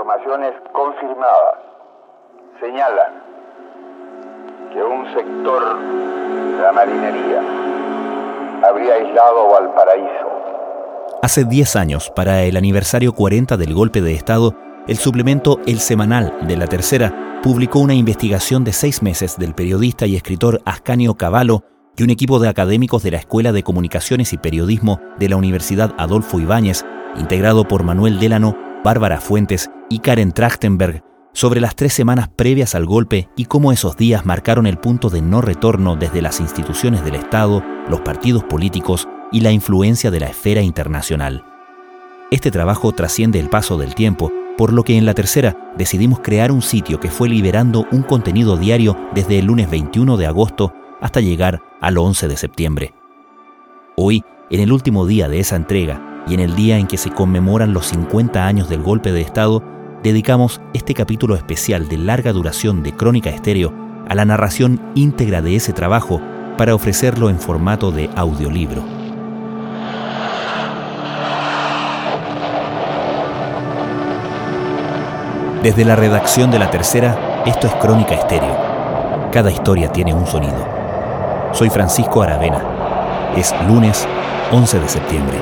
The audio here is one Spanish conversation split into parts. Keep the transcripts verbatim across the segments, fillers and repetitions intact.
informaciones confirmadas señalan que un sector de la marinería habría aislado Valparaíso. Hace diez años, para el aniversario cuarenta del golpe de Estado, el suplemento El Semanal de La Tercera publicó una investigación de seis meses del periodista y escritor Ascanio Cavallo y un equipo de académicos de la Escuela de Comunicaciones y Periodismo de la Universidad Adolfo Ibáñez, integrado por Manuel Delano, Bárbara Fuentes y Karen Trachtenberg, sobre las tres semanas previas al golpe y cómo esos días marcaron el punto de no retorno desde las instituciones del Estado, los partidos políticos y la influencia de la esfera internacional. Este trabajo trasciende el paso del tiempo, por lo que en La Tercera decidimos crear un sitio que fue liberando un contenido diario desde el lunes veintiuno de agosto hasta llegar al once de septiembre. Hoy, en el último día de esa entrega y en el día en que se conmemoran los cincuenta años del golpe de Estado, dedicamos este capítulo especial de larga duración de Crónica Estéreo a la narración íntegra de ese trabajo para ofrecerlo en formato de audiolibro. Desde la redacción de La Tercera, esto es Crónica Estéreo. Cada historia tiene un sonido. Soy Francisco Aravena. Es lunes once de septiembre.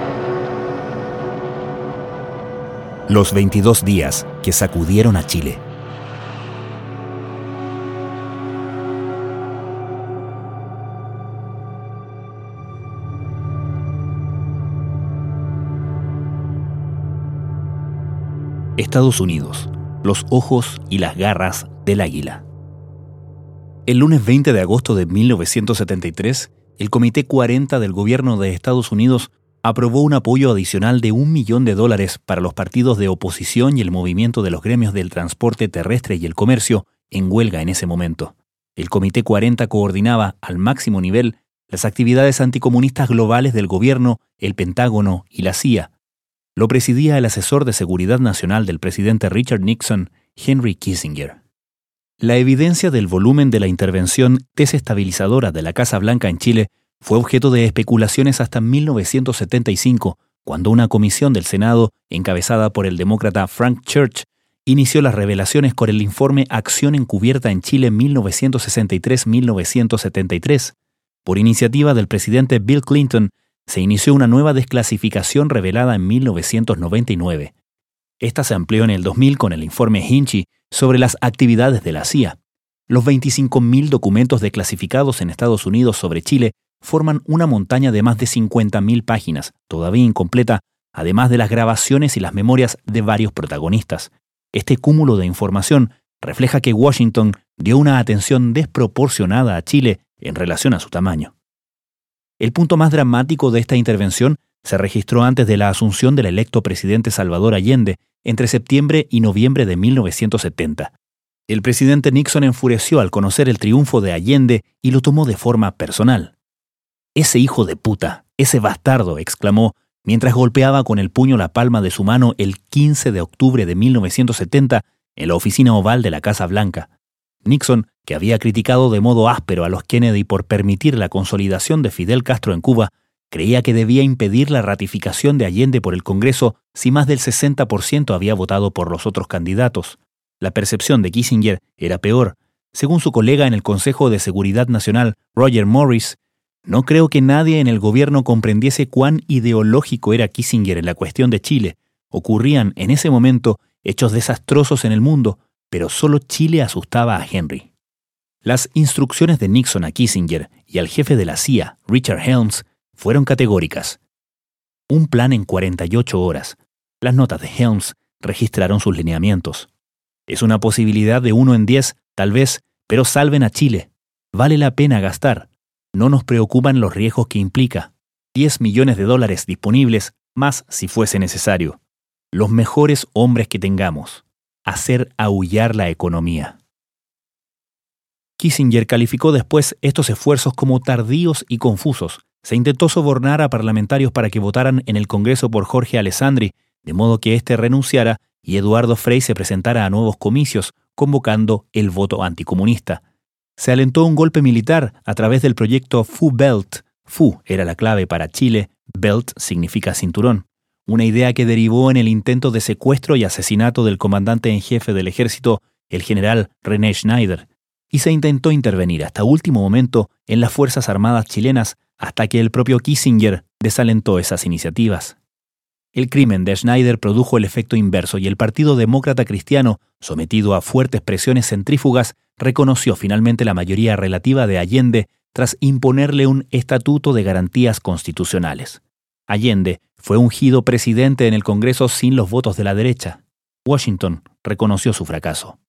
Los veintidós días que sacudieron a Chile. Estados Unidos, los ojos y las garras del águila. El lunes veinte de agosto de mil novecientos setenta y tres, el Comité cuarenta del Gobierno de Estados Unidos aprobó un apoyo adicional de un millón de dólares para los partidos de oposición y el movimiento de los gremios del transporte terrestre y el comercio en huelga en ese momento. El Comité cuarenta coordinaba al máximo nivel las actividades anticomunistas globales del gobierno, el Pentágono y la C I A. Lo presidía el asesor de seguridad nacional del presidente Richard Nixon, Henry Kissinger. La evidencia del volumen de la intervención desestabilizadora de la Casa Blanca en Chile fue objeto de especulaciones hasta mil novecientos setenta y cinco, cuando una comisión del Senado, encabezada por el demócrata Frank Church, inició las revelaciones con el informe Acción Encubierta en Chile mil novecientos sesenta y tres a mil novecientos setenta y tres. Por iniciativa del presidente Bill Clinton, se inició una nueva desclasificación revelada en mil novecientos noventa y nueve. Esta se amplió en el dos mil con el informe Hinchey sobre las actividades de la C I A. Los veinticinco mil documentos desclasificados en Estados Unidos sobre Chile forman una montaña de más de cincuenta mil páginas, todavía incompleta, además de las grabaciones y las memorias de varios protagonistas. Este cúmulo de información refleja que Washington dio una atención desproporcionada a Chile en relación a su tamaño. El punto más dramático de esta intervención se registró antes de la asunción del electo presidente Salvador Allende entre septiembre y noviembre de mil novecientos setenta. El presidente Nixon enfureció al conocer el triunfo de Allende y lo tomó de forma personal. «Ese hijo de puta, ese bastardo», exclamó, mientras golpeaba con el puño la palma de su mano el quince de octubre de mil novecientos setenta en la oficina oval de la Casa Blanca. Nixon, que había criticado de modo áspero a los Kennedy por permitir la consolidación de Fidel Castro en Cuba, creía que debía impedir la ratificación de Allende por el Congreso si más del sesenta por ciento había votado por los otros candidatos. La percepción de Kissinger era peor. Según su colega en el Consejo de Seguridad Nacional, Roger Morris, no creo que nadie en el gobierno comprendiese cuán ideológico era Kissinger en la cuestión de Chile. Ocurrían en ese momento hechos desastrosos en el mundo, pero solo Chile asustaba a Henry. Las instrucciones de Nixon a Kissinger y al jefe de la C I A, Richard Helms, fueron categóricas. Un plan en cuarenta y ocho horas. Las notas de Helms registraron sus lineamientos. Es una posibilidad de uno en diez, tal vez, pero salven a Chile. Vale la pena gastar. No nos preocupan los riesgos que implica. diez millones de dólares disponibles, más si fuese necesario. Los mejores hombres que tengamos. Hacer aullar la economía. Kissinger calificó después estos esfuerzos como tardíos y confusos. Se intentó sobornar a parlamentarios para que votaran en el Congreso por Jorge Alessandri, de modo que éste renunciara y Eduardo Frei se presentara a nuevos comicios, convocando el voto anticomunista. Se alentó un golpe militar a través del proyecto Fu Belt. Fu era la clave para Chile, Belt significa cinturón. una idea que derivó en el intento de secuestro y asesinato del comandante en jefe del ejército, el general René Schneider, y se intentó intervenir hasta último momento en las Fuerzas Armadas chilenas hasta que el propio Kissinger desalentó esas iniciativas. El crimen de Schneider produjo el efecto inverso y el Partido Demócrata Cristiano, sometido a fuertes presiones centrífugas, reconoció finalmente la mayoría relativa de Allende tras imponerle un estatuto de garantías constitucionales. Allende fue ungido presidente en el Congreso sin los votos de la derecha. Washington reconoció su fracaso.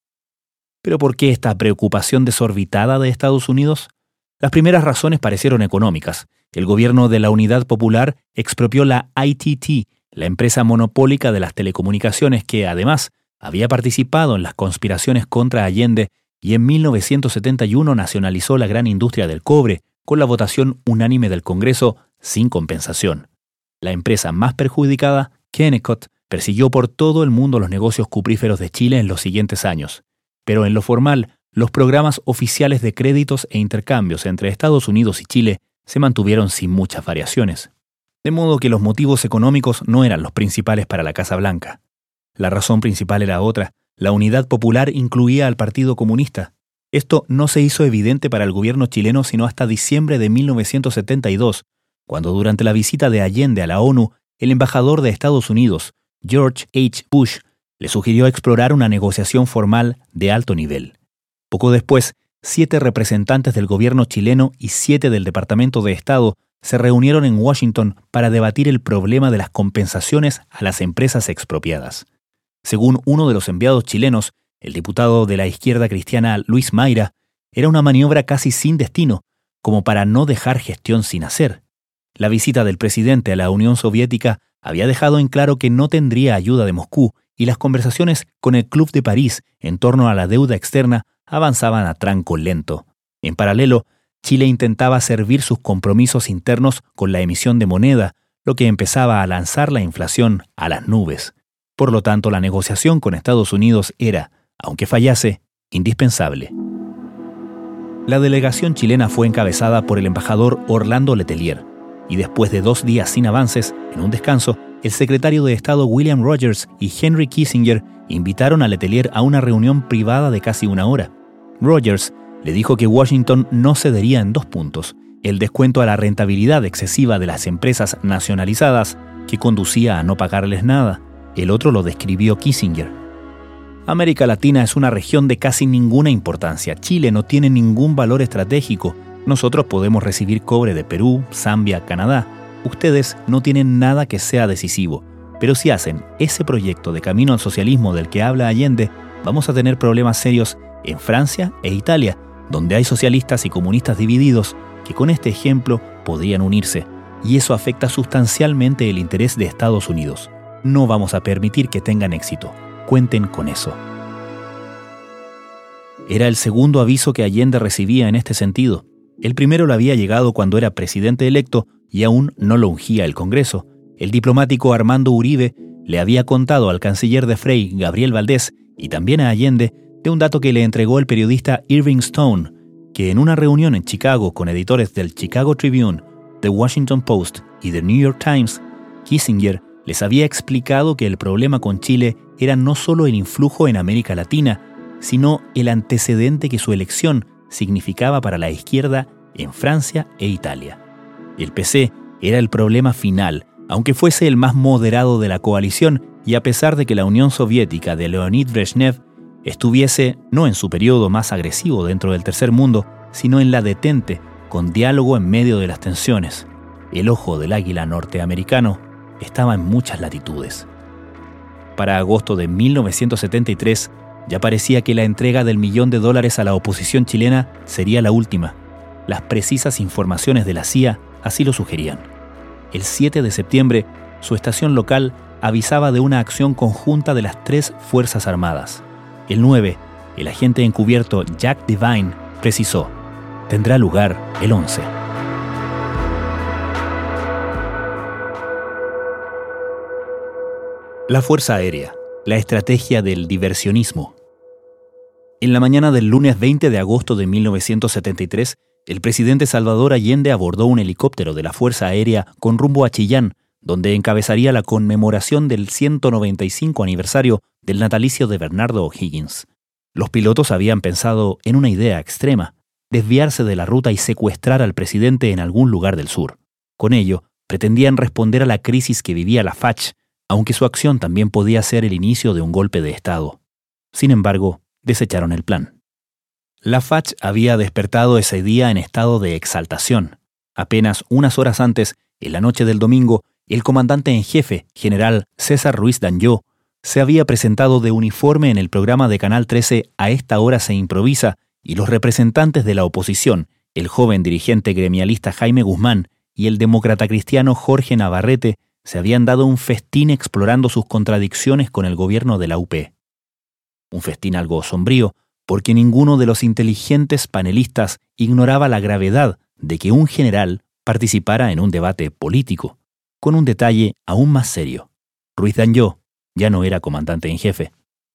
¿Pero por qué esta preocupación desorbitada de Estados Unidos? Las primeras razones parecieron económicas. El gobierno de la Unidad Popular expropió la I T T, la empresa monopólica de las telecomunicaciones que, además, había participado en las conspiraciones contra Allende y en mil novecientos setenta y uno nacionalizó la gran industria del cobre con la votación unánime del Congreso sin compensación. La empresa más perjudicada, Kennecott, persiguió por todo el mundo los negocios cupríferos de Chile en los siguientes años. Pero en lo formal, los programas oficiales de créditos e intercambios entre Estados Unidos y Chile se mantuvieron sin muchas variaciones. De modo que los motivos económicos no eran los principales para la Casa Blanca. La razón principal era otra. La Unidad Popular incluía al Partido Comunista. Esto no se hizo evidente para el gobierno chileno sino hasta diciembre de mil novecientos setenta y dos, cuando durante la visita de Allende a la ONU, el embajador de Estados Unidos, George H. Bush, le sugirió explorar una negociación formal de alto nivel. Poco después, siete representantes del gobierno chileno y siete del Departamento de Estado se reunieron en Washington para debatir el problema de las compensaciones a las empresas expropiadas. Según uno de los enviados chilenos, el diputado de la izquierda cristiana Luis Mayra, era una maniobra casi sin destino, como para no dejar gestión sin hacer. La visita del presidente a la Unión Soviética había dejado en claro que no tendría ayuda de Moscú y las conversaciones con el Club de París en torno a la deuda externa avanzaban a tranco lento. En paralelo, Chile intentaba servir sus compromisos internos con la emisión de moneda, lo que empezaba a lanzar la inflación a las nubes. Por lo tanto, la negociación con Estados Unidos era, aunque fallase, indispensable. La delegación chilena fue encabezada por el embajador Orlando Letelier, y después de dos días sin avances, en un descanso, el secretario de Estado William Rogers y Henry Kissinger invitaron a Letelier a una reunión privada de casi una hora. Rogers le dijo que Washington no cedería en dos puntos: el descuento a la rentabilidad excesiva de las empresas nacionalizadas, que conducía a no pagarles nada. El otro lo describió Kissinger. América Latina es una región de casi ninguna importancia. Chile no tiene ningún valor estratégico. Nosotros podemos recibir cobre de Perú, Zambia, Canadá. Ustedes no tienen nada que sea decisivo. Pero si hacen ese proyecto de camino al socialismo del que habla Allende, vamos a tener problemas serios en Francia e Italia, donde hay socialistas y comunistas divididos que con este ejemplo podrían unirse. Y eso afecta sustancialmente el interés de Estados Unidos. No vamos a permitir que tengan éxito. Cuenten con eso. Era el segundo aviso que Allende recibía en este sentido. El primero le había llegado cuando era presidente electo y aún no lo ungía el Congreso. El diplomático Armando Uribe le había contado al canciller de Frei, Gabriel Valdés, y también a Allende, de un dato que le entregó el periodista Irving Stone, que en una reunión en Chicago con editores del Chicago Tribune, The Washington Post y The New York Times, Kissinger les había explicado que el problema con Chile era no solo el influjo en América Latina, sino el antecedente que su elección significaba para la izquierda en Francia e Italia. El P C era el problema final, aunque fuese el más moderado de la coalición, y a pesar de que la Unión Soviética de Leonid Brezhnev estuviese no en su periodo más agresivo dentro del tercer mundo, sino en la detente, con diálogo en medio de las tensiones. El ojo del águila norteamericano estaba en muchas latitudes. Para agosto de mil novecientos setenta y tres, ya parecía que la entrega del millón de dólares a la oposición chilena sería la última. Las precisas informaciones de la C I A así lo sugerían. El siete de septiembre, su estación local avisaba de una acción conjunta de las tres Fuerzas Armadas. El nueve, el agente encubierto Jack Devine precisó: tendrá lugar el once. La Fuerza Aérea, la estrategia del diversionismo. En la mañana del lunes veinte de agosto de mil novecientos setenta y tres, el presidente Salvador Allende abordó un helicóptero de la Fuerza Aérea con rumbo a Chillán, donde encabezaría la conmemoración del ciento noventa y cinco aniversario del natalicio de Bernardo O'Higgins. Los pilotos habían pensado en una idea extrema: desviarse de la ruta y secuestrar al presidente en algún lugar del sur. Con ello, pretendían responder a la crisis que vivía la F A C H, aunque su acción también podía ser el inicio de un golpe de Estado. Sin embargo, desecharon el plan. La F A C H había despertado ese día en estado de exaltación. Apenas unas horas antes, en la noche del domingo, el comandante en jefe, general César Ruiz Danló, se había presentado de uniforme en el programa de Canal trece A esta hora se improvisa, y los representantes de la oposición, el joven dirigente gremialista Jaime Guzmán y el demócrata cristiano Jorge Navarrete, se habían dado un festín explorando sus contradicciones con el gobierno de la U P. Un festín algo sombrío, porque ninguno de los inteligentes panelistas ignoraba la gravedad de que un general participara en un debate político, con un detalle aún más serio: Ruiz Danló ya no era comandante en jefe.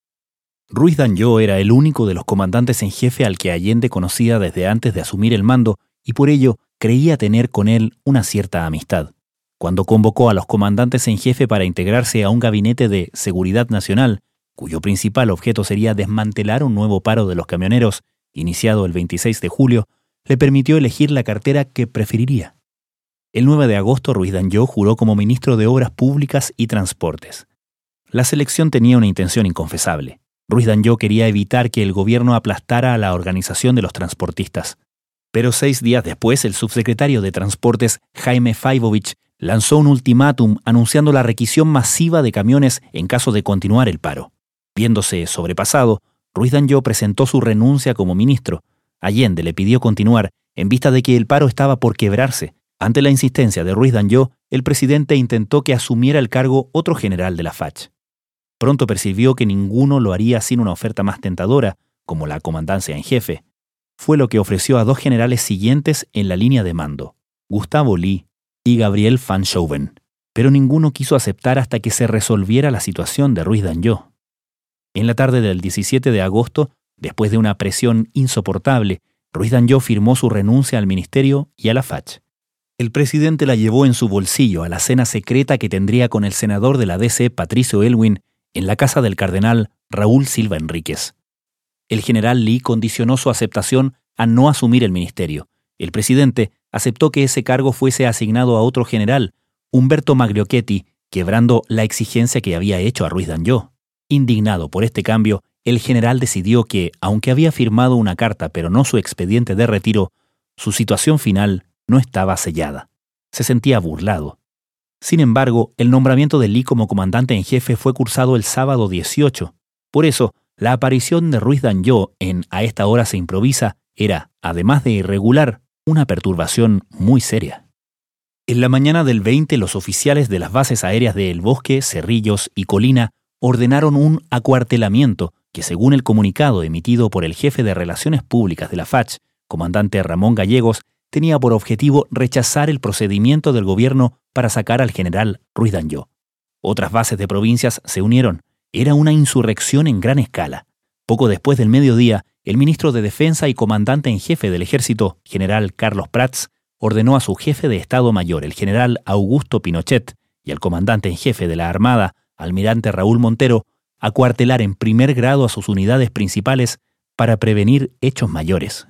Ruiz Danló era el único de los comandantes en jefe al que Allende conocía desde antes de asumir el mando, y por ello creía tener con él una cierta amistad. Cuando convocó a los comandantes en jefe para integrarse a un gabinete de seguridad nacional, cuyo principal objeto sería desmantelar un nuevo paro de los camioneros, iniciado el veintiséis de julio, le permitió elegir la cartera que preferiría. El nueve de agosto, Ruiz Danló juró como ministro de Obras Públicas y Transportes. La selección tenía una intención inconfesable. Ruiz Danló quería evitar que el gobierno aplastara a la organización de los transportistas. Pero seis días después, el subsecretario de Transportes, Jaime Faivovich, lanzó un ultimátum anunciando la requisición masiva de camiones en caso de continuar el paro. Viéndose sobrepasado, Ruiz Danló presentó su renuncia como ministro. Allende le pidió continuar, en vista de que el paro estaba por quebrarse. Ante la insistencia de Ruiz Danló, el presidente intentó que asumiera el cargo otro general de la F A C H. Pronto percibió que ninguno lo haría sin una oferta más tentadora, como la comandancia en jefe. Fue lo que ofreció a dos generales siguientes en la línea de mando, Gustavo Lee y Gabriel van Schouwen, pero ninguno quiso aceptar hasta que se resolviera la situación de Ruiz Danló. En la tarde del diecisiete de agosto, después de una presión insoportable, Ruiz Danló firmó su renuncia al ministerio y a la F A C H. El presidente la llevó en su bolsillo a la cena secreta que tendría con el senador de la D C, Patricio Aylwin, en la casa del cardenal Raúl Silva Enríquez. El general Lee condicionó su aceptación a no asumir el ministerio. El presidente aceptó que ese cargo fuese asignado a otro general, Humberto Magliochetti, quebrando la exigencia que había hecho a Ruiz Danló. Indignado por este cambio, el general decidió que, aunque había firmado una carta pero no su expediente de retiro, su situación final no estaba sellada. Se sentía burlado. Sin embargo, el nombramiento de Lee como comandante en jefe fue cursado el sábado dieciocho. Por eso, la aparición de Ruiz Danló en A esta hora se improvisa era, además de irregular, una perturbación muy seria. En la mañana del veinte, los oficiales de las bases aéreas de El Bosque, Cerrillos y Colina ordenaron un acuartelamiento que, según el comunicado emitido por el jefe de Relaciones Públicas de la F A C H, comandante Ramón Gallegos, tenía por objetivo rechazar el procedimiento del gobierno para sacar al general Ruiz Danló. Otras bases de provincias se unieron. Era una insurrección en gran escala. Poco después del mediodía, el ministro de Defensa y comandante en jefe del ejército, general Carlos Prats, ordenó a su jefe de Estado Mayor, el general Augusto Pinochet, y al comandante en jefe de la Armada, almirante Raúl Montero, acuartelar en primer grado a sus unidades principales para prevenir hechos mayores.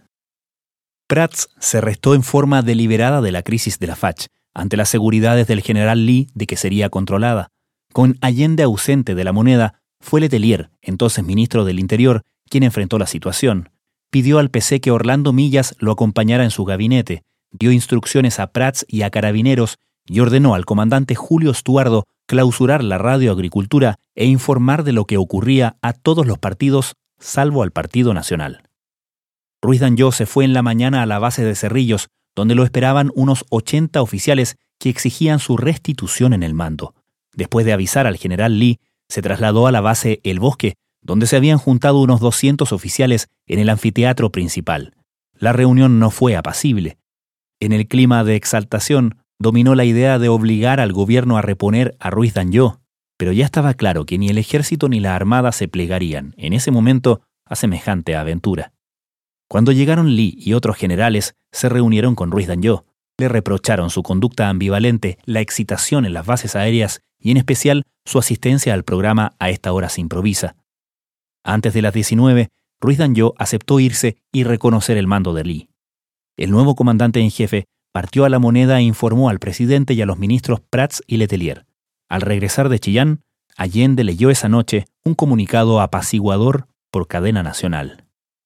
Prats se restó en forma deliberada de la crisis de la F A C H, ante las seguridades del general Lee de que sería controlada. Con Allende ausente de la moneda, fue Letelier, entonces ministro del Interior, quien enfrentó la situación. Pidió al P C que Orlando Millas lo acompañara en su gabinete, dio instrucciones a Prats y a Carabineros y ordenó al comandante Julio Estuardo clausurar la Radio Agricultura e informar de lo que ocurría a todos los partidos, salvo al Partido Nacional. Ruiz Danló se fue en la mañana a la base de Cerrillos, donde lo esperaban unos ochenta oficiales que exigían su restitución en el mando. Después de avisar al general Lee, se trasladó a la base El Bosque, donde se habían juntado unos doscientos oficiales en el anfiteatro principal. La reunión no fue apacible. En el clima de exaltación, dominó la idea de obligar al gobierno a reponer a Ruiz Danló, pero ya estaba claro que ni el ejército ni la armada se plegarían, en ese momento, a semejante aventura. Cuando llegaron Lee y otros generales, se reunieron con Ruiz Danló. le reprocharon su conducta ambivalente, la excitación en las bases aéreas y en especial su asistencia al programa A esta hora se improvisa. Antes de las diecinueve, Ruiz Danló aceptó irse y reconocer el mando de Lee. El nuevo comandante en jefe partió a La Moneda e informó al presidente y a los ministros Prats y Letelier. Al regresar de Chillán, Allende leyó esa noche un comunicado apaciguador por cadena nacional.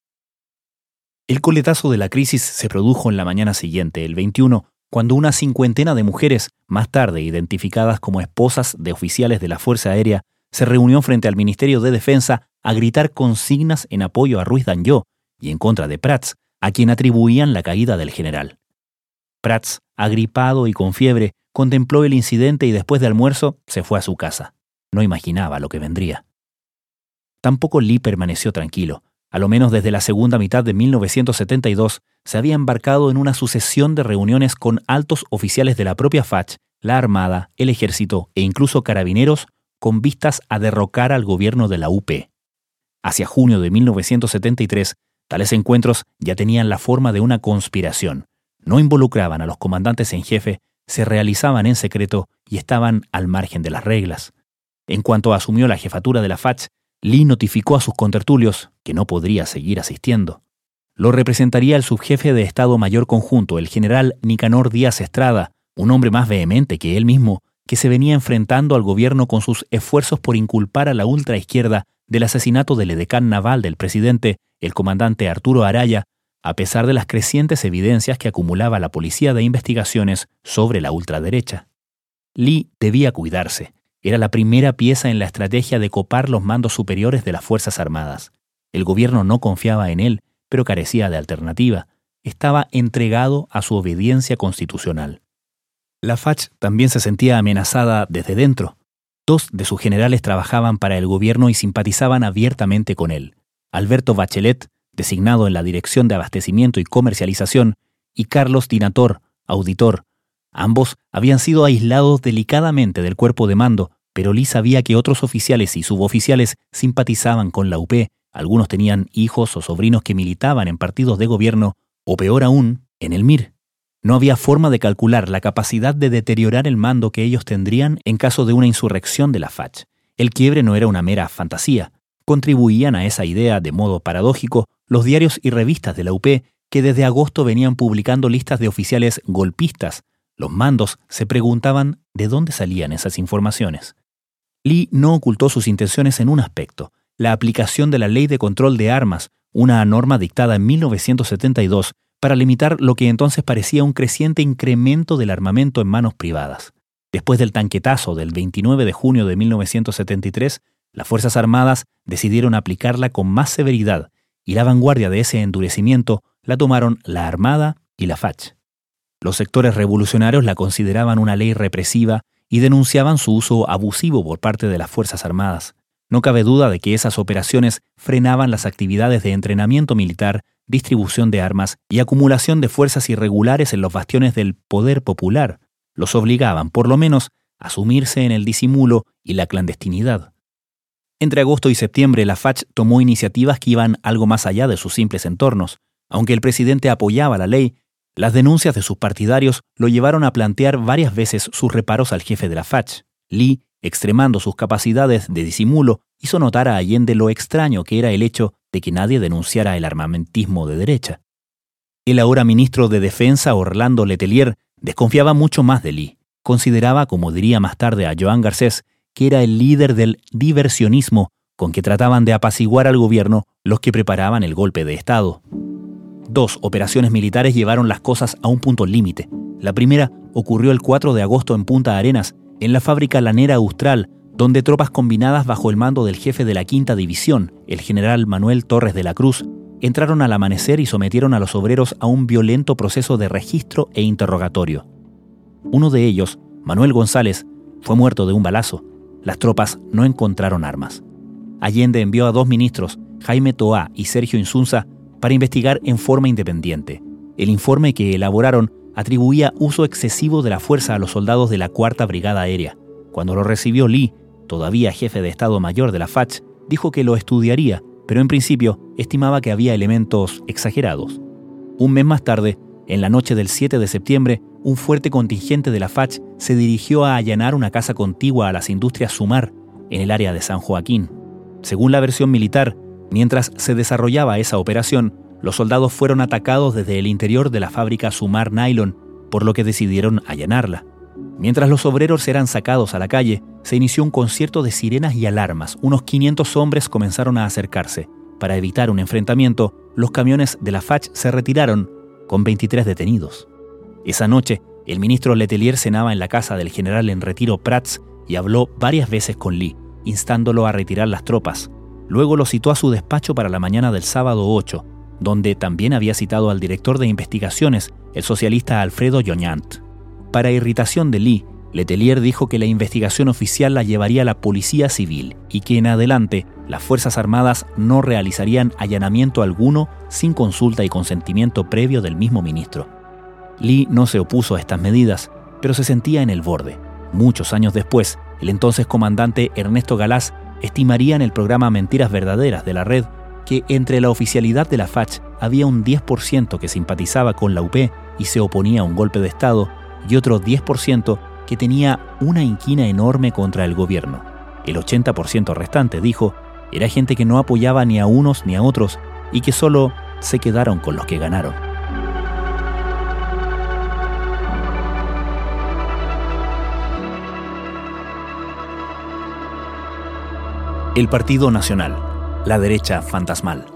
El coletazo de la crisis se produjo en la mañana siguiente, el veintiuno, cuando una cincuentena de mujeres, más tarde identificadas como esposas de oficiales de la Fuerza Aérea, se reunió frente al Ministerio de Defensa a gritar consignas en apoyo a Ruiz Danló y en contra de Prats, a quien atribuían la caída del general. Prats, agripado y con fiebre, contempló el incidente y después de almuerzo se fue a su casa. No imaginaba lo que vendría. Tampoco Lee permaneció tranquilo. A lo menos desde la segunda mitad de mil novecientos setenta y dos, se había embarcado en una sucesión de reuniones con altos oficiales de la propia F A C H, la Armada, el Ejército e incluso carabineros con vistas a derrocar al gobierno de la U P. Hacia junio de mil novecientos setenta y tres, tales encuentros ya tenían la forma de una conspiración. No involucraban a los comandantes en jefe, se realizaban en secreto y estaban al margen de las reglas. En cuanto asumió la jefatura de la F A C H, Lee notificó a sus contertulios que no podría seguir asistiendo. Lo representaría el subjefe de Estado Mayor Conjunto, el general Nicanor Díaz Estrada, un hombre más vehemente que él mismo, que se venía enfrentando al gobierno con sus esfuerzos por inculpar a la ultraizquierda del asesinato del edecán naval del presidente, el comandante Arturo Araya, a pesar de las crecientes evidencias que acumulaba la Policía de Investigaciones sobre la ultraderecha. Lee debía cuidarse. Era la primera pieza en la estrategia de copar los mandos superiores de las Fuerzas Armadas. El gobierno no confiaba en él, pero carecía de alternativa. Estaba entregado a su obediencia constitucional. La F A C H también se sentía amenazada desde dentro. Dos de sus generales trabajaban para el gobierno y simpatizaban abiertamente con él. Alberto Bachelet, designado en la Dirección de Abastecimiento y Comercialización, y Carlos Dinator, auditor. Ambos habían sido aislados delicadamente del cuerpo de mando, pero Lee sabía que otros oficiales y suboficiales simpatizaban con la U P, algunos tenían hijos o sobrinos que militaban en partidos de gobierno, o peor aún, en el M I R. No había forma de calcular la capacidad de deteriorar el mando que ellos tendrían en caso de una insurrección de la F A C H. El quiebre no era una mera fantasía. Contribuían a esa idea, de modo paradójico, los diarios y revistas de la U P, que desde agosto venían publicando listas de oficiales golpistas. Los mandos se preguntaban de dónde salían esas informaciones. Lee no ocultó sus intenciones en un aspecto, la aplicación de la Ley de Control de Armas, una norma dictada en mil novecientos setenta y dos para limitar lo que entonces parecía un creciente incremento del armamento en manos privadas. Después del tanquetazo del veintinueve de junio de mil novecientos setenta y tres, las Fuerzas Armadas decidieron aplicarla con más severidad y la vanguardia de ese endurecimiento la tomaron la Armada y la F A C H. Los sectores revolucionarios la consideraban una ley represiva y denunciaban su uso abusivo por parte de las Fuerzas Armadas. No cabe duda de que esas operaciones frenaban las actividades de entrenamiento militar, distribución de armas y acumulación de fuerzas irregulares en los bastiones del poder popular. Los obligaban, por lo menos, a sumirse en el disimulo y la clandestinidad. Entre agosto y septiembre, la F A C H tomó iniciativas que iban algo más allá de sus simples entornos. Aunque el presidente apoyaba la ley, las denuncias de sus partidarios lo llevaron a plantear varias veces sus reparos al jefe de la F A C H. Lee, extremando sus capacidades de disimulo, hizo notar a Allende lo extraño que era el hecho de que nadie denunciara el armamentismo de derecha. El ahora ministro de Defensa, Orlando Letelier, desconfiaba mucho más de Lee. Consideraba, como diría más tarde a Joan Garcés, que era el líder del diversionismo con que trataban de apaciguar al gobierno los que preparaban el golpe de Estado. Dos operaciones militares llevaron las cosas a un punto límite. La primera ocurrió el cuatro de agosto en Punta Arenas, en la fábrica lanera Austral, donde tropas combinadas bajo el mando del jefe de la quinta División, el general Manuel Torres de la Cruz, entraron al amanecer y sometieron a los obreros a un violento proceso de registro e interrogatorio. Uno de ellos, Manuel González, fue muerto de un balazo. Las tropas no encontraron armas. Allende envió a dos ministros, Jaime Toá y Sergio Insunza, para investigar en forma independiente. El informe que elaboraron atribuía uso excesivo de la fuerza a los soldados de la Cuarta Brigada Aérea. Cuando lo recibió Lee, todavía jefe de Estado Mayor de la F A C H, dijo que lo estudiaría, pero en principio estimaba que había elementos exagerados. Un mes más tarde, en la noche del siete de septiembre, un fuerte contingente de la F A C se dirigió a allanar una casa contigua a las industrias Sumar, en el área de San Joaquín. Según la versión militar, mientras se desarrollaba esa operación, los soldados fueron atacados desde el interior de la fábrica Sumar Nylon, por lo que decidieron allanarla. Mientras los obreros eran sacados a la calle, se inició un concierto de sirenas y alarmas. Unos quinientos hombres comenzaron a acercarse. Para evitar un enfrentamiento, los camiones de la F A C se retiraron, con veintitrés detenidos. Esa noche, el ministro Letelier cenaba en la casa del general en retiro Prats y habló varias veces con Lee, instándolo a retirar las tropas. Luego lo citó a su despacho para la mañana del sábado ocho, donde también había citado al director de investigaciones, el socialista Alfredo Joñant. Para irritación de Lee, Letelier dijo que la investigación oficial la llevaría la Policía Civil y que en adelante las Fuerzas Armadas no realizarían allanamiento alguno sin consulta y consentimiento previo del mismo ministro. Lee no se opuso a estas medidas, pero se sentía en el borde. Muchos años después, el entonces comandante Ernesto Galás estimaría en el programa Mentiras Verdaderas de la Red que entre la oficialidad de la F A C había un diez por ciento que simpatizaba con la U P y se oponía a un golpe de Estado y otro diez por ciento que tenía una inquina enorme contra el gobierno. El ochenta por ciento restante, dijo, era gente que no apoyaba ni a unos ni a otros y que solo se quedaron con los que ganaron. El Partido Nacional, la derecha fantasmal.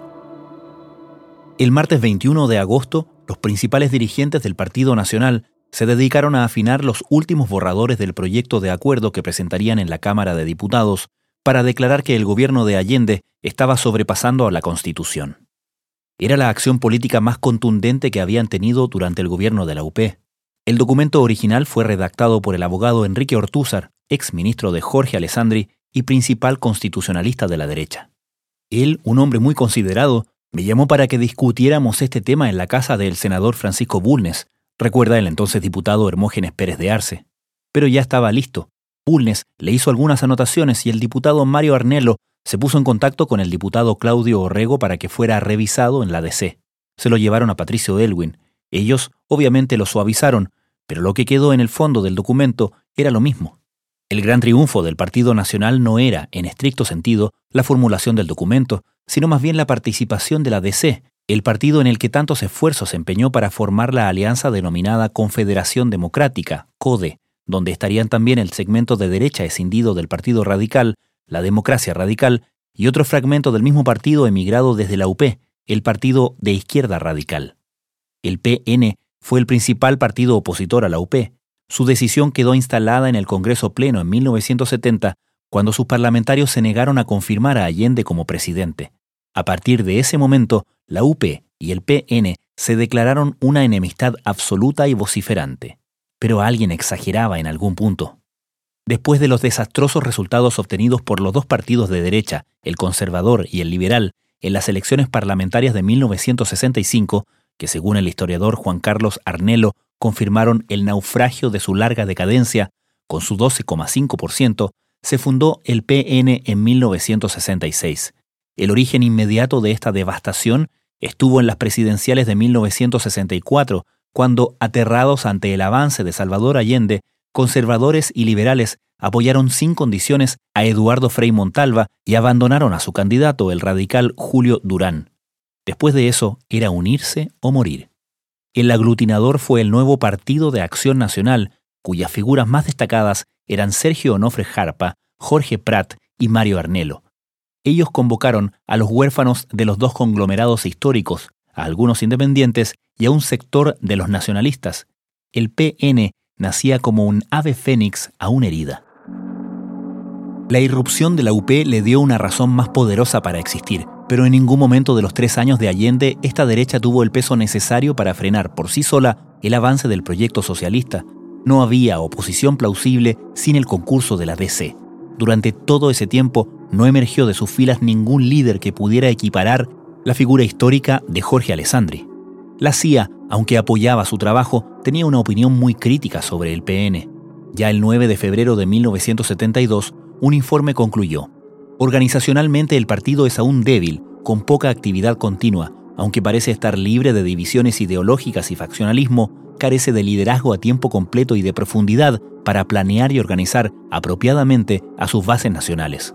El martes veintiuno de agosto, los principales dirigentes del Partido Nacional se dedicaron a afinar los últimos borradores del proyecto de acuerdo que presentarían en la Cámara de Diputados para declarar que el gobierno de Allende estaba sobrepasando a la Constitución. Era la acción política más contundente que habían tenido durante el gobierno de la U P. El documento original fue redactado por el abogado Enrique Ortúzar, ex ministro de Jorge Alessandri y principal constitucionalista de la derecha. Él, un hombre muy considerado, me llamó para que discutiéramos este tema en la casa del senador Francisco Bulnes, recuerda el entonces diputado Hermógenes Pérez de Arce. Pero ya estaba listo. Bulnes le hizo algunas anotaciones y el diputado Mario Arnelo se puso en contacto con el diputado Claudio Orrego para que fuera revisado en la D C. Se lo llevaron a Patricio Elwin. Ellos obviamente lo suavizaron, pero lo que quedó en el fondo del documento era lo mismo. El gran triunfo del Partido Nacional no era, en estricto sentido, la formulación del documento, sino más bien la participación de la D C, el partido en el que tantos esfuerzos se empeñó para formar la alianza denominada Confederación Democrática, CODE, donde estarían también el segmento de derecha escindido del Partido Radical, la Democracia Radical, y otro fragmento del mismo partido emigrado desde la U P, el Partido de Izquierda Radical. El P N fue el principal partido opositor a la U P. Su decisión quedó instalada en el Congreso Pleno en mil novecientos setenta, cuando sus parlamentarios se negaron a confirmar a Allende como presidente. A partir de ese momento, la U P y el P N se declararon una enemistad absoluta y vociferante. Pero alguien exageraba en algún punto. Después de los desastrosos resultados obtenidos por los dos partidos de derecha, el conservador y el liberal, en las elecciones parlamentarias de mil novecientos sesenta y cinco, que según el historiador Juan Carlos Arnelo confirmaron el naufragio de su larga decadencia, con su doce coma cinco por ciento, se fundó el P N en mil novecientos sesenta y seis. El origen inmediato de esta devastación estuvo en las presidenciales de mil novecientos sesenta y cuatro, cuando, aterrados ante el avance de Salvador Allende, conservadores y liberales apoyaron sin condiciones a Eduardo Frei Montalva y abandonaron a su candidato, el radical Julio Durán. Después de eso, era unirse o morir. El aglutinador fue el nuevo Partido de Acción Nacional, cuyas figuras más destacadas eran Sergio Onofre Jarpa, Jorge Prat y Mario Arnelo. Ellos convocaron a los huérfanos de los dos conglomerados históricos, a algunos independientes y a un sector de los nacionalistas. El P N nacía como un ave fénix a una herida. La irrupción de la U P le dio una razón más poderosa para existir, pero en ningún momento de los tres años de Allende esta derecha tuvo el peso necesario para frenar por sí sola el avance del proyecto socialista. No había oposición plausible sin el concurso de la D C. Durante todo ese tiempo no emergió de sus filas ningún líder que pudiera equiparar la figura histórica de Jorge Alessandri. La C I A, aunque apoyaba su trabajo, tenía una opinión muy crítica sobre el P N. Ya el nueve de febrero de mil novecientos setenta y dos, un informe concluyó: organizacionalmente el partido es aún débil, con poca actividad continua, aunque parece estar libre de divisiones ideológicas y faccionalismo, carece de liderazgo a tiempo completo y de profundidad para planear y organizar apropiadamente a sus bases nacionales.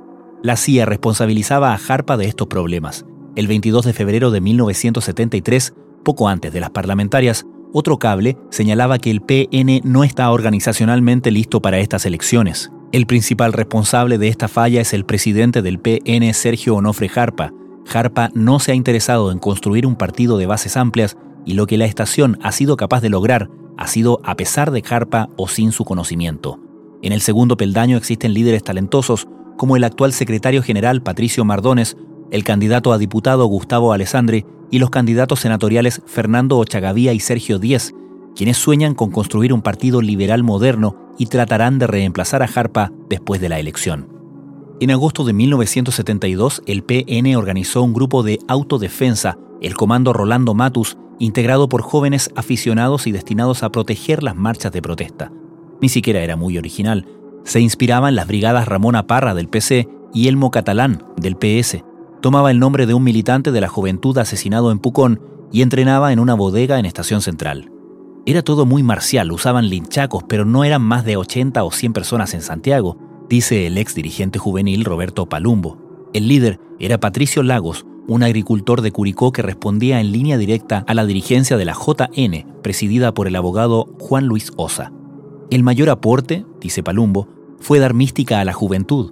La C I A responsabilizaba a Jarpa de estos problemas. El veintidós de febrero de mil novecientos setenta y tres, poco antes de las parlamentarias, otro cable señalaba que el P N no está organizacionalmente listo para estas elecciones. El principal responsable de esta falla es el presidente del P N, Sergio Onofre Jarpa. Jarpa no se ha interesado en construir un partido de bases amplias y lo que la estación ha sido capaz de lograr ha sido a pesar de Jarpa o sin su conocimiento. En el segundo peldaño existen líderes talentosos como el actual secretario general Patricio Mardones, el candidato a diputado Gustavo Alessandri y los candidatos senatoriales Fernando Ochagavía y Sergio Díez, quienes sueñan con construir un partido liberal moderno y tratarán de reemplazar a Jarpa después de la elección. En agosto de mil novecientos setenta y dos, el P N organizó un grupo de autodefensa, el Comando Rolando Matus, integrado por jóvenes aficionados y destinados a proteger las marchas de protesta. Ni siquiera era muy original. Se inspiraba en las brigadas Ramona Parra del P C y Elmo Catalán del P S. Tomaba el nombre de un militante de la Juventud asesinado en Pucón y entrenaba en una bodega en Estación Central. Era todo muy marcial, usaban linchacos, pero no eran más de ochenta o cien personas en Santiago, dice el ex dirigente juvenil Roberto Palumbo. El líder era Patricio Lagos, un agricultor de Curicó que respondía en línea directa a la dirigencia de la J N, presidida por el abogado Juan Luis Osa. El mayor aporte, dice Palumbo, fue dar mística a la juventud.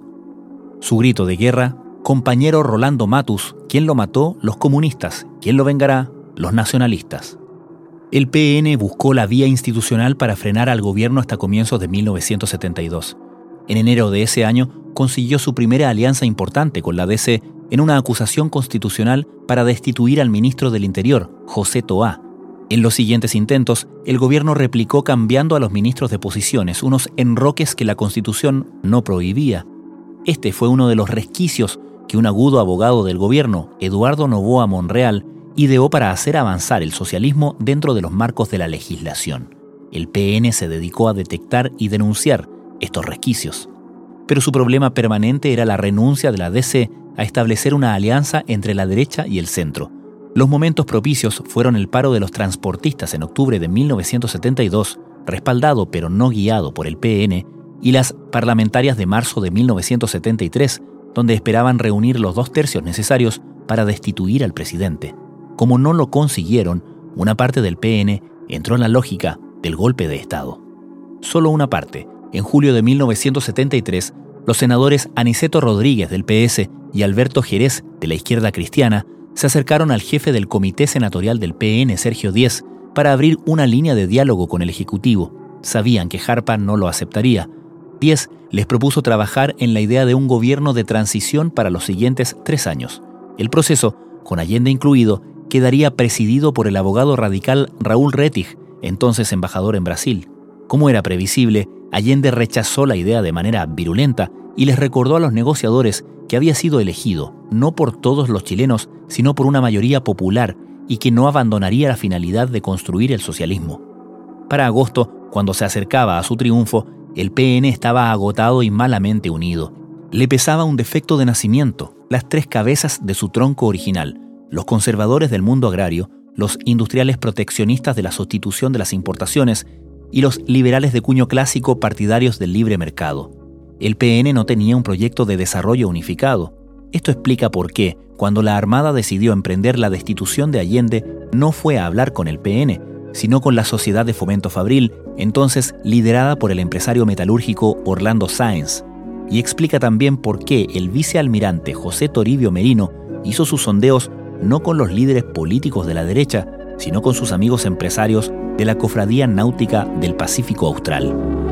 Su grito de guerra: compañero Rolando Matus, ¿quién lo mató? Los comunistas. ¿Quién lo vengará? Los nacionalistas. El P N buscó la vía institucional para frenar al gobierno hasta comienzos de mil novecientos setenta y dos. En enero de ese año consiguió su primera alianza importante con la D C en una acusación constitucional para destituir al ministro del Interior, José Toá. En los siguientes intentos, el gobierno replicó cambiando a los ministros de posiciones, unos enroques que la Constitución no prohibía. Este fue uno de los resquicios que un agudo abogado del gobierno, Eduardo Novoa Monreal, ideó para hacer avanzar el socialismo dentro de los marcos de la legislación. El P N se dedicó a detectar y denunciar estos resquicios. Pero su problema permanente era la renuncia de la D C a establecer una alianza entre la derecha y el centro. Los momentos propicios fueron el paro de los transportistas en octubre de mil novecientos setenta y dos, respaldado pero no guiado por el P N, y las parlamentarias de marzo de mil novecientos setenta y tres, donde esperaban reunir los dos tercios necesarios para destituir al presidente. Como no lo consiguieron, una parte del P N entró en la lógica del golpe de Estado. Solo una parte. En julio de mil novecientos setenta y tres, los senadores Aniceto Rodríguez del P S y Alberto Jerez de la Izquierda Cristiana se acercaron al jefe del Comité Senatorial del P N, Sergio Díez, para abrir una línea de diálogo con el Ejecutivo. Sabían que Jarpa no lo aceptaría. Díez les propuso trabajar en la idea de un gobierno de transición para los siguientes tres años. El proceso, con Allende incluido, quedaría presidido por el abogado radical Raúl Rettig, entonces embajador en Brasil. Como era previsible, Allende rechazó la idea de manera virulenta y les recordó a los negociadores que había sido elegido, no por todos los chilenos, sino por una mayoría popular, y que no abandonaría la finalidad de construir el socialismo. Para agosto, cuando se acercaba a su triunfo, el P N estaba agotado y malamente unido. Le pesaba un defecto de nacimiento, las tres cabezas de su tronco original: los conservadores del mundo agrario, los industriales proteccionistas de la sustitución de las importaciones y los liberales de cuño clásico partidarios del libre mercado. El P N no tenía un proyecto de desarrollo unificado. Esto explica por qué, cuando la Armada decidió emprender la destitución de Allende, no fue a hablar con el P N, sino con la Sociedad de Fomento Fabril, entonces liderada por el empresario metalúrgico Orlando Sáenz. Y explica también por qué el vicealmirante José Toribio Merino hizo sus sondeos no con los líderes políticos de la derecha, sino con sus amigos empresarios de la Cofradía Náutica del Pacífico Austral.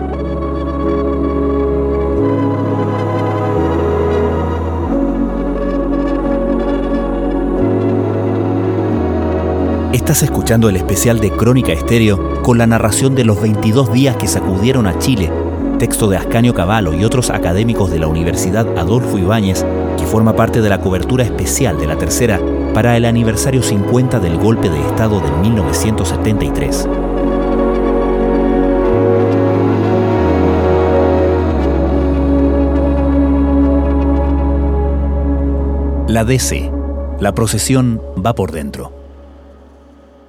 Estás escuchando el especial de Crónica Estéreo con la narración de los veintidós días que sacudieron a Chile, texto de Ascanio Cavallo y otros académicos de la Universidad Adolfo Ibáñez, que forma parte de la cobertura especial de La Tercera para el aniversario cincuenta del golpe de Estado de mil novecientos setenta y tres. La D C. La procesión va por dentro.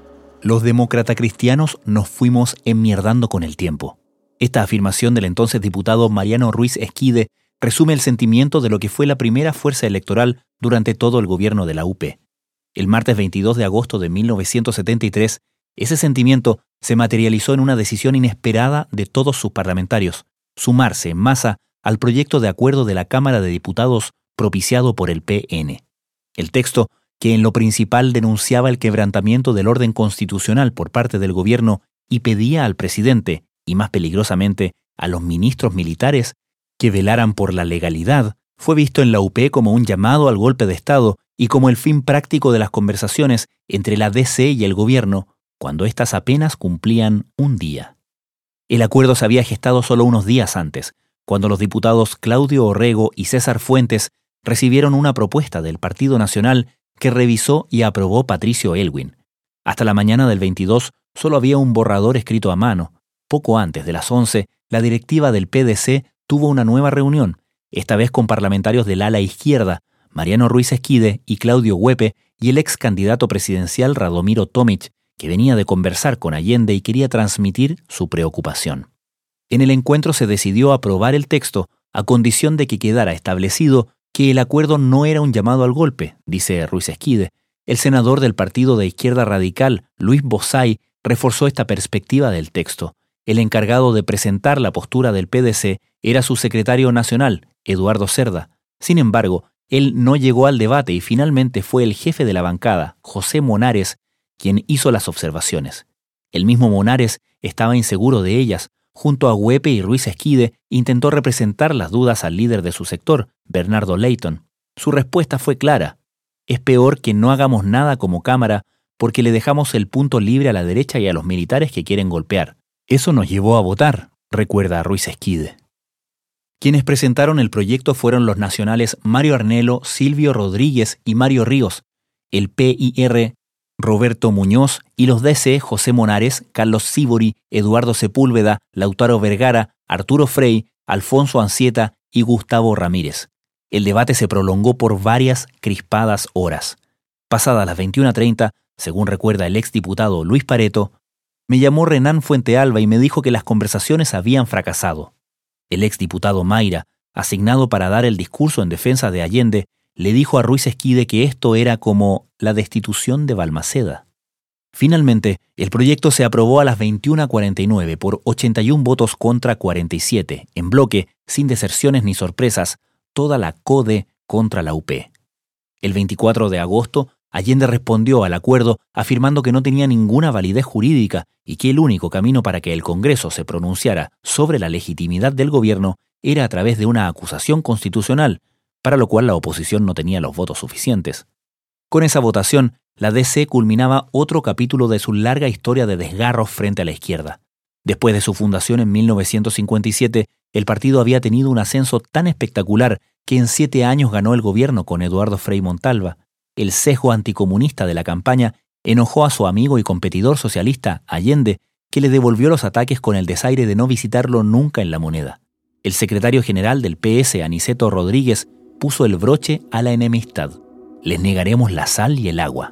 Los demócrata cristianos nos fuimos enmierdando con el tiempo. Esta afirmación del entonces diputado Mariano Ruiz Esquide resume el sentimiento de lo que fue la primera fuerza electoral durante todo el gobierno de la U P. El martes veintidós de agosto de mil novecientos setenta y tres, ese sentimiento se materializó en una decisión inesperada de todos sus parlamentarios: sumarse en masa al proyecto de acuerdo de la Cámara de Diputados propiciado por el P N. El texto, que en lo principal denunciaba el quebrantamiento del orden constitucional por parte del gobierno y pedía al presidente, y más peligrosamente a los ministros militares, que velaran por la legalidad, fue visto en la U P como un llamado al golpe de Estado y como el fin práctico de las conversaciones entre la D C y el gobierno, cuando éstas apenas cumplían un día. El acuerdo se había gestado solo unos días antes, cuando los diputados Claudio Orrego y César Fuentes recibieron una propuesta del Partido Nacional que revisó y aprobó Patricio Elwin. Hasta la mañana del veintidós solo había un borrador escrito a mano. Poco antes de las once, la directiva del P D C tuvo una nueva reunión, esta vez con parlamentarios del ala izquierda, Mariano Ruiz Esquide y Claudio Huepe, y el ex candidato presidencial Radomiro Tomic, que venía de conversar con Allende y quería transmitir su preocupación. En el encuentro se decidió aprobar el texto a condición de que quedara establecido que el acuerdo no era un llamado al golpe, dice Ruiz Esquide. El senador del partido de izquierda radical, Luis Bozay, reforzó esta perspectiva del texto. El encargado de presentar la postura del P D C era su secretario nacional, Eduardo Cerda. Sin embargo, él no llegó al debate y finalmente fue el jefe de la bancada, José Monares, quien hizo las observaciones. El mismo Monares estaba inseguro de ellas. Junto a Huepe y Ruiz Esquide, intentó representar las dudas al líder de su sector, Bernardo Leighton. Su respuesta fue clara: es peor que no hagamos nada como Cámara porque le dejamos el punto libre a la derecha y a los militares que quieren golpear. Eso nos llevó a votar, recuerda a Ruiz Esquide. Quienes presentaron el proyecto fueron los nacionales Mario Arnelo, Silvio Rodríguez y Mario Ríos, el P I R Roberto Muñoz y los D C José Monares, Carlos Sívori, Eduardo Sepúlveda, Lautaro Vergara, Arturo Frey, Alfonso Anzieta y Gustavo Ramírez. El debate se prolongó por varias crispadas horas. Pasadas las veintiuna treinta, según recuerda el exdiputado Luis Pareto, me llamó Renán Fuentealba y me dijo que las conversaciones habían fracasado. El exdiputado Mayra, asignado para dar el discurso en defensa de Allende, le dijo a Ruiz Esquide que esto era como la destitución de Balmaceda. Finalmente, el proyecto se aprobó a las veintiuna cuarenta y nueve por ochenta y un votos contra cuarenta y siete, en bloque, sin deserciones ni sorpresas, toda la CODE contra la U P. El veinticuatro de agosto, Allende respondió al acuerdo afirmando que no tenía ninguna validez jurídica y que el único camino para que el Congreso se pronunciara sobre la legitimidad del gobierno era a través de una acusación constitucional, para lo cual la oposición no tenía los votos suficientes. Con esa votación, la D C culminaba otro capítulo de su larga historia de desgarros frente a la izquierda. Después de su fundación en mil novecientos cincuenta y siete, el partido había tenido un ascenso tan espectacular que en siete años ganó el gobierno con Eduardo Frei Montalva. El sesgo anticomunista de la campaña enojó a su amigo y competidor socialista, Allende, que le devolvió los ataques con el desaire de no visitarlo nunca en La Moneda. El secretario general del P S, Aniceto Rodríguez, puso el broche a la enemistad. Les negaremos la sal y el agua.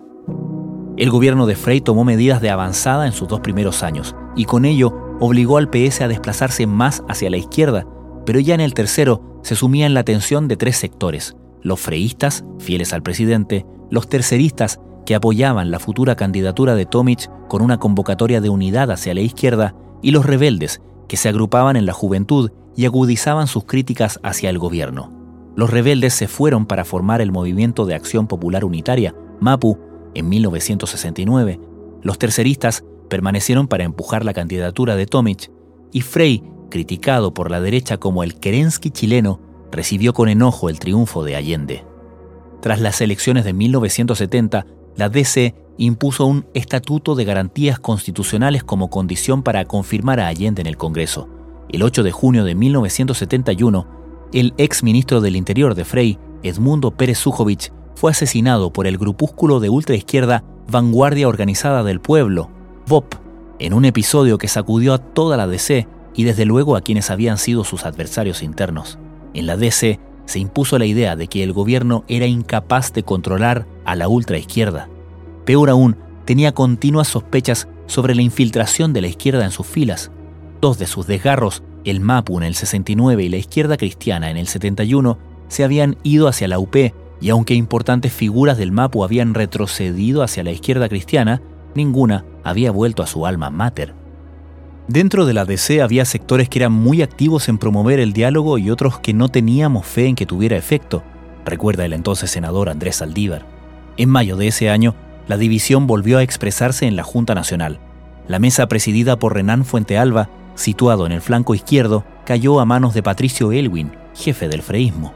El gobierno de Frei tomó medidas de avanzada en sus dos primeros años y con ello obligó al P S a desplazarse más hacia la izquierda, pero ya en el tercero se sumía en la tensión de tres sectores: los freístas, fieles al presidente, los terceristas, que apoyaban la futura candidatura de Tomic con una convocatoria de unidad hacia la izquierda, y los rebeldes, que se agrupaban en la juventud y agudizaban sus críticas hacia el gobierno. Los rebeldes se fueron para formar el Movimiento de Acción Popular Unitaria, MAPU, en mil novecientos sesenta y nueve. Los terceristas permanecieron para empujar la candidatura de Tomic, y Frei, criticado por la derecha como el Kerensky chileno, recibió con enojo el triunfo de Allende. Tras las elecciones de mil novecientos setenta, la D C impuso un estatuto de garantías constitucionales como condición para confirmar a Allende en el Congreso. El ocho de junio de mil novecientos setenta y uno, el ex ministro del Interior de Frei, Edmundo Pérez Sujovic, fue asesinado por el grupúsculo de ultraizquierda Vanguardia Organizada del Pueblo, V O P, en un episodio que sacudió a toda la D C y desde luego a quienes habían sido sus adversarios internos. En la D C se impuso la idea de que el gobierno era incapaz de controlar a la ultraizquierda. Peor aún, tenía continuas sospechas sobre la infiltración de la izquierda en sus filas. Dos de sus desgarros, el MAPU en el sesenta y nueve y la Izquierda Cristiana en el setenta y uno, se habían ido hacia la U P, y aunque importantes figuras del MAPU habían retrocedido hacia la Izquierda Cristiana, ninguna había vuelto a su alma mater. Dentro de la D C había sectores que eran muy activos en promover el diálogo y otros que no teníamos fe en que tuviera efecto, recuerda el entonces senador Andrés Saldívar. En mayo de ese año, la división volvió a expresarse en la Junta Nacional. La mesa presidida por Renán Fuentealba, situado en el flanco izquierdo, cayó a manos de Patricio Aylwin, jefe del freísmo.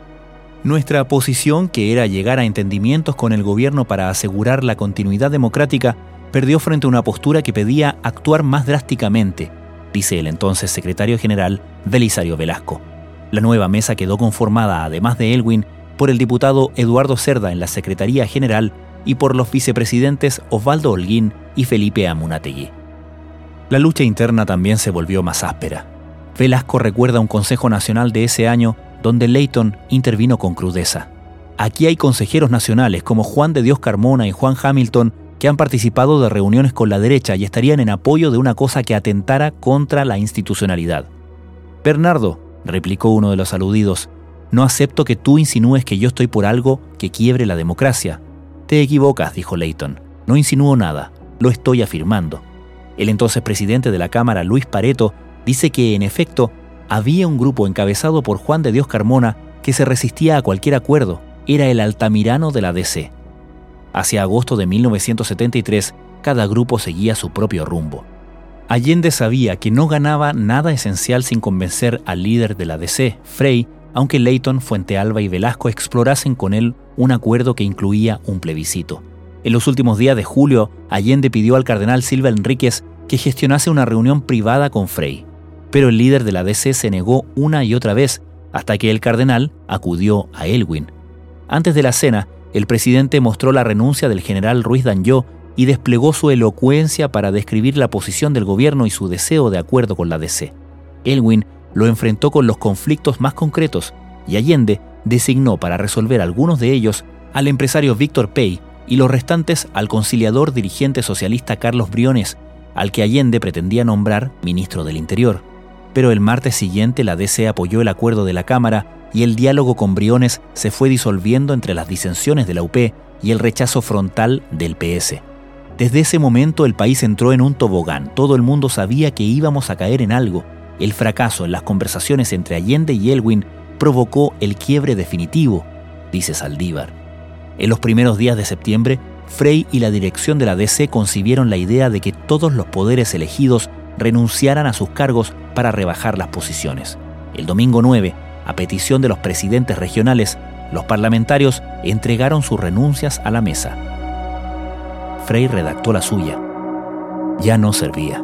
Nuestra posición, que era llegar a entendimientos con el gobierno para asegurar la continuidad democrática, perdió frente a una postura que pedía actuar más drásticamente, dice el entonces secretario general Belisario Velasco. La nueva mesa quedó conformada, además de Aylwin, por el diputado Eduardo Cerda en la Secretaría General y por los vicepresidentes Osvaldo Holguín y Felipe Amunátegui. La lucha interna también se volvió más áspera. Velasco recuerda un Consejo Nacional de ese año donde Leyton intervino con crudeza. Aquí hay consejeros nacionales como Juan de Dios Carmona y Juan Hamilton que han participado de reuniones con la derecha y estarían en apoyo de una cosa que atentara contra la institucionalidad. Bernardo, replicó uno de los aludidos, no acepto que tú insinúes que yo estoy por algo que quiebre la democracia. Te equivocas, dijo Leyton. No insinúo nada, lo estoy afirmando. El entonces presidente de la Cámara, Luis Pareto, dice que, en efecto, había un grupo encabezado por Juan de Dios Carmona que se resistía a cualquier acuerdo. Era el Altamirano de la D C. Hacia agosto de mil novecientos setenta y tres, cada grupo seguía su propio rumbo. Allende sabía que no ganaba nada esencial sin convencer al líder de la D C, Frey, aunque Leyton, Fuentealba y Velasco explorasen con él un acuerdo que incluía un plebiscito. En los últimos días de julio, Allende pidió al cardenal Silva Enríquez que gestionase una reunión privada con Frey, pero el líder de la D C se negó una y otra vez, hasta que el cardenal acudió a Aylwin. Antes de la cena, el presidente mostró la renuncia del general Ruiz Danló y desplegó su elocuencia para describir la posición del gobierno y su deseo de acuerdo con la D C. Aylwin lo enfrentó con los conflictos más concretos y Allende designó para resolver algunos de ellos al empresario Víctor Pey y los restantes al conciliador dirigente socialista Carlos Briones, al que Allende pretendía nombrar ministro del Interior. Pero el martes siguiente la D C apoyó el acuerdo de la Cámara y el diálogo con Briones se fue disolviendo entre las disensiones de la U P y el rechazo frontal del P S. Desde ese momento el país entró en un tobogán. Todo el mundo sabía que íbamos a caer en algo. El fracaso en las conversaciones entre Allende y Aylwin provocó el quiebre definitivo, dice Saldívar. En los primeros días de septiembre, Frey y la dirección de la D C concibieron la idea de que todos los poderes elegidos renunciaran a sus cargos para rebajar las posiciones. El domingo nueve, a petición de los presidentes regionales, los parlamentarios entregaron sus renuncias a la mesa. Frey redactó la suya. Ya no servía.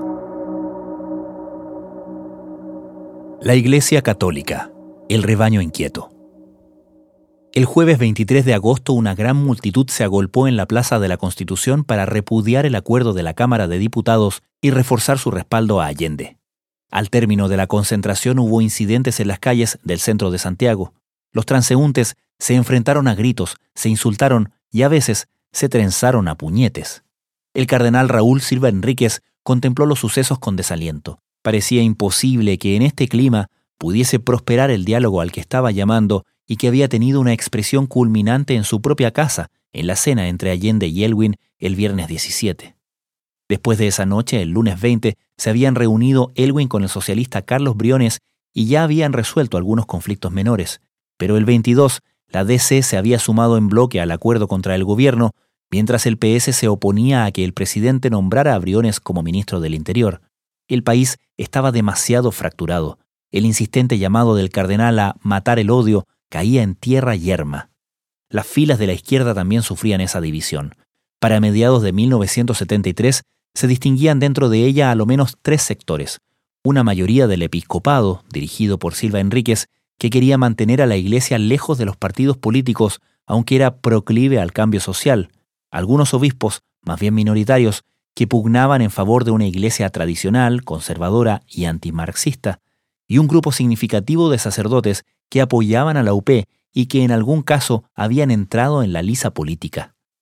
La Iglesia Católica, el rebaño inquieto. El jueves veintitrés de agosto una gran multitud se agolpó en la Plaza de la Constitución para repudiar el acuerdo de la Cámara de Diputados y reforzar su respaldo a Allende. Al término de la concentración hubo incidentes en las calles del centro de Santiago. Los transeúntes se enfrentaron a gritos, se insultaron y a veces se trenzaron a puñetes. El cardenal Raúl Silva Enríquez contempló los sucesos con desaliento. Parecía imposible que en este clima pudiese prosperar el diálogo al que estaba llamando y que había tenido una expresión culminante en su propia casa, en la cena entre Allende y Aylwin el viernes diecisiete. Después de esa noche, el lunes veinte, se habían reunido Aylwin con el socialista Carlos Briones y ya habían resuelto algunos conflictos menores. Pero el veintidós, la D C se había sumado en bloque al acuerdo contra el gobierno, mientras el P S se oponía a que el presidente nombrara a Briones como ministro del Interior. El país estaba demasiado fracturado. El insistente llamado del cardenal a matar el odio caía en tierra yerma. Las filas de la izquierda también sufrían esa división. Para mediados de mil novecientos setenta y tres se distinguían dentro de ella a lo menos tres sectores. Una mayoría del episcopado, dirigido por Silva Enríquez, que quería mantener a la Iglesia lejos de los partidos políticos, aunque era proclive al cambio social. Algunos obispos, más bien minoritarios, que pugnaban en favor de una Iglesia tradicional, conservadora y antimarxista, y un grupo significativo de sacerdotes que apoyaban a la U P y que en algún caso habían entrado en la liza política.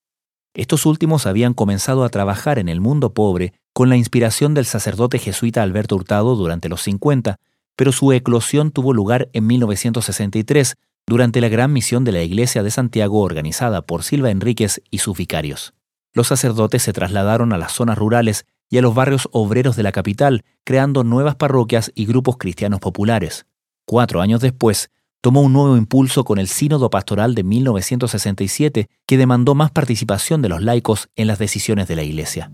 Estos últimos habían comenzado a trabajar en el mundo pobre con la inspiración del sacerdote jesuita Alberto Hurtado durante los cincuenta, pero su eclosión tuvo lugar en mil novecientos sesenta y tres durante la gran misión de la Iglesia de Santiago organizada por Silva Enríquez y sus vicarios. Los sacerdotes se trasladaron a las zonas rurales y a los barrios obreros de la capital, creando nuevas parroquias y grupos cristianos populares. Cuatro años después, tomó un nuevo impulso con el Sínodo Pastoral de mil novecientos sesenta y siete, que demandó más participación de los laicos en las decisiones de la Iglesia.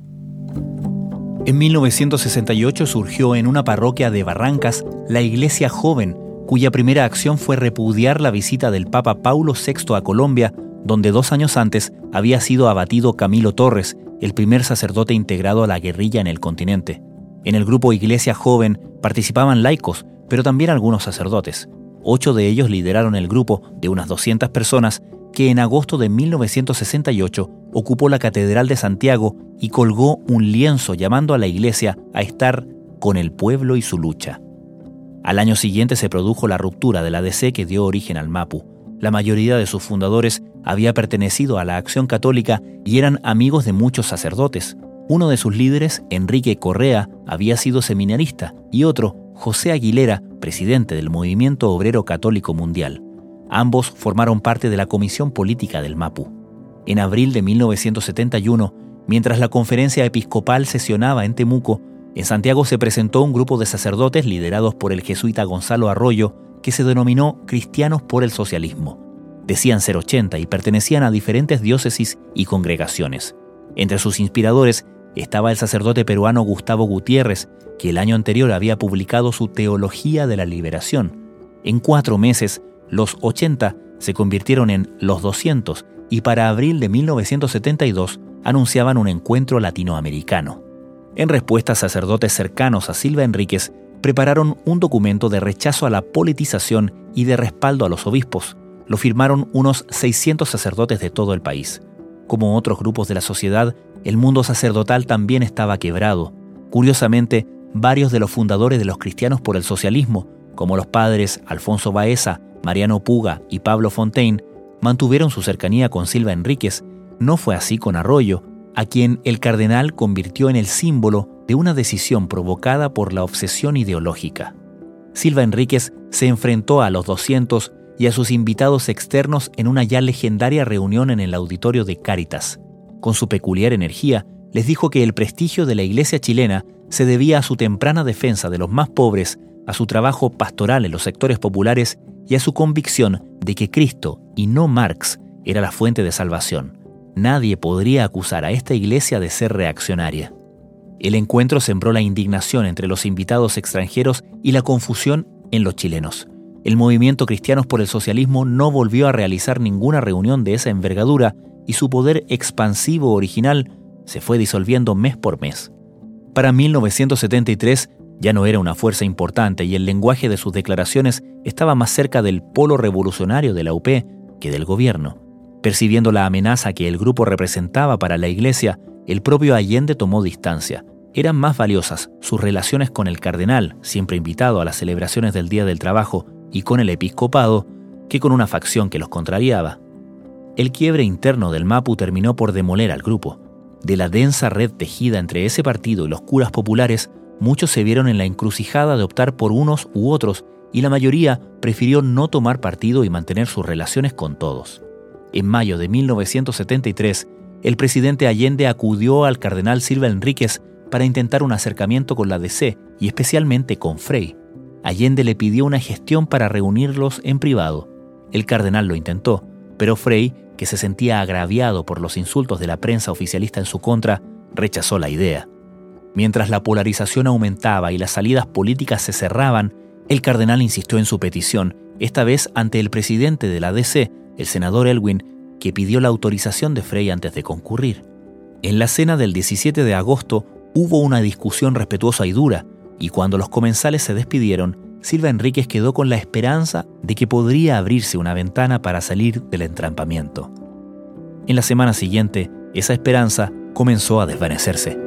En mil novecientos sesenta y ocho surgió en una parroquia de Barrancas la Iglesia Joven, cuya primera acción fue repudiar la visita del Papa Paulo sexto a Colombia, donde dos años antes había sido abatido Camilo Torres, el primer sacerdote integrado a la guerrilla en el continente. En el grupo Iglesia Joven participaban laicos, pero también algunos sacerdotes. Ocho de ellos lideraron el grupo de unas doscientas personas que en agosto de mil novecientos sesenta y ocho ocupó la Catedral de Santiago y colgó un lienzo llamando a la Iglesia a estar con el pueblo y su lucha. Al año siguiente se produjo la ruptura de la D C que dio origen al MAPU. La mayoría de sus fundadores había pertenecido a la Acción Católica y eran amigos de muchos sacerdotes. Uno de sus líderes, Enrique Correa, había sido seminarista y otro, José Aguilera, presidente del Movimiento Obrero Católico Mundial. Ambos formaron parte de la Comisión Política del MAPU. En abril de mil novecientos setenta y uno, mientras la conferencia episcopal sesionaba en Temuco, en Santiago se presentó un grupo de sacerdotes liderados por el jesuita Gonzalo Arroyo, que se denominó Cristianos por el Socialismo. Decían ser ochenta y pertenecían a diferentes diócesis y congregaciones. Entre sus inspiradores estaba el sacerdote peruano Gustavo Gutiérrez, que el año anterior había publicado su Teología de la Liberación. En cuatro meses, los ochenta se convirtieron en los doscientos y para abril de mil novecientos setenta y dos anunciaban un encuentro latinoamericano. En respuesta, sacerdotes cercanos a Silva Enríquez prepararon un documento de rechazo a la politización y de respaldo a los obispos. Lo firmaron unos seiscientos sacerdotes de todo el país. Como otros grupos de la sociedad, el mundo sacerdotal también estaba quebrado. Curiosamente, varios de los fundadores de los Cristianos por el Socialismo, como los padres Alfonso Baeza, Mariano Puga y Pablo Fontaine, mantuvieron su cercanía con Silva Enríquez. No fue así con Arroyo, a quien el cardenal convirtió en el símbolo de una decisión provocada por la obsesión ideológica. Silva Enríquez se enfrentó a los doscientos y a sus invitados externos en una ya legendaria reunión en el auditorio de Cáritas. Con su peculiar energía, les dijo que el prestigio de la Iglesia chilena se debía a su temprana defensa de los más pobres, a su trabajo pastoral en los sectores populares y a su convicción de que Cristo, y no Marx, era la fuente de salvación. Nadie podría acusar a esta iglesia de ser reaccionaria. El encuentro sembró la indignación entre los invitados extranjeros y la confusión en los chilenos. El movimiento Cristianos por el Socialismo no volvió a realizar ninguna reunión de esa envergadura y su poder expansivo original se fue disolviendo mes por mes. Para mil novecientos setenta y tres ya no era una fuerza importante y el lenguaje de sus declaraciones estaba más cerca del polo revolucionario de la U P que del gobierno. Percibiendo la amenaza que el grupo representaba para la Iglesia, el propio Allende tomó distancia. Eran más valiosas sus relaciones con el cardenal, siempre invitado a las celebraciones del Día del Trabajo, y con el episcopado, que con una facción que los contrariaba. El quiebre interno del MAPU terminó por demoler al grupo. De la densa red tejida entre ese partido y los curas populares, muchos se vieron en la encrucijada de optar por unos u otros, y la mayoría prefirió no tomar partido y mantener sus relaciones con todos. En mayo de mil novecientos setenta y tres, el presidente Allende acudió al cardenal Silva Enríquez para intentar un acercamiento con la D C y especialmente con Frei. Allende le pidió una gestión para reunirlos en privado. El cardenal lo intentó, pero Frei, que se sentía agraviado por los insultos de la prensa oficialista en su contra, rechazó la idea. Mientras la polarización aumentaba y las salidas políticas se cerraban, el cardenal insistió en su petición, esta vez ante el presidente de la D C, el senador Elwin, que pidió la autorización de Frei antes de concurrir. En la cena del diecisiete de agosto hubo una discusión respetuosa y dura, y cuando los comensales se despidieron, Silva Enríquez quedó con la esperanza de que podría abrirse una ventana para salir del entrampamiento. En la semana siguiente, esa esperanza comenzó a desvanecerse.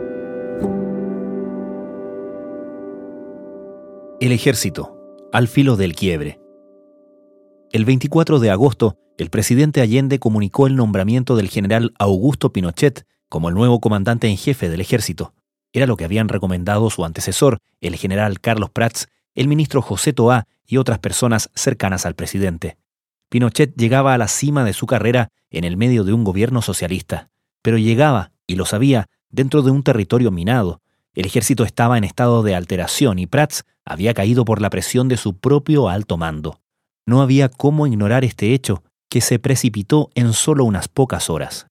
El ejército, al filo del quiebre. El veinticuatro de agosto, el presidente Allende comunicó el nombramiento del general Augusto Pinochet como el nuevo comandante en jefe del ejército. Era lo que habían recomendado su antecesor, el general Carlos Prats, el ministro José Toá y otras personas cercanas al presidente. Pinochet llegaba a la cima de su carrera en el medio de un gobierno socialista, pero llegaba, y lo sabía, dentro de un territorio minado. El ejército estaba en estado de alteración y Prats había caído por la presión de su propio alto mando. No había cómo ignorar este hecho, que se precipitó en solo unas pocas horas.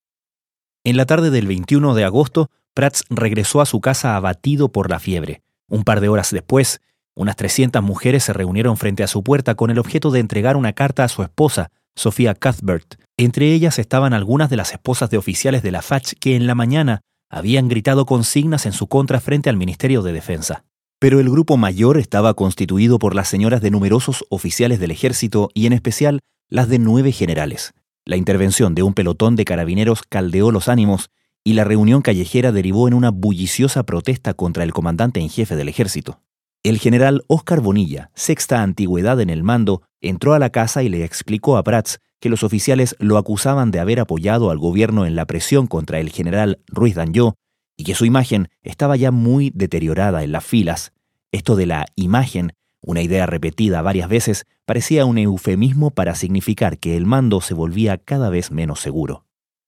En la tarde del veintiuno de agosto, Prats regresó a su casa abatido por la fiebre. Un par de horas después, unas trescientas mujeres se reunieron frente a su puerta con el objeto de entregar una carta a su esposa, Sofía Cuthbert. Entre ellas estaban algunas de las esposas de oficiales de la F A C H que en la mañana habían gritado consignas en su contra frente al Ministerio de Defensa. Pero el grupo mayor estaba constituido por las señoras de numerosos oficiales del ejército y en especial las de nueve generales. La intervención de un pelotón de carabineros caldeó los ánimos y la reunión callejera derivó en una bulliciosa protesta contra el comandante en jefe del ejército. El general Óscar Bonilla, sexta antigüedad en el mando, entró a la casa y le explicó a Prats que los oficiales lo acusaban de haber apoyado al gobierno en la presión contra el general Ruiz Danló y que su imagen estaba ya muy deteriorada en las filas. Esto de la imagen, una idea repetida varias veces, parecía un eufemismo para significar que el mando se volvía cada vez menos seguro.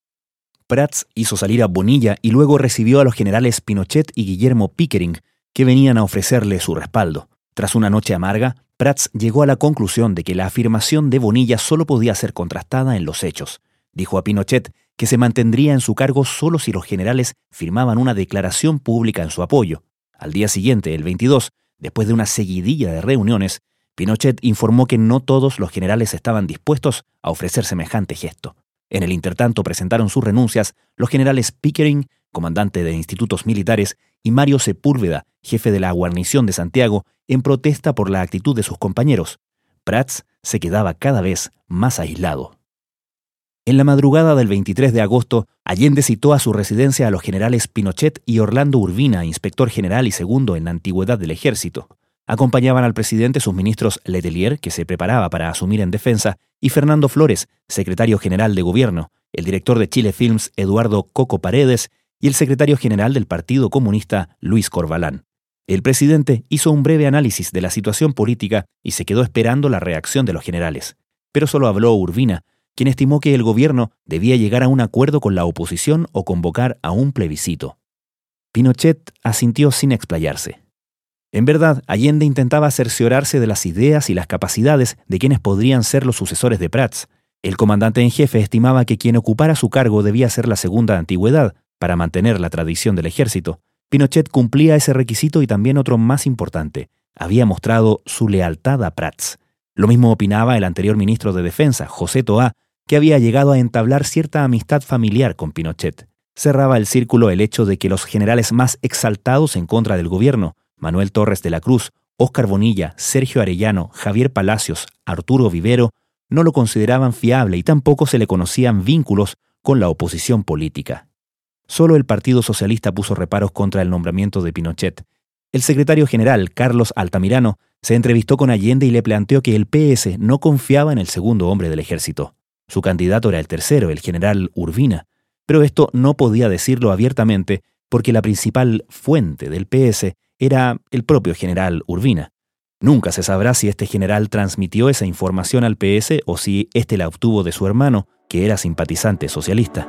Prats hizo salir a Bonilla y luego recibió a los generales Pinochet y Guillermo Pickering, que venían a ofrecerle su respaldo. Tras una noche amarga, Prats llegó a la conclusión de que la afirmación de Bonilla solo podía ser contrastada en los hechos. Dijo a Pinochet que se mantendría en su cargo solo si los generales firmaban una declaración pública en su apoyo. Al día siguiente, el veintidós, después de una seguidilla de reuniones, Pinochet informó que no todos los generales estaban dispuestos a ofrecer semejante gesto. En el intertanto presentaron sus renuncias los generales Pickering, comandante de institutos militares, y Mario Sepúlveda, jefe de la guarnición de Santiago, en protesta por la actitud de sus compañeros. Prats se quedaba cada vez más aislado. En la madrugada del veintitrés de agosto, Allende citó a su residencia a los generales Pinochet y Orlando Urbina, inspector general y segundo en la antigüedad del ejército. Acompañaban al presidente sus ministros Letelier, que se preparaba para asumir en defensa, y Fernando Flores, secretario general de gobierno, el director de Chile Films Eduardo Coco Paredes y el secretario general del Partido Comunista Luis Corvalán. El presidente hizo un breve análisis de la situación política y se quedó esperando la reacción de los generales. Pero solo habló Urbina, quien estimó que el gobierno debía llegar a un acuerdo con la oposición o convocar a un plebiscito. Pinochet asintió sin explayarse. En verdad, Allende intentaba cerciorarse de las ideas y las capacidades de quienes podrían ser los sucesores de Prats. El comandante en jefe estimaba que quien ocupara su cargo debía ser la segunda antigüedad para mantener la tradición del ejército. Pinochet cumplía ese requisito y también otro más importante: había mostrado su lealtad a Prats. Lo mismo opinaba el anterior ministro de Defensa, José Toá, que había llegado a entablar cierta amistad familiar con Pinochet. Cerraba el círculo el hecho de que los generales más exaltados en contra del gobierno, Manuel Torres de la Cruz, Óscar Bonilla, Sergio Arellano, Javier Palacios, Arturo Vivero, no lo consideraban fiable y tampoco se le conocían vínculos con la oposición política. Solo el Partido Socialista puso reparos contra el nombramiento de Pinochet. El secretario general, Carlos Altamirano, se entrevistó con Allende y le planteó que el P S no confiaba en el segundo hombre del ejército. Su candidato era el tercero, el general Urbina, pero esto no podía decirlo abiertamente porque la principal fuente del P S era el propio general Urbina. Nunca se sabrá si este general transmitió esa información al P S o si éste la obtuvo de su hermano, que era simpatizante socialista.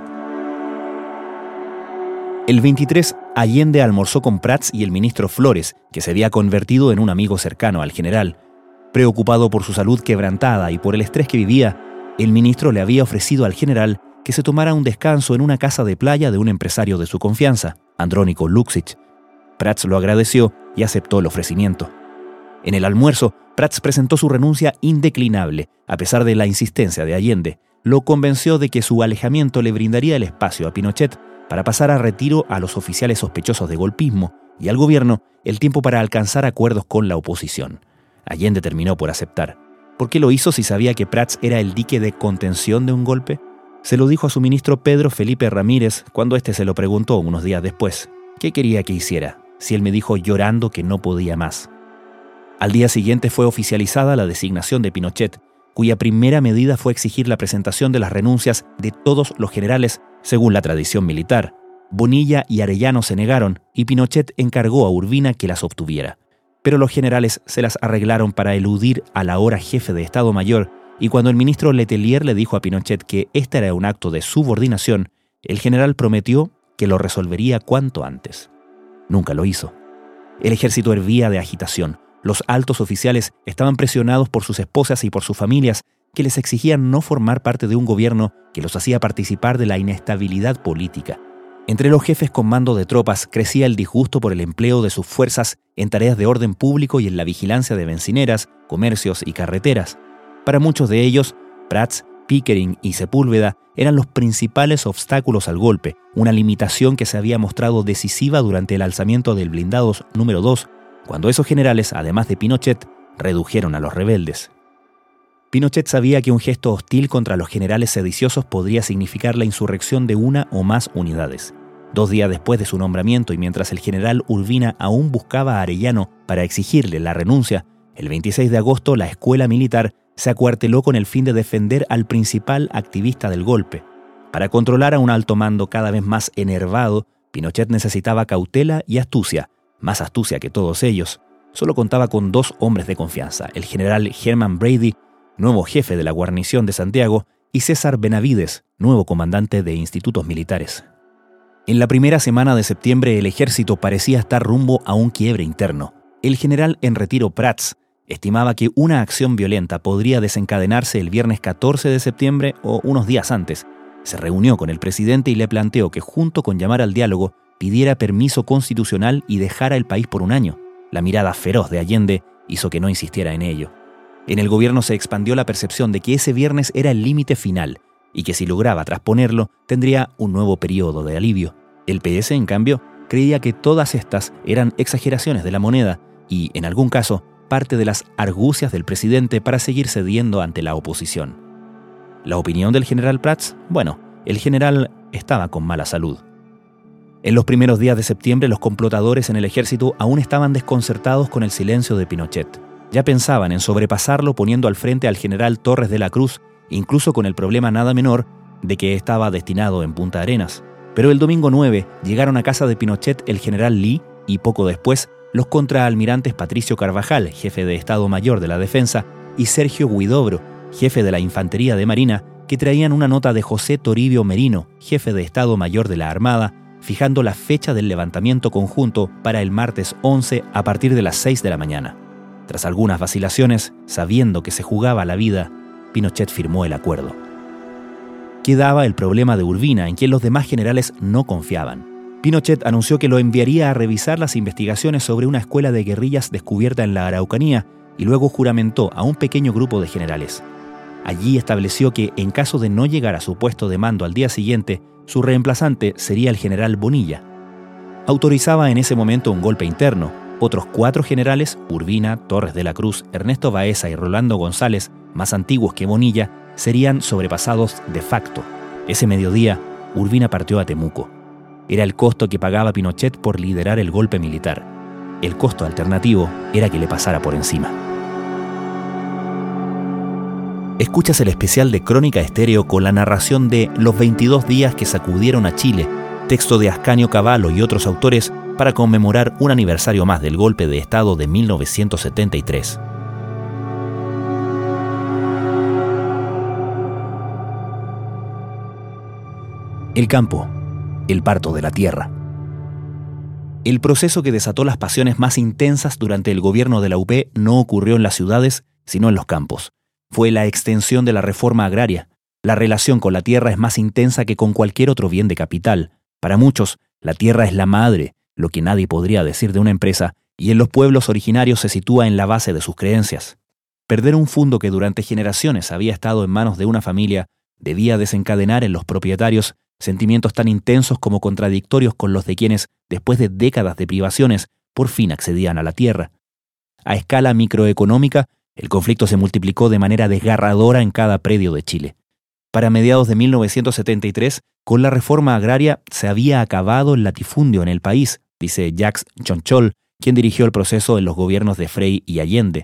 El veintitrés, Allende almorzó con Prats y el ministro Flores, que se había convertido en un amigo cercano al general. Preocupado por su salud quebrantada y por el estrés que vivía, el ministro le había ofrecido al general que se tomara un descanso en una casa de playa de un empresario de su confianza, Andrónico Luksic. Prats lo agradeció y aceptó el ofrecimiento. En el almuerzo, Prats presentó su renuncia indeclinable, a pesar de la insistencia de Allende. Lo convenció de que su alejamiento le brindaría el espacio a Pinochet para pasar a retiro a los oficiales sospechosos de golpismo y al gobierno el tiempo para alcanzar acuerdos con la oposición. Allende terminó por aceptar. ¿Por qué lo hizo si sabía que Prats era el dique de contención de un golpe? Se lo dijo a su ministro Pedro Felipe Ramírez cuando éste se lo preguntó unos días después. ¿Qué quería que hiciera? Si él me dijo llorando que no podía más. Al día siguiente fue oficializada la designación de Pinochet. cuya primera medida fue exigir la presentación de las renuncias de todos los generales según la tradición militar. Bonilla y Arellano se negaron y Pinochet encargó a Urbina que las obtuviera. Pero los generales se las arreglaron para eludir al ahora jefe de Estado Mayor, y cuando el ministro Letelier le dijo a Pinochet que este era un acto de subordinación, el general prometió que lo resolvería cuanto antes. Nunca lo hizo. El ejército hervía de agitación. Los altos oficiales estaban presionados por sus esposas y por sus familias, que les exigían no formar parte de un gobierno que los hacía participar de la inestabilidad política. Entre los jefes con mando de tropas crecía el disgusto por el empleo de sus fuerzas en tareas de orden público y en la vigilancia de bencineras, comercios y carreteras. Para muchos de ellos, Prats, Pickering y Sepúlveda eran los principales obstáculos al golpe, una limitación que se había mostrado decisiva durante el alzamiento del blindados número dos, cuando esos generales, además de Pinochet, redujeron a los rebeldes. Pinochet sabía que un gesto hostil contra los generales sediciosos podría significar la insurrección de una o más unidades. Dos días después de su nombramiento y mientras el general Urbina aún buscaba a Arellano para exigirle la renuncia, el veintiséis de agosto la escuela militar se acuarteló con el fin de defender al principal activista del golpe. Para controlar a un alto mando cada vez más enervado, Pinochet necesitaba cautela y astucia, más astucia que todos ellos. Solo contaba con dos hombres de confianza, el general Herman Brady, nuevo jefe de la guarnición de Santiago, y César Benavides, nuevo comandante de institutos militares. En la primera semana de septiembre el ejército parecía estar rumbo a un quiebre interno. El general en retiro Prats estimaba que una acción violenta podría desencadenarse el viernes catorce de septiembre o unos días antes. Se reunió con el presidente y le planteó que junto con llamar al diálogo pidiera permiso constitucional y dejara el país por un año. La mirada feroz de Allende hizo que no insistiera en ello. En el gobierno se expandió la percepción de que ese viernes era el límite final y que si lograba trasponerlo tendría un nuevo periodo de alivio. El P S, en cambio, creía que todas estas eran exageraciones de la moneda y, en algún caso, parte de las argucias del presidente para seguir cediendo ante la oposición. ¿La opinión del general Prats? Bueno, el general estaba con mala salud. En los primeros días de septiembre los complotadores en el ejército aún estaban desconcertados con el silencio de Pinochet. Ya pensaban en sobrepasarlo poniendo al frente al general Torres de la Cruz, incluso con el problema nada menor de que estaba destinado en Punta Arenas. Pero el domingo nueve llegaron a casa de Pinochet el general Lee y poco después los contraalmirantes Patricio Carvajal, jefe de Estado Mayor de la Defensa, y Sergio Huidobro, jefe de la Infantería de Marina, que traían una nota de José Toribio Merino, jefe de Estado Mayor de la Armada, fijando la fecha del levantamiento conjunto para el martes once a partir de las seis de la mañana. Tras algunas vacilaciones, sabiendo que se jugaba la vida, Pinochet firmó el acuerdo. Quedaba el problema de Urbina, en quien los demás generales no confiaban. Pinochet anunció que lo enviaría a revisar las investigaciones sobre una escuela de guerrillas descubierta en la Araucanía y luego juramentó a un pequeño grupo de generales. Allí estableció que, en caso de no llegar a su puesto de mando al día siguiente, su reemplazante sería el general Bonilla. Autorizaba en ese momento un golpe interno. Otros cuatro generales, Urbina, Torres de la Cruz, Ernesto Baeza y Rolando González, más antiguos que Bonilla, serían sobrepasados de facto. Ese mediodía, Urbina partió a Temuco. Era el costo que pagaba Pinochet por liderar el golpe militar. El costo alternativo era que le pasara por encima. Escuchas el especial de Crónica Estéreo con la narración de Los veintidós días que sacudieron a Chile, texto de Ascanio Cavallo y otros autores para conmemorar un aniversario más del golpe de Estado de mil novecientos setenta y tres. El campo, el parto de la tierra. El proceso que desató las pasiones más intensas durante el gobierno de la U P no ocurrió en las ciudades, sino en los campos. Fue la extensión de la reforma agraria. La relación con la tierra es más intensa que con cualquier otro bien de capital. Para muchos, la tierra es la madre, lo que nadie podría decir de una empresa, y en los pueblos originarios se sitúa en la base de sus creencias. Perder un fundo que durante generaciones había estado en manos de una familia debía desencadenar en los propietarios sentimientos tan intensos como contradictorios con los de quienes, después de décadas de privaciones, por fin accedían a la tierra. A escala microeconómica, el conflicto se multiplicó de manera desgarradora en cada predio de Chile. Para mediados de mil novecientos setenta y tres, con la reforma agraria se había acabado el latifundio en el país, dice Jacques Chonchol, quien dirigió el proceso en los gobiernos de Frei y Allende.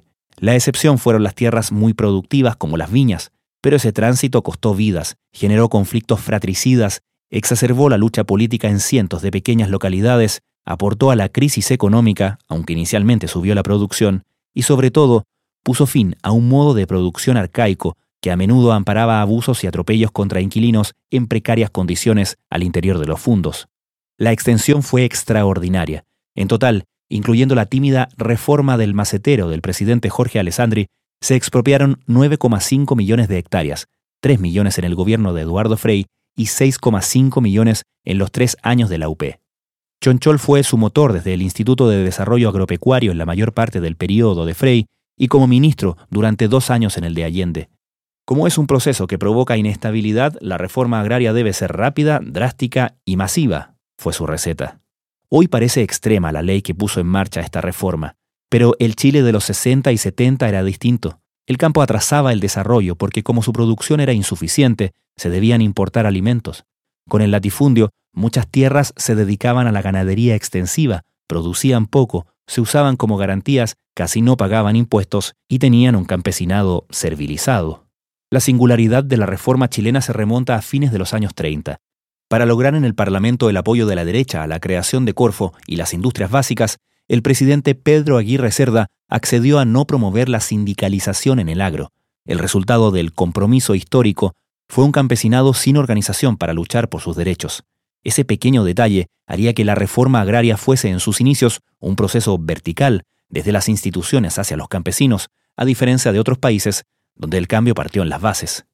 La excepción fueron las tierras muy productivas como las viñas, pero ese tránsito costó vidas, generó conflictos fratricidas, exacerbó la lucha política en cientos de pequeñas localidades, aportó a la crisis económica, aunque inicialmente subió la producción, y sobre todo, puso fin a un modo de producción arcaico que a menudo amparaba abusos y atropellos contra inquilinos en precarias condiciones al interior de los fundos. La extensión fue extraordinaria. En total, incluyendo la tímida reforma del macetero del presidente Jorge Alessandri, se expropiaron nueve coma cinco millones de hectáreas, tres millones en el gobierno de Eduardo Frei y seis coma cinco millones en los tres años de la U P. Chonchol fue su motor desde el Instituto de Desarrollo Agropecuario en la mayor parte del período de Frei y como ministro durante dos años en el de Allende. Como es un proceso que provoca inestabilidad, la reforma agraria debe ser rápida, drástica y masiva, fue su receta. Hoy parece extrema la ley que puso en marcha esta reforma, pero el Chile de los sesenta y setenta era distinto. El campo atrasaba el desarrollo porque como su producción era insuficiente, se debían importar alimentos. Con el latifundio, muchas tierras se dedicaban a la ganadería extensiva, producían poco, se usaban como garantías, casi no pagaban impuestos y tenían un campesinado servilizado. La singularidad de la reforma chilena se remonta a fines de los años treinta. Para lograr en el Parlamento el apoyo de la derecha a la creación de Corfo y las industrias básicas, el presidente Pedro Aguirre Cerda accedió a no promover la sindicalización en el agro. El resultado del compromiso histórico fue un campesinado sin organización para luchar por sus derechos. Ese pequeño detalle haría que la reforma agraria fuese en sus inicios un proceso vertical, desde las instituciones hacia los campesinos, a diferencia de otros países donde el cambio partió en las bases.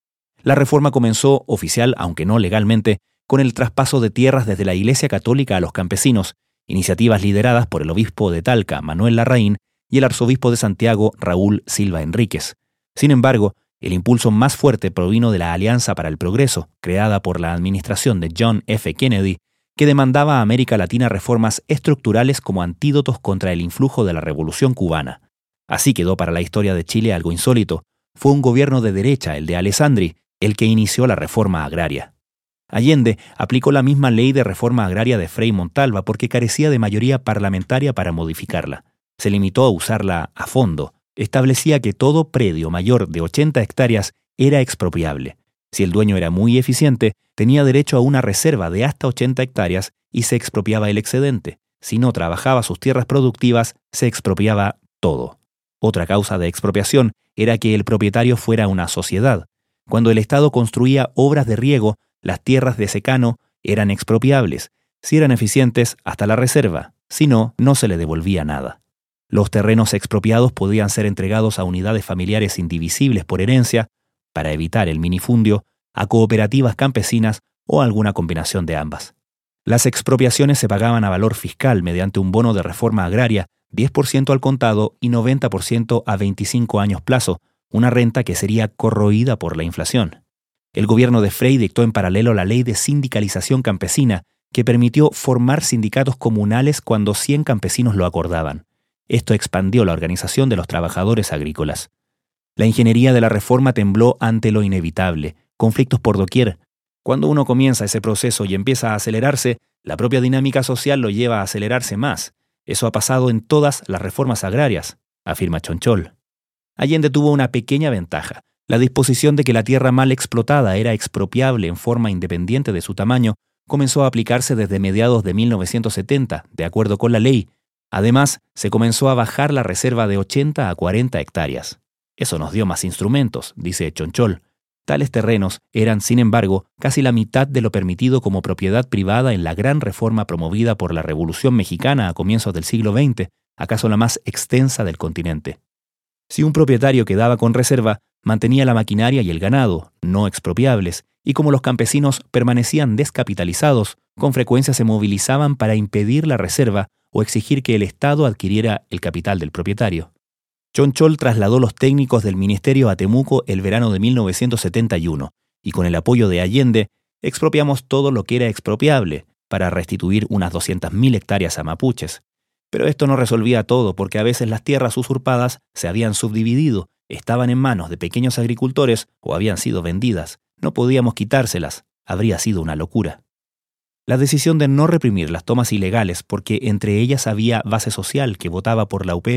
La reforma comenzó oficial, aunque no legalmente, con el traspaso de tierras desde la Iglesia Católica a los campesinos, iniciativas lideradas por el obispo de Talca, Manuel Larraín, y el arzobispo de Santiago, Raúl Silva Enríquez. Sin embargo, el impulso más fuerte provino de la Alianza para el Progreso, creada por la administración de John F. Kennedy, que demandaba a América Latina reformas estructurales como antídotos contra el influjo de la Revolución cubana. Así quedó para la historia de Chile algo insólito. Fue un gobierno de derecha, el de Alessandri, el que inició la reforma agraria. Allende aplicó la misma ley de reforma agraria de Frei Montalva porque carecía de mayoría parlamentaria para modificarla. Se limitó a usarla a fondo. Establecía que todo predio mayor de ochenta hectáreas era expropiable. Si el dueño era muy eficiente, tenía derecho a una reserva de hasta ochenta hectáreas y se expropiaba el excedente. Si no trabajaba sus tierras productivas, se expropiaba todo. Otra causa de expropiación era que el propietario fuera una sociedad. Cuando el Estado construía obras de riego, las tierras de secano eran expropiables. Si eran eficientes, hasta la reserva. Si no, no se le devolvía nada. Los terrenos expropiados podían ser entregados a unidades familiares indivisibles por herencia, para evitar el minifundio, a cooperativas campesinas o alguna combinación de ambas. Las expropiaciones se pagaban a valor fiscal mediante un bono de reforma agraria, diez por ciento al contado y noventa por ciento a veinticinco años plazo, una renta que sería corroída por la inflación. El gobierno de Frei dictó en paralelo la ley de sindicalización campesina, que permitió formar sindicatos comunales cuando cien campesinos lo acordaban. Esto expandió la organización de los trabajadores agrícolas. La ingeniería de la reforma tembló ante lo inevitable, conflictos por doquier. Cuando uno comienza ese proceso y empieza a acelerarse, la propia dinámica social lo lleva a acelerarse más. Eso ha pasado en todas las reformas agrarias, afirma Chonchol. Allende tuvo una pequeña ventaja, la disposición de que la tierra mal explotada era expropiable en forma independiente de su tamaño, comenzó a aplicarse desde mediados de mil novecientos setenta, de acuerdo con la ley. Además, se comenzó a bajar la reserva de ochenta a cuarenta hectáreas. Eso nos dio más instrumentos, dice Chonchol. Tales terrenos eran, sin embargo, casi la mitad de lo permitido como propiedad privada en la gran reforma promovida por la Revolución Mexicana a comienzos del siglo veinte, acaso la más extensa del continente. Si un propietario quedaba con reserva, mantenía la maquinaria y el ganado, no expropiables, y como los campesinos permanecían descapitalizados, con frecuencia se movilizaban para impedir la reserva o exigir que el Estado adquiriera el capital del propietario. Chonchol trasladó los técnicos del ministerio a Temuco el verano de mil novecientos setenta y uno, y con el apoyo de Allende, expropiamos todo lo que era expropiable, para restituir unas doscientas mil hectáreas a mapuches. Pero esto no resolvía todo porque a veces las tierras usurpadas se habían subdividido, estaban en manos de pequeños agricultores o habían sido vendidas. No podíamos quitárselas, habría sido una locura. La decisión de no reprimir las tomas ilegales porque entre ellas había base social que votaba por la U P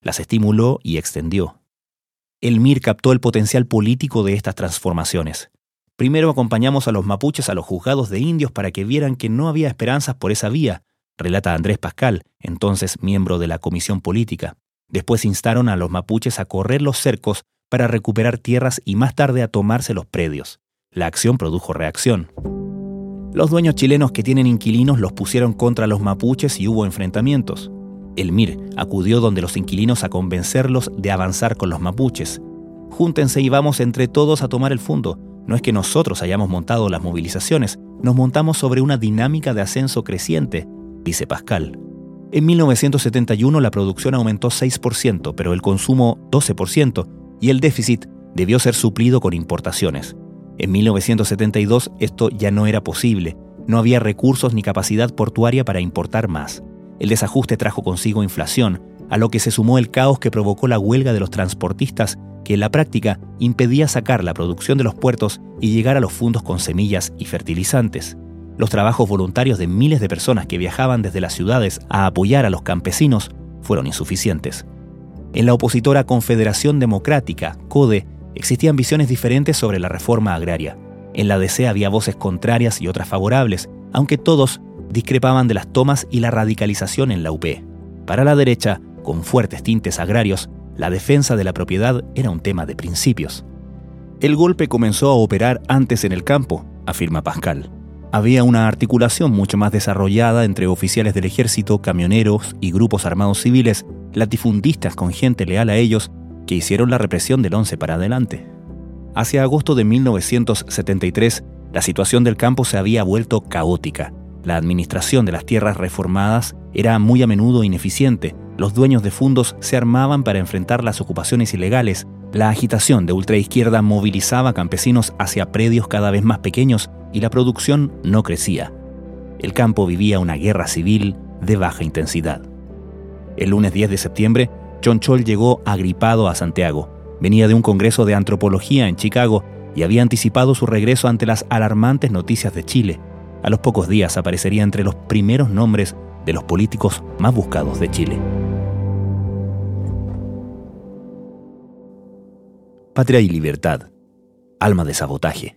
las estimuló y extendió. El M I R captó el potencial político de estas transformaciones. Primero acompañamos a los mapuches a los juzgados de indios para que vieran que no había esperanzas por esa vía, relata Andrés Pascal, entonces miembro de la Comisión Política. Después instaron a los mapuches a correr los cercos para recuperar tierras y más tarde a tomarse los predios. La acción produjo reacción. Los dueños chilenos que tienen inquilinos los pusieron contra los mapuches y hubo enfrentamientos. El M I R acudió donde los inquilinos a convencerlos de avanzar con los mapuches. Júntense y vamos entre todos a tomar el fundo. No es que nosotros hayamos montado las movilizaciones, nos montamos sobre una dinámica de ascenso creciente, dice Pascal. En mil novecientos setenta y uno la producción aumentó seis por ciento, pero el consumo doce por ciento, y el déficit debió ser suplido con importaciones. En mil novecientos setenta y dos esto ya no era posible, no había recursos ni capacidad portuaria para importar más. El desajuste trajo consigo inflación, a lo que se sumó el caos que provocó la huelga de los transportistas, que en la práctica impedía sacar la producción de los puertos y llegar a los fundos con semillas y fertilizantes. Los trabajos voluntarios de miles de personas que viajaban desde las ciudades a apoyar a los campesinos fueron insuficientes. En la opositora Confederación Democrática, CODE, existían visiones diferentes sobre la reforma agraria. En la D C había voces contrarias y otras favorables, aunque todos discrepaban de las tomas y la radicalización en la U P. Para la derecha, con fuertes tintes agrarios, la defensa de la propiedad era un tema de principios. El golpe comenzó a operar antes en el campo, afirma Pascal. Había una articulación mucho más desarrollada entre oficiales del ejército, camioneros y grupos armados civiles, latifundistas con gente leal a ellos, que hicieron la represión del once para adelante. Hacia agosto de mil novecientos setenta y tres, la situación del campo se había vuelto caótica. La administración de las tierras reformadas era muy a menudo ineficiente. Los dueños de fundos se armaban para enfrentar las ocupaciones ilegales. La agitación de ultraizquierda movilizaba campesinos hacia predios cada vez más pequeños y la producción no crecía. El campo vivía una guerra civil de baja intensidad. El lunes diez de septiembre, Chonchol llegó agripado a Santiago. Venía de un congreso de antropología en Chicago y había anticipado su regreso ante las alarmantes noticias de Chile. A los pocos días aparecería entre los primeros nombres de los políticos más buscados de Chile. Patria y libertad. Alma de sabotaje.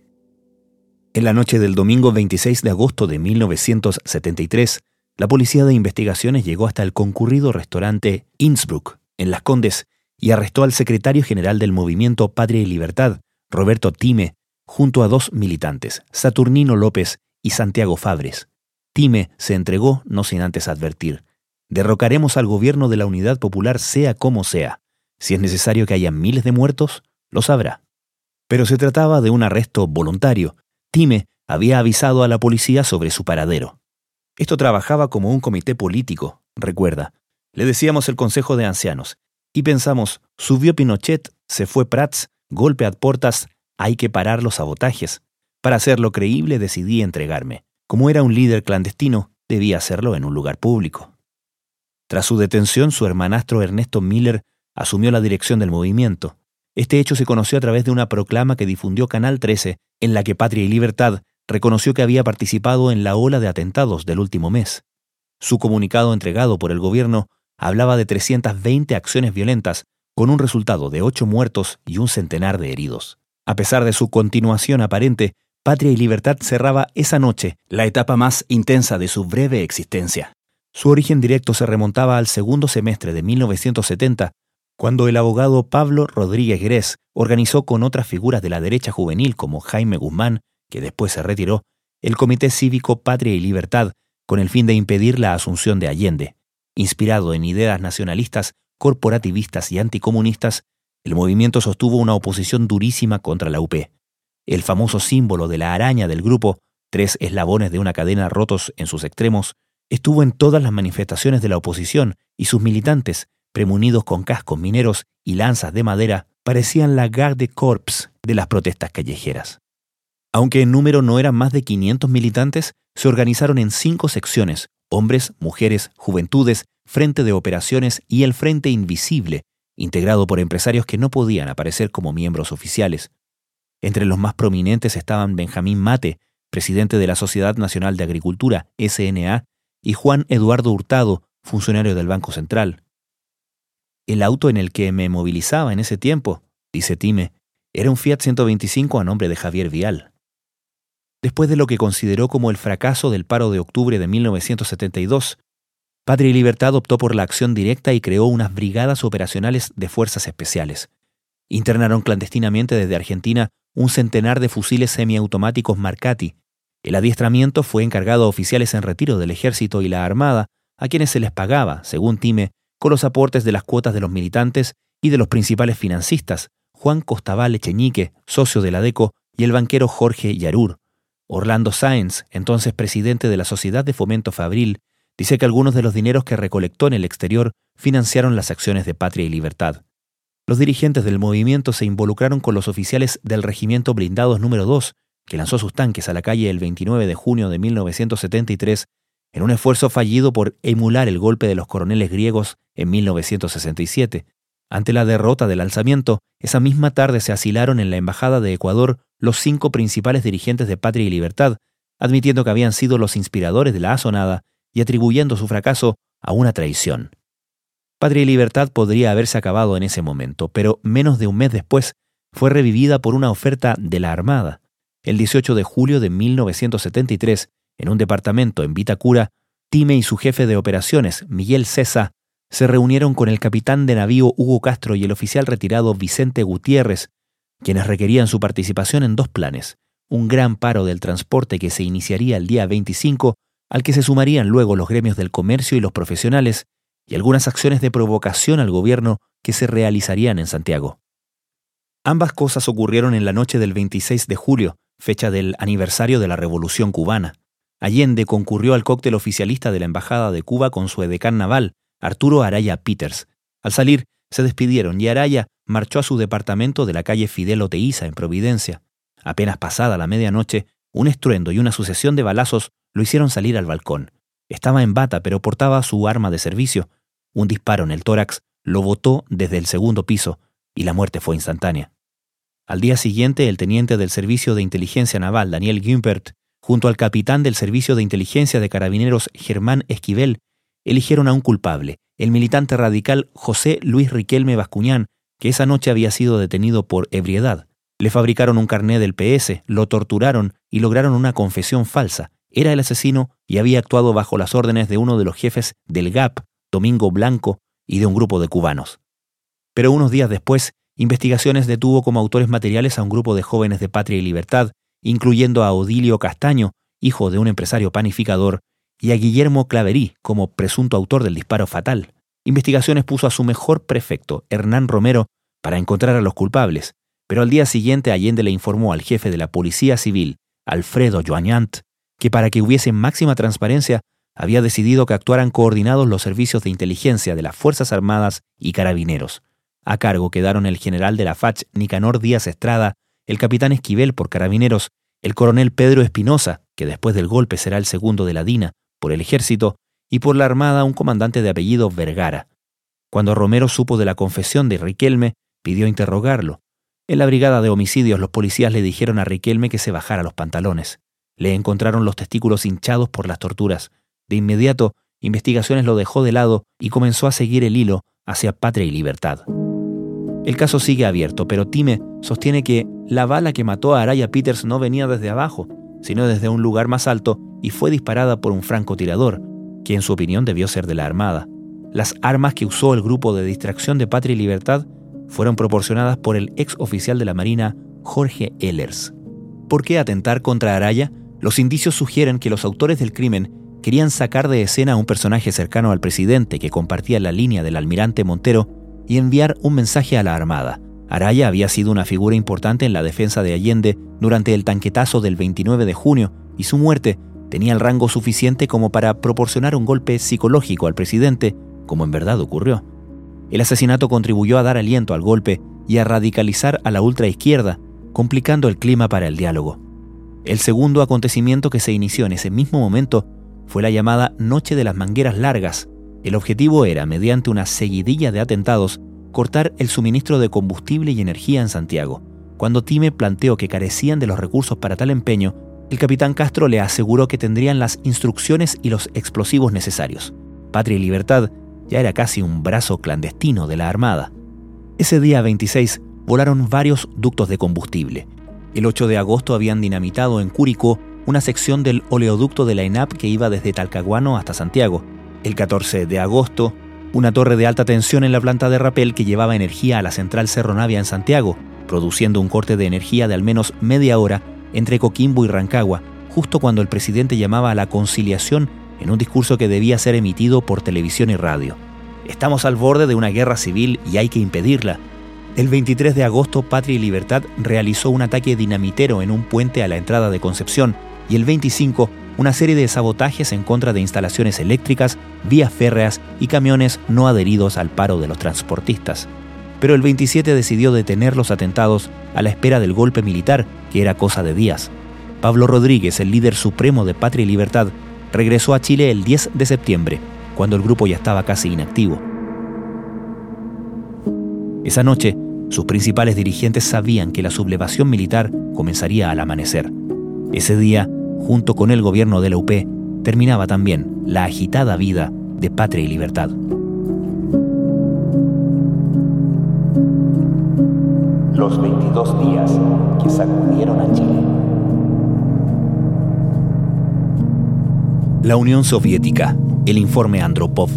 En la noche del domingo veintiséis de agosto de mil novecientos setenta y tres, la Policía de Investigaciones llegó hasta el concurrido restaurante Innsbruck, en Las Condes, y arrestó al secretario general del movimiento Patria y Libertad, Roberto Time, junto a dos militantes, Saturnino López y Santiago Fabres. Time se entregó no sin antes advertir: derrocaremos al gobierno de la Unidad Popular sea como sea. Si es necesario que haya miles de muertos, los habrá. Pero se trataba de un arresto voluntario. Time había avisado a la policía sobre su paradero. Esto trabajaba como un comité político, recuerda. Le decíamos el Consejo de Ancianos. Y pensamos, subió Pinochet, se fue Prats, golpe a portas, hay que parar los sabotajes. Para hacerlo creíble decidí entregarme. Como era un líder clandestino, debía hacerlo en un lugar público. Tras su detención, su hermanastro Ernesto Miller asumió la dirección del movimiento. Este hecho se conoció a través de una proclama que difundió Canal trece, en la que Patria y Libertad reconoció que había participado en la ola de atentados del último mes. Su comunicado entregado por el gobierno hablaba de trescientas veinte acciones violentas, con un resultado de ocho muertos y un centenar de heridos. A pesar de su continuación aparente, Patria y Libertad cerraba esa noche la etapa más intensa de su breve existencia. Su origen directo se remontaba al segundo semestre de mil novecientos setenta, cuando el abogado Pablo Rodríguez Grez organizó con otras figuras de la derecha juvenil como Jaime Guzmán, que después se retiró, el Comité Cívico Patria y Libertad, con el fin de impedir la asunción de Allende. Inspirado en ideas nacionalistas, corporativistas y anticomunistas, el movimiento sostuvo una oposición durísima contra la U P. El famoso símbolo de la araña del grupo, tres eslabones de una cadena rotos en sus extremos, estuvo en todas las manifestaciones de la oposición y sus militantes, premunidos con cascos mineros y lanzas de madera, parecían la garde corps de las protestas callejeras. Aunque en número no eran más de quinientos militantes, se organizaron en cinco secciones: hombres, mujeres, juventudes, frente de operaciones y el Frente Invisible, integrado por empresarios que no podían aparecer como miembros oficiales. Entre los más prominentes estaban Benjamín Mate, presidente de la Sociedad Nacional de Agricultura, S N A, y Juan Eduardo Hurtado, funcionario del Banco Central. El auto en el que me movilizaba en ese tiempo, dice Time, era un Fiat ciento veinticinco a nombre de Javier Vial. Después de lo que consideró como el fracaso del paro de octubre de mil novecientos setenta y dos, Patria y Libertad optó por la acción directa y creó unas brigadas operacionales de fuerzas especiales. Internaron clandestinamente desde Argentina un centenar de fusiles semiautomáticos Marcati. El adiestramiento fue encargado a oficiales en retiro del Ejército y la Armada, a quienes se les pagaba, según Time, con los aportes de las cuotas de los militantes y de los principales financistas, Juan Costaval Echeñique, socio de la DECO, y el banquero Jorge Yarur. Orlando Sáenz, entonces presidente de la Sociedad de Fomento Fabril, dice que algunos de los dineros que recolectó en el exterior financiaron las acciones de Patria y Libertad. Los dirigentes del movimiento se involucraron con los oficiales del Regimiento Blindados número dos, que lanzó sus tanques a la calle el veintinueve de junio de mil novecientos setenta y tres, en un esfuerzo fallido por emular el golpe de los coroneles griegos en mil novecientos sesenta y siete. Ante la derrota del alzamiento, esa misma tarde se asilaron en la Embajada de Ecuador los cinco principales dirigentes de Patria y Libertad, admitiendo que habían sido los inspiradores de la asonada y atribuyendo su fracaso a una traición. Patria y Libertad podría haberse acabado en ese momento, pero menos de un mes después fue revivida por una oferta de la Armada. El dieciocho de julio de mil novecientos setenta y tres, en un departamento en Vitacura, Time y su jefe de operaciones, Miguel Cesa, se reunieron con el capitán de navío Hugo Castro y el oficial retirado Vicente Gutiérrez, quienes requerían su participación en dos planes: un gran paro del transporte que se iniciaría el día veinticinco, al que se sumarían luego los gremios del comercio y los profesionales, y algunas acciones de provocación al gobierno que se realizarían en Santiago. Ambas cosas ocurrieron en la noche del veintiséis de julio, fecha del aniversario de la Revolución Cubana. Allende concurrió al cóctel oficialista de la Embajada de Cuba con su edecán naval, Arturo Araya Peters. Al salir, se despidieron y Araya marchó a su departamento de la calle Fidel Oteiza, en Providencia. Apenas pasada la medianoche, un estruendo y una sucesión de balazos lo hicieron salir al balcón. Estaba en bata, pero portaba su arma de servicio. Un disparo en el tórax lo botó desde el segundo piso y la muerte fue instantánea. Al día siguiente, el teniente del Servicio de Inteligencia Naval, Daniel Gümpert, junto al capitán del Servicio de Inteligencia de Carabineros, Germán Esquivel, eligieron a un culpable, el militante radical José Luis Riquelme Bascuñán, que esa noche había sido detenido por ebriedad. Le fabricaron un carné del P S, lo torturaron y lograron una confesión falsa. Era el asesino y había actuado bajo las órdenes de uno de los jefes del G A P, Domingo Blanco, y de un grupo de cubanos. Pero unos días después, Investigaciones detuvo como autores materiales a un grupo de jóvenes de Patria y Libertad, incluyendo a Odilio Castaño, hijo de un empresario panificador, y a Guillermo Claverí como presunto autor del disparo fatal. Investigaciones puso a su mejor prefecto, Hernán Romero, para encontrar a los culpables, pero al día siguiente Allende le informó al jefe de la Policía Civil, Alfredo Joañant, que para que hubiese máxima transparencia, había decidido que actuaran coordinados los servicios de inteligencia de las Fuerzas Armadas y Carabineros. A cargo quedaron el general de la F A C H Nicanor Díaz Estrada, el capitán Esquivel por Carabineros, el coronel Pedro Espinosa, que después del golpe será el segundo de la DINA, por el Ejército, y por la Armada un comandante de apellido Vergara. Cuando Romero supo de la confesión de Riquelme, pidió interrogarlo. En la brigada de homicidios los policías le dijeron a Riquelme que se bajara los pantalones. Le encontraron los testículos hinchados por las torturas. De inmediato, Investigaciones lo dejó de lado y comenzó a seguir el hilo hacia Patria y Libertad. El caso sigue abierto, pero Time sostiene que la bala que mató a Araya Peters no venía desde abajo, sino desde un lugar más alto y fue disparada por un francotirador, que en su opinión debió ser de la Armada. Las armas que usó el grupo de distracción de Patria y Libertad fueron proporcionadas por el ex oficial de la Marina, Jorge Ehlers. ¿Por qué atentar contra Araya? Los indicios sugieren que los autores del crimen querían sacar de escena a un personaje cercano al presidente que compartía la línea del almirante Montero y enviar un mensaje a la Armada. Araya había sido una figura importante en la defensa de Allende durante el tanquetazo del veintinueve de junio y su muerte tenía el rango suficiente como para proporcionar un golpe psicológico al presidente, como en verdad ocurrió. El asesinato contribuyó a dar aliento al golpe y a radicalizar a la ultraizquierda, complicando el clima para el diálogo. El segundo acontecimiento que se inició en ese mismo momento fue la llamada Noche de las Mangueras Largas. El objetivo era, mediante una seguidilla de atentados, cortar el suministro de combustible y energía en Santiago. Cuando Time planteó que carecían de los recursos para tal empeño, el capitán Castro le aseguró que tendrían las instrucciones y los explosivos necesarios. Patria y Libertad ya era casi un brazo clandestino de la Armada. Ese día veintiséis volaron varios ductos de combustible. El ocho de agosto habían dinamitado en Curicó una sección del oleoducto de la ENAP que iba desde Talcahuano hasta Santiago. El catorce de agosto, una torre de alta tensión en la planta de Rapel que llevaba energía a la central Cerro Navia en Santiago, produciendo un corte de energía de al menos media hora entre Coquimbo y Rancagua, justo cuando el presidente llamaba a la conciliación en un discurso que debía ser emitido por televisión y radio. Estamos al borde de una guerra civil y hay que impedirla. El veintitrés de agosto, Patria y Libertad realizó un ataque dinamitero en un puente a la entrada de Concepción y el veinticinco, una serie de sabotajes en contra de instalaciones eléctricas, vías férreas y camiones no adheridos al paro de los transportistas. Pero el veintisiete decidió detener los atentados a la espera del golpe militar, que era cosa de días. Pablo Rodríguez, el líder supremo de Patria y Libertad, regresó a Chile el diez de septiembre, cuando el grupo ya estaba casi inactivo. Esa noche, sus principales dirigentes sabían que la sublevación militar comenzaría al amanecer. Ese día, junto con el gobierno de la U P, terminaba también la agitada vida de Patria y Libertad. Los veintidós días que sacudieron a Chile. La Unión Soviética, el informe Andropov.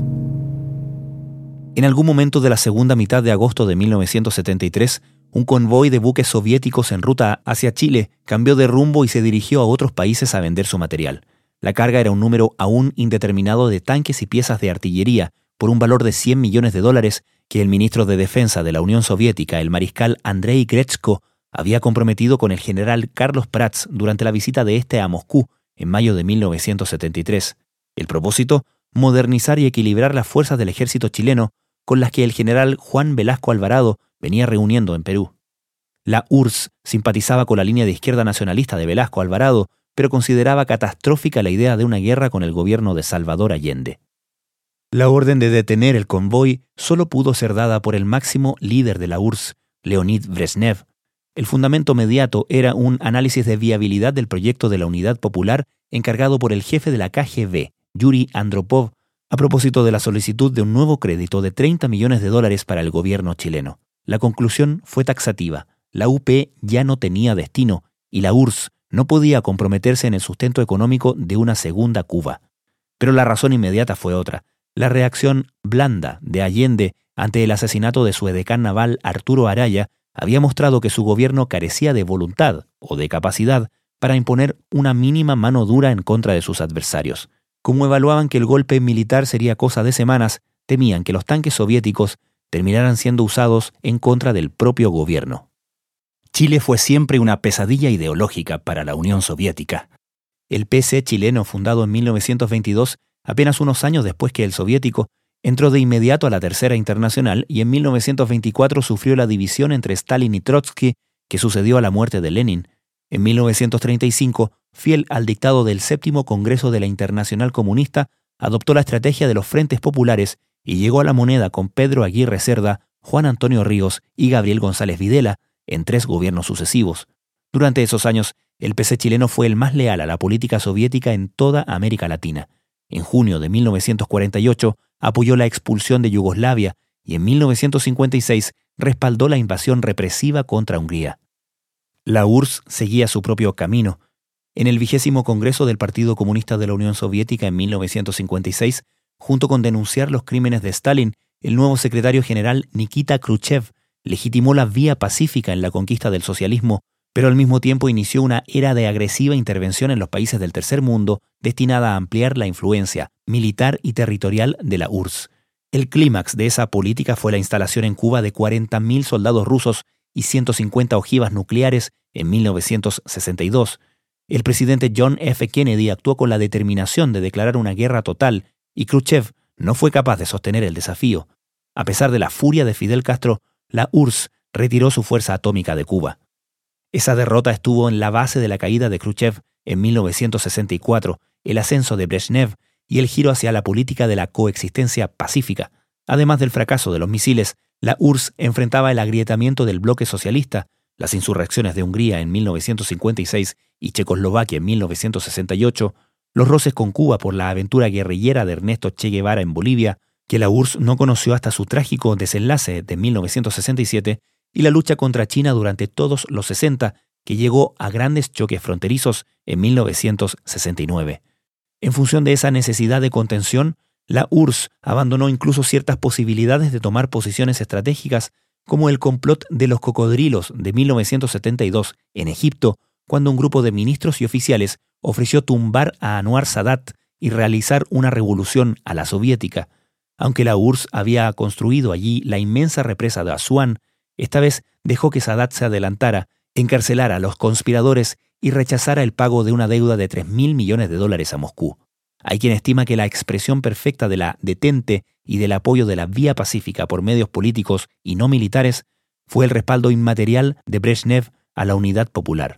En algún momento de la segunda mitad de agosto de mil novecientos setenta y tres, un convoy de buques soviéticos en ruta hacia Chile cambió de rumbo y se dirigió a otros países a vender su material. La carga era un número aún indeterminado de tanques y piezas de artillería por un valor de cien millones de dólares que el ministro de Defensa de la Unión Soviética, el mariscal Andrei Grechko, había comprometido con el general Carlos Prats durante la visita de este a Moscú en mayo de mil novecientos setenta y tres. El propósito, modernizar y equilibrar las fuerzas del ejército chileno con las que el general Juan Velasco Alvarado venía reuniendo en Perú. La U R S S simpatizaba con la línea de izquierda nacionalista de Velasco Alvarado, pero consideraba catastrófica la idea de una guerra con el gobierno de Salvador Allende. La orden de detener el convoy solo pudo ser dada por el máximo líder de la U R S S, Leonid Brezhnev. El fundamento mediato era un análisis de viabilidad del proyecto de la Unidad Popular encargado por el jefe de la K G B, Yuri Andropov, a propósito de la solicitud de un nuevo crédito de treinta millones de dólares para el gobierno chileno. La conclusión fue taxativa. La U P ya no tenía destino y la U R S S no podía comprometerse en el sustento económico de una segunda Cuba. Pero la razón inmediata fue otra. La reacción blanda de Allende ante el asesinato de su edecán naval Arturo Araya había mostrado que su gobierno carecía de voluntad o de capacidad para imponer una mínima mano dura en contra de sus adversarios. Como evaluaban que el golpe militar sería cosa de semanas, temían que los tanques soviéticos terminaran siendo usados en contra del propio gobierno. Chile fue siempre una pesadilla ideológica para la Unión Soviética. El P C chileno, fundado en mil novecientos veintidós, apenas unos años después que el soviético, entró de inmediato a la Tercera Internacional y en mil novecientos veinticuatro sufrió la división entre Stalin y Trotsky que sucedió a la muerte de Lenin. En mil novecientos treinta y cinco, fiel al dictado del Séptimo Congreso de la Internacional Comunista, adoptó la estrategia de los frentes populares y llegó a la moneda con Pedro Aguirre Cerda, Juan Antonio Ríos y Gabriel González Videla en tres gobiernos sucesivos. Durante esos años, el P C chileno fue el más leal a la política soviética en toda América Latina. En junio de mil novecientos cuarenta y ocho apoyó la expulsión de Yugoslavia y en mil novecientos cincuenta y seis respaldó la invasión represiva contra Hungría. La U R S S seguía su propio camino. En el vigésimo Congreso del Partido Comunista de la Unión Soviética en mil novecientos cincuenta y seis, junto con denunciar los crímenes de Stalin, el nuevo secretario general Nikita Khrushchev legitimó la vía pacífica en la conquista del socialismo, pero al mismo tiempo inició una era de agresiva intervención en los países del tercer mundo destinada a ampliar la influencia militar y territorial de la U R S S. El clímax de esa política fue la instalación en Cuba de cuarenta mil soldados rusos y ciento cincuenta ojivas nucleares en mil novecientos sesenta y dos. El presidente John F. Kennedy actuó con la determinación de declarar una guerra total y Khrushchev no fue capaz de sostener el desafío. A pesar de la furia de Fidel Castro, la U R S S retiró su fuerza atómica de Cuba. Esa derrota estuvo en la base de la caída de Khrushchev en mil novecientos sesenta y cuatro, el ascenso de Brezhnev y el giro hacia la política de la coexistencia pacífica. Además del fracaso de los misiles, la U R S S enfrentaba el agrietamiento del bloque socialista, las insurrecciones de Hungría en mil novecientos cincuenta y seis y Checoslovaquia en mil novecientos sesenta y ocho, los roces con Cuba por la aventura guerrillera de Ernesto Che Guevara en Bolivia, que la U R S S no conoció hasta su trágico desenlace de mil novecientos sesenta y siete y la lucha contra China durante todos los sesenta, que llegó a grandes choques fronterizos en mil novecientos sesenta y nueve. En función de esa necesidad de contención, la U R S S abandonó incluso ciertas posibilidades de tomar posiciones estratégicas, como el complot de los cocodrilos de mil novecientos setenta y dos en Egipto, cuando un grupo de ministros y oficiales ofreció tumbar a Anwar Sadat y realizar una revolución a la soviética. Aunque la U R S S había construido allí la inmensa represa de Asuán, esta vez dejó que Sadat se adelantara, encarcelara a los conspiradores y rechazara el pago de una deuda de tres mil millones de dólares a Moscú. Hay quien estima que la expresión perfecta de la detente y del apoyo de la vía pacífica por medios políticos y no militares fue el respaldo inmaterial de Brezhnev a la unidad popular.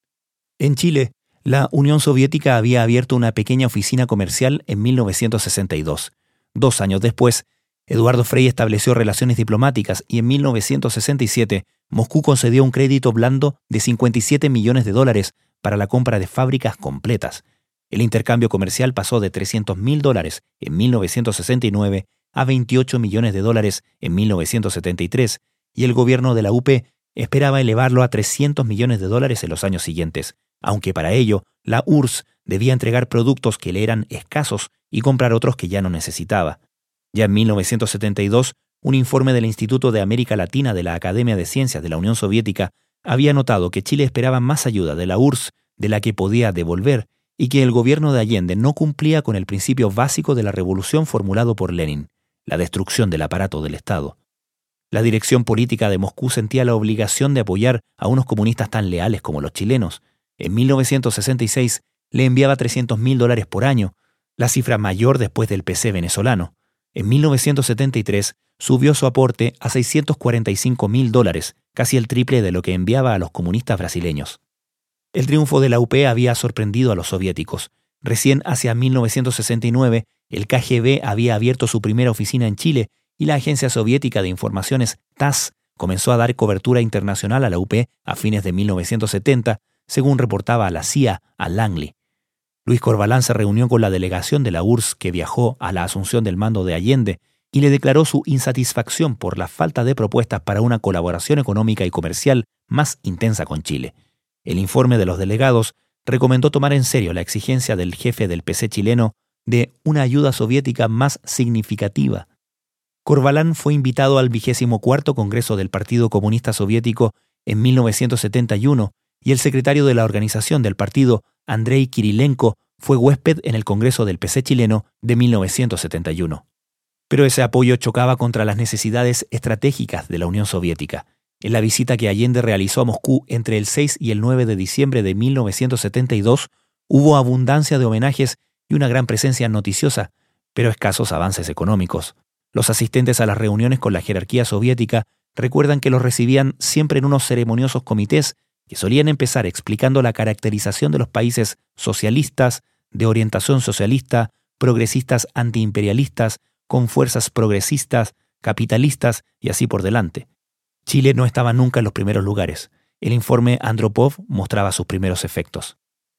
En Chile, la Unión Soviética había abierto una pequeña oficina comercial en mil novecientos sesenta y dos. Dos años después, Eduardo Frei estableció relaciones diplomáticas y en mil novecientos sesenta y siete Moscú concedió un crédito blando de cincuenta y siete millones de dólares para la compra de fábricas completas. El intercambio comercial pasó de trescientos mil dólares en mil novecientos sesenta y nueve a veintiocho millones de dólares en mil novecientos setenta y tres, y el gobierno de la U P esperaba elevarlo a trescientos millones de dólares en los años siguientes, aunque para ello la U R S S debía entregar productos que le eran escasos y comprar otros que ya no necesitaba. Ya en mil novecientos setenta y dos, un informe del Instituto de América Latina de la Academia de Ciencias de la Unión Soviética había notado que Chile esperaba más ayuda de la U R S S de la que podía devolver y que el gobierno de Allende no cumplía con el principio básico de la revolución formulado por Lenin, la destrucción del aparato del Estado. La dirección política de Moscú sentía la obligación de apoyar a unos comunistas tan leales como los chilenos. En mil novecientos sesenta y seis le enviaba trescientos mil dólares por año, la cifra mayor después del P C venezolano. En mil novecientos setenta y tres subió su aporte a seiscientos cuarenta y cinco mil dólares, casi el triple de lo que enviaba a los comunistas brasileños. El triunfo de la U P había sorprendido a los soviéticos. Recién hacia mil novecientos sesenta y nueve, el K G B había abierto su primera oficina en Chile y la Agencia Soviética de Informaciones T A S S comenzó a dar cobertura internacional a la U P a fines de mil novecientos setenta, según reportaba la C I A a Langley. Luis Corvalán se reunió con la delegación de la U R S S que viajó a la asunción del mando de Allende y le declaró su insatisfacción por la falta de propuestas para una colaboración económica y comercial más intensa con Chile. El informe de los delegados recomendó tomar en serio la exigencia del jefe del P C chileno de una ayuda soviética más significativa. Corvalán fue invitado al vigésimo cuarto Congreso del Partido Comunista Soviético en mil novecientos setenta y uno y el secretario de la organización del partido, Andrei Kirilenko, fue huésped en el Congreso del P C chileno de mil novecientos setenta y uno. Pero ese apoyo chocaba contra las necesidades estratégicas de la Unión Soviética. En la visita que Allende realizó a Moscú entre el seis y el nueve de diciembre de mil novecientos setenta y dos, hubo abundancia de homenajes y una gran presencia noticiosa, pero escasos avances económicos. Los asistentes a las reuniones con la jerarquía soviética recuerdan que los recibían siempre en unos ceremoniosos comités que solían empezar explicando la caracterización de los países socialistas, de orientación socialista, progresistas antiimperialistas, con fuerzas progresistas, capitalistas y así por delante. Chile no estaba nunca en los primeros lugares. El informe Andropov mostraba sus primeros efectos.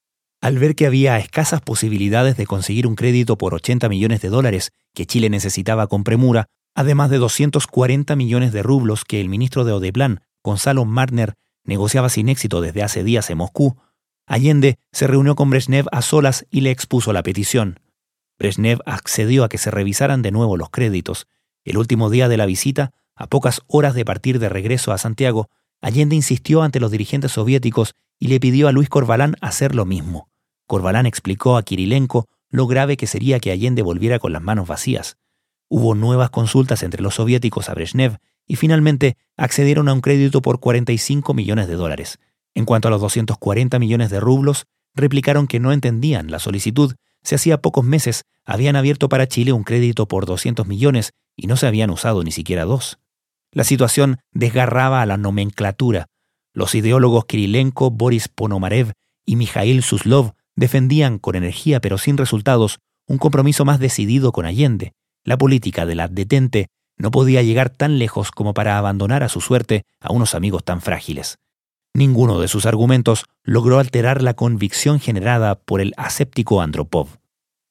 Al ver que había escasas posibilidades de conseguir un crédito por ochenta millones de dólares que Chile necesitaba con premura, además de doscientos cuarenta millones de rublos que el ministro de Odeplan, Gonzalo Marner, negociaba sin éxito desde hace días en Moscú, Allende se reunió con Brezhnev a solas y le expuso la petición. Brezhnev accedió a que se revisaran de nuevo los créditos. El último día de la visita, a pocas horas de partir de regreso a Santiago, Allende insistió ante los dirigentes soviéticos y le pidió a Luis Corvalán hacer lo mismo. Corvalán explicó a Kirilenko lo grave que sería que Allende volviera con las manos vacías. Hubo nuevas consultas entre los soviéticos a Brezhnev y finalmente accedieron a un crédito por cuarenta y cinco millones de dólares. En cuanto a los doscientos cuarenta millones de rublos, replicaron que no entendían la solicitud, si hacía pocos meses habían abierto para Chile un crédito por doscientos millones y no se habían usado ni siquiera dos. La situación desgarraba a la nomenclatura. Los ideólogos Kirilenko, Boris Ponomarev y Mikhail Suslov defendían con energía pero sin resultados un compromiso más decidido con Allende. La política de la detente no podía llegar tan lejos como para abandonar a su suerte a unos amigos tan frágiles. Ninguno de sus argumentos logró alterar la convicción generada por el aséptico Andropov.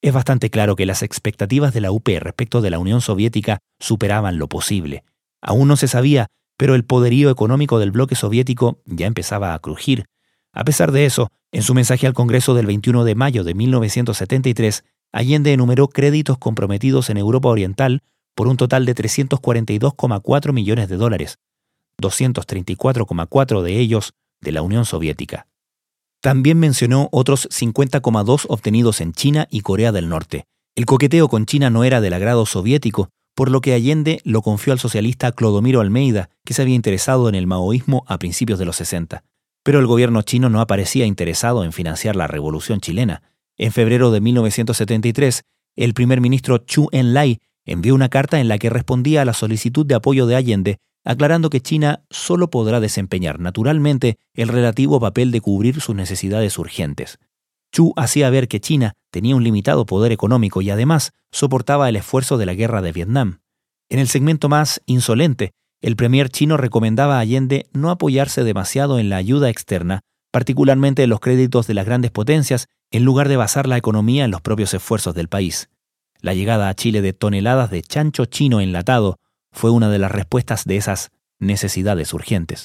Es bastante claro que las expectativas de la U P respecto de la Unión Soviética superaban lo posible. Aún no se sabía, pero el poderío económico del bloque soviético ya empezaba a crujir. A pesar de eso, en su mensaje al Congreso del veintiuno de mayo de mil novecientos setenta y tres, Allende enumeró créditos comprometidos en Europa Oriental por un total de trescientos cuarenta y dos coma cuatro millones de dólares, doscientos treinta y cuatro coma cuatro de ellos de la Unión Soviética. También mencionó otros cincuenta coma dos obtenidos en China y Corea del Norte. El coqueteo con China no era del agrado soviético, por lo que Allende lo confió al socialista Clodomiro Almeida, que se había interesado en el maoísmo a principios de los sesenta. Pero el gobierno chino no aparecía interesado en financiar la revolución chilena. En febrero de mil novecientos setenta y tres, el primer ministro Chu Enlai envió una carta en la que respondía a la solicitud de apoyo de Allende, aclarando que China solo podrá desempeñar naturalmente el relativo papel de cubrir sus necesidades urgentes. Chu hacía ver que China tenía un limitado poder económico y además soportaba el esfuerzo de la guerra de Vietnam. En el segmento más insolente, el premier chino recomendaba a Allende no apoyarse demasiado en la ayuda externa, particularmente en los créditos de las grandes potencias, en lugar de basar la economía en los propios esfuerzos del país. La llegada a Chile de toneladas de chancho chino enlatado fue una de las respuestas de esas necesidades urgentes.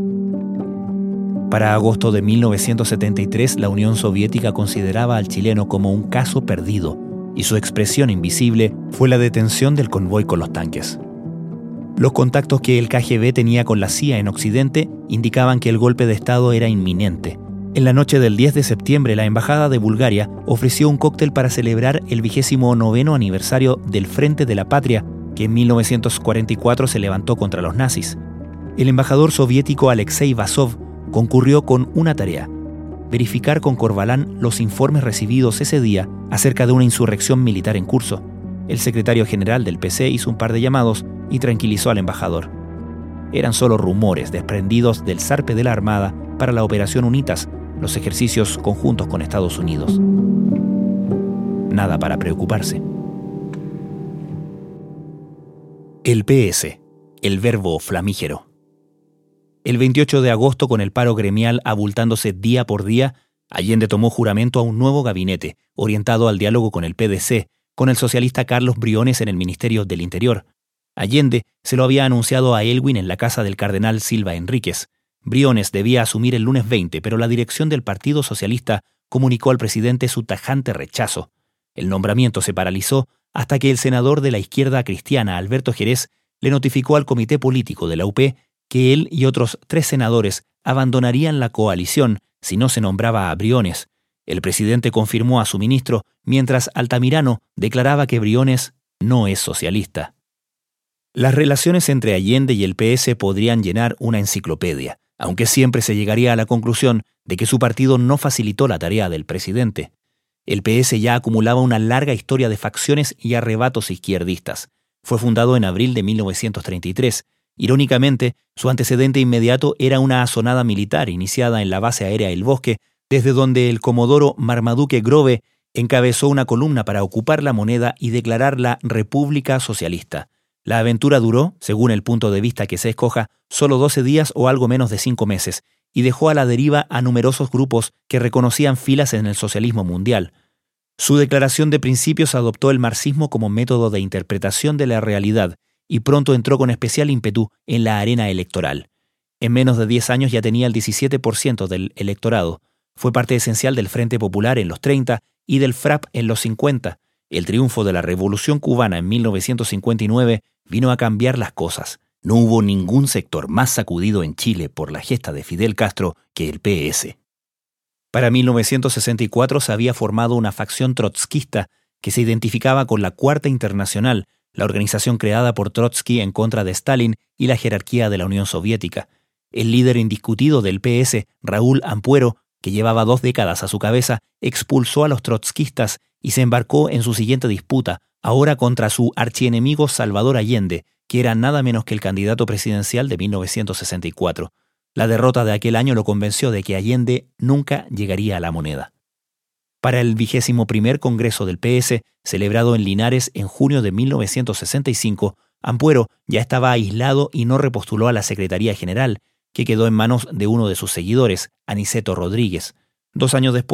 Para agosto de mil novecientos setenta y tres, la Unión Soviética consideraba al chileno como un caso perdido, y su expresión invisible fue la detención del convoy con los tanques. Los contactos que el K G B tenía con la C I A en Occidente indicaban que el golpe de Estado era inminente. En la noche del diez de septiembre, la Embajada de Bulgaria ofreció un cóctel para celebrar el vigésimo noveno aniversario del Frente de la Patria, que en mil novecientos cuarenta y cuatro se levantó contra los nazis. El embajador soviético Alexei Vasov concurrió con una tarea: verificar con Corvalán los informes recibidos ese día acerca de una insurrección militar en curso. El secretario general del P C hizo un par de llamados y tranquilizó al embajador. Eran solo rumores desprendidos del zarpe de la Armada para la Operación UNITAS, los ejercicios conjuntos con Estados Unidos. Nada para preocuparse. El P S, el verbo flamígero. El veintiocho de agosto, con el paro gremial abultándose día por día, Allende tomó juramento a un nuevo gabinete, orientado al diálogo con el P D C, con el socialista Carlos Briones en el Ministerio del Interior. Allende se lo había anunciado a Elwin en la casa del cardenal Silva Enríquez. Briones debía asumir el lunes veinte, pero la dirección del Partido Socialista comunicó al presidente su tajante rechazo. El nombramiento se paralizó hasta que el senador de la izquierda cristiana, Alberto Jerez, le notificó al comité político de la U P que él y otros tres senadores abandonarían la coalición si no se nombraba a Briones. El presidente confirmó a su ministro, mientras Altamirano declaraba que Briones no es socialista. Las relaciones entre Allende y el P S podrían llenar una enciclopedia, aunque siempre se llegaría a la conclusión de que su partido no facilitó la tarea del presidente. El P S ya acumulaba una larga historia de facciones y arrebatos izquierdistas. Fue fundado en abril de mil novecientos treinta y tres. Irónicamente, su antecedente inmediato era una asonada militar iniciada en la base aérea El Bosque, desde donde el comodoro Marmaduke Grove encabezó una columna para ocupar la moneda y declarar la República Socialista. La aventura duró, según el punto de vista que se escoja, solo doce días o algo menos de cinco meses, y dejó a la deriva a numerosos grupos que reconocían filas en el socialismo mundial. Su declaración de principios adoptó el marxismo como método de interpretación de la realidad y pronto entró con especial ímpetu en la arena electoral. En menos de diez años ya tenía el diecisiete por ciento del electorado. Fue parte esencial del Frente Popular en los treinta y del F R A P en los cincuenta. El triunfo de la Revolución Cubana en mil novecientos cincuenta y nueve vino a cambiar las cosas. No hubo ningún sector más sacudido en Chile por la gesta de Fidel Castro que el P S. Para mil novecientos sesenta y cuatro se había formado una facción trotskista que se identificaba con la Cuarta Internacional, la organización creada por Trotsky en contra de Stalin y la jerarquía de la Unión Soviética. El líder indiscutido del P S, Raúl Ampuero, que llevaba dos décadas a su cabeza, expulsó a los trotskistas y se embarcó en su siguiente disputa, ahora contra su archienemigo Salvador Allende, que era nada menos que el candidato presidencial de mil novecientos sesenta y cuatro. La derrota de aquel año lo convenció de que Allende nunca llegaría a la moneda. Para el vigésimo primer Congreso del P S, celebrado en Linares en junio de mil novecientos sesenta y cinco, Ampuero ya estaba aislado y no repostuló a la Secretaría General, que quedó en manos de uno de sus seguidores, Aniceto Rodríguez. Dos años después,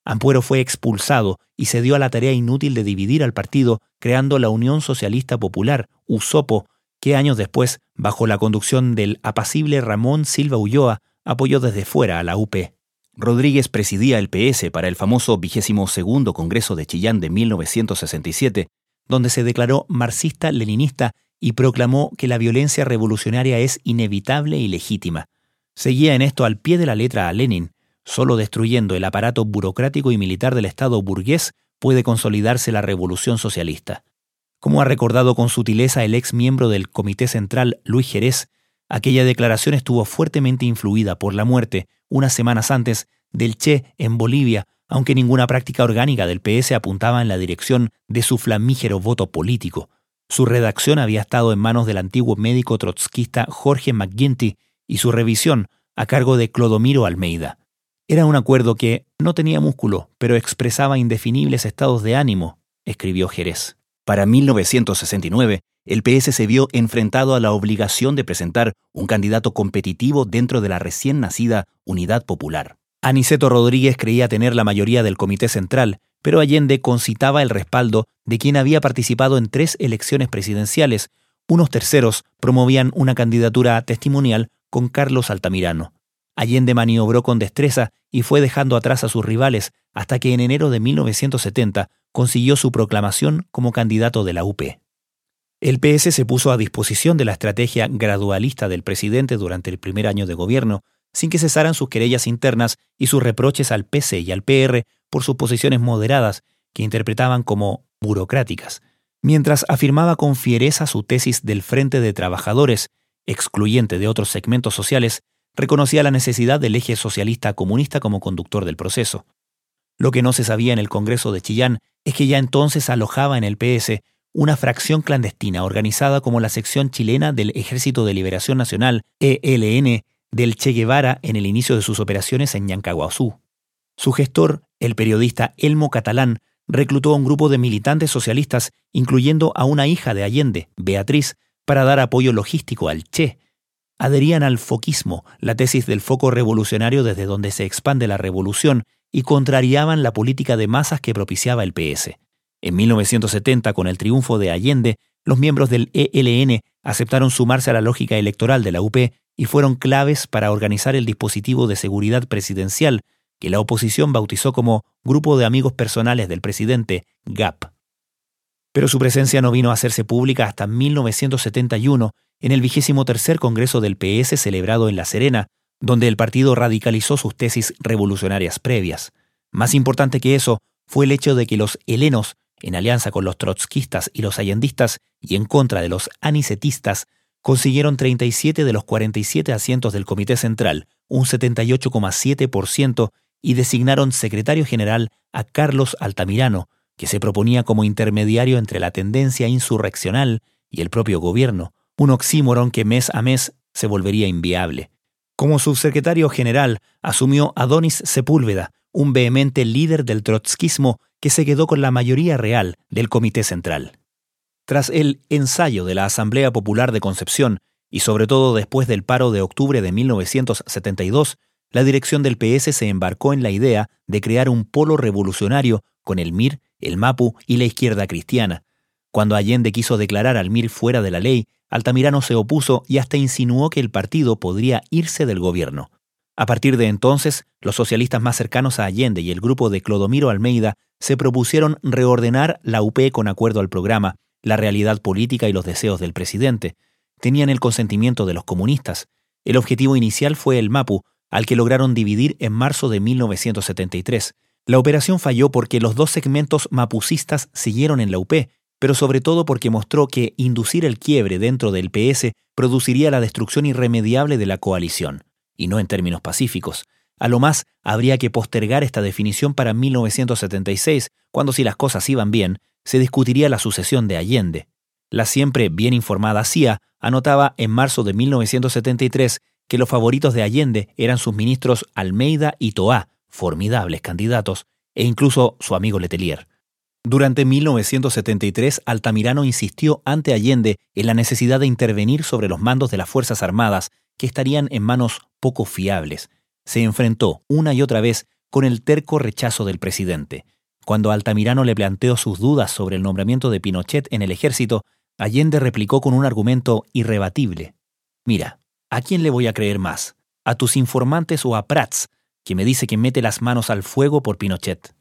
Ampuero fue expulsado y se dio a la tarea inútil de dividir al partido, creando la Unión Socialista Popular, U S O P O, que años después, bajo la conducción del apacible Ramón Silva Ulloa, apoyó desde fuera a la U P. Rodríguez presidía el P S para el famoso vigésimo segundo Congreso de Chillán de mil novecientos sesenta y siete, donde se declaró marxista-leninista y proclamó que la violencia revolucionaria es inevitable y legítima. Seguía en esto al pie de la letra a Lenin. Solo destruyendo el aparato burocrático y militar del Estado burgués puede consolidarse la revolución socialista. Como ha recordado con sutileza el ex miembro del Comité Central Luis Jerez, aquella declaración estuvo fuertemente influida por la muerte, unas semanas antes, del Che en Bolivia, aunque ninguna práctica orgánica del P S apuntaba en la dirección de su flamígero voto político. Su redacción había estado en manos del antiguo médico trotskista Jorge McGuinty y su revisión a cargo de Clodomiro Almeida. Era un acuerdo que no tenía músculo, pero expresaba indefinibles estados de ánimo, escribió Jerez. Para mil novecientos sesenta y nueve, el P S se vio enfrentado a la obligación de presentar un candidato competitivo dentro de la recién nacida Unidad Popular. Aniceto Rodríguez creía tener la mayoría del Comité Central, pero Allende concitaba el respaldo de quien había participado en tres elecciones presidenciales. Unos terceros promovían una candidatura testimonial con Carlos Altamirano. Allende maniobró con destreza y fue dejando atrás a sus rivales hasta que en enero de mil novecientos setenta consiguió su proclamación como candidato de la U P. El P S se puso a disposición de la estrategia gradualista del presidente durante el primer año de gobierno, sin que cesaran sus querellas internas y sus reproches al P C y al P R por sus posiciones moderadas, que interpretaban como burocráticas, mientras afirmaba con fiereza su tesis del Frente de Trabajadores, excluyente de otros segmentos sociales. Reconocía la necesidad del eje socialista comunista como conductor del proceso. Lo que no se sabía en el Congreso de Chillán es que ya entonces alojaba en el P S una fracción clandestina organizada como la sección chilena del Ejército de Liberación Nacional, E L N, del Che Guevara en el inicio de sus operaciones en Ñancahuazú. Su gestor, el periodista Elmo Catalán, reclutó a un grupo de militantes socialistas, incluyendo a una hija de Allende, Beatriz, para dar apoyo logístico al Che. Adherían al foquismo, la tesis del foco revolucionario desde donde se expande la revolución, y contrariaban la política de masas que propiciaba el P S. En mil novecientos setenta, con el triunfo de Allende, los miembros del E L N aceptaron sumarse a la lógica electoral de la U P y fueron claves para organizar el dispositivo de seguridad presidencial que la oposición bautizó como Grupo de Amigos Personales del Presidente, G A P. Pero su presencia no vino a hacerse pública hasta mil novecientos setenta y uno, en el vigésimo tercer Congreso del P S celebrado en La Serena, donde el partido radicalizó sus tesis revolucionarias previas. Más importante que eso fue el hecho de que los helenos, en alianza con los trotskistas y los allendistas y en contra de los anicetistas, consiguieron treinta y siete de los cuarenta y siete asientos del Comité Central, un setenta y ocho coma siete por ciento, y designaron secretario general a Carlos Altamirano, que se proponía como intermediario entre la tendencia insurreccional y el propio gobierno, un oxímoron que mes a mes se volvería inviable. Como subsecretario general asumió Adonis Sepúlveda, un vehemente líder del trotskismo que se quedó con la mayoría real del Comité Central. Tras el ensayo de la Asamblea Popular de Concepción y sobre todo después del paro de octubre de mil novecientos setenta y dos, la dirección del P S se embarcó en la idea de crear un polo revolucionario con el M I R, el MAPU y la izquierda cristiana. Cuando Allende quiso declarar al M I R fuera de la ley, Altamirano se opuso y hasta insinuó que el partido podría irse del gobierno. A partir de entonces, los socialistas más cercanos a Allende y el grupo de Clodomiro Almeida se propusieron reordenar la U P con acuerdo al programa, la realidad política y los deseos del presidente. Tenían el consentimiento de los comunistas. El objetivo inicial fue el MAPU, al que lograron dividir en marzo de mil novecientos setenta y tres. La operación falló porque los dos segmentos mapucistas siguieron en la U P, pero sobre todo porque mostró que inducir el quiebre dentro del P S produciría la destrucción irremediable de la coalición, y no en términos pacíficos. A lo más, habría que postergar esta definición para mil novecientos setenta y seis, cuando, si las cosas iban bien, se discutiría la sucesión de Allende. La siempre bien informada C I A anotaba en marzo de mil novecientos setenta y tres que los favoritos de Allende eran sus ministros Almeida y Toá, formidables candidatos, e incluso su amigo Letelier. Durante mil novecientos setenta y tres, Altamirano insistió ante Allende en la necesidad de intervenir sobre los mandos de las Fuerzas Armadas, que estarían en manos poco fiables. Se enfrentó una y otra vez con el terco rechazo del presidente. Cuando Altamirano le planteó sus dudas sobre el nombramiento de Pinochet en el ejército, Allende replicó con un argumento irrebatible. «Mira, ¿a quién le voy a creer más? ¿A tus informantes o a Prats, que me dice que mete las manos al fuego por Pinochet?»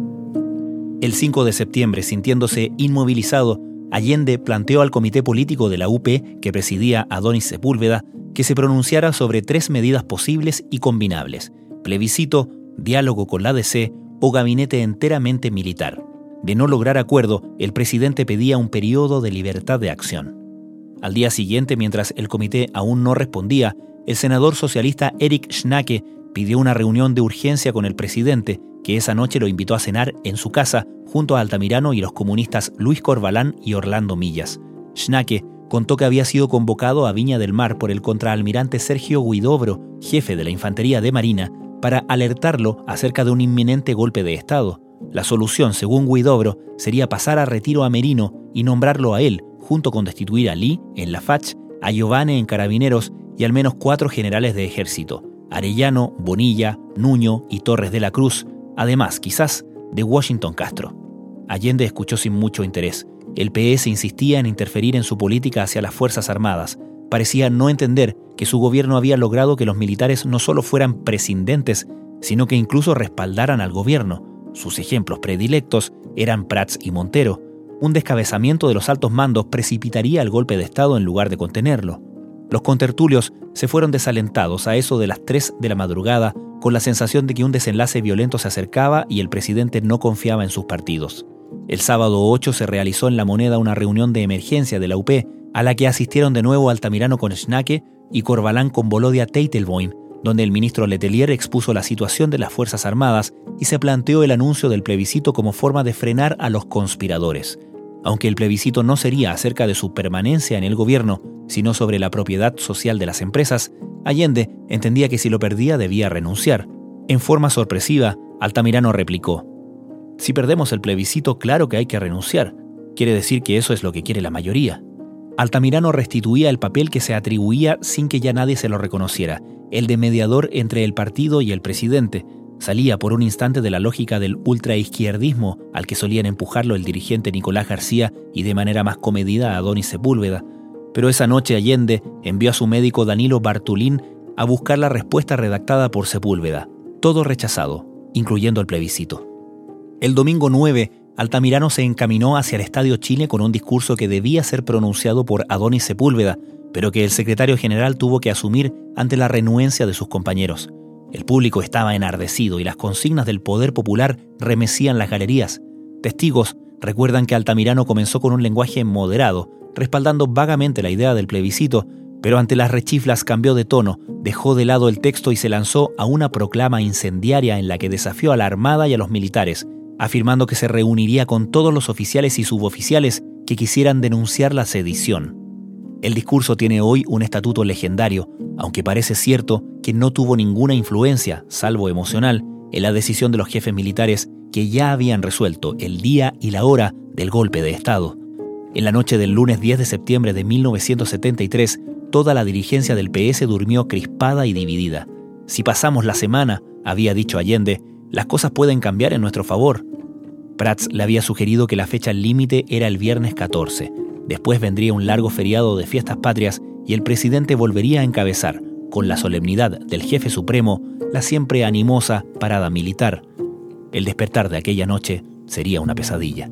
El cinco de septiembre, sintiéndose inmovilizado, Allende planteó al comité político de la U P, que presidía Adonis Sepúlveda, que se pronunciara sobre tres medidas posibles y combinables: plebiscito, diálogo con la A D C o gabinete enteramente militar. De no lograr acuerdo, el presidente pedía un periodo de libertad de acción. Al día siguiente, mientras el comité aún no respondía, el senador socialista Erich Schnake pidió una reunión de urgencia con el presidente, que esa noche lo invitó a cenar en su casa junto a Altamirano y los comunistas Luis Corvalán y Orlando Millas. Schnake contó que había sido convocado a Viña del Mar por el contraalmirante Sergio Huidobro, jefe de la Infantería de Marina, para alertarlo acerca de un inminente golpe de Estado. La solución, según Huidobro, sería pasar a retiro a Merino y nombrarlo a él, junto con destituir a Lee en la Fach, a Giovane en Carabineros y al menos cuatro generales de ejército: Arellano, Bonilla, Nuño y Torres de la Cruz, además, quizás, de Washington Castro. Allende escuchó sin mucho interés. El P S insistía en interferir en su política hacia las Fuerzas Armadas. Parecía no entender que su gobierno había logrado que los militares no solo fueran prescindentes, sino que incluso respaldaran al gobierno. Sus ejemplos predilectos eran Prats y Montero. Un descabezamiento de los altos mandos precipitaría el golpe de Estado en lugar de contenerlo. Los contertulios se fueron desalentados a eso de las tres de la madrugada, con la sensación de que un desenlace violento se acercaba y el presidente no confiaba en sus partidos. El sábado ocho se realizó en La Moneda una reunión de emergencia de la U P, a la que asistieron de nuevo Altamirano con Schnake y Corvalán con Volodya Teitelboim, donde el ministro Letelier expuso la situación de las Fuerzas Armadas y se planteó el anuncio del plebiscito como forma de frenar a los conspiradores. Aunque el plebiscito no sería acerca de su permanencia en el gobierno, sino sobre la propiedad social de las empresas, Allende entendía que si lo perdía debía renunciar. En forma sorpresiva, Altamirano replicó: «Si perdemos el plebiscito, claro que hay que renunciar. Quiere decir que eso es lo que quiere la mayoría». Altamirano restituía el papel que se atribuía sin que ya nadie se lo reconociera, el de mediador entre el partido y el presidente. Salía por un instante de la lógica del ultraizquierdismo al que solían empujarlo el dirigente Nicolás García y de manera más comedida a Adonis Sepúlveda. Pero esa noche Allende envió a su médico Danilo Bartolín a buscar la respuesta redactada por Sepúlveda. Todo rechazado, incluyendo el plebiscito. El domingo nueve, Altamirano se encaminó hacia el Estadio Chile con un discurso que debía ser pronunciado por Adonis Sepúlveda, pero que el secretario general tuvo que asumir ante la renuencia de sus compañeros. El público estaba enardecido y las consignas del poder popular remecían las galerías. Testigos recuerdan que Altamirano comenzó con un lenguaje moderado, respaldando vagamente la idea del plebiscito, pero ante las rechiflas cambió de tono, dejó de lado el texto y se lanzó a una proclama incendiaria en la que desafió a la Armada y a los militares, afirmando que se reuniría con todos los oficiales y suboficiales que quisieran denunciar la sedición. El discurso tiene hoy un estatuto legendario, aunque parece cierto que no tuvo ninguna influencia, salvo emocional, en la decisión de los jefes militares que ya habían resuelto el día y la hora del golpe de Estado. En la noche del lunes diez de septiembre de mil novecientos setenta y tres, toda la dirigencia del P S durmió crispada y dividida. Si pasamos la semana, había dicho Allende, las cosas pueden cambiar en nuestro favor. Prats le había sugerido que la fecha límite era el viernes catorce. Después vendría un largo feriado de fiestas patrias y el presidente volvería a encabezar, con la solemnidad del jefe supremo, la siempre animosa parada militar. El despertar de aquella noche sería una pesadilla.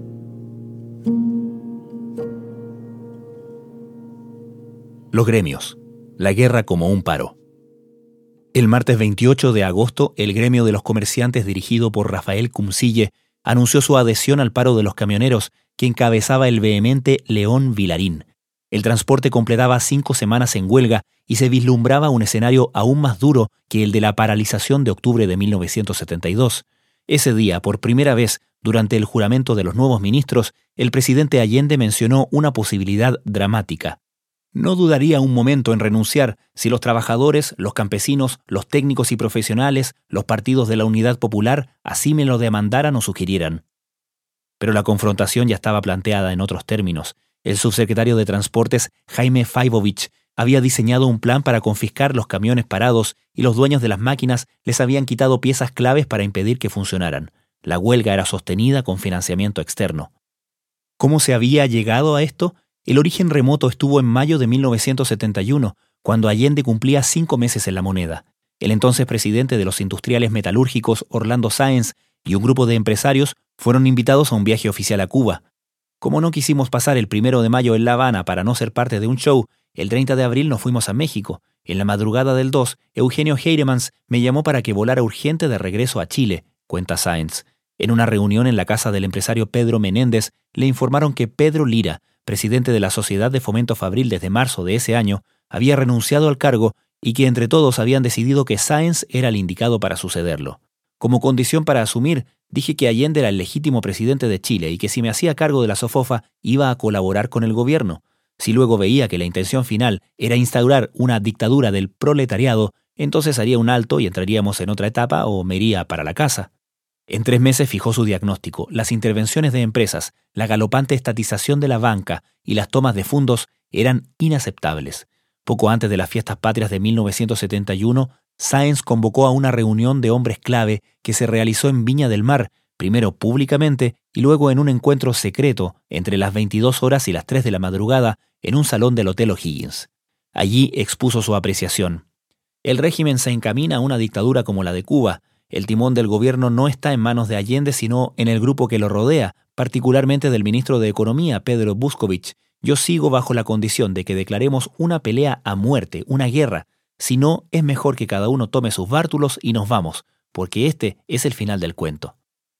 Los gremios. La guerra como un paro. El martes veintiocho de agosto, el gremio de los comerciantes dirigido por Rafael Cumcille anunció su adhesión al paro de los camioneros que encabezaba el vehemente León Vilarín. El transporte completaba cinco semanas en huelga y se vislumbraba un escenario aún más duro que el de la paralización de octubre de mil novecientos setenta y dos. Ese día, por primera vez, durante el juramento de los nuevos ministros, el presidente Allende mencionó una posibilidad dramática. No dudaría un momento en renunciar si los trabajadores, los campesinos, los técnicos y profesionales, los partidos de la Unidad Popular así me lo demandaran o sugirieran. Pero la confrontación ya estaba planteada en otros términos. El subsecretario de Transportes, Jaime Faivovich, había diseñado un plan para confiscar los camiones parados y los dueños de las máquinas les habían quitado piezas claves para impedir que funcionaran. La huelga era sostenida con financiamiento externo. ¿Cómo se había llegado a esto? El origen remoto estuvo en mayo de mil novecientos setenta y uno, cuando Allende cumplía cinco meses en la moneda. El entonces presidente de los industriales metalúrgicos, Orlando Sáenz, y un grupo de empresarios fueron invitados a un viaje oficial a Cuba. Como no quisimos pasar el primero de mayo en La Habana para no ser parte de un show, el treinta de abril nos fuimos a México. En la madrugada del dos, Eugenio Heiremans me llamó para que volara urgente de regreso a Chile, cuenta Sáenz. En una reunión en la casa del empresario Pedro Menéndez, le informaron que Pedro Lira, presidente de la Sociedad de Fomento Fabril desde marzo de ese año, había renunciado al cargo y que entre todos habían decidido que Sáenz era el indicado para sucederlo. Como condición para asumir, dije que Allende era el legítimo presidente de Chile y que si me hacía cargo de la SOFOFA iba a colaborar con el gobierno. Si luego veía que la intención final era instaurar una dictadura del proletariado, entonces haría un alto y entraríamos en otra etapa o me iría para la casa. En tres meses fijó su diagnóstico: las intervenciones de empresas, la galopante estatización de la banca y las tomas de fondos eran inaceptables. Poco antes de las fiestas patrias de mil novecientos setenta y uno, Sáenz convocó a una reunión de hombres clave que se realizó en Viña del Mar, primero públicamente y luego en un encuentro secreto entre las veintidós horas y las tres de la madrugada en un salón del Hotel O'Higgins. Allí expuso su apreciación. El régimen se encamina a una dictadura como la de Cuba. El timón del gobierno no está en manos de Allende, sino en el grupo que lo rodea, particularmente del ministro de Economía, Pedro Buscovich. Yo sigo bajo la condición de que declaremos una pelea a muerte, una guerra. Si no, es mejor que cada uno tome sus bártulos y nos vamos, porque este es el final del cuento.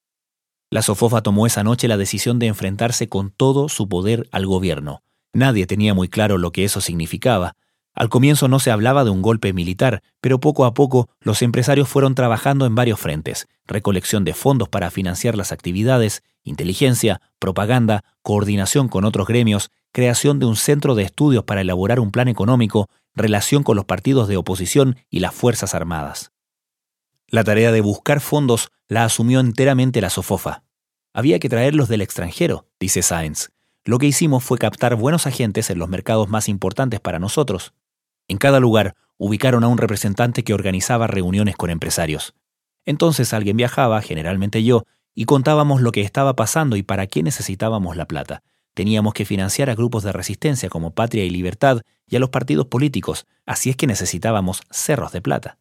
La SOFOFA tomó esa noche la decisión de enfrentarse con todo su poder al gobierno. Nadie tenía muy claro lo que eso significaba. Al comienzo no se hablaba de un golpe militar, pero poco a poco los empresarios fueron trabajando en varios frentes: recolección de fondos para financiar las actividades, inteligencia, propaganda, coordinación con otros gremios, creación de un centro de estudios para elaborar un plan económico, relación con los partidos de oposición y las Fuerzas Armadas. La tarea de buscar fondos la asumió enteramente la SOFOFA. Había que traerlos del extranjero, dice Sáenz. Lo que hicimos fue captar buenos agentes en los mercados más importantes para nosotros. En cada lugar ubicaron a un representante que organizaba reuniones con empresarios. Entonces alguien viajaba, generalmente yo, y contábamos lo que estaba pasando y para qué necesitábamos la plata. Teníamos que financiar a grupos de resistencia como Patria y Libertad y a los partidos políticos, así es que necesitábamos cerros de plata.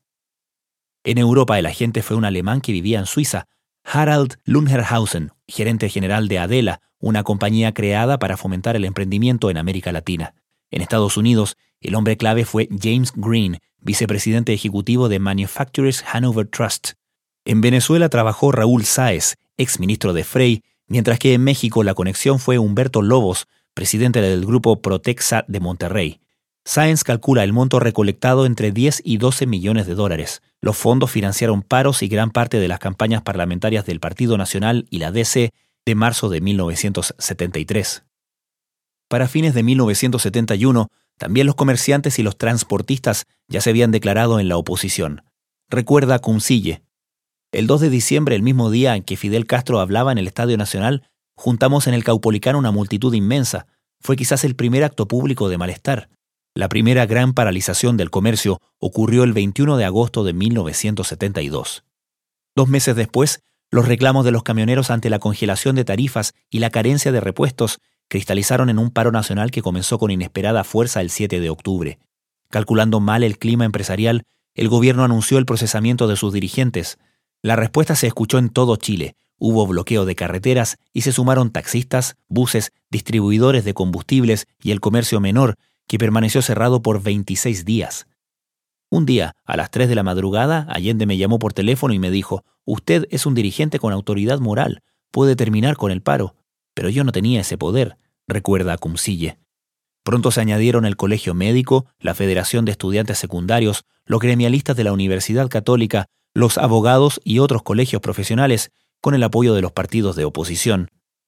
En Europa el agente fue un alemán que vivía en Suiza, Harald Lungerhausen, gerente general de Adela, una compañía creada para fomentar el emprendimiento en América Latina. En Estados Unidos, el hombre clave fue James Green, vicepresidente ejecutivo de Manufacturers Hanover Trust. En Venezuela trabajó Raúl Sáez, exministro de Frey, mientras que en México la conexión fue Humberto Lobos, presidente del grupo Protexa de Monterrey. Sáenz calcula el monto recolectado entre diez y doce millones de dólares. Los fondos financiaron paros y gran parte de las campañas parlamentarias del Partido Nacional y la D C de marzo de mil novecientos setenta y tres. Para fines de mil novecientos setenta y uno, también los comerciantes y los transportistas ya se habían declarado en la oposición. Recuerda Cuncille: el dos de diciembre, el mismo día en que Fidel Castro hablaba en el Estadio Nacional, juntamos en el Caupolicán una multitud inmensa. Fue quizás el primer acto público de malestar. La primera gran paralización del comercio ocurrió el veintiuno de agosto de mil novecientos setenta y dos. Dos meses después, los reclamos de los camioneros ante la congelación de tarifas y la carencia de repuestos cristalizaron en un paro nacional que comenzó con inesperada fuerza el siete de octubre. Calculando mal el clima empresarial, el gobierno anunció el procesamiento de sus dirigentes. La respuesta se escuchó en todo Chile. Hubo bloqueo de carreteras y se sumaron taxistas, buses, distribuidores de combustibles y el comercio menor, que permaneció cerrado por veintiséis días. Un día, a las tres de la madrugada, Allende me llamó por teléfono y me dijo: «Usted es un dirigente con autoridad moral, puede terminar con el paro». Pero yo no tenía ese poder, recuerda Cuncille. Pronto se añadieron el Colegio Médico, la Federación de Estudiantes Secundarios, los gremialistas de la Universidad Católica, los abogados y otros colegios profesionales, con el apoyo de los partidos de oposición.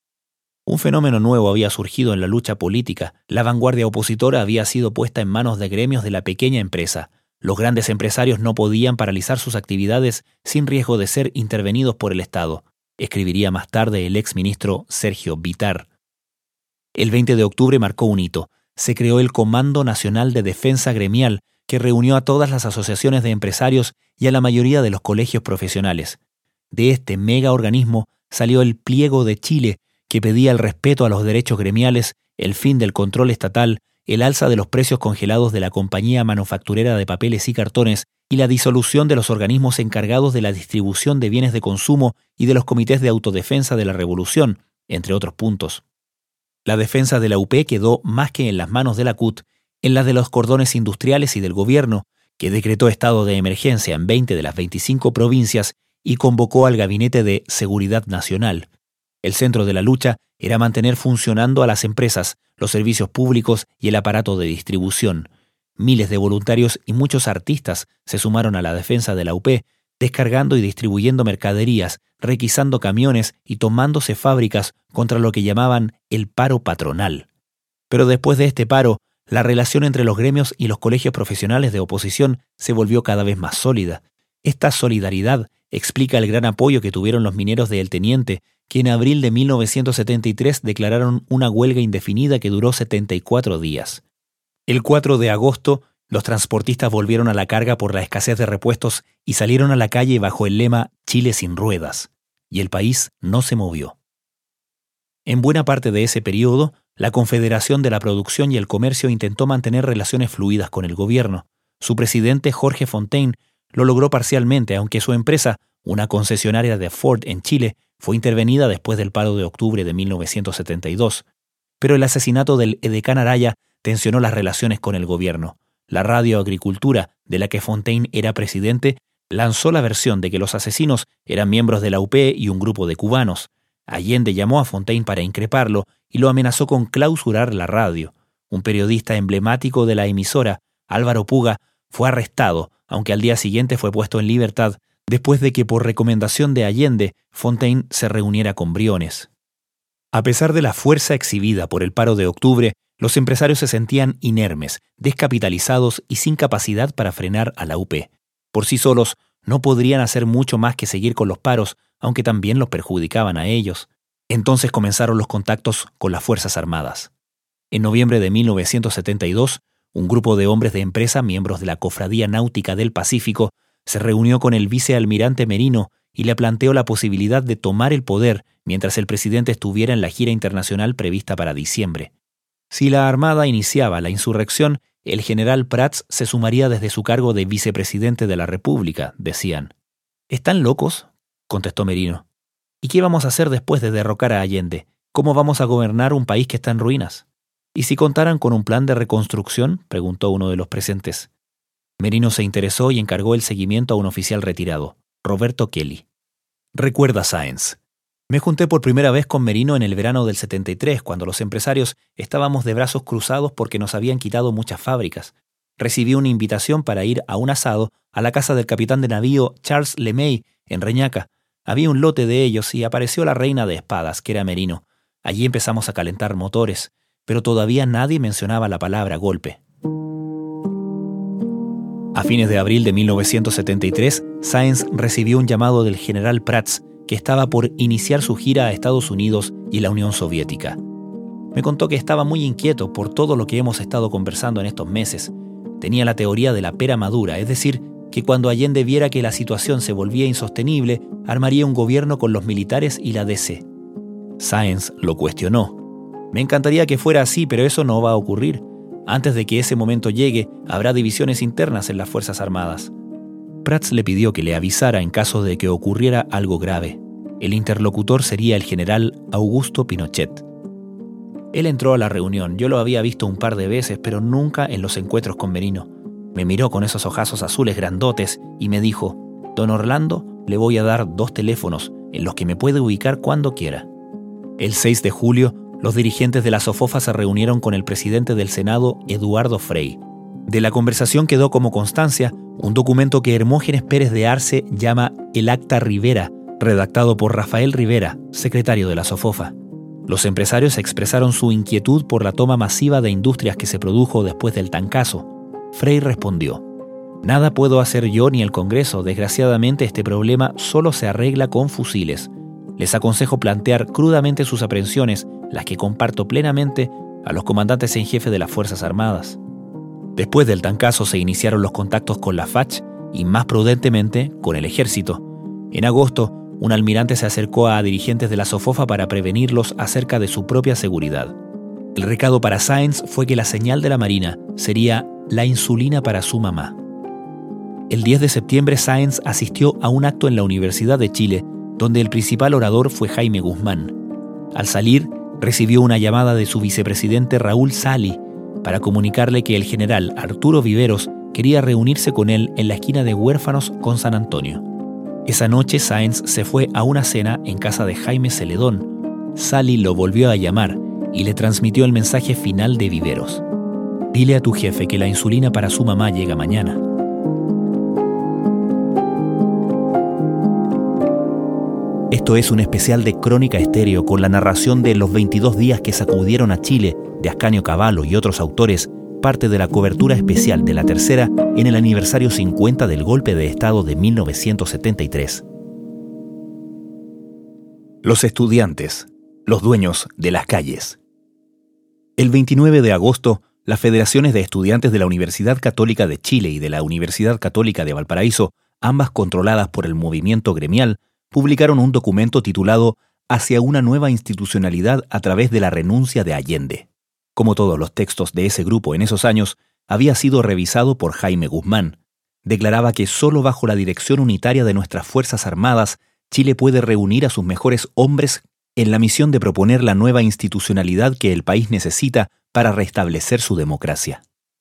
Un fenómeno nuevo había surgido en la lucha política. La vanguardia opositora había sido puesta en manos de gremios de la pequeña empresa. Los grandes empresarios no podían paralizar sus actividades sin riesgo de ser intervenidos por el Estado, escribiría más tarde el exministro Sergio Bitar. El veinte de octubre marcó un hito. se creó el Comando Nacional de Defensa Gremial, que reunió a todas las asociaciones de empresarios y a la mayoría de los colegios profesionales. De este mega organismo salió el Pliego de Chile, que pedía el respeto a los derechos gremiales, el fin del control estatal, el alza de los precios congelados de la compañía manufacturera de papeles y cartones y la disolución de los organismos encargados de la distribución de bienes de consumo y de los comités de autodefensa de la revolución, entre otros puntos. La defensa de la U P quedó más que en las manos de la C U T, en las de los cordones industriales y del gobierno, que decretó estado de emergencia en veinte de las veinticinco provincias y convocó al Gabinete de Seguridad Nacional. El centro de la lucha era mantener funcionando a las empresas, los servicios públicos y el aparato de distribución. Miles de voluntarios y muchos artistas se sumaron a la defensa de la U P, descargando y distribuyendo mercaderías, requisando camiones y tomándose fábricas contra lo que llamaban el paro patronal. Pero después de este paro, la relación entre los gremios y los colegios profesionales de oposición se volvió cada vez más sólida. Esta solidaridad explica el gran apoyo que tuvieron los mineros de El Teniente, que en abril de mil novecientos setenta y tres declararon una huelga indefinida que duró setenta y cuatro días. El cuatro de agosto, los transportistas volvieron a la carga por la escasez de repuestos y salieron a la calle bajo el lema Chile sin ruedas, y el país no se movió. En buena parte de ese periodo, la Confederación de la Producción y el Comercio intentó mantener relaciones fluidas con el gobierno. Su presidente, Jorge Fontaine, lo logró parcialmente, aunque su empresa, una concesionaria de Ford en Chile, fue intervenida después del paro de octubre de mil novecientos setenta y dos. Pero el asesinato del edecán Araya tensionó las relaciones con el gobierno. La Radio Agricultura, de la que Fontaine era presidente, lanzó la versión de que los asesinos eran miembros de la U P y un grupo de cubanos. Allende llamó a Fontaine para increparlo y lo amenazó con clausurar la radio. Un periodista emblemático de la emisora, Álvaro Puga, fue arrestado, aunque al día siguiente fue puesto en libertad, después de que por recomendación de Allende, Fontaine se reuniera con Briones. A pesar de la fuerza exhibida por el paro de octubre, los empresarios se sentían inermes, descapitalizados y sin capacidad para frenar a la U P. Por sí solos, no podrían hacer mucho más que seguir con los paros, aunque también los perjudicaban a ellos. Entonces comenzaron los contactos con las Fuerzas Armadas. En noviembre de mil novecientos setenta y dos, un grupo de hombres de empresa, miembros de la Cofradía Náutica del Pacífico, se reunió con el vicealmirante Merino y le planteó la posibilidad de tomar el poder mientras el presidente estuviera en la gira internacional prevista para diciembre. Si la Armada iniciaba la insurrección, el general Prats se sumaría desde su cargo de vicepresidente de la República, decían. ¿Están locos?, contestó Merino. ¿Y qué vamos a hacer después de derrocar a Allende? ¿Cómo vamos a gobernar un país que está en ruinas? ¿Y si contaran con un plan de reconstrucción?, preguntó uno de los presentes. Merino se interesó y encargó el seguimiento a un oficial retirado, Roberto Kelly. Recuerda Sáenz. Me junté por primera vez con Merino en el verano del setenta y tres, cuando los empresarios estábamos de brazos cruzados porque nos habían quitado muchas fábricas. Recibí una invitación para ir a un asado a la casa del capitán de navío Charles LeMay, en Reñaca. Había un lote de ellos y apareció la reina de espadas, que era Merino. Allí empezamos a calentar motores, pero todavía nadie mencionaba la palabra golpe. A fines de abril de mil novecientos setenta y tres, Sáenz recibió un llamado del general Prats, que estaba por iniciar su gira a Estados Unidos y la Unión Soviética. Me contó que estaba muy inquieto por todo lo que hemos estado conversando en estos meses. Tenía la teoría de la pera madura, es decir, que cuando Allende viera que la situación se volvía insostenible, armaría un gobierno con los militares y la D C. Sáenz lo cuestionó. Me encantaría que fuera así, pero eso no va a ocurrir. Antes de que ese momento llegue, habrá divisiones internas en las Fuerzas Armadas. Prats le pidió que le avisara en caso de que ocurriera algo grave. El interlocutor sería el general Augusto Pinochet. Él entró a la reunión. Yo lo había visto un par de veces, pero nunca en los encuentros con Merino. Me miró con esos ojazos azules grandotes y me dijo: «Don Orlando, le voy a dar dos teléfonos en los que me puede ubicar cuando quiera». El seis de julio, los dirigentes de la SOFOFA se reunieron con el presidente del Senado, Eduardo Frei. De la conversación quedó como constancia un documento que Hermógenes Pérez de Arce llama el Acta Rivera, redactado por Rafael Rivera, secretario de la SOFOFA. Los empresarios expresaron su inquietud por la toma masiva de industrias que se produjo después del Tancazo. Frei respondió: «Nada puedo hacer yo ni el Congreso. Desgraciadamente este problema solo se arregla con fusiles. Les aconsejo plantear crudamente sus aprensiones, las que comparto plenamente, a los comandantes en jefe de las Fuerzas Armadas. Después del Tancazo se iniciaron los contactos con la Fach y, más prudentemente, con el ejército. En agosto, un almirante se acercó a dirigentes de la SOFOFA para prevenirlos acerca de su propia seguridad. El recado para Sáenz fue que la señal de la Marina sería la insulina para su mamá. El diez de septiembre, Sáenz asistió a un acto en la Universidad de Chile, donde el principal orador fue Jaime Guzmán. Al salir, recibió una llamada de su vicepresidente Raúl Sali para comunicarle que el general Arturo Viveros quería reunirse con él en la esquina de Huérfanos con San Antonio. Esa noche, Sáenz se fue a una cena en casa de Jaime Celedón. Sali lo volvió a llamar y le transmitió el mensaje final de Viveros: «Dile a tu jefe que la insulina para su mamá llega mañana». Esto es un especial de Crónica Estéreo con la narración de Los veintidós días que sacudieron a Chile, de Ascanio Cavallo y otros autores, parte de la cobertura especial de La Tercera en el aniversario cincuenta del golpe de Estado de mil novecientos setenta y tres. Los estudiantes, los dueños de las calles. El veintinueve de agosto, las federaciones de estudiantes de la Universidad Católica de Chile y de la Universidad Católica de Valparaíso, ambas controladas por el movimiento gremial, publicaron un documento titulado «Hacia una nueva institucionalidad a través de la renuncia de Allende». Como todos los textos de ese grupo en esos años, había sido revisado por Jaime Guzmán. Declaraba que solo bajo la dirección unitaria de nuestras Fuerzas Armadas, Chile puede reunir a sus mejores hombres en la misión de proponer la nueva institucionalidad que el país necesita para restablecer su democracia.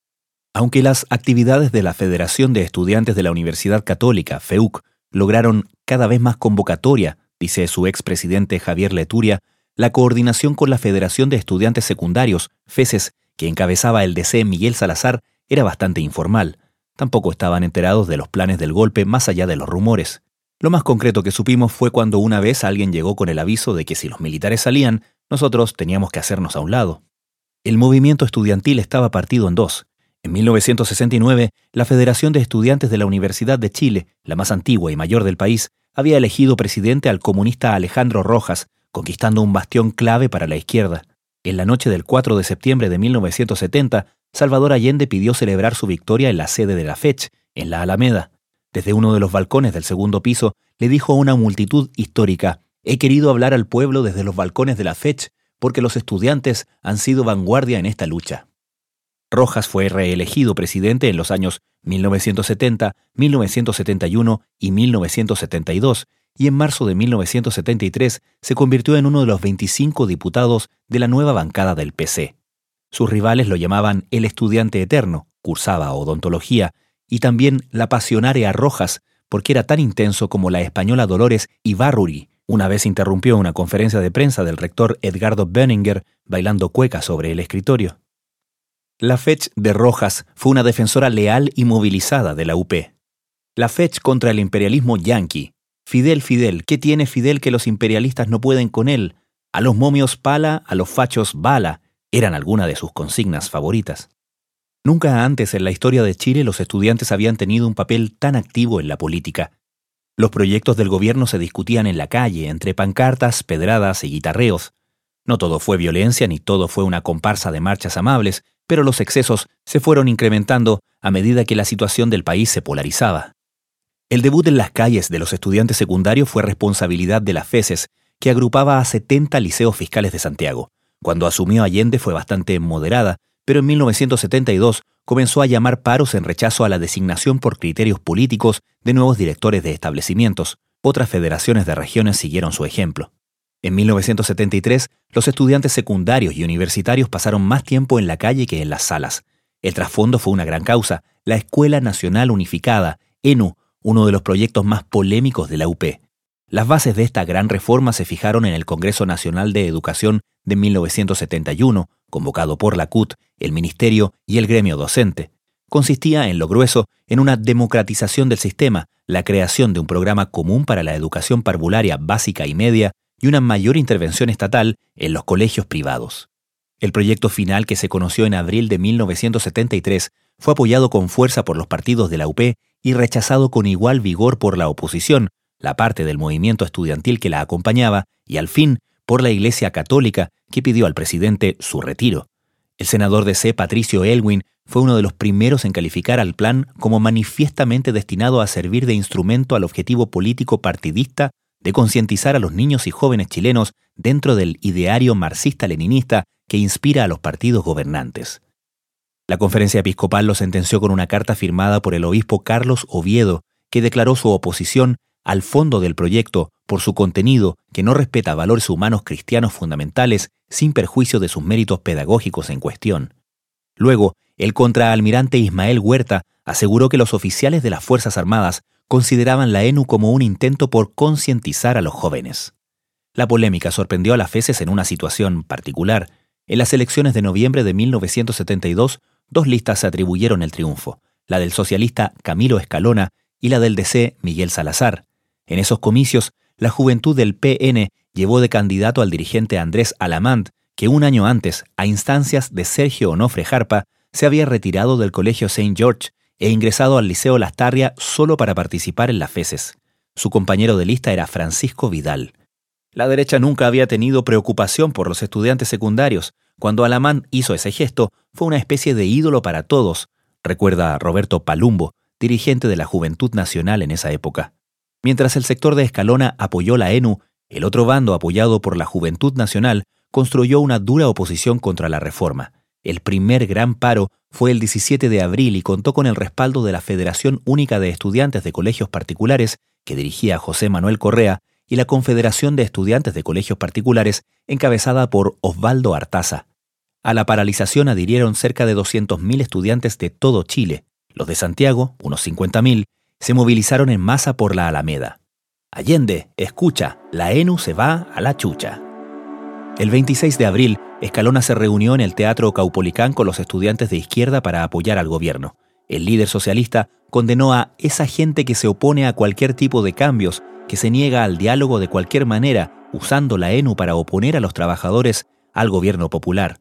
Aunque las actividades de la Federación de Estudiantes de la Universidad Católica, FEUC, lograron cada vez más convocatoria, dice su expresidente Javier Leturia, la coordinación con la Federación de Estudiantes Secundarios, FESES, que encabezaba el D C Miguel Salazar, era bastante informal. Tampoco estaban enterados de los planes del golpe más allá de los rumores. Lo más concreto que supimos fue cuando una vez alguien llegó con el aviso de que si los militares salían, nosotros teníamos que hacernos a un lado. El movimiento estudiantil estaba partido en dos. En mil novecientos sesenta y nueve, la Federación de Estudiantes de la Universidad de Chile, la más antigua y mayor del país, había elegido presidente al comunista Alejandro Rojas, conquistando un bastión clave para la izquierda. En la noche del cuatro de septiembre de mil novecientos setenta, Salvador Allende pidió celebrar su victoria en la sede de la FECH, en la Alameda. Desde uno de los balcones del segundo piso, le dijo a una multitud histórica: «He querido hablar al pueblo desde los balcones de la FECH porque los estudiantes han sido vanguardia en esta lucha». Rojas fue reelegido presidente en los años mil novecientos setenta, mil novecientos setenta y uno y mil novecientos setenta y dos, y en marzo de mil novecientos setenta y tres se convirtió en uno de los veinticinco diputados de la nueva bancada del P C. Sus rivales lo llamaban el estudiante eterno, cursaba odontología, y también la pasionaria Rojas, porque era tan intenso como la española Dolores Ibarruri. Una vez interrumpió una conferencia de prensa del rector Edgardo Benninger bailando cueca sobre el escritorio. La FECH de Rojas fue una defensora leal y movilizada de la U P. La FECH contra el imperialismo yanqui. Fidel, Fidel, ¿qué tiene Fidel que los imperialistas no pueden con él? A los momios pala, a los fachos bala, eran algunas de sus consignas favoritas. Nunca antes en la historia de Chile los estudiantes habían tenido un papel tan activo en la política. Los proyectos del gobierno se discutían en la calle, entre pancartas, pedradas y guitarreos. No todo fue violencia ni todo fue una comparsa de marchas amables, pero los excesos se fueron incrementando a medida que la situación del país se polarizaba. El debut en las calles de los estudiantes secundarios fue responsabilidad de la FESES, que agrupaba a setenta liceos fiscales de Santiago. Cuando asumió Allende fue bastante moderada, pero en mil novecientos setenta y dos comenzó a llamar paros en rechazo a la designación por criterios políticos de nuevos directores de establecimientos. Otras federaciones de regiones siguieron su ejemplo. En mil novecientos setenta y tres, los estudiantes secundarios y universitarios pasaron más tiempo en la calle que en las salas. El trasfondo fue una gran causa, la Escuela Nacional Unificada, E N U, uno de los proyectos más polémicos de la U P. Las bases de esta gran reforma se fijaron en el Congreso Nacional de Educación de mil novecientos setenta y uno, convocado por la C U T, el Ministerio y el gremio docente. Consistía, en lo grueso, en una democratización del sistema, la creación de un programa común para la educación parvularia básica y media, y una mayor intervención estatal en los colegios privados. El proyecto final, que se conoció en abril de mil novecientos setenta y tres, fue apoyado con fuerza por los partidos de la U P y rechazado con igual vigor por la oposición, la parte del movimiento estudiantil que la acompañaba, y al fin por la Iglesia Católica, que pidió al presidente su retiro. El senador D C Patricio Elwin fue uno de los primeros en calificar al plan como manifiestamente destinado a servir de instrumento al objetivo político partidista de concientizar a los niños y jóvenes chilenos dentro del ideario marxista-leninista que inspira a los partidos gobernantes. La conferencia episcopal lo sentenció con una carta firmada por el obispo Carlos Oviedo, que declaró su oposición al fondo del proyecto por su contenido que no respeta valores humanos cristianos fundamentales sin perjuicio de sus méritos pedagógicos en cuestión. Luego, el contraalmirante Ismael Huerta aseguró que los oficiales de las Fuerzas Armadas consideraban la ENU como un intento por concientizar a los jóvenes. La polémica sorprendió a las feces en una situación particular. En las elecciones de noviembre de mil novecientos setenta y dos, dos listas se atribuyeron el triunfo, la del socialista Camilo Escalona y la del D C Miguel Salazar. En esos comicios, la juventud del P N llevó de candidato al dirigente Andrés Alamant, que un año antes, a instancias de Sergio Onofre Jarpa, se había retirado del colegio Saint George e ingresado al Liceo Lastarria solo para participar en las feces. Su compañero de lista era Francisco Vidal. La derecha nunca había tenido preocupación por los estudiantes secundarios. Cuando Alamán hizo ese gesto, fue una especie de ídolo para todos, recuerda Roberto Palumbo, dirigente de la Juventud Nacional en esa época. Mientras el sector de Escalona apoyó la ENU, el otro bando, apoyado por la Juventud Nacional, construyó una dura oposición contra la reforma. El primer gran paro fue el diecisiete de abril y contó con el respaldo de la Federación Única de Estudiantes de Colegios Particulares, que dirigía José Manuel Correa, y la Confederación de Estudiantes de Colegios Particulares, encabezada por Osvaldo Artaza. A la paralización adhirieron cerca de doscientos mil estudiantes de todo Chile. Los de Santiago, unos cincuenta mil, se movilizaron en masa por la Alameda. Allende, escucha, la ENU se va a la chucha. El veintiséis de abril, Escalona se reunió en el Teatro Caupolicán con los estudiantes de izquierda para apoyar al gobierno. El líder socialista condenó a esa gente que se opone a cualquier tipo de cambios, que se niega al diálogo de cualquier manera, usando la ENU para oponer a los trabajadores al gobierno popular.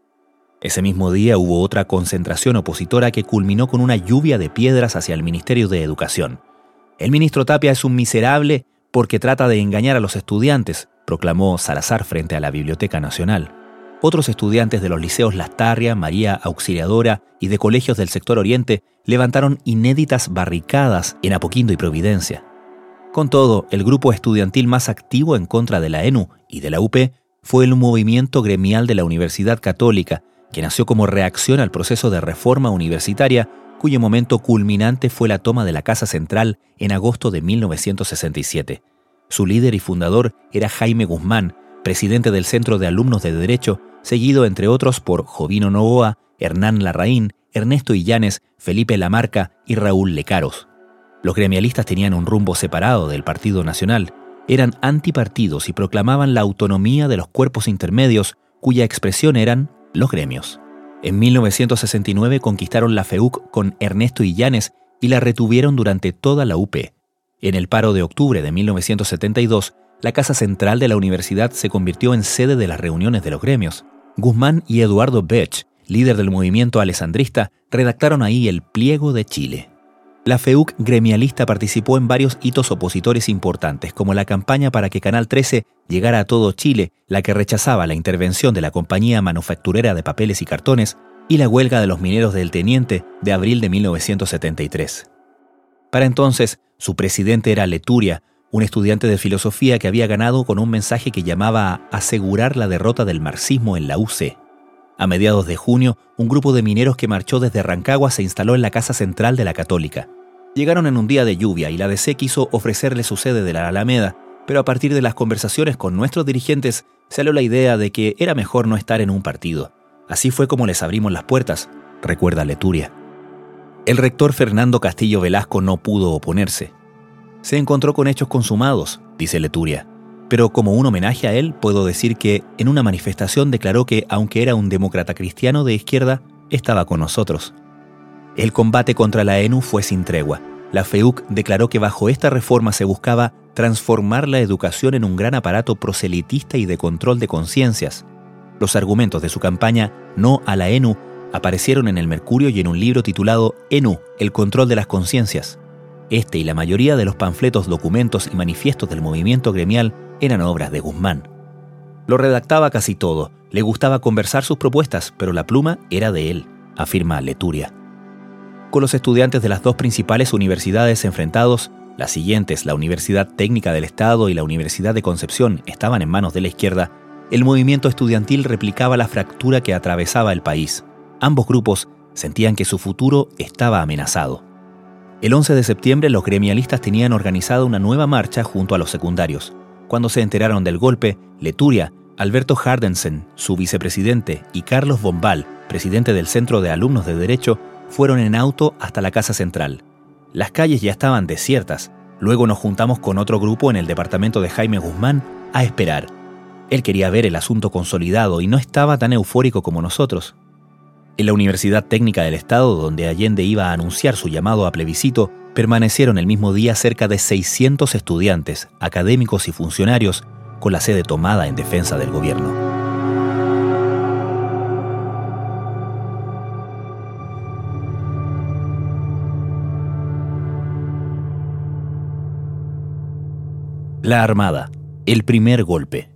Ese mismo día hubo otra concentración opositora que culminó con una lluvia de piedras hacia el Ministerio de Educación. El ministro Tapia es un miserable porque trata de engañar a los estudiantes, proclamó Salazar frente a la Biblioteca Nacional. Otros estudiantes de los liceos Lastarria, María Auxiliadora y de colegios del sector oriente levantaron inéditas barricadas en Apoquindo y Providencia. Con todo, el grupo estudiantil más activo en contra de la ENU y de la U P fue el movimiento gremial de la Universidad Católica, que nació como reacción al proceso de reforma universitaria, cuyo momento culminante fue la toma de la Casa Central en agosto de mil novecientos sesenta y siete. Su líder y fundador era Jaime Guzmán, presidente del Centro de Alumnos de Derecho, seguido entre otros por Jovino Novoa, Hernán Larraín, Ernesto Illanes, Felipe Lamarca y Raúl Lecaros. Los gremialistas tenían un rumbo separado del Partido Nacional, eran antipartidos y proclamaban la autonomía de los cuerpos intermedios, cuya expresión eran los gremios. En mil novecientos sesenta y nueve conquistaron la FEUC con Ernesto Illanes y la retuvieron durante toda la U P. En el paro de octubre de mil novecientos setenta y dos, la Casa Central de la universidad se convirtió en sede de las reuniones de los gremios. Guzmán y Eduardo Bech, líder del movimiento alessandrista, redactaron ahí el Pliego de Chile. La FEUC gremialista participó en varios hitos opositores importantes, como la campaña para que Canal trece llegara a todo Chile, la que rechazaba la intervención de la compañía manufacturera de papeles y cartones, y la huelga de los mineros del Teniente de abril de mil novecientos setenta y tres. Para entonces, su presidente era Leturia, un estudiante de filosofía que había ganado con un mensaje que llamaba a asegurar la derrota del marxismo en la U C. A mediados de junio, un grupo de mineros que marchó desde Rancagua se instaló en la Casa Central de la Católica. Llegaron en un día de lluvia y la D C quiso ofrecerle su sede de la Alameda, pero a partir de las conversaciones con nuestros dirigentes salió la idea de que era mejor no estar en un partido. Así fue como les abrimos las puertas, recuerda Leturia. El rector Fernando Castillo Velasco no pudo oponerse. Se encontró con hechos consumados, dice Leturia, pero como un homenaje a él puedo decir que en una manifestación declaró que, aunque era un demócrata cristiano de izquierda, estaba con nosotros. El combate contra la ENU fue sin tregua. La FEUC declaró que bajo esta reforma se buscaba transformar la educación en un gran aparato proselitista y de control de conciencias. Los argumentos de su campaña No a la ENU aparecieron en el Mercurio y en un libro titulado ENU, el control de las conciencias. Este y la mayoría de los panfletos, documentos y manifiestos del movimiento gremial eran obras de Guzmán. Lo redactaba casi todo, le gustaba conversar sus propuestas, pero la pluma era de él, afirma Leturia. Con los estudiantes de las dos principales universidades enfrentados, las siguientes, la Universidad Técnica del Estado y la Universidad de Concepción, estaban en manos de la izquierda, el movimiento estudiantil replicaba la fractura que atravesaba el país. Ambos grupos sentían que su futuro estaba amenazado. El once de septiembre los gremialistas tenían organizado una nueva marcha junto a los secundarios. Cuando se enteraron del golpe, Leturia, Alberto Hardensen, su vicepresidente, y Carlos Bombal, presidente del Centro de Alumnos de Derecho, fueron en auto hasta la Casa Central. Las calles ya estaban desiertas. Luego nos juntamos con otro grupo en el departamento de Jaime Guzmán a esperar. Él quería ver el asunto consolidado y no estaba tan eufórico como nosotros. En la Universidad Técnica del Estado, donde Allende iba a anunciar su llamado a plebiscito, permanecieron el mismo día cerca de seiscientos estudiantes, académicos y funcionarios, con la sede tomada en defensa del gobierno. La Armada, el primer golpe.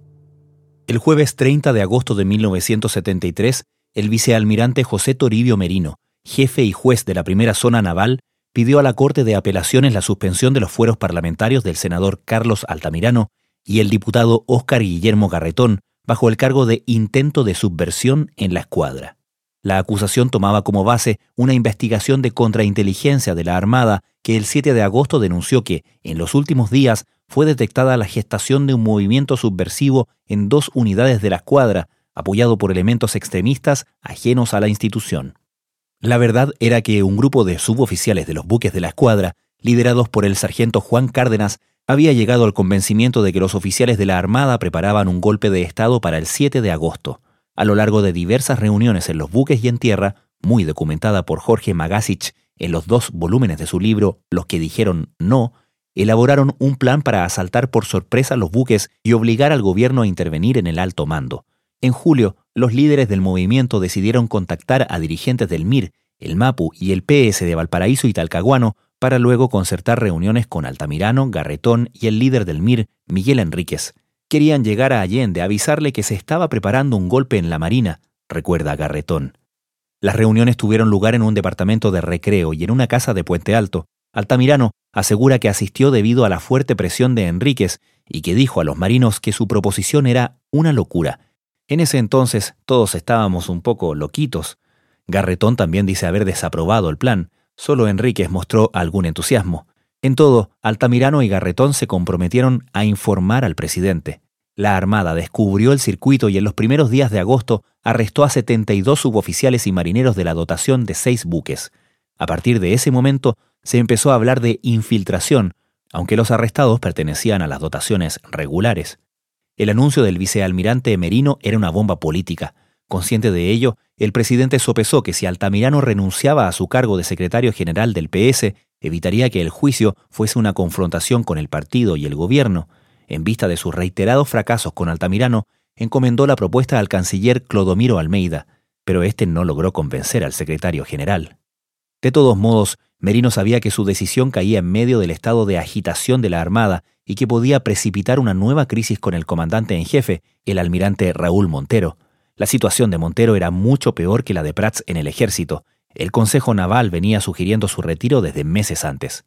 El jueves treinta de agosto de mil novecientos setenta y tres, el vicealmirante José Toribio Merino, jefe y juez de la primera zona naval, pidió a la Corte de Apelaciones la suspensión de los fueros parlamentarios del senador Carlos Altamirano y el diputado Óscar Guillermo Garretón, bajo el cargo de intento de subversión en la escuadra. La acusación tomaba como base una investigación de contrainteligencia de la Armada que el siete de agosto denunció que, en los últimos días, fue detectada la gestación de un movimiento subversivo en dos unidades de la escuadra, apoyado por elementos extremistas ajenos a la institución. La verdad era que un grupo de suboficiales de los buques de la escuadra, liderados por el sargento Juan Cárdenas, había llegado al convencimiento de que los oficiales de la Armada preparaban un golpe de Estado para el siete de agosto. A lo largo de diversas reuniones en los buques y en tierra, muy documentada por Jorge Magasic en los dos volúmenes de su libro Los que dijeron no, elaboraron un plan para asaltar por sorpresa los buques y obligar al gobierno a intervenir en el alto mando. En julio, los líderes del movimiento decidieron contactar a dirigentes del M I R, el MAPU y el P S de Valparaíso y Talcahuano para luego concertar reuniones con Altamirano, Garretón y el líder del M I R, Miguel Enríquez. Querían llegar a Allende a avisarle que se estaba preparando un golpe en la Marina, recuerda Garretón. Las reuniones tuvieron lugar en un departamento de Recreo y en una casa de Puente Alto. Altamirano asegura que asistió debido a la fuerte presión de Enríquez y que dijo a los marinos que su proposición era una locura. En ese entonces todos estábamos un poco loquitos. Garretón también dice haber desaprobado el plan. Solo Enríquez mostró algún entusiasmo. En todo, Altamirano y Garretón se comprometieron a informar al presidente. La Armada descubrió el circuito y en los primeros días de agosto arrestó a setenta y dos suboficiales y marineros de la dotación de seis buques. A partir de ese momento se empezó a hablar de infiltración, aunque los arrestados pertenecían a las dotaciones regulares. El anuncio del vicealmirante Merino era una bomba política. Consciente de ello, el presidente sopesó que si Altamirano renunciaba a su cargo de secretario general del P S, evitaría que el juicio fuese una confrontación con el partido y el gobierno. En vista de sus reiterados fracasos con Altamirano, encomendó la propuesta al canciller Clodomiro Almeida, pero este no logró convencer al secretario general. De todos modos, Merino sabía que su decisión caía en medio del estado de agitación de la Armada y que podía precipitar una nueva crisis con el comandante en jefe, el almirante Raúl Montero. La situación de Montero era mucho peor que la de Prats en el ejército. El Consejo Naval venía sugiriendo su retiro desde meses antes.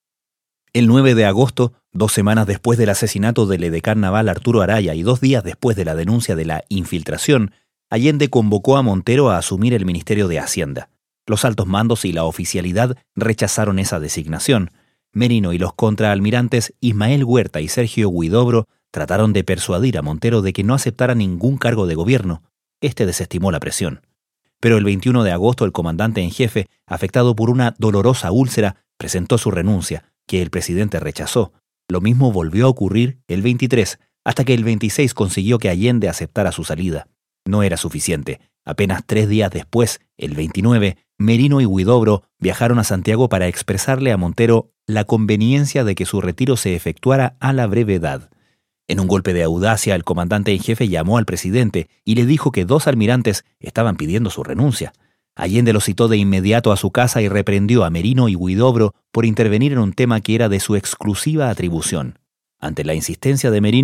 El nueve de agosto, dos semanas después del asesinato del edecán naval Arturo Araya y dos días después de la denuncia de la infiltración, Allende convocó a Montero a asumir el Ministerio de Hacienda. Los altos mandos y la oficialidad rechazaron esa designación. Merino y los contraalmirantes Ismael Huerta y Sergio Huidobro trataron de persuadir a Montero de que no aceptara ningún cargo de gobierno. Este desestimó la presión. Pero el veintiuno de agosto el comandante en jefe, afectado por una dolorosa úlcera, presentó su renuncia, que el presidente rechazó. Lo mismo volvió a ocurrir el veintitrés, hasta que el veintiséis consiguió que Allende aceptara su salida. No era suficiente. Apenas tres días después, el veintinueve, Merino y Huidobro viajaron a Santiago para expresarle a Montero la conveniencia de que su retiro se efectuara a la brevedad. En un golpe de audacia, el comandante en jefe llamó al presidente y le dijo que dos almirantes estaban pidiendo su renuncia. Allende los citó de inmediato a su casa y reprendió a Merino y Huidobro por intervenir en un tema que era de su exclusiva atribución. Ante la insistencia de Merino,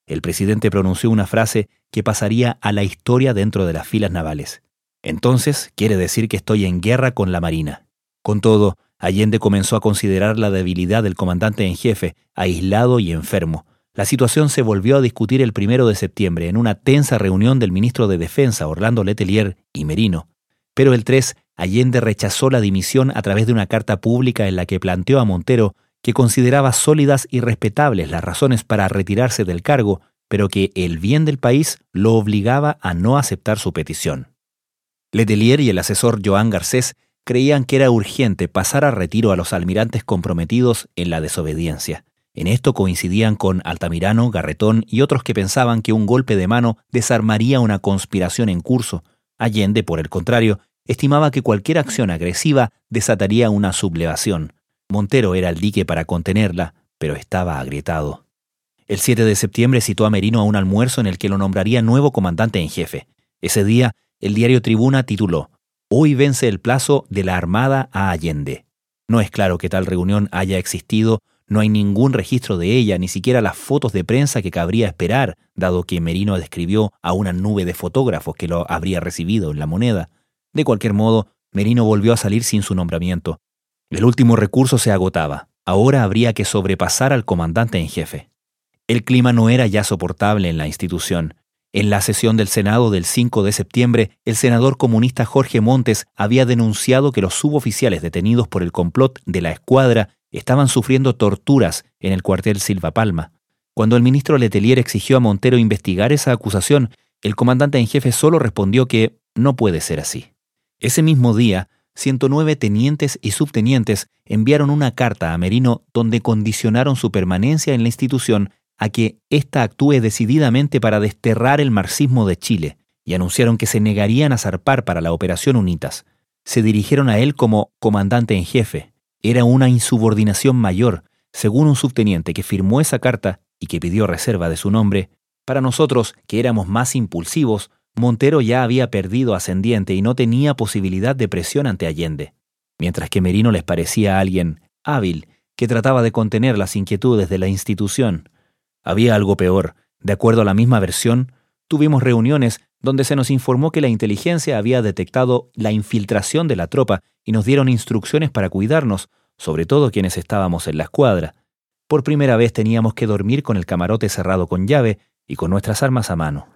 el presidente pronunció una frase que pasaría a la historia dentro de las filas navales. Entonces, quiere decir que estoy en guerra con la Marina. Con todo, Allende comenzó a considerar la debilidad del comandante en jefe, aislado y enfermo. La situación se volvió a discutir el primero de septiembre en una tensa reunión del ministro de Defensa, Orlando Letelier, y Merino. Pero el tres, Allende rechazó la dimisión a través de una carta pública en la que planteó a Montero que consideraba sólidas y respetables las razones para retirarse del cargo, pero que el bien del país lo obligaba a no aceptar su petición. Letelier y el asesor Joan Garcés creían que era urgente pasar a retiro a los almirantes comprometidos en la desobediencia. En esto coincidían con Altamirano, Garretón y otros que pensaban que un golpe de mano desarmaría una conspiración en curso. Allende, por el contrario, estimaba que cualquier acción agresiva desataría una sublevación. Montero era el dique para contenerla, pero estaba agrietado. El siete de septiembre citó a Merino a un almuerzo en el que lo nombraría nuevo comandante en jefe. Ese día, el diario Tribuna tituló: «Hoy vence el plazo de la Armada a Allende». No es claro que tal reunión haya existido, no hay ningún registro de ella, ni siquiera las fotos de prensa que cabría esperar, dado que Merino describió a una nube de fotógrafos que lo habría recibido en La Moneda. De cualquier modo, Merino volvió a salir sin su nombramiento. El último recurso se agotaba. Ahora habría que sobrepasar al comandante en jefe. El clima no era ya soportable en la institución. En la sesión del Senado del cinco de septiembre, el senador comunista Jorge Montes había denunciado que los suboficiales detenidos por el complot de la Escuadra estaban sufriendo torturas en el cuartel Silva Palma. Cuando el ministro Letelier exigió a Montero investigar esa acusación, el comandante en jefe solo respondió que no puede ser así. Ese mismo día, ciento nueve tenientes y subtenientes enviaron una carta a Merino donde condicionaron su permanencia en la institución a que ésta actúe decididamente para desterrar el marxismo de Chile, y anunciaron que se negarían a zarpar para la Operación Unitas. Se dirigieron a él como comandante en jefe. Era una insubordinación mayor, según un subteniente que firmó esa carta y que pidió reserva de su nombre. Para nosotros, que éramos más impulsivos, Montero ya había perdido ascendiente y no tenía posibilidad de presión ante Allende, mientras que Merino les parecía alguien hábil que trataba de contener las inquietudes de la institución. Había algo peor. De acuerdo a la misma versión, tuvimos reuniones donde se nos informó que la inteligencia había detectado la infiltración de la tropa y nos dieron instrucciones para cuidarnos, sobre todo quienes estábamos en la escuadra. Por primera vez teníamos que dormir con el camarote cerrado con llave y con nuestras armas a mano.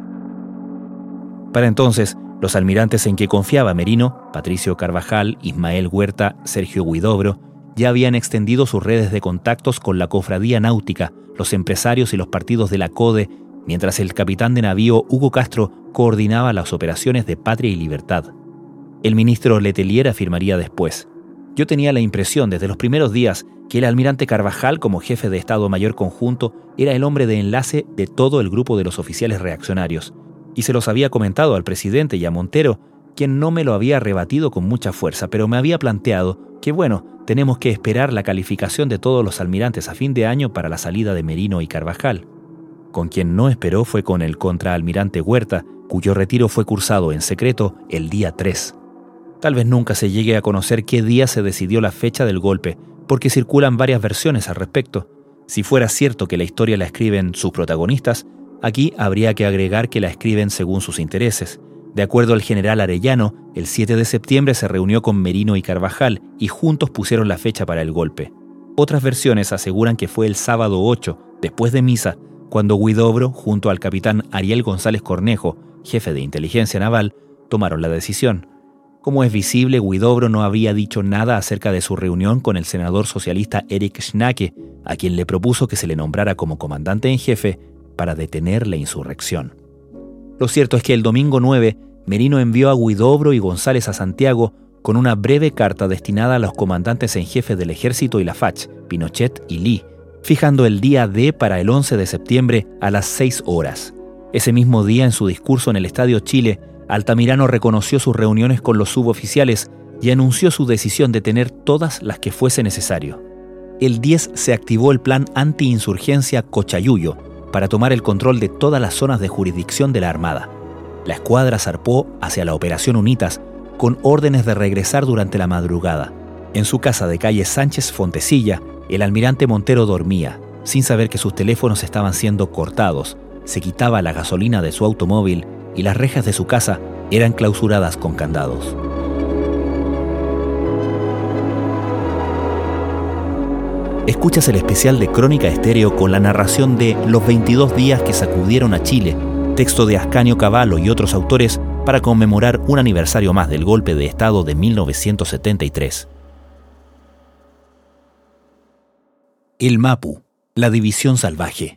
Para entonces, los almirantes en que confiaba Merino, Patricio Carvajal, Ismael Huerta, Sergio Huidobro, ya habían extendido sus redes de contactos con la cofradía náutica, los empresarios y los partidos de la CODE, mientras el capitán de navío Hugo Castro coordinaba las operaciones de Patria y Libertad. El ministro Letelier afirmaría después: «Yo tenía la impresión desde los primeros días que el almirante Carvajal, como jefe de Estado Mayor Conjunto, era el hombre de enlace de todo el grupo de los oficiales reaccionarios, y se los había comentado al presidente y a Montero, quien no me lo había rebatido con mucha fuerza, pero me había planteado que, bueno, tenemos que esperar la calificación de todos los almirantes a fin de año para la salida de Merino y Carvajal». Con quien no esperó fue con el contraalmirante Huerta, cuyo retiro fue cursado en secreto el día tres. Tal vez nunca se llegue a conocer qué día se decidió la fecha del golpe, porque circulan varias versiones al respecto. Si fuera cierto que la historia la escriben sus protagonistas, aquí habría que agregar que la escriben según sus intereses. De acuerdo al general Arellano, el siete de septiembre se reunió con Merino y Carvajal y juntos pusieron la fecha para el golpe. Otras versiones aseguran que fue el sábado ocho, después de misa, cuando Huidobro, junto al capitán Ariel González Cornejo, jefe de inteligencia naval, tomaron la decisión. Como es visible, Huidobro no había dicho nada acerca de su reunión con el senador socialista Erich Schnake, a quien le propuso que se le nombrara como comandante en jefe para detener la insurrección. Lo cierto es que el domingo nueve, Merino envió a Huidobro y González a Santiago con una breve carta destinada a los comandantes en jefe del Ejército y la F A C, Pinochet y Lee, fijando el día D para el once de septiembre a las seis horas. Ese mismo día, en su discurso en el Estadio Chile, Altamirano reconoció sus reuniones con los suboficiales y anunció su decisión de tener todas las que fuese necesario. El diez se activó el plan anti-insurgencia Cochayuyo para tomar el control de todas las zonas de jurisdicción de la Armada. La escuadra zarpó hacia la Operación Unitas con órdenes de regresar durante la madrugada. En su casa de calle Sánchez Fontecilla, el almirante Montero dormía. sin saber que sus teléfonos estaban siendo cortados, se quitaba la gasolina de su automóvil y las rejas de su casa eran clausuradas con candados. Escuchas el especial de Crónica Estéreo con la narración de Los veintidós días que sacudieron a Chile, texto de Ascanio Cavallo y otros autores para conmemorar un aniversario más del golpe de Estado de mil novecientos setenta y tres. El Mapu, la división salvaje.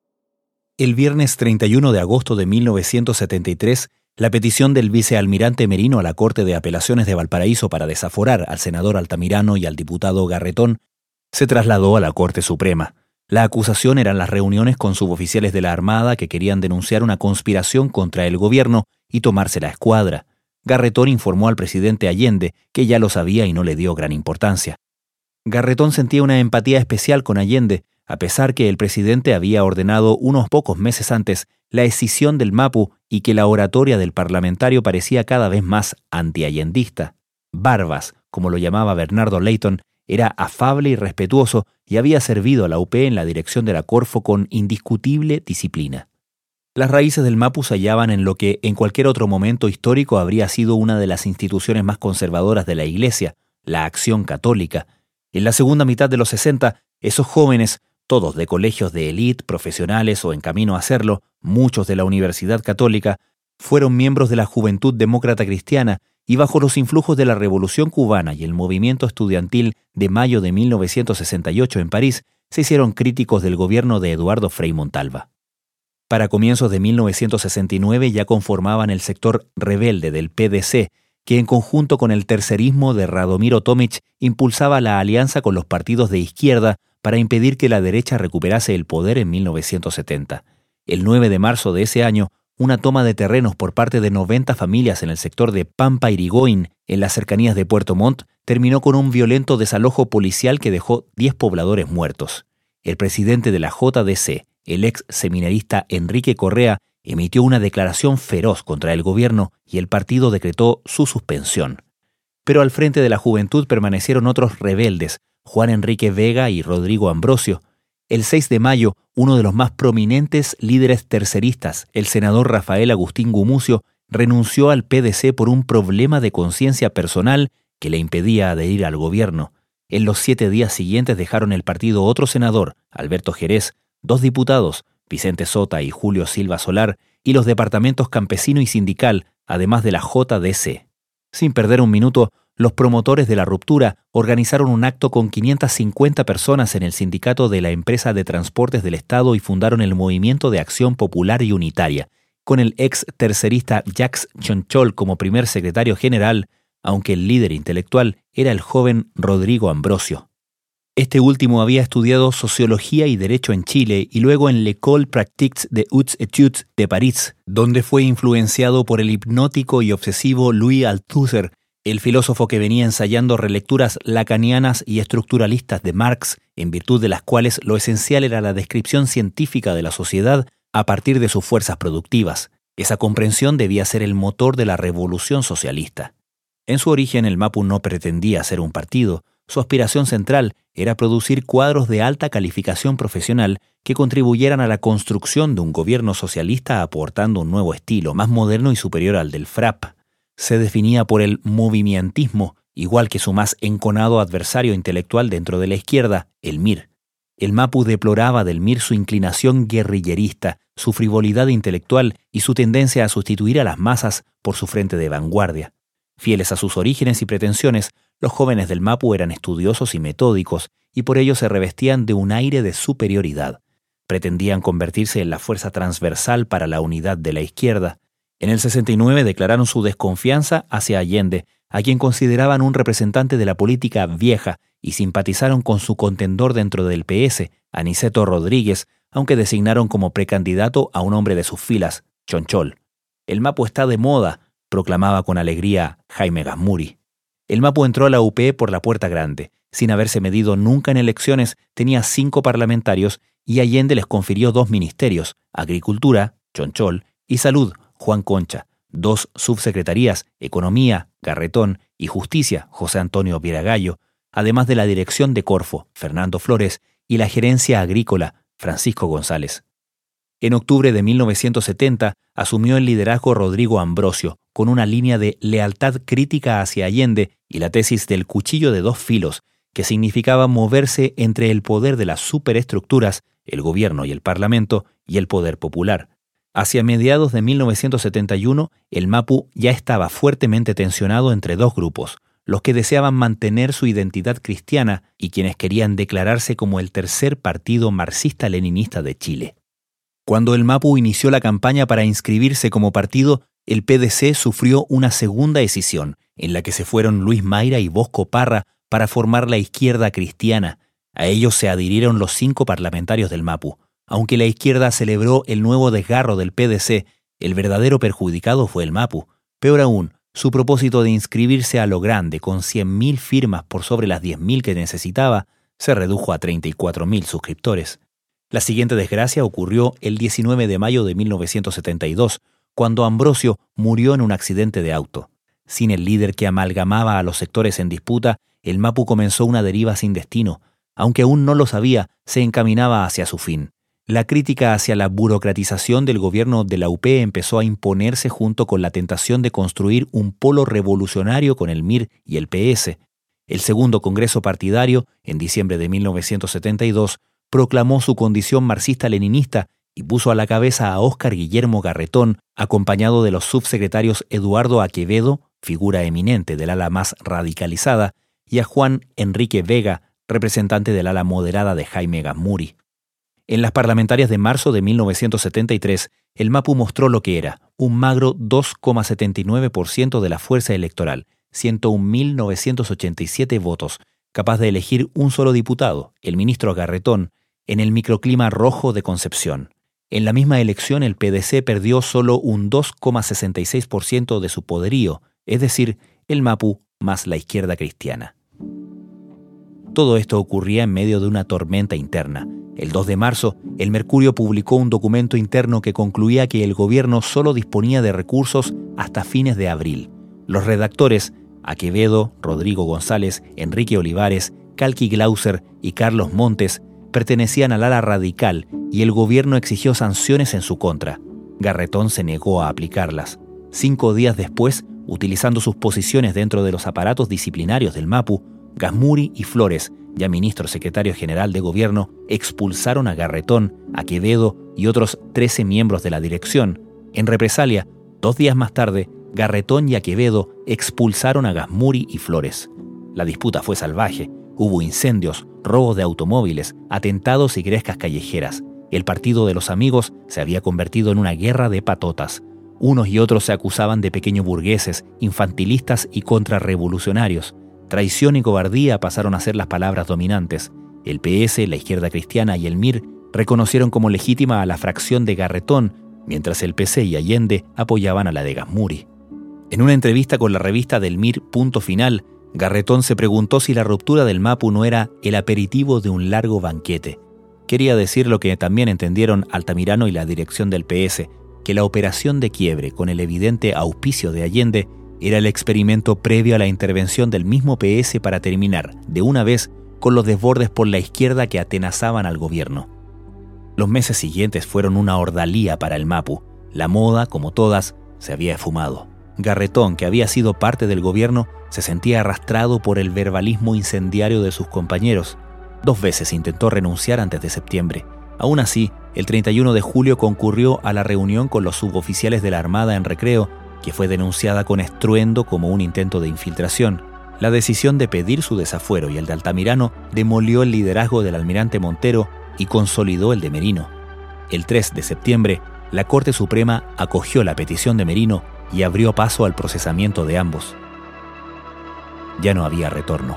El viernes treinta y uno de agosto de mil novecientos setenta y tres, la petición del vicealmirante Merino a la Corte de Apelaciones de Valparaíso para desaforar al senador Altamirano y al diputado Garretón se trasladó a la Corte Suprema. La acusación eran las reuniones con suboficiales de la Armada que querían denunciar una conspiración contra el gobierno y tomarse la escuadra. Garretón informó al presidente Allende que ya lo sabía y no le dio gran importancia. Garretón sentía una empatía especial con Allende, a pesar que el presidente había ordenado unos pocos meses antes la escisión del Mapu y que la oratoria del parlamentario parecía cada vez más antiallendista. Barbas, como lo llamaba Bernardo Leighton, era afable y respetuoso y había servido a la U P en la dirección de la Corfo con indiscutible disciplina. Las raíces del Mapu se hallaban en lo que en cualquier otro momento histórico habría sido una de las instituciones más conservadoras de la Iglesia, la Acción Católica. En la segunda mitad de los sesenta, esos jóvenes, todos de colegios de élite, profesionales o en camino a hacerlo, muchos de la Universidad Católica, fueron miembros de la Juventud Demócrata Cristiana y bajo los influjos de la Revolución Cubana y el movimiento estudiantil de mayo de mil novecientos sesenta y ocho en París, se hicieron críticos del gobierno de Eduardo Frei Montalva. Para comienzos de mil novecientos sesenta y nueve ya conformaban el sector rebelde del P D C, que en conjunto con el tercerismo de Radomiro Tomic impulsaba la alianza con los partidos de izquierda para impedir que la derecha recuperase el poder en mil novecientos setenta. El nueve de marzo de ese año, una toma de terrenos por parte de noventa familias en el sector de Pampa Irigoyen, en las cercanías de Puerto Montt, terminó con un violento desalojo policial que dejó diez pobladores muertos. El presidente de la J D C, el ex seminarista Enrique Correa, emitió una declaración feroz contra el gobierno y el partido decretó su suspensión. Pero al frente de la juventud permanecieron otros rebeldes, Juan Enrique Vega y Rodrigo Ambrosio. El seis de mayo, uno de los más prominentes líderes terceristas, el senador Rafael Agustín Gumucio, renunció al P D C por un problema de conciencia personal que le impedía adherir al gobierno. En los siete días siguientes dejaron el partido otro senador, Alberto Jerez, dos diputados, Vicente Sota y Julio Silva Solar, y los departamentos campesino y sindical, además de la J D C. Sin perder un minuto, los promotores de la ruptura organizaron un acto con quinientas cincuenta personas en el sindicato de la empresa de transportes del Estado y fundaron el Movimiento de Acción Popular y Unitaria, con el ex tercerista Jacques Chonchol como primer secretario general, aunque el líder intelectual era el joven Rodrigo Ambrosio. Este último había estudiado Sociología y Derecho en Chile y luego en l'École pratique des hautes études de París, donde fue influenciado por el hipnótico y obsesivo Louis Althusser, el filósofo que venía ensayando relecturas lacanianas y estructuralistas de Marx, en virtud de las cuales lo esencial era la descripción científica de la sociedad a partir de sus fuerzas productivas. Esa comprensión debía ser el motor de la revolución socialista. En su origen, el Mapu no pretendía ser un partido. Su aspiración central era producir cuadros de alta calificación profesional que contribuyeran a la construcción de un gobierno socialista aportando un nuevo estilo, más moderno y superior al del F R A P. Se definía por el movimientismo, igual que su más enconado adversario intelectual dentro de la izquierda, el M I R. El Mapu deploraba del M I R su inclinación guerrillerista, su frivolidad intelectual y su tendencia a sustituir a las masas por su frente de vanguardia. Fieles a sus orígenes y pretensiones, los jóvenes del Mapu eran estudiosos y metódicos, y por ello se revestían de un aire de superioridad. Pretendían convertirse en la fuerza transversal para la unidad de la izquierda. En el sesenta y nueve declararon su desconfianza hacia Allende, a quien consideraban un representante de la política vieja, y simpatizaron con su contendor dentro del P S, Aniceto Rodríguez, aunque designaron como precandidato a un hombre de sus filas, Chonchol. El Mapu está de moda, proclamaba con alegría Jaime Gazmuri. El Mapu entró a la U P por la puerta grande. Sin haberse medido nunca en elecciones, tenía cinco parlamentarios y Allende les confirió dos ministerios, Agricultura, Chonchol, y Salud, Juan Concha, dos subsecretarías, Economía, Garretón, y Justicia, José Antonio Viragallo, además de la dirección de Corfo, Fernando Flores, y la gerencia agrícola, Francisco González. En octubre de mil novecientos setenta asumió el liderazgo Rodrigo Ambrosio, con una línea de lealtad crítica hacia Allende y la tesis del cuchillo de dos filos, que significaba moverse entre el poder de las superestructuras, el gobierno y el parlamento, y el poder popular. Hacia mediados de mil novecientos setenta y uno, el MAPU ya estaba fuertemente tensionado entre dos grupos, los que deseaban mantener su identidad cristiana y quienes querían declararse como el tercer partido marxista-leninista de Chile. Cuando el MAPU inició la campaña para inscribirse como partido, el P D C sufrió una segunda escisión, en la que se fueron Luis Mayra y Bosco Parra para formar la izquierda cristiana. A ellos se adhirieron los cinco parlamentarios del MAPU. Aunque la izquierda celebró el nuevo desgarro del P D C, el verdadero perjudicado fue el MAPU. Peor aún, su propósito de inscribirse a lo grande, con cien mil firmas por sobre las diez mil que necesitaba, se redujo a treinta y cuatro mil suscriptores. La siguiente desgracia ocurrió el diecinueve de mayo de mil novecientos setenta y dos, cuando Ambrosio murió en un accidente de auto. Sin el líder que amalgamaba a los sectores en disputa, el MAPU comenzó una deriva sin destino. Aunque aún no lo sabía, se encaminaba hacia su fin. La crítica hacia la burocratización del gobierno de la U P empezó a imponerse junto con la tentación de construir un polo revolucionario con el M I R y el P S. El segundo Congreso Partidario, en diciembre de mil novecientos setenta y dos, proclamó su condición marxista-leninista y puso a la cabeza a Óscar Guillermo Garretón, acompañado de los subsecretarios Eduardo Aquevedo, figura eminente del ala más radicalizada, y a Juan Enrique Vega, representante del ala moderada de Jaime Gazmuri. En las parlamentarias de marzo de mil novecientos setenta y tres, el MAPU mostró lo que era, un magro dos coma setenta y nueve por ciento de la fuerza electoral, ciento un mil novecientos ochenta y siete votos, capaz de elegir un solo diputado, el ministro Garretón, en el microclima rojo de Concepción. En la misma elección el P D C perdió solo un dos coma sesenta y seis por ciento de su poderío, es decir, el MAPU más la izquierda cristiana. Todo esto ocurría en medio de una tormenta interna. El dos de marzo, el Mercurio publicó un documento interno que concluía que el gobierno solo disponía de recursos hasta fines de abril. Los redactores, Aquevedo, Rodrigo González, Enrique Olivares, Calqui Glauser y Carlos Montes, pertenecían al ala radical y el gobierno exigió sanciones en su contra. Garretón se negó a aplicarlas. Cinco días después, utilizando sus posiciones dentro de los aparatos disciplinarios del MAPU, Gazmuri y Flores, ya ministro secretario general de gobierno, expulsaron a Garretón, a Quevedo y otros trece miembros de la dirección. En represalia, dos días más tarde, Garretón y Aquevedo expulsaron a Gazmuri y Flores. La disputa fue salvaje. Hubo incendios, robos de automóviles, atentados y grescas callejeras. El partido de los amigos se había convertido en una guerra de patotas. Unos y otros se acusaban de pequeños burgueses, infantilistas y contrarrevolucionarios. Traición y cobardía pasaron a ser las palabras dominantes. El P S, la izquierda cristiana y el M I R reconocieron como legítima a la fracción de Garretón, mientras el P C y Allende apoyaban a la de Gazmuri. En una entrevista con la revista del M I R Punto Final, Garretón se preguntó si la ruptura del MAPU no era el aperitivo de un largo banquete. Quería decir lo que también entendieron Altamirano y la dirección del P S, que la operación de quiebre con el evidente auspicio de Allende era el experimento previo a la intervención del mismo P S para terminar, de una vez, con los desbordes por la izquierda que atenazaban al gobierno. Los meses siguientes fueron una ordalía para el MAPU. La moda, como todas, se había esfumado. Garretón, que había sido parte del gobierno, se sentía arrastrado por el verbalismo incendiario de sus compañeros. Dos veces intentó renunciar antes de septiembre. Aún así, el treinta y uno de julio concurrió a la reunión con los suboficiales de la Armada en Recreo, que fue denunciada con estruendo como un intento de infiltración. La decisión de pedir su desafuero y el de Altamirano demolió el liderazgo del almirante Montero y consolidó el de Merino. El tres de septiembre, la Corte Suprema acogió la petición de Merino y abrió paso al procesamiento de ambos. Ya no había retorno.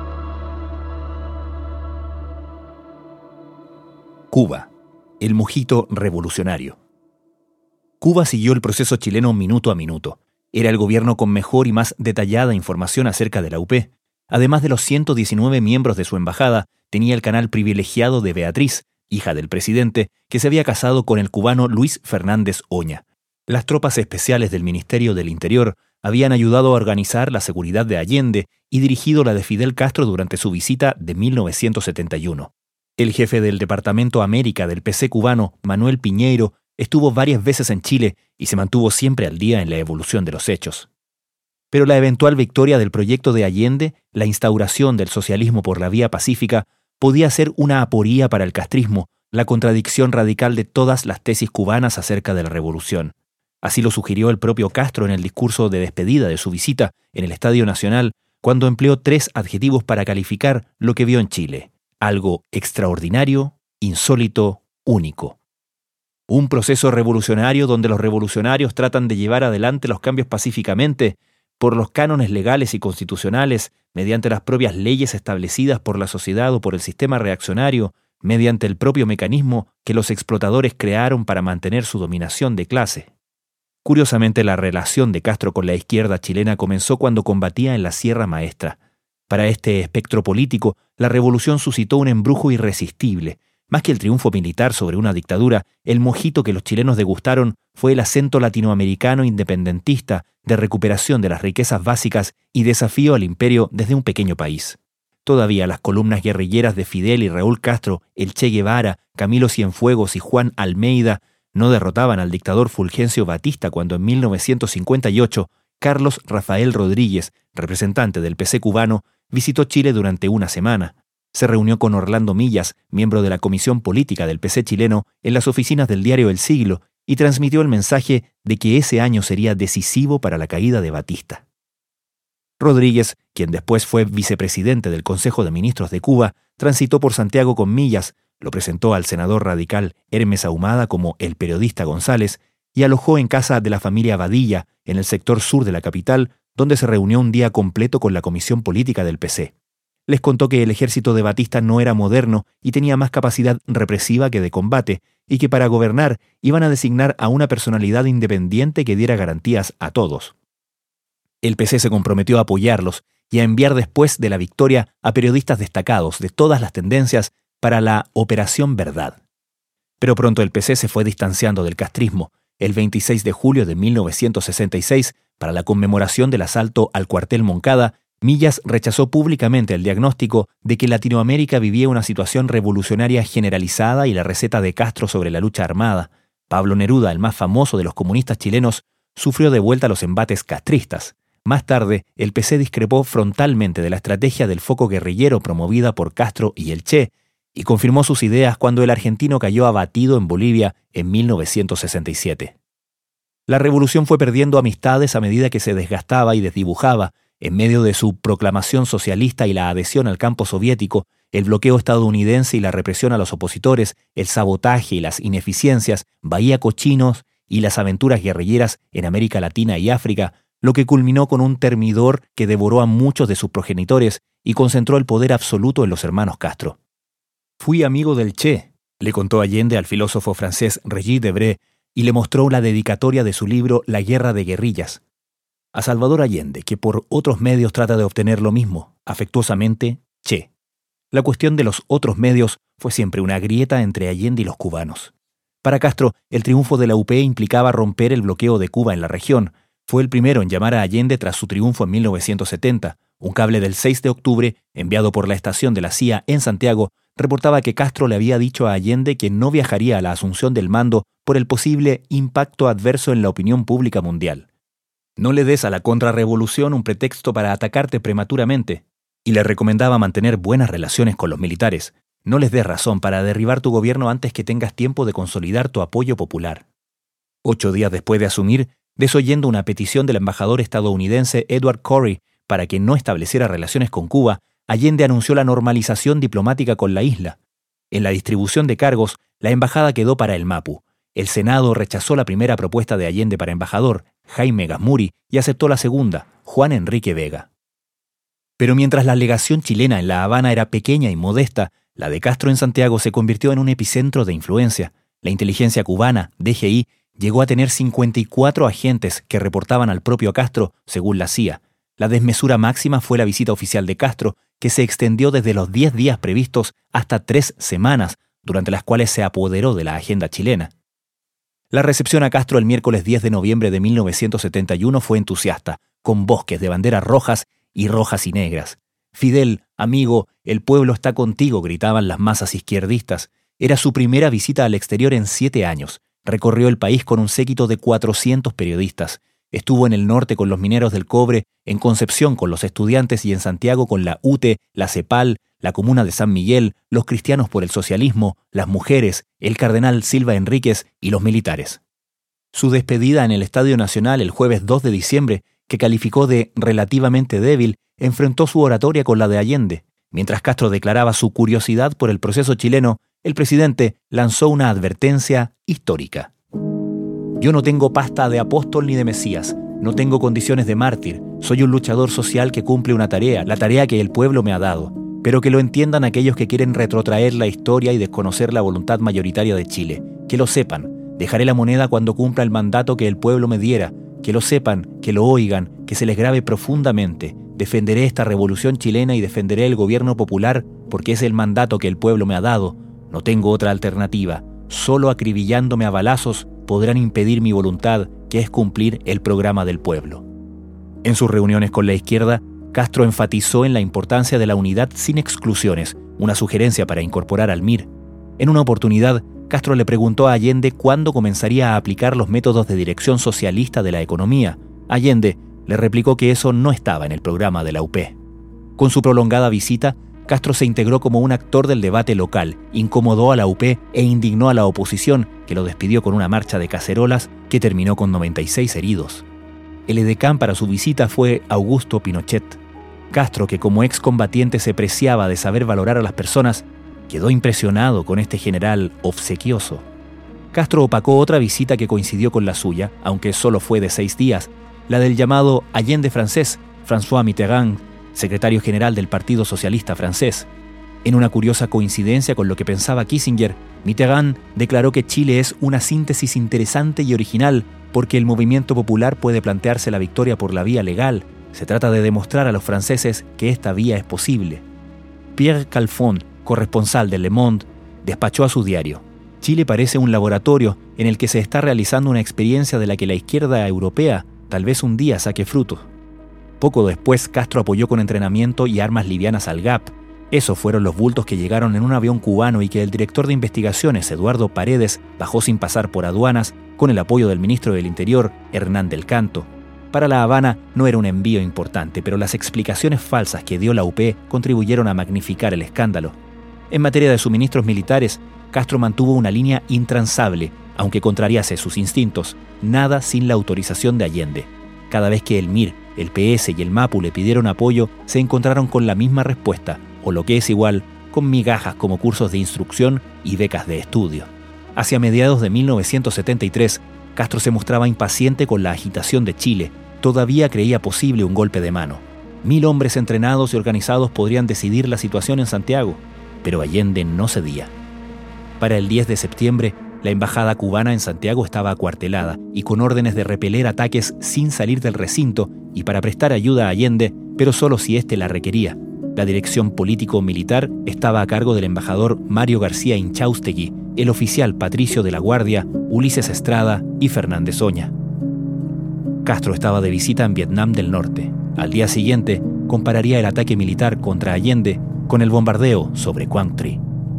Cuba, el mojito revolucionario. Cuba siguió el proceso chileno minuto a minuto. Era el gobierno con mejor y más detallada información acerca de la U P. Además de los ciento diecinueve miembros de su embajada, tenía el canal privilegiado de Beatriz, hija del presidente, que se había casado con el cubano Luis Fernández Oña. Las tropas especiales del Ministerio del Interior habían ayudado a organizar la seguridad de Allende y dirigido la de Fidel Castro durante su visita de mil novecientos setenta y uno. El jefe del Departamento América del P C cubano, Manuel Piñeiro, estuvo varias veces en Chile y se mantuvo siempre al día en la evolución de los hechos. Pero la eventual victoria del proyecto de Allende, la instauración del socialismo por la vía pacífica, podía ser una aporía para el castrismo, la contradicción radical de todas las tesis cubanas acerca de la revolución. Así lo sugirió el propio Castro en el discurso de despedida de su visita en el Estadio Nacional, cuando empleó tres adjetivos para calificar lo que vio en Chile: algo extraordinario, insólito, único. Un proceso revolucionario donde los revolucionarios tratan de llevar adelante los cambios pacíficamente, por los cánones legales y constitucionales, mediante las propias leyes establecidas por la sociedad o por el sistema reaccionario, mediante el propio mecanismo que los explotadores crearon para mantener su dominación de clase. Curiosamente, la relación de Castro con la izquierda chilena comenzó cuando combatía en la Sierra Maestra. Para este espectro político, la revolución suscitó un embrujo irresistible. Más que el triunfo militar sobre una dictadura, el mojito que los chilenos degustaron fue el acento latinoamericano independentista de recuperación de las riquezas básicas y desafío al imperio desde un pequeño país. Todavía las columnas guerrilleras de Fidel y Raúl Castro, el Che Guevara, Camilo Cienfuegos y Juan Almeida no derrotaban al dictador Fulgencio Batista cuando en mil novecientos cincuenta y ocho Carlos Rafael Rodríguez, representante del P C cubano, visitó Chile durante una semana. Se reunió con Orlando Millas, miembro de la Comisión Política del P C chileno, en las oficinas del diario El Siglo, y transmitió el mensaje de que ese año sería decisivo para la caída de Batista. Rodríguez, quien después fue vicepresidente del Consejo de Ministros de Cuba, transitó por Santiago con Millas, lo presentó al senador radical Hermes Ahumada como el periodista González y alojó en casa de la familia Badilla, en el sector sur de la capital, donde se reunió un día completo con la Comisión Política del P C. Les contó que el ejército de Batista no era moderno y tenía más capacidad represiva que de combate, y que para gobernar iban a designar a una personalidad independiente que diera garantías a todos. El P C se comprometió a apoyarlos y a enviar después de la victoria a periodistas destacados de todas las tendencias para la Operación Verdad. Pero pronto el P C se fue distanciando del castrismo. El veintiséis de julio de mil novecientos sesenta y seis, para la conmemoración del asalto al cuartel Moncada, Millas rechazó públicamente el diagnóstico de que Latinoamérica vivía una situación revolucionaria generalizada y la receta de Castro sobre la lucha armada. Pablo Neruda, el más famoso de los comunistas chilenos, sufrió de vuelta los embates castristas. Más tarde, el P C discrepó frontalmente de la estrategia del foco guerrillero promovida por Castro y el Che, y confirmó sus ideas cuando el argentino cayó abatido en Bolivia en mil novecientos sesenta y siete. La revolución fue perdiendo amistades a medida que se desgastaba y desdibujaba. En medio de su proclamación socialista y la adhesión al campo soviético, el bloqueo estadounidense y la represión a los opositores, el sabotaje y las ineficiencias, Bahía Cochinos y las aventuras guerrilleras en América Latina y África, lo que culminó con un termidor que devoró a muchos de sus progenitores y concentró el poder absoluto en los hermanos Castro. «Fui amigo del Che», le contó Allende al filósofo francés Regis Debray, y le mostró la dedicatoria de su libro La guerra de guerrillas. A Salvador Allende, que por otros medios trata de obtener lo mismo, afectuosamente, Che. La cuestión de los otros medios fue siempre una grieta entre Allende y los cubanos. Para Castro, el triunfo de la U P implicaba romper el bloqueo de Cuba en la región. Fue el primero en llamar a Allende tras su triunfo en mil novecientos setenta. Un cable del seis de octubre, enviado por la estación de la C I A en Santiago, reportaba que Castro le había dicho a Allende que no viajaría a la asunción del mando por el posible impacto adverso en la opinión pública mundial. «No le des a la contrarrevolución un pretexto para atacarte prematuramente», y le recomendaba mantener buenas relaciones con los militares. «No les des razón para derribar tu gobierno antes que tengas tiempo de consolidar tu apoyo popular». Ocho días después de asumir, desoyendo una petición del embajador estadounidense Edward Corey para que no estableciera relaciones con Cuba, Allende anunció la normalización diplomática con la isla. En la distribución de cargos, la embajada quedó para el Mapu. El Senado rechazó la primera propuesta de Allende para embajador, Jaime Gazmuri, y aceptó la segunda, Juan Enrique Vega. Pero mientras la legación chilena en La Habana era pequeña y modesta, la de Castro en Santiago se convirtió en un epicentro de influencia. La inteligencia cubana, D G I, llegó a tener cincuenta y cuatro agentes que reportaban al propio Castro, según la C I A. La desmesura máxima fue la visita oficial de Castro, que se extendió desde los diez días previstos hasta tres semanas, durante las cuales se apoderó de la agenda chilena. La recepción a Castro el miércoles diez de noviembre de mil novecientos setenta y uno fue entusiasta, con bosques de banderas rojas y rojas y negras. Fidel, amigo, el pueblo está contigo, gritaban las masas izquierdistas. Era su primera visita al exterior en siete años. Recorrió el país con un séquito de cuatrocientos periodistas. Estuvo en el norte con los mineros del cobre, en Concepción con los estudiantes y en Santiago con la U T E, la CEPAL, la Comuna de San Miguel, los cristianos por el socialismo, las mujeres, el cardenal Silva Enríquez y los militares. Su despedida en el Estadio Nacional el jueves dos de diciembre, que calificó de relativamente débil, enfrentó su oratoria con la de Allende. Mientras Castro declaraba su curiosidad por el proceso chileno, el presidente lanzó una advertencia histórica. Yo no tengo pasta de apóstol ni de Mesías, no tengo condiciones de mártir, soy un luchador social que cumple una tarea, la tarea que el pueblo me ha dado, pero que lo entiendan aquellos que quieren retrotraer la historia y desconocer la voluntad mayoritaria de Chile. Que lo sepan, dejaré la moneda cuando cumpla el mandato que el pueblo me diera, que lo sepan, que lo oigan, que se les grabe profundamente. Defenderé esta revolución chilena y defenderé el gobierno popular porque es el mandato que el pueblo me ha dado. No tengo otra alternativa. Solo acribillándome a balazos podrán impedir mi voluntad, que es cumplir el programa del pueblo. En sus reuniones con la izquierda, Castro enfatizó en la importancia de la unidad sin exclusiones, una sugerencia para incorporar al M I R. En una oportunidad, Castro le preguntó a Allende cuándo comenzaría a aplicar los métodos de dirección socialista de la economía. Allende le replicó que eso no estaba en el programa de la U P. Con su prolongada visita, Castro se integró como un actor del debate local, incomodó a la U P e indignó a la oposición, que lo despidió con una marcha de cacerolas que terminó con noventa y seis heridos. El edecán para su visita fue Augusto Pinochet. Castro, que como excombatiente se preciaba de saber valorar a las personas, quedó impresionado con este general obsequioso. Castro opacó otra visita que coincidió con la suya, aunque solo fue de seis días, la del llamado Allende francés, François Mitterrand, secretario general del Partido Socialista francés. En una curiosa coincidencia con lo que pensaba Kissinger, Mitterrand declaró que Chile es una síntesis interesante y original porque el movimiento popular puede plantearse la victoria por la vía legal. Se trata de demostrar a los franceses que esta vía es posible. Pierre Calfon, corresponsal de Le Monde, despachó a su diario: Chile parece un laboratorio en el que se está realizando una experiencia de la que la izquierda europea tal vez un día saque frutos. Poco después, Castro apoyó con entrenamiento y armas livianas al G A P. Esos fueron los bultos que llegaron en un avión cubano y que el director de investigaciones, Eduardo Paredes, bajó sin pasar por aduanas con el apoyo del ministro del Interior, Hernán del Canto. Para La Habana no era un envío importante, pero las explicaciones falsas que dio la U P contribuyeron a magnificar el escándalo. En materia de suministros militares, Castro mantuvo una línea intransable, aunque contrariase sus instintos, nada sin la autorización de Allende. Cada vez que el M I R, el P S y el MAPU le pidieron apoyo, se encontraron con la misma respuesta, o lo que es igual, con migajas como cursos de instrucción y becas de estudio. Hacia mediados de mil novecientos setenta y tres, Castro se mostraba impaciente con la agitación de Chile. Todavía creía posible un golpe de mano. Mil hombres entrenados y organizados podrían decidir la situación en Santiago, pero Allende no cedía. Para el diez de septiembre, la embajada cubana en Santiago estaba acuartelada y con órdenes de repeler ataques sin salir del recinto y para prestar ayuda a Allende, pero solo si éste la requería. La dirección político-militar estaba a cargo del embajador Mario García Inchaustegui, el oficial Patricio de la Guardia, Ulises Estrada y Fernández Oña. Castro estaba de visita en Vietnam del Norte. Al día siguiente, compararía el ataque militar contra Allende con el bombardeo sobre Quang Tri.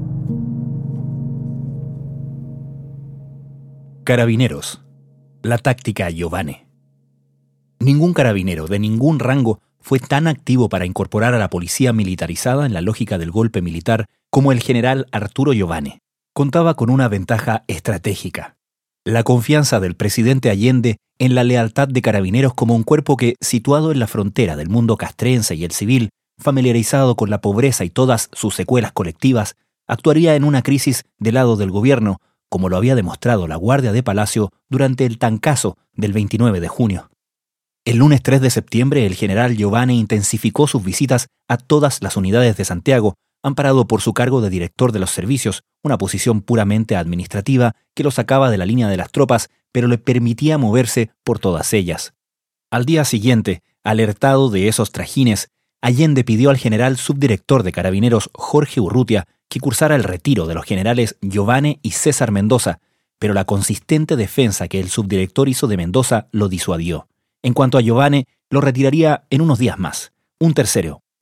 Carabineros. La táctica Giovanni. Ningún carabinero de ningún rango fue tan activo para incorporar a la policía militarizada en la lógica del golpe militar como el general Arturo Giovanni. Contaba con una ventaja estratégica: la confianza del presidente Allende en la lealtad de Carabineros como un cuerpo que, situado en la frontera del mundo castrense y el civil, familiarizado con la pobreza y todas sus secuelas colectivas, actuaría en una crisis del lado del gobierno, como lo había demostrado la Guardia de Palacio durante el Tancazo del veintinueve de junio. El lunes tres de septiembre, el general Giovanni intensificó sus visitas a todas las unidades de Santiago, amparado por su cargo de director de los servicios, una posición puramente administrativa que lo sacaba de la línea de las tropas, pero le permitía moverse por todas ellas. Al día siguiente, alertado de esos trajines, Allende pidió al general subdirector de Carabineros Jorge Urrutia que cursara el retiro de los generales Giovanni y César Mendoza, pero la consistente defensa que el subdirector hizo de Mendoza lo disuadió. En cuanto a Giovanni, lo retiraría en unos días más. Un tercero,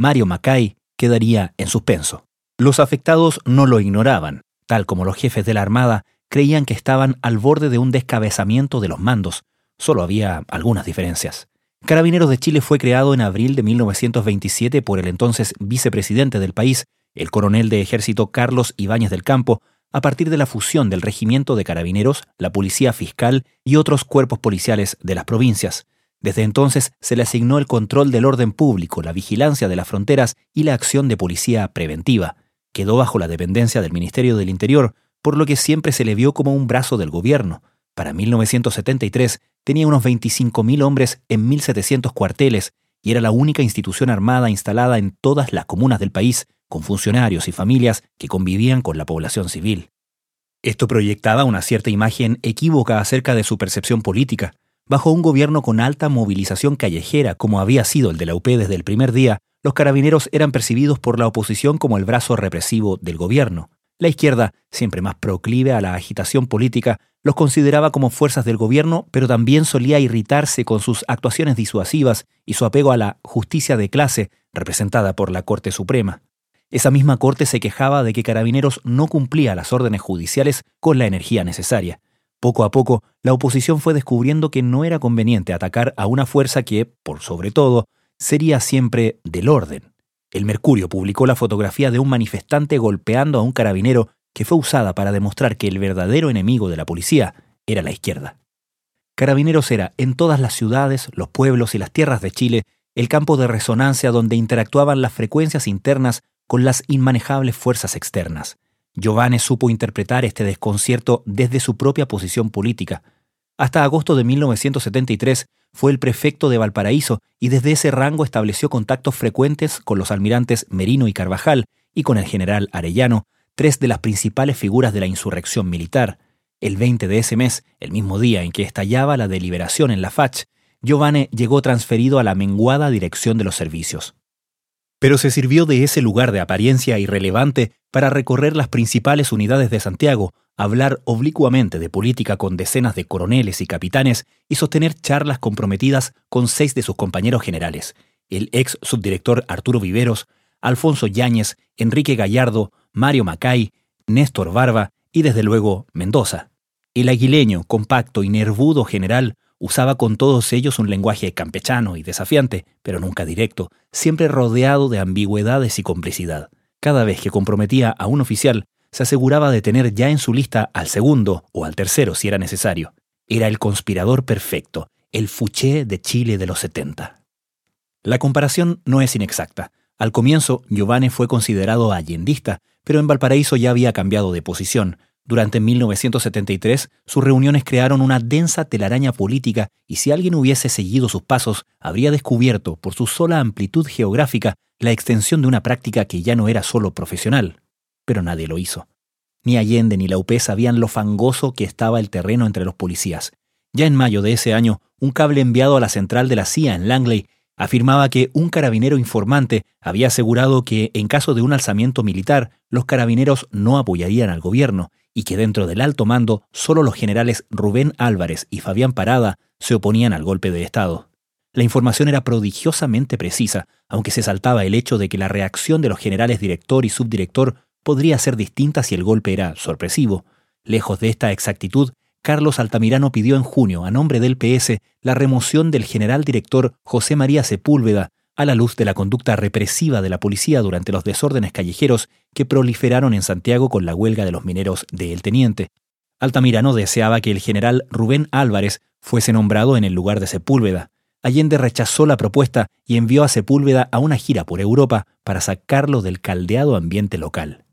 Mario Macay, quedaría en suspenso. Los afectados no lo ignoraban, tal como los jefes de la Armada creían que estaban al borde de un descabezamiento de los mandos. Solo había algunas diferencias. Carabineros de Chile fue creado en abril de mil novecientos veintisiete por el entonces vicepresidente del país, el coronel de ejército Carlos Ibáñez del Campo, a partir de la fusión del Regimiento de Carabineros, la Policía Fiscal y otros cuerpos policiales de las provincias. Desde entonces se le asignó el control del orden público, la vigilancia de las fronteras y la acción de policía preventiva. Quedó bajo la dependencia del Ministerio del Interior, por lo que siempre se le vio como un brazo del gobierno. Para mil novecientos setenta y tres tenía unos veinticinco mil hombres en mil setecientos cuarteles y era la única institución armada instalada en todas las comunas del país, con funcionarios y familias que convivían con la población civil. Esto proyectaba una cierta imagen equívoca acerca de su percepción política. Bajo un gobierno con alta movilización callejera, como había sido el de la U P desde el primer día, los carabineros eran percibidos por la oposición como el brazo represivo del gobierno. La izquierda, siempre más proclive a la agitación política, los consideraba como fuerzas del gobierno, pero también solía irritarse con sus actuaciones disuasivas y su apego a la justicia de clase, representada por la Corte Suprema. Esa misma Corte se quejaba de que Carabineros no cumplía las órdenes judiciales con la energía necesaria. Poco a poco, la oposición fue descubriendo que no era conveniente atacar a una fuerza que, por sobre todo, sería siempre del orden. El Mercurio publicó la fotografía de un manifestante golpeando a un carabinero que fue usada para demostrar que el verdadero enemigo de la policía era la izquierda. Carabineros era, en todas las ciudades, los pueblos y las tierras de Chile, el campo de resonancia donde interactuaban las frecuencias internas con las inmanejables fuerzas externas. Giovane supo interpretar este desconcierto desde su propia posición política. Hasta agosto de mil novecientos setenta y tres fue el prefecto de Valparaíso y desde ese rango estableció contactos frecuentes con los almirantes Merino y Carvajal y con el general Arellano, tres de las principales figuras de la insurrección militar. El veinte de ese mes, el mismo día en que estallaba la deliberación en la F A C H, Giovane llegó transferido a la menguada dirección de los servicios. Pero se sirvió de ese lugar de apariencia irrelevante para recorrer las principales unidades de Santiago, hablar oblicuamente de política con decenas de coroneles y capitanes y sostener charlas comprometidas con seis de sus compañeros generales, el ex subdirector Arturo Viveros, Alfonso Yáñez, Enrique Gallardo, Mario Macay, Néstor Barba y desde luego Mendoza. El aguileño, compacto y nervudo general usaba con todos ellos un lenguaje campechano y desafiante, pero nunca directo, siempre rodeado de ambigüedades y complicidad. Cada vez que comprometía a un oficial, se aseguraba de tener ya en su lista al segundo o al tercero si era necesario. Era el conspirador perfecto, el Fouché de Chile de los setenta. La comparación no es inexacta. Al comienzo, Giovane fue considerado allendista, pero en Valparaíso ya había cambiado de posición. Durante mil novecientos setenta y tres, sus reuniones crearon una densa telaraña política y si alguien hubiese seguido sus pasos, habría descubierto, por su sola amplitud geográfica, la extensión de una práctica que ya no era solo profesional. Pero nadie lo hizo. Ni Allende ni la U P sabían lo fangoso que estaba el terreno entre los policías. Ya en mayo de ese año, un cable enviado a la central de la C I A en Langley afirmaba que un carabinero informante había asegurado que, en caso de un alzamiento militar, los carabineros no apoyarían al gobierno y que dentro del alto mando solo los generales Rubén Álvarez y Fabián Parada se oponían al golpe de Estado. La información era prodigiosamente precisa, aunque se saltaba el hecho de que la reacción de los generales director y subdirector podría ser distinta si el golpe era sorpresivo. Lejos de esta exactitud, Carlos Altamirano pidió en junio, a nombre del P S, la remoción del general director José María Sepúlveda, a la luz de la conducta represiva de la policía durante los desórdenes callejeros que proliferaron en Santiago con la huelga de los mineros de El Teniente. Altamirano deseaba que el general Rubén Álvarez fuese nombrado en el lugar de Sepúlveda. Allende rechazó la propuesta y envió a Sepúlveda a una gira por Europa para sacarlo del caldeado ambiente local.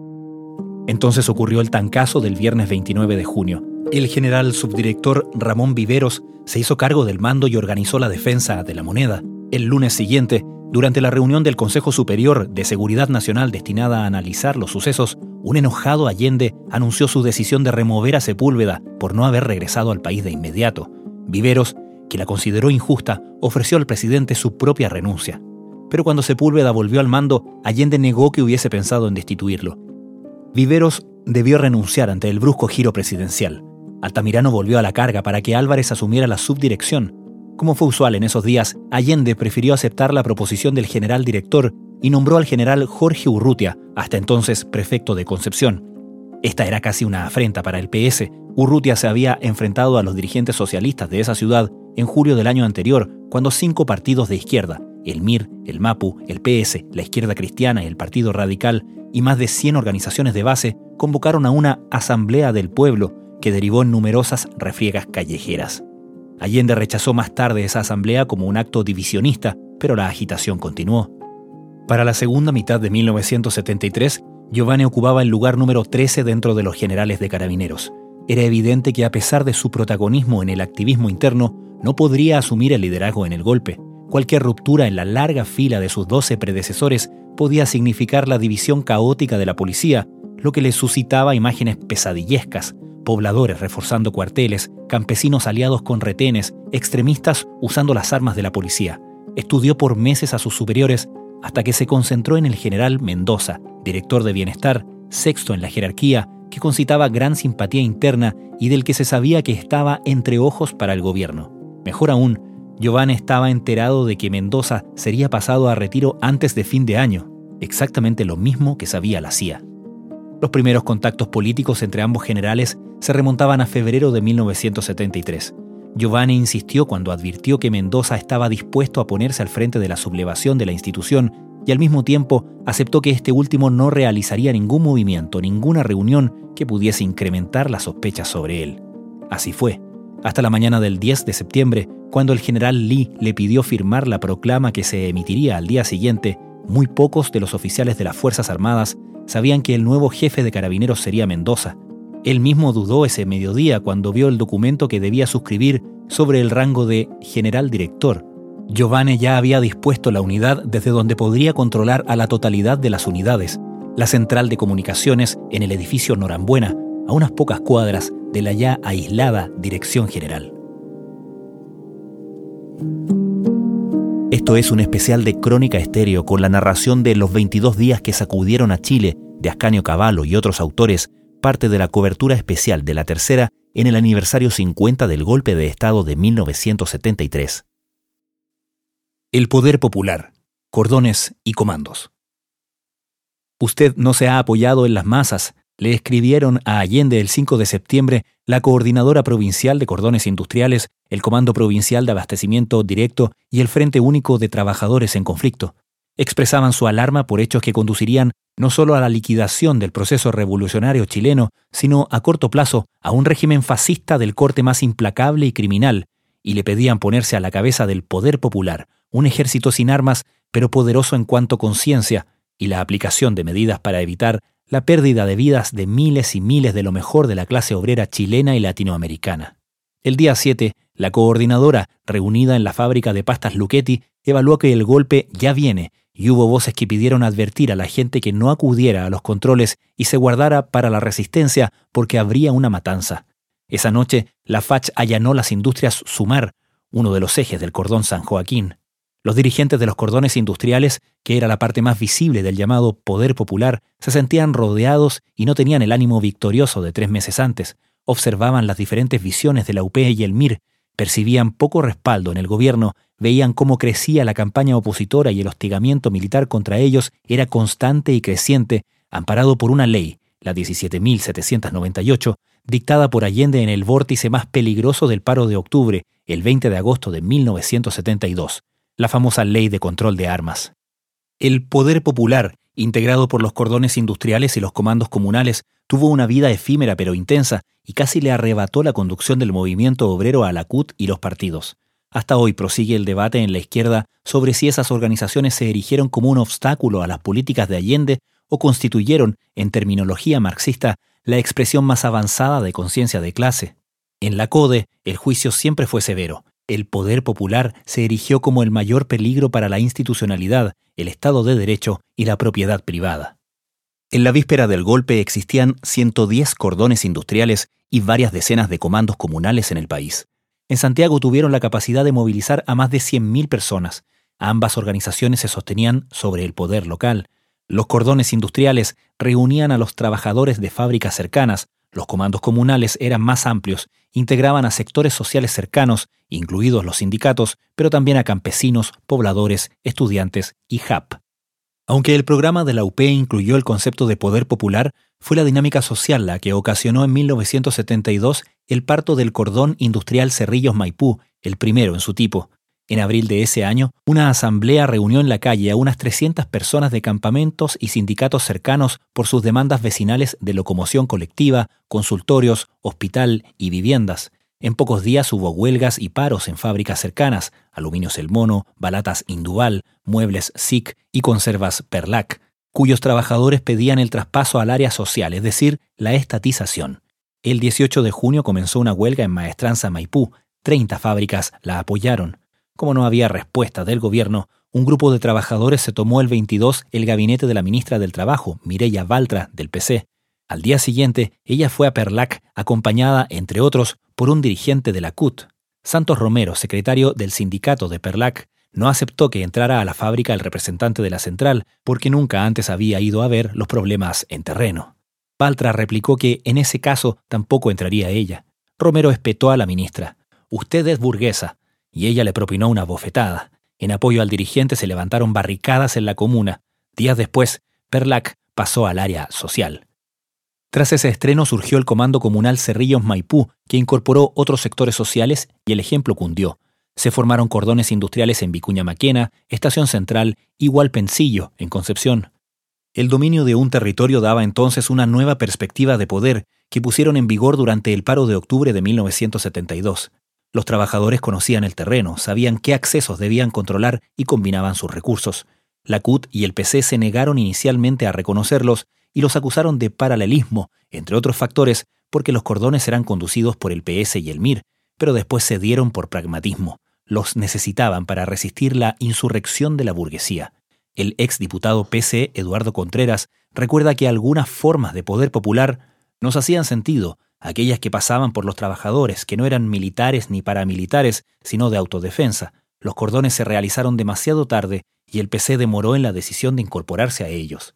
Entonces ocurrió el tancazo del viernes veintinueve de junio. El general subdirector Ramón Viveros se hizo cargo del mando y organizó la defensa de la moneda. El lunes siguiente, durante la reunión del Consejo Superior de Seguridad Nacional destinada a analizar los sucesos, un enojado Allende anunció su decisión de remover a Sepúlveda por no haber regresado al país de inmediato. Viveros, que la consideró injusta, ofreció al presidente su propia renuncia. Pero cuando Sepúlveda volvió al mando, Allende negó que hubiese pensado en destituirlo. Viveros debió renunciar ante el brusco giro presidencial. Altamirano volvió a la carga para que Álvarez asumiera la subdirección. Como fue usual en esos días, Allende prefirió aceptar la proposición del general director y nombró al general Jorge Urrutia, hasta entonces prefecto de Concepción. Esta era casi una afrenta para el P S. Urrutia se había enfrentado a los dirigentes socialistas de esa ciudad en julio del año anterior, cuando cinco partidos de izquierda, el M I R, el MAPU, el P S, la Izquierda Cristiana y el Partido Radical, y más de cien organizaciones de base, convocaron a una Asamblea del Pueblo que derivó en numerosas refriegas callejeras. Allende rechazó más tarde esa asamblea como un acto divisionista, pero la agitación continuó. Para la segunda mitad de mil novecientos setenta y tres, Giovanni ocupaba el lugar número trece dentro de los generales de Carabineros. Era evidente que a pesar de su protagonismo en el activismo interno, no podría asumir el liderazgo en el golpe. Cualquier ruptura en la larga fila de sus doce predecesores podía significar la división caótica de la policía, lo que le suscitaba imágenes pesadillescas: pobladores reforzando cuarteles, campesinos aliados con retenes, extremistas usando las armas de la policía. Estudió por meses a sus superiores hasta que se concentró en el general Mendoza, director de Bienestar, sexto en la jerarquía, que concitaba gran simpatía interna y del que se sabía que estaba entre ojos para el gobierno. Mejor aún, Giovanni estaba enterado de que Mendoza sería pasado a retiro antes de fin de año, exactamente lo mismo que sabía la C I A. Los primeros contactos políticos entre ambos generales se remontaban a febrero de mil novecientos setenta y tres. Giovanni insistió cuando advirtió que Mendoza estaba dispuesto a ponerse al frente de la sublevación de la institución y al mismo tiempo aceptó que este último no realizaría ningún movimiento, ninguna reunión que pudiese incrementar las sospechas sobre él. Así fue, hasta la mañana del diez de septiembre, cuando el general Lee le pidió firmar la proclama que se emitiría al día siguiente. Muy pocos de los oficiales de las Fuerzas Armadas sabían que el nuevo jefe de Carabineros sería Mendoza. Él mismo dudó ese mediodía cuando vio el documento que debía suscribir sobre el rango de general director. Giovanni ya había dispuesto la unidad desde donde podría controlar a la totalidad de las unidades, la central de comunicaciones en el edificio Norambuena, a unas pocas cuadras de la ya aislada Dirección General. Esto es un especial de Crónica Estéreo con la narración de los veintidós días que sacudieron a Chile, de Ascanio Cavallo y otros autores, parte de la cobertura especial de La Tercera en el aniversario cincuenta del golpe de Estado de mil novecientos setenta y tres. El poder popular, cordones y comandos. Usted no se ha apoyado en las masas, le escribieron a Allende el cinco de septiembre la Coordinadora Provincial de Cordones Industriales, el Comando Provincial de Abastecimiento Directo y el Frente Único de Trabajadores en Conflicto. Expresaban su alarma por hechos que conducirían no solo a la liquidación del proceso revolucionario chileno, sino a corto plazo a un régimen fascista del corte más implacable y criminal, y le pedían ponerse a la cabeza del poder popular, un ejército sin armas, pero poderoso en cuanto conciencia, y la aplicación de medidas para evitar la pérdida de vidas de miles y miles de lo mejor de la clase obrera chilena y latinoamericana. El día siete, la coordinadora, reunida en la fábrica de pastas Luchetti, evaluó que el golpe ya viene, y hubo voces que pidieron advertir a la gente que no acudiera a los controles y se guardara para la resistencia porque habría una matanza. Esa noche, la F A C H allanó las industrias Sumar, uno de los ejes del cordón San Joaquín. Los dirigentes de los cordones industriales, que era la parte más visible del llamado poder popular, se sentían rodeados y no tenían el ánimo victorioso de tres meses antes. Observaban las diferentes visiones de la U P y el M I R, percibían poco respaldo en el gobierno, veían cómo crecía la campaña opositora y el hostigamiento militar contra ellos era constante y creciente, amparado por una ley, la diecisiete mil setecientos noventa y ocho, dictada por Allende en el vórtice más peligroso del paro de octubre, el veinte de agosto de mil novecientos setenta y dos, la famosa Ley de Control de Armas. El poder popular, integrado por los cordones industriales y los comandos comunales, tuvo una vida efímera pero intensa y casi le arrebató la conducción del movimiento obrero a la C U T y los partidos. Hasta hoy prosigue el debate en la izquierda sobre si esas organizaciones se erigieron como un obstáculo a las políticas de Allende o constituyeron, en terminología marxista, la expresión más avanzada de conciencia de clase. En la CODE, el juicio siempre fue severo. El poder popular se erigió como el mayor peligro para la institucionalidad, el Estado de Derecho y la propiedad privada. En la víspera del golpe existían ciento diez cordones industriales y varias decenas de comandos comunales en el país. En Santiago tuvieron la capacidad de movilizar a más de cien mil personas. Ambas organizaciones se sostenían sobre el poder local. Los cordones industriales reunían a los trabajadores de fábricas cercanas. Los comandos comunales eran más amplios, integraban a sectores sociales cercanos, incluidos los sindicatos, pero también a campesinos, pobladores, estudiantes y J A P. Aunque el programa de la U P incluyó el concepto de poder popular, fue la dinámica social la que ocasionó en mil novecientos setenta y dos el parto del cordón industrial Cerrillos Maipú, el primero en su tipo. En abril de ese año, una asamblea reunió en la calle a unas trescientas personas de campamentos y sindicatos cercanos por sus demandas vecinales de locomoción colectiva, consultorios, hospital y viviendas. En pocos días hubo huelgas y paros en fábricas cercanas, Aluminios El Mono, Balatas Induval, Muebles S I C y Conservas Perlac, cuyos trabajadores pedían el traspaso al área social, es decir, la estatización. El dieciocho de junio comenzó una huelga en Maestranza Maipú. treinta fábricas la apoyaron. Como no había respuesta del gobierno, un grupo de trabajadores se tomó el veintidós el gabinete de la ministra del Trabajo, Mireya Baltra, del P C. Al día siguiente, ella fue a Perlac, acompañada, entre otros, por un dirigente de la C U T. Santos Romero, secretario del sindicato de Perlac, no aceptó que entrara a la fábrica el representante de la central, porque nunca antes había ido a ver los problemas en terreno. Baltra replicó que, en ese caso, tampoco entraría ella. Romero espetó a la ministra. «Usted es burguesa», y ella le propinó una bofetada. En apoyo al dirigente se levantaron barricadas en la comuna. Días después, Perlac pasó al área social. Tras ese estreno surgió el Comando Comunal Cerrillos Maipú, que incorporó otros sectores sociales y el ejemplo cundió. Se formaron cordones industriales en Vicuña Maquena, Estación Central y Hualpencillo, en Concepción. El dominio de un territorio daba entonces una nueva perspectiva de poder que pusieron en vigor durante el paro de octubre de mil novecientos setenta y dos. Los trabajadores conocían el terreno, sabían qué accesos debían controlar y combinaban sus recursos. La C U T y el P C se negaron inicialmente a reconocerlos y los acusaron de paralelismo, entre otros factores, porque los cordones eran conducidos por el P S y el M I R, pero después cedieron por pragmatismo. Los necesitaban para resistir la insurrección de la burguesía. El exdiputado P C, Eduardo Contreras, recuerda que algunas formas de poder popular nos hacían sentido, aquellas que pasaban por los trabajadores, que no eran militares ni paramilitares, sino de autodefensa. Los cordones se realizaron demasiado tarde y el P C demoró en la decisión de incorporarse a ellos.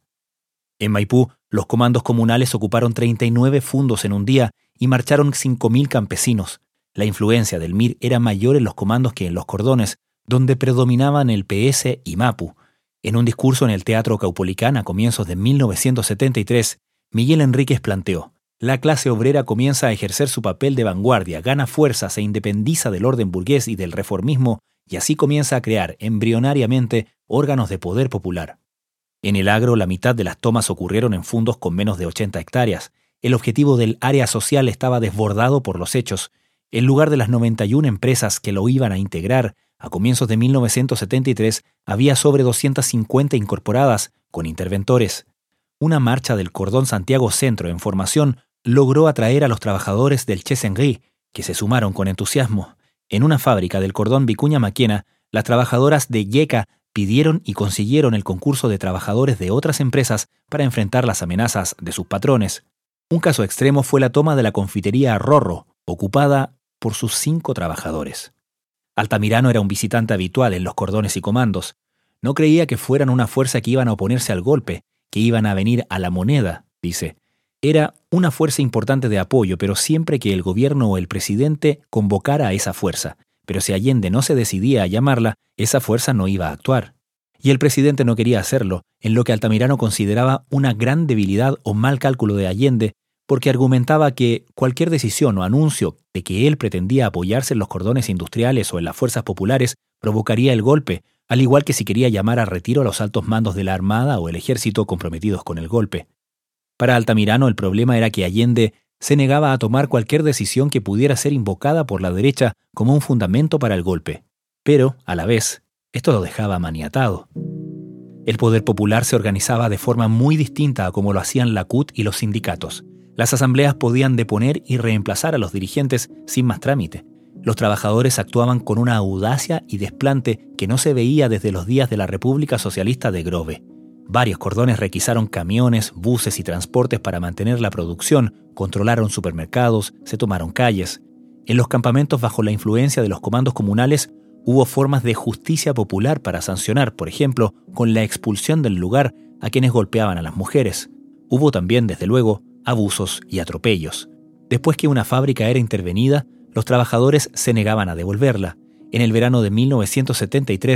En Maipú, los comandos comunales ocuparon treinta y nueve fundos en un día y marcharon cinco mil campesinos. La influencia del M I R era mayor en los comandos que en los cordones, donde predominaban el P S y Mapu. En un discurso en el Teatro Caupolicán a comienzos de mil novecientos setenta y tres, Miguel Enríquez planteó: «La clase obrera comienza a ejercer su papel de vanguardia, gana fuerza, se independiza del orden burgués y del reformismo y así comienza a crear embrionariamente órganos de poder popular». En el agro, la mitad de las tomas ocurrieron en fundos con menos de ochenta hectáreas. El objetivo del área social estaba desbordado por los hechos. En lugar de las noventa y una empresas que lo iban a integrar, a comienzos de mil novecientos setenta y tres había sobre doscientas cincuenta incorporadas, con interventores. Una marcha del Cordón Santiago Centro en formación logró atraer a los trabajadores del Chesengrí, que se sumaron con entusiasmo. En una fábrica del Cordón Vicuña Maquena, las trabajadoras de Yeca pidieron y consiguieron el concurso de trabajadores de otras empresas para enfrentar las amenazas de sus patrones. Un caso extremo fue la toma de la confitería Rorro, ocupada por sus cinco trabajadores. Altamirano era un visitante habitual en los cordones y comandos. No creía que fueran una fuerza que iban a oponerse al golpe, que iban a venir a la moneda, dice. Era una fuerza importante de apoyo, pero siempre que el gobierno o el presidente convocara a esa fuerza. Pero si Allende no se decidía a llamarla, esa fuerza no iba a actuar. Y el presidente no quería hacerlo, en lo que Altamirano consideraba una gran debilidad o mal cálculo de Allende, porque argumentaba que cualquier decisión o anuncio de que él pretendía apoyarse en los cordones industriales o en las fuerzas populares provocaría el golpe, al igual que si quería llamar a retiro a los altos mandos de la Armada o el Ejército comprometidos con el golpe. Para Altamirano el problema era que Allende se negaba a tomar cualquier decisión que pudiera ser invocada por la derecha como un fundamento para el golpe. Pero, a la vez, esto lo dejaba maniatado. El poder popular se organizaba de forma muy distinta a como lo hacían la C U T y los sindicatos. Las asambleas podían deponer y reemplazar a los dirigentes sin más trámite. Los trabajadores actuaban con una audacia y desplante que no se veía desde los días de la República Socialista de Grove. Varios cordones requisaron camiones, buses y transportes para mantener la producción, controlaron supermercados, se tomaron calles. En los campamentos bajo la influencia de los comandos comunales hubo formas de justicia popular para sancionar, por ejemplo, con la expulsión del lugar a quienes golpeaban a las mujeres. Hubo también, desde luego, abusos y atropellos. Después que una fábrica era intervenida, los trabajadores se negaban a devolverla. En el verano de mil novecientos setenta y tres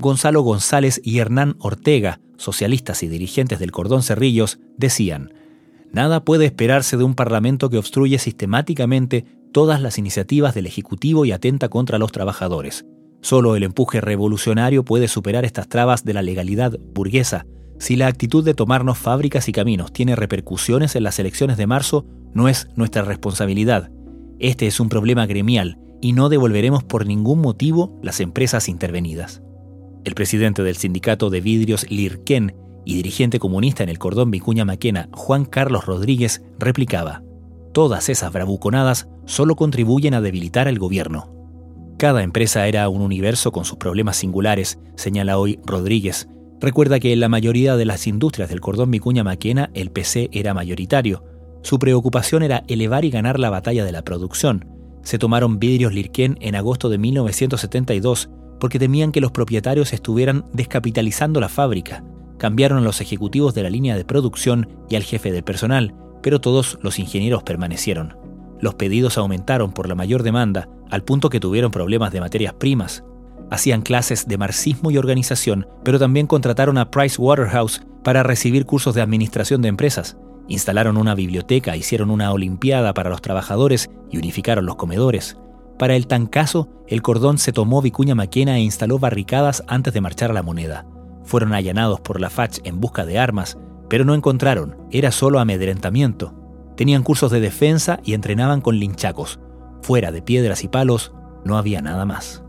Gonzalo González y Hernán Ortega, socialistas y dirigentes del Cordón Cerrillos, decían: «Nada puede esperarse de un parlamento que obstruye sistemáticamente todas las iniciativas del Ejecutivo y atenta contra los trabajadores. Solo el empuje revolucionario puede superar estas trabas de la legalidad burguesa. Si la actitud de tomarnos fábricas y caminos tiene repercusiones en las elecciones de marzo, no es nuestra responsabilidad. Este es un problema gremial y no devolveremos por ningún motivo las empresas intervenidas». El presidente del sindicato de vidrios Lirquén y dirigente comunista en el Cordón Vicuña Maquena, Juan Carlos Rodríguez, replicaba: «Todas esas bravuconadas solo contribuyen a debilitar al gobierno». Cada empresa era un universo con sus problemas singulares, señala hoy Rodríguez. Recuerda que en la mayoría de las industrias del Cordón Vicuña Maquena el P C era mayoritario. Su preocupación era elevar y ganar la batalla de la producción. Se tomaron vidrios Lirquén en agosto de mil novecientos setenta y dos porque temían que los propietarios estuvieran descapitalizando la fábrica. Cambiaron a los ejecutivos de la línea de producción y al jefe del personal, pero todos los ingenieros permanecieron. Los pedidos aumentaron por la mayor demanda, al punto que tuvieron problemas de materias primas. Hacían clases de marxismo y organización, pero también contrataron a Price Waterhouse para recibir cursos de administración de empresas. Instalaron una biblioteca, hicieron una olimpiada para los trabajadores y unificaron los comedores. Para el Tancazo, el Cordón se tomó Vicuña Maquena e instaló barricadas antes de marchar a la Moneda. Fueron allanados por la F A C H en busca de armas, pero no encontraron, era solo amedrentamiento. Tenían cursos de defensa y entrenaban con linchacos. Fuera de piedras y palos, no había nada más.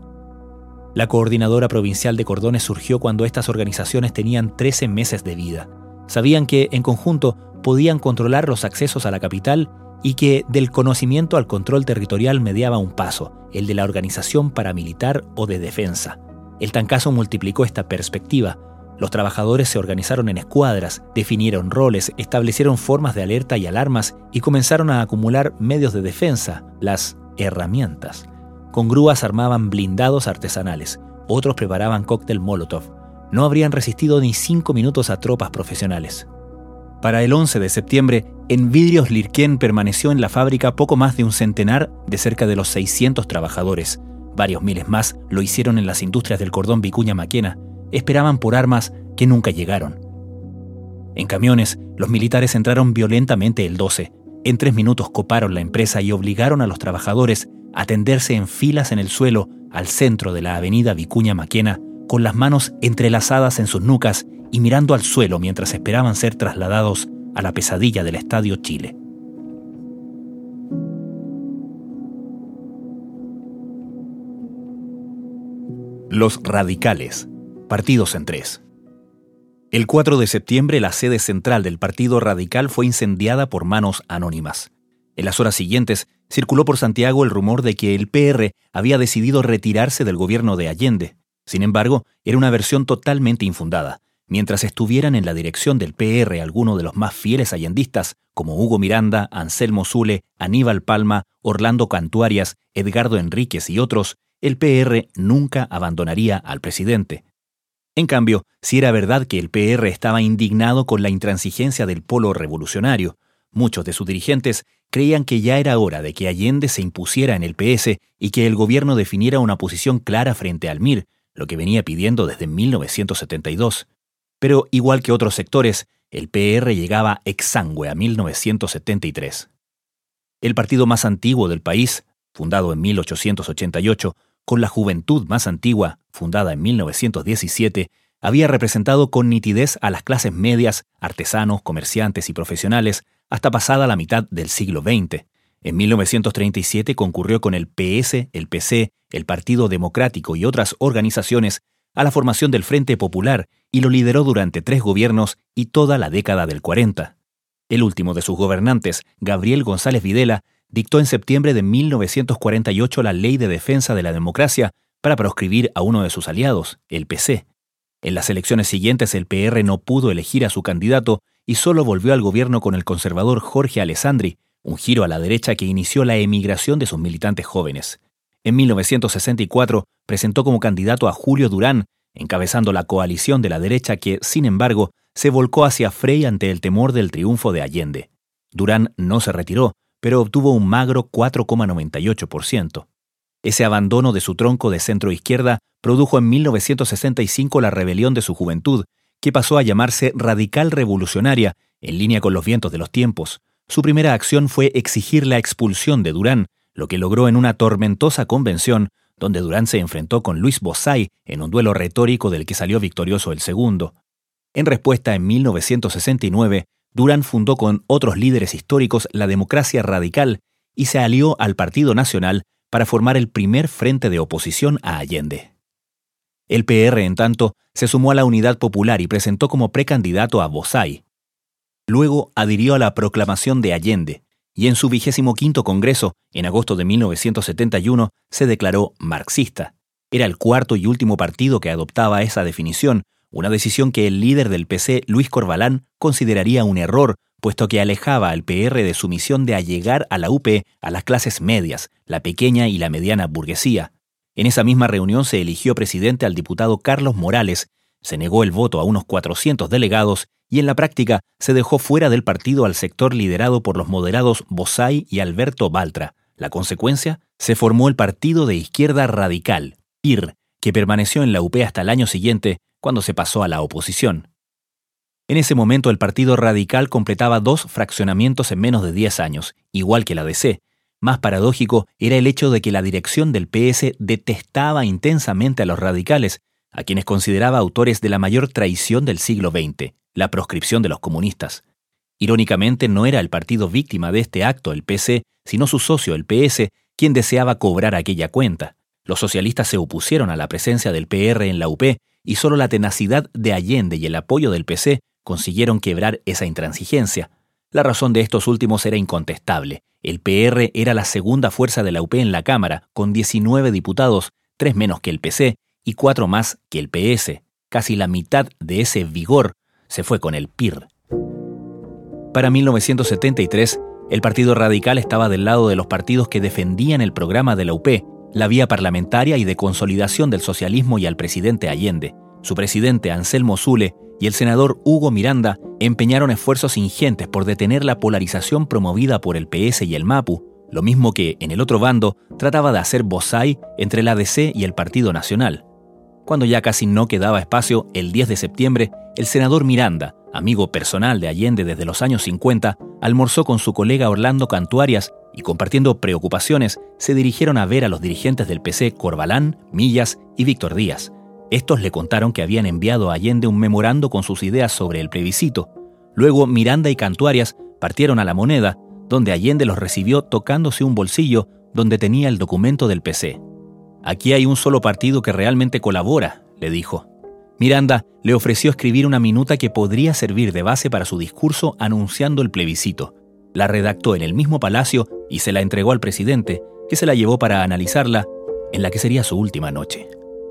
La Coordinadora Provincial de Cordones surgió cuando estas organizaciones tenían trece meses de vida. Sabían que, en conjunto, podían controlar los accesos a la capital y que del conocimiento al control territorial mediaba un paso, el de la organización paramilitar o de defensa. El Tancazo multiplicó esta perspectiva. Los trabajadores se organizaron en escuadras, definieron roles, establecieron formas de alerta y alarmas y comenzaron a acumular medios de defensa, las herramientas. Con grúas armaban blindados artesanales, otros preparaban cóctel Molotov. No habrían resistido ni cinco minutos a tropas profesionales. Para el once de septiembre, en Vidrios Lirquén permaneció en la fábrica poco más de un centenar de cerca de los seiscientos trabajadores. Varios miles más lo hicieron en las industrias del Cordón Vicuña Maquena. Esperaban por armas que nunca llegaron. En camiones, los militares entraron violentamente el doce. En tres minutos coparon la empresa y obligaron a los trabajadores a tenderse en filas en el suelo al centro de la avenida Vicuña Maquena, con las manos entrelazadas en sus nucas y mirando al suelo mientras esperaban ser trasladados a la pesadilla del Estadio Chile. Los radicales, partidos en tres. El cuatro de septiembre, la sede central del Partido Radical fue incendiada por manos anónimas. En las horas siguientes, circuló por Santiago el rumor de que el P R había decidido retirarse del gobierno de Allende. Sin embargo, era una versión totalmente infundada. Mientras estuvieran en la dirección del P R algunos de los más fieles allendistas, como Hugo Miranda, Anselmo Zule, Aníbal Palma, Orlando Cantuarias, Edgardo Enríquez y otros, el P R nunca abandonaría al presidente. En cambio, si era verdad que el P R estaba indignado con la intransigencia del polo revolucionario, muchos de sus dirigentes creían que ya era hora de que Allende se impusiera en el P S y que el gobierno definiera una posición clara frente al M I R, lo que venía pidiendo desde mil novecientos setenta y dos. Pero, igual que otros sectores, el P R llegaba exangüe a mil novecientos setenta y tres. El partido más antiguo del país, fundado en mil ochocientos ochenta y ocho, con la juventud más antigua, fundada en mil novecientos diecisiete, había representado con nitidez a las clases medias, artesanos, comerciantes y profesionales hasta pasada la mitad del siglo veinte. En mil novecientos treinta y siete concurrió con el P S, el P C, el Partido Democrático y otras organizaciones a la formación del Frente Popular y lo lideró durante tres gobiernos y toda la década del cuarenta. El último de sus gobernantes, Gabriel González Videla, dictó en septiembre de mil novecientos cuarenta y ocho la Ley de Defensa de la Democracia para proscribir a uno de sus aliados, el P C. En las elecciones siguientes el P R no pudo elegir a su candidato y solo volvió al gobierno con el conservador Jorge Alessandri, un giro a la derecha que inició la emigración de sus militantes jóvenes. En mil novecientos sesenta y cuatro presentó como candidato a Julio Durán, encabezando la coalición de la derecha que, sin embargo, se volcó hacia Frei ante el temor del triunfo de Allende. Durán no se retiró, pero obtuvo un magro cuatro coma noventa y ocho por ciento. Ese abandono de su tronco de centro-izquierda produjo en mil novecientos sesenta y cinco la rebelión de su juventud, que pasó a llamarse Radical Revolucionaria, en línea con los vientos de los tiempos. Su primera acción fue exigir la expulsión de Durán, lo que logró en una tormentosa convención, donde Durán se enfrentó con Luis Bozay en un duelo retórico del que salió victorioso el segundo. En respuesta, en mil novecientos sesenta y nueve, Durán fundó con otros líderes históricos la Democracia Radical y se alió al Partido Nacional para formar el primer frente de oposición a Allende. El P R, en tanto, se sumó a la Unidad Popular y presentó como precandidato a Bozay. Luego adhirió a la proclamación de Allende, y en su vigésimo quinto congreso, en agosto de mil novecientos setenta y uno, se declaró marxista. Era el cuarto y último partido que adoptaba esa definición, una decisión que el líder del P C, Luis Corvalán, consideraría un error, puesto que alejaba al P R de su misión de allegar a la U P a las clases medias, la pequeña y la mediana burguesía. En esa misma reunión se eligió presidente al diputado Carlos Morales, se negó el voto a unos cuatrocientos delegados y en la práctica se dejó fuera del partido al sector liderado por los moderados Bozay y Alberto Baltra. La consecuencia, se formó el Partido de Izquierda Radical, P I R, que permaneció en la U P hasta el año siguiente, cuando se pasó a la oposición. En ese momento el Partido Radical completaba dos fraccionamientos en menos de diez años, igual que la D C. Más paradójico era el hecho de que la dirección del P S detestaba intensamente a los radicales, a quienes consideraba autores de la mayor traición del siglo veinte, la proscripción de los comunistas. Irónicamente, no era el partido víctima de este acto, el P C, sino su socio, el P S, quien deseaba cobrar aquella cuenta. Los socialistas se opusieron a la presencia del P R en la U P y solo la tenacidad de Allende y el apoyo del P C consiguieron quebrar esa intransigencia. La razón de estos últimos era incontestable. El P R era la segunda fuerza de la U P en la Cámara, con diecinueve diputados, tres menos que el P C y cuatro más que el P S. Casi la mitad de ese vigor se fue con el P I R. Para mil novecientos setenta y tres, el Partido Radical estaba del lado de los partidos que defendían el programa de la U P, la vía parlamentaria y de consolidación del socialismo y al presidente Allende. Su presidente, Anselmo Zule, y el senador Hugo Miranda empeñaron esfuerzos ingentes por detener la polarización promovida por el P S y el MAPU, lo mismo que, en el otro bando, trataba de hacer Bozay entre la D C y el Partido Nacional. Cuando ya casi no quedaba espacio, el diez de septiembre, el senador Miranda, amigo personal de Allende desde los años cincuenta, almorzó con su colega Orlando Cantuarias y, compartiendo preocupaciones, se dirigieron a ver a los dirigentes del P C Corvalán, Millas y Víctor Díaz. Estos le contaron que habían enviado a Allende un memorando con sus ideas sobre el plebiscito. Luego Miranda y Cantuarias partieron a La Moneda, donde Allende los recibió tocándose un bolsillo donde tenía el documento del P C. «Aquí hay un solo partido que realmente colabora», le dijo. Miranda le ofreció escribir una minuta que podría servir de base para su discurso anunciando el plebiscito. La redactó en el mismo palacio y se la entregó al presidente, que se la llevó para analizarla en la que sería su última noche.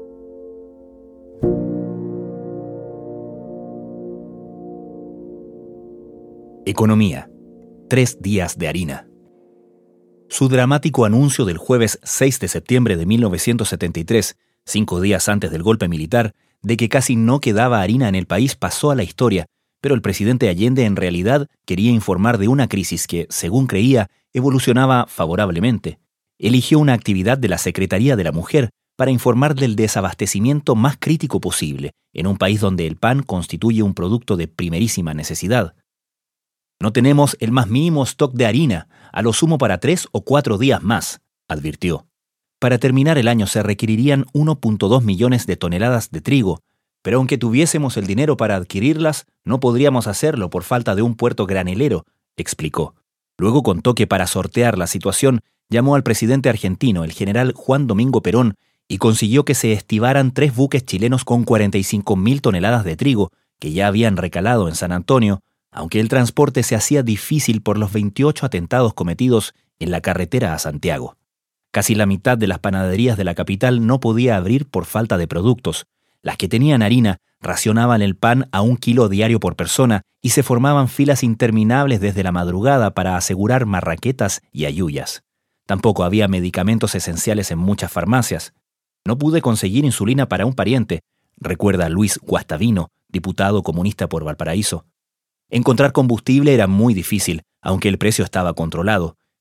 Economía. Tres días de harina. Su dramático anuncio del jueves seis de septiembre de mil novecientos setenta y tres, cinco días antes del golpe militar, de que casi no quedaba harina en el país pasó a la historia, pero el presidente Allende en realidad quería informar de una crisis que, según creía, evolucionaba favorablemente. Eligió una actividad de la Secretaría de la Mujer para informar del desabastecimiento más crítico posible, en un país donde el pan constituye un producto de primerísima necesidad. «No tenemos el más mínimo stock de harina, a lo sumo para tres o cuatro días más», advirtió. Para terminar el año se requerirían uno punto dos millones de toneladas de trigo, pero aunque tuviésemos el dinero para adquirirlas, no podríamos hacerlo por falta de un puerto granelero, explicó. Luego contó que para sortear la situación llamó al presidente argentino, el general Juan Domingo Perón, y consiguió que se estivaran tres buques chilenos con cuarenta y cinco mil toneladas de trigo, que ya habían recalado en San Antonio, aunque el transporte se hacía difícil por los veintiocho atentados cometidos en la carretera a Santiago. Casi la mitad de las panaderías de la capital no podía abrir por falta de productos. Las que tenían harina racionaban el pan a un kilo diario por persona y se formaban filas interminables desde la madrugada para asegurar marraquetas y ayuyas. Tampoco había medicamentos esenciales en muchas farmacias. «No pude conseguir insulina para un pariente», recuerda Luis Guastavino, diputado comunista por Valparaíso. Encontrar combustible era muy difícil, aunque el precio estaba controlado.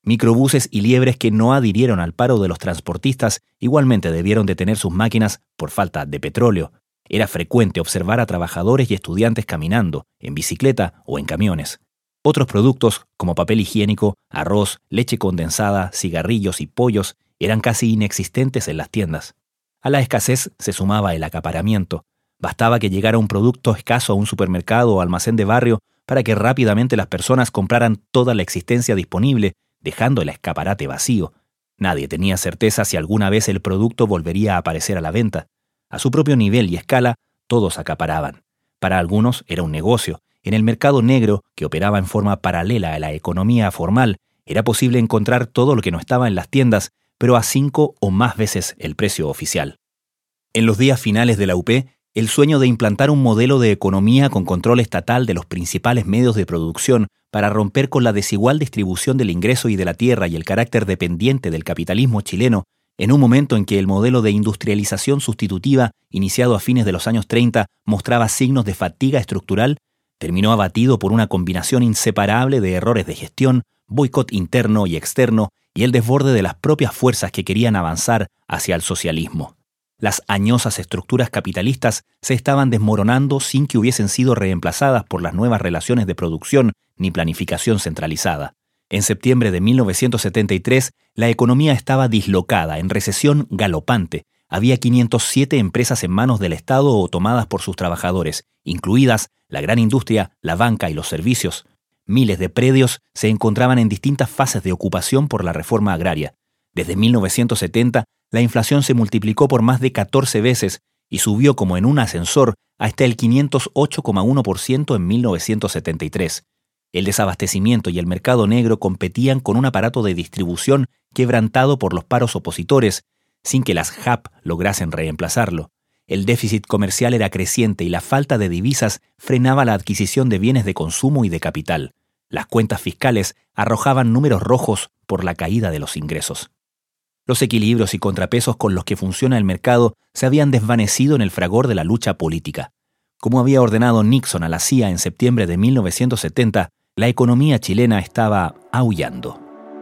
Microbuses y liebres que no adhirieron al paro de los transportistas igualmente debieron detener sus máquinas por falta de petróleo. Era frecuente observar a trabajadores y estudiantes caminando, en bicicleta o en camiones. Otros productos, como papel higiénico, arroz, leche condensada, cigarrillos y pollos, eran casi inexistentes en las tiendas. A la escasez se sumaba el acaparamiento. Bastaba que llegara un producto escaso a un supermercado o almacén de barrio para que rápidamente las personas compraran toda la existencia disponible, dejando el escaparate vacío. Nadie tenía certeza si alguna vez el producto volvería a aparecer a la venta. A su propio nivel y escala, todos acaparaban. Para algunos era un negocio. En el mercado negro, que operaba en forma paralela a la economía formal, era posible encontrar todo lo que no estaba en las tiendas, pero a cinco o más veces el precio oficial. En los días finales de la U P, el sueño de implantar un modelo de economía con control estatal de los principales medios de producción para romper con la desigual distribución del ingreso y de la tierra y el carácter dependiente del capitalismo chileno, en un momento en que el modelo de industrialización sustitutiva, iniciado a fines de los años treinta, mostraba signos de fatiga estructural, terminó abatido por una combinación inseparable de errores de gestión, boicot interno y externo y el desborde de las propias fuerzas que querían avanzar hacia el socialismo. Las añosas estructuras capitalistas se estaban desmoronando sin que hubiesen sido reemplazadas por las nuevas relaciones de producción ni planificación centralizada. En septiembre de mil novecientos setenta y tres, la economía estaba dislocada, en recesión galopante. Había quinientas siete empresas en manos del Estado o tomadas por sus trabajadores, incluidas la gran industria, la banca y los servicios. Miles de predios se encontraban en distintas fases de ocupación por la reforma agraria. Desde mil novecientos setenta, la inflación se multiplicó por más de catorce veces y subió como en un ascensor hasta el quinientos ocho coma uno por ciento en mil novecientos setenta y tres. El desabastecimiento y el mercado negro competían con un aparato de distribución quebrantado por los paros opositores, sin que las J A P lograsen reemplazarlo. El déficit comercial era creciente y la falta de divisas frenaba la adquisición de bienes de consumo y de capital. Las cuentas fiscales arrojaban números rojos por la caída de los ingresos. Los equilibrios y contrapesos con los que funciona el mercado se habían desvanecido en el fragor de la lucha política. Como había ordenado Nixon a la C I A en septiembre de mil novecientos setenta, la economía chilena estaba aullando.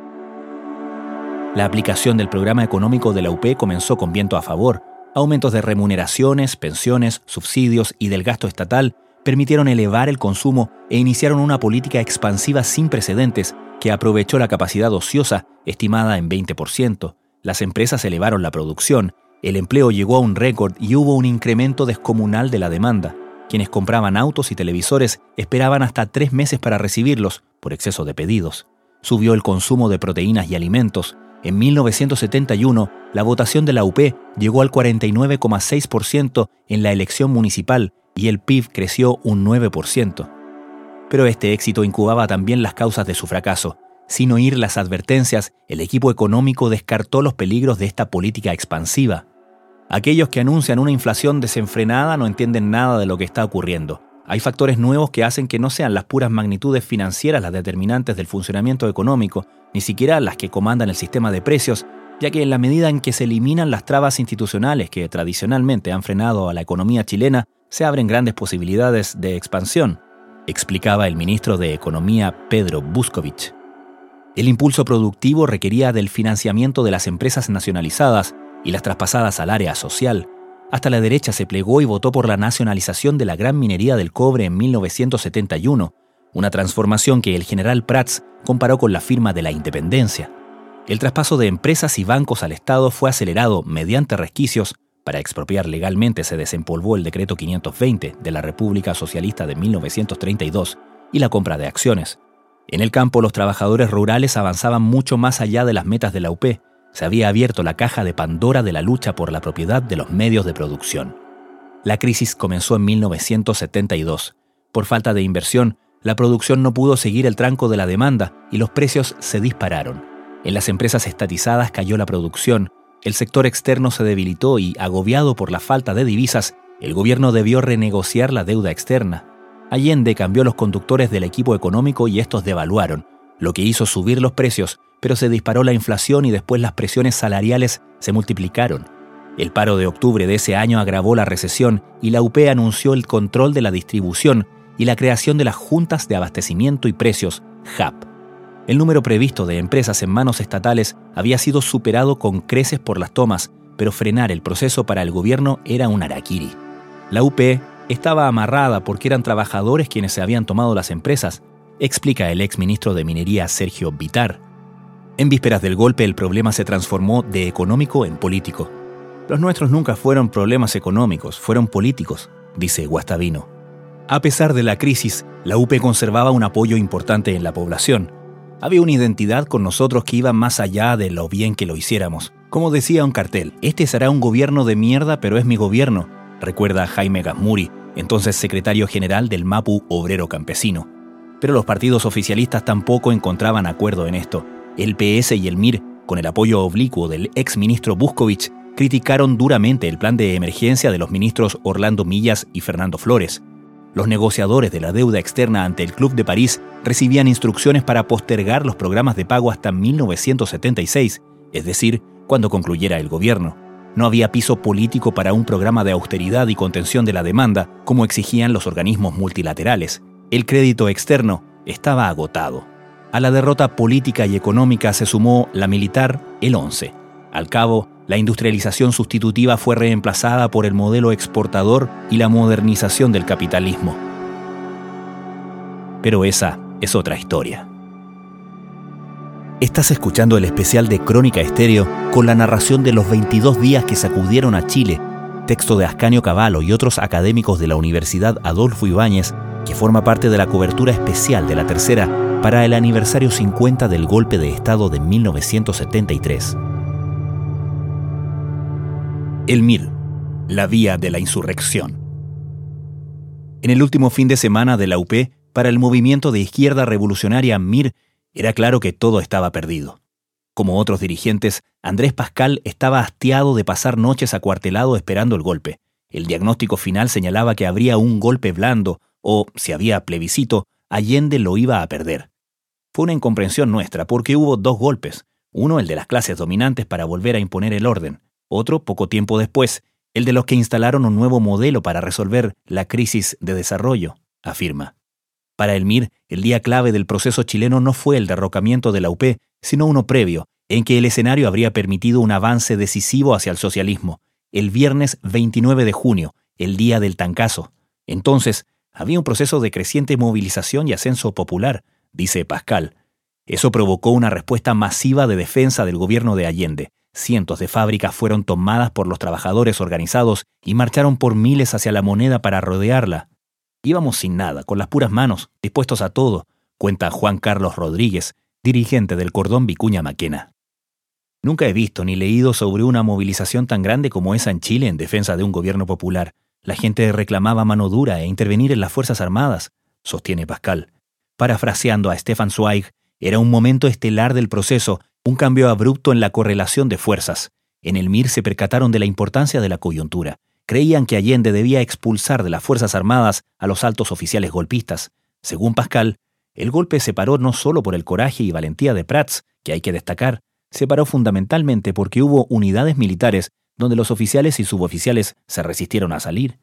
La aplicación del programa económico de la U P comenzó con viento a favor. Aumentos de remuneraciones, pensiones, subsidios y del gasto estatal permitieron elevar el consumo e iniciaron una política expansiva sin precedentes que aprovechó la capacidad ociosa, estimada en veinte por ciento. Las empresas elevaron la producción, el empleo llegó a un récord y hubo un incremento descomunal de la demanda. Quienes compraban autos y televisores esperaban hasta tres meses para recibirlos, por exceso de pedidos. Subió el consumo de proteínas y alimentos. En mil novecientos setenta y uno, la votación de la U P llegó al cuarenta y nueve coma seis por ciento en la elección municipal y el P I B creció un nueve por ciento. Pero este éxito incubaba también las causas de su fracaso. Sin oír las advertencias, el equipo económico descartó los peligros de esta política expansiva. Aquellos que anuncian una inflación desenfrenada no entienden nada de lo que está ocurriendo. Hay factores nuevos que hacen que no sean las puras magnitudes financieras las determinantes del funcionamiento económico, ni siquiera las que comandan el sistema de precios, ya que en la medida en que se eliminan las trabas institucionales que tradicionalmente han frenado a la economía chilena, se abren grandes posibilidades de expansión, explicaba el ministro de Economía Pedro Buscovich. El impulso productivo requería del financiamiento de las empresas nacionalizadas y las traspasadas al área social. Hasta la derecha se plegó y votó por la nacionalización de la gran minería del cobre en mil novecientos setenta y uno, una transformación que el general Prats comparó con la firma de la independencia. El traspaso de empresas y bancos al Estado fue acelerado mediante resquicios. Para expropiar legalmente se desempolvó el decreto quinientos veinte de la República Socialista de mil novecientos treinta y dos y la compra de acciones. En el campo, los trabajadores rurales avanzaban mucho más allá de las metas de la U P. Se había abierto la caja de Pandora de la lucha por la propiedad de los medios de producción. La crisis comenzó en mil novecientos setenta y dos. Por falta de inversión, la producción no pudo seguir el tranco de la demanda y los precios se dispararon. En las empresas estatizadas cayó la producción, el sector externo se debilitó y, agobiado por la falta de divisas, el gobierno debió renegociar la deuda externa. Allende cambió los conductores del equipo económico y estos devaluaron, lo que hizo subir los precios, pero se disparó la inflación y después las presiones salariales se multiplicaron. El paro de octubre de ese año agravó la recesión y la U P anunció el control de la distribución y la creación de las juntas de abastecimiento y precios, J A P. El número previsto de empresas en manos estatales había sido superado con creces por las tomas, pero frenar el proceso para el gobierno era un harakiri. La U P estaba amarrada porque eran trabajadores quienes se habían tomado las empresas, explica el exministro de Minería Sergio Bitar. En vísperas del golpe el problema se transformó de económico en político. Los nuestros nunca fueron problemas económicos, fueron políticos, dice Guastavino. A pesar de la crisis, la U P conservaba un apoyo importante en la población. Había una identidad con nosotros que iba más allá de lo bien que lo hiciéramos. Como decía un cartel, este será un gobierno de mierda, pero es mi gobierno, recuerda Jaime Gazmuri, entonces secretario general del MAPU Obrero Campesino. Pero los partidos oficialistas tampoco encontraban acuerdo en esto. El P S y el M I R, con el apoyo oblicuo del exministro Buscovich, criticaron duramente el plan de emergencia de los ministros Orlando Millas y Fernando Flores. Los negociadores de la deuda externa ante el Club de París recibían instrucciones para postergar los programas de pago hasta mil novecientos setenta y seis, es decir, cuando concluyera el gobierno. No había piso político para un programa de austeridad y contención de la demanda, como exigían los organismos multilaterales. El crédito externo estaba agotado. A la derrota política y económica se sumó la militar, el once. Al cabo, la industrialización sustitutiva fue reemplazada por el modelo exportador y la modernización del capitalismo. Pero esa es otra historia. Estás escuchando el especial de Crónica Estéreo con la narración de los veintidós días que sacudieron a Chile, texto de Ascanio Cavallo y otros académicos de la Universidad Adolfo Ibáñez, que forma parte de la cobertura especial de La Tercera para el aniversario cincuenta del golpe de Estado de mil novecientos setenta y tres. El M I R, la vía de la insurrección. En el último fin de semana de la U P, para el movimiento de izquierda revolucionaria M I R, era claro que todo estaba perdido. Como otros dirigentes, Andrés Pascal estaba hastiado de pasar noches acuartelado esperando el golpe. El diagnóstico final señalaba que habría un golpe blando o, si había plebiscito, Allende lo iba a perder. Fue una incomprensión nuestra porque hubo dos golpes, uno el de las clases dominantes para volver a imponer el orden, otro, poco tiempo después, el de los que instalaron un nuevo modelo para resolver la crisis de desarrollo, afirma. Para el M I R, el día clave del proceso chileno no fue el derrocamiento de la U P, sino uno previo, en que el escenario habría permitido un avance decisivo hacia el socialismo, el viernes veintinueve de junio, el día del tancazo. Entonces, había un proceso de creciente movilización y ascenso popular, dice Pascal. Eso provocó una respuesta masiva de defensa del gobierno de Allende. Cientos de fábricas fueron tomadas por los trabajadores organizados y marcharon por miles hacia la Moneda para rodearla. Íbamos sin nada, con las puras manos, dispuestos a todo, cuenta Juan Carlos Rodríguez, dirigente del Cordón Vicuña Maquena. Nunca he visto ni leído sobre una movilización tan grande como esa en Chile en defensa de un gobierno popular. La gente reclamaba mano dura e intervenir en las Fuerzas Armadas, sostiene Pascal. Parafraseando a Stefan Zweig, era un momento estelar del proceso, un cambio abrupto en la correlación de fuerzas. En el M I R se percataron de la importancia de la coyuntura. Creían que Allende debía expulsar de las Fuerzas Armadas a los altos oficiales golpistas. Según Pascal, el golpe se paró no solo por el coraje y valentía de Prats, que hay que destacar, se paró fundamentalmente porque hubo unidades militares donde los oficiales y suboficiales se resistieron a salir.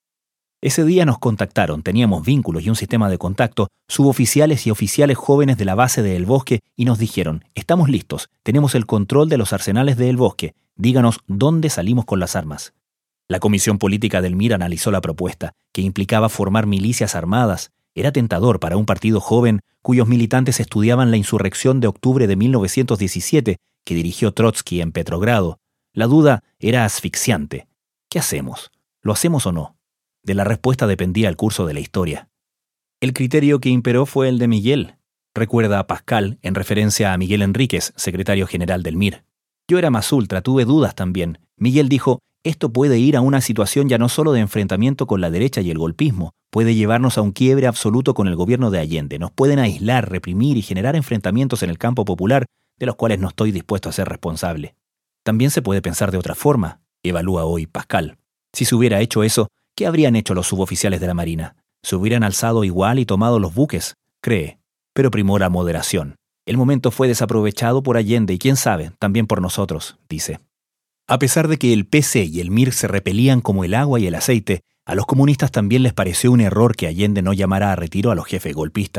Ese día nos contactaron, teníamos vínculos y un sistema de contacto, suboficiales y oficiales jóvenes de la base de El Bosque y nos dijeron, estamos listos, tenemos el control de los arsenales de El Bosque, díganos dónde salimos con las armas. La Comisión Política del M I R analizó la propuesta, que implicaba formar milicias armadas. Era tentador para un partido joven cuyos militantes estudiaban la insurrección de octubre de mil novecientos diecisiete que dirigió Trotsky en Petrogrado. La duda era asfixiante. ¿Qué hacemos? ¿Lo hacemos o no? De la respuesta dependía el curso de la historia. El criterio que imperó fue el de Miguel, recuerda a Pascal en referencia a Miguel Enríquez, secretario general del M I R. Yo era más ultra, tuve dudas también. Miguel dijo, esto puede ir a una situación ya no solo de enfrentamiento con la derecha y el golpismo, puede llevarnos a un quiebre absoluto con el gobierno de Allende. Nos pueden aislar, reprimir y generar enfrentamientos en el campo popular, de los cuales no estoy dispuesto a ser responsable. También se puede pensar de otra forma, evalúa hoy Pascal. Si se hubiera hecho eso, ¿qué habrían hecho los suboficiales de la Marina? ¿Se hubieran alzado igual y tomado los buques? Cree, pero primó la moderación. El momento fue desaprovechado por Allende y quién sabe, también por nosotros, dice. A pesar de que el P C y el M I R se repelían como el agua y el aceite, a los comunistas también les pareció un error que Allende no llamara a retiro a los jefes golpistas.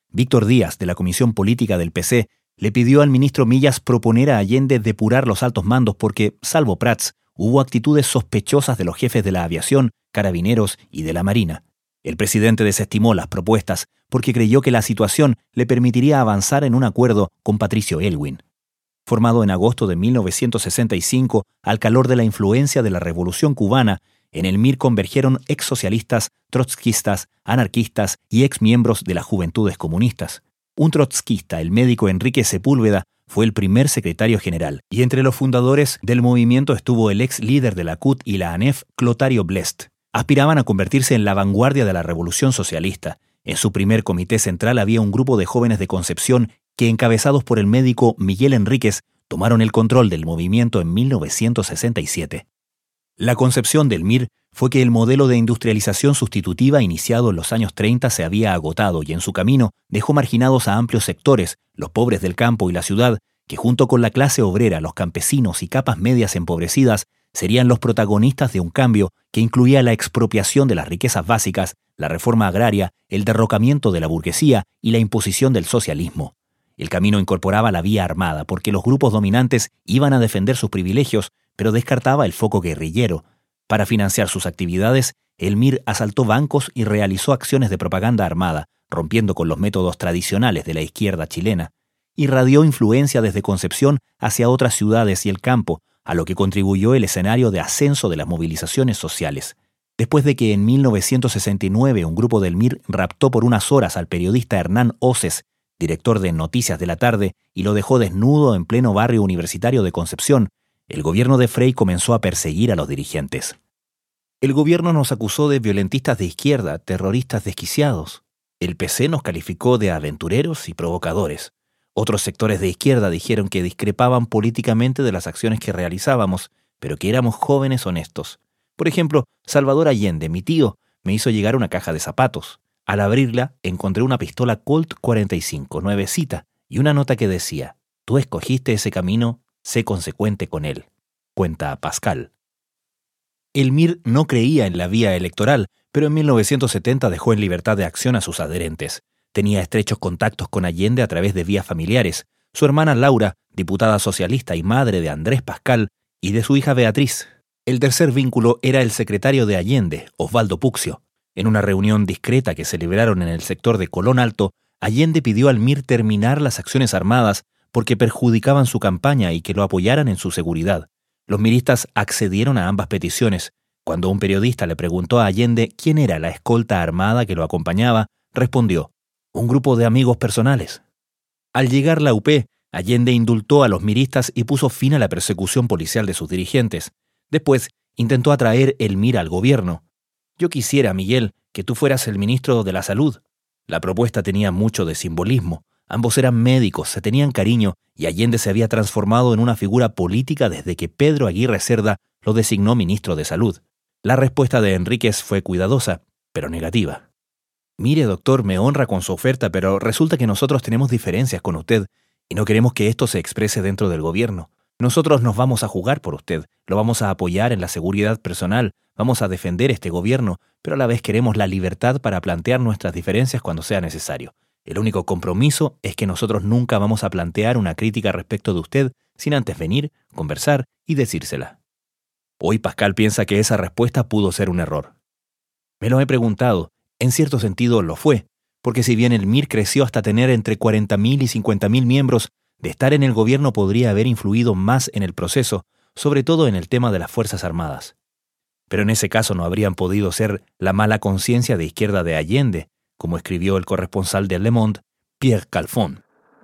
Víctor Díaz, de la Comisión Política del P C, le pidió al ministro Millas proponer a Allende depurar los altos mandos porque, salvo Prats, hubo actitudes sospechosas de los jefes de la aviación, carabineros y de la Marina. El presidente desestimó las propuestas porque creyó que la situación le permitiría avanzar en un acuerdo con Patricio Elwin. Formado en agosto de mil novecientos sesenta y cinco, al calor de la influencia de la Revolución Cubana, en el M I R convergieron exsocialistas, trotskistas, anarquistas y exmiembros de las Juventudes Comunistas. Un trotskista, el médico Enrique Sepúlveda, fue el primer secretario general, y entre los fundadores del movimiento estuvo el ex líder de la C U T y la ANEF, Clotario Blest. Aspiraban a convertirse en la vanguardia de la Revolución Socialista. En su primer comité central había un grupo de jóvenes de Concepción que, encabezados por el médico Miguel Enríquez, tomaron el control del movimiento en mil novecientos sesenta y siete. La concepción del M I R fue que el modelo de industrialización sustitutiva iniciado en los años treinta se había agotado y en su camino dejó marginados a amplios sectores, los pobres del campo y la ciudad, que junto con la clase obrera, los campesinos y capas medias empobrecidas serían los protagonistas de un cambio que incluía la expropiación de las riquezas básicas, la reforma agraria, el derrocamiento de la burguesía y la imposición del socialismo. El camino incorporaba la vía armada porque los grupos dominantes iban a defender sus privilegios, pero descartaba el foco guerrillero. Para financiar sus actividades, el M I R asaltó bancos y realizó acciones de propaganda armada, rompiendo con los métodos tradicionales de la izquierda chilena. Irradió influencia desde Concepción hacia otras ciudades y el campo, a lo que contribuyó el escenario de ascenso de las movilizaciones sociales. Después de que en mil novecientos sesenta y nueve un grupo del M I R raptó por unas horas al periodista Hernán Oces, director de Noticias de la Tarde, y lo dejó desnudo en pleno barrio universitario de Concepción, el gobierno de Frei comenzó a perseguir a los dirigentes. El gobierno nos acusó de violentistas de izquierda, terroristas desquiciados. El P C nos calificó de aventureros y provocadores. Otros sectores de izquierda dijeron que discrepaban políticamente de las acciones que realizábamos, pero que éramos jóvenes honestos. Por ejemplo, Salvador Allende, mi tío, me hizo llegar una caja de zapatos. Al abrirla, encontré una pistola Colt cuarenta y cinco, nuevecita, y una nota que decía: «Tú escogiste ese camino, sé consecuente con él», cuenta Pascal. El M I R no creía en la vía electoral, pero en mil novecientos setenta dejó en libertad de acción a sus adherentes. Tenía estrechos contactos con Allende a través de vías familiares. Su hermana Laura, diputada socialista y madre de Andrés Pascal, y de su hija Beatriz. El tercer vínculo era el secretario de Allende, Osvaldo Puccio. En una reunión discreta que celebraron en el sector de Colón Alto, Allende pidió al M I R terminar las acciones armadas porque perjudicaban su campaña y que lo apoyaran en su seguridad. Los miristas accedieron a ambas peticiones. Cuando un periodista le preguntó a Allende quién era la escolta armada que lo acompañaba, respondió: «Un grupo de amigos personales». Al llegar la U P, Allende indultó a los miristas y puso fin a la persecución policial de sus dirigentes. Después, intentó atraer el M I R al gobierno. «Yo quisiera, Miguel, que tú fueras el ministro de la Salud». La propuesta tenía mucho de simbolismo. Ambos eran médicos, se tenían cariño, y Allende se había transformado en una figura política desde que Pedro Aguirre Cerda lo designó ministro de Salud. La respuesta de Enríquez fue cuidadosa, pero negativa. «Mire, doctor, me honra con su oferta, pero resulta que nosotros tenemos diferencias con usted, y no queremos que esto se exprese dentro del gobierno. Nosotros nos vamos a jugar por usted, lo vamos a apoyar en la seguridad personal, vamos a defender este gobierno, pero a la vez queremos la libertad para plantear nuestras diferencias cuando sea necesario. El único compromiso es que nosotros nunca vamos a plantear una crítica respecto de usted sin antes venir, conversar y decírsela». Hoy Pascal piensa que esa respuesta pudo ser un error. Me lo he preguntado, en cierto sentido lo fue, porque si bien el M I R creció hasta tener entre cuarenta mil y cincuenta mil miembros, de estar en el gobierno podría haber influido más en el proceso, sobre todo en el tema de las Fuerzas Armadas. Pero en ese caso no habrían podido ser la mala conciencia de izquierda de Allende, como escribió el corresponsal de Le Monde, Pierre Calfon.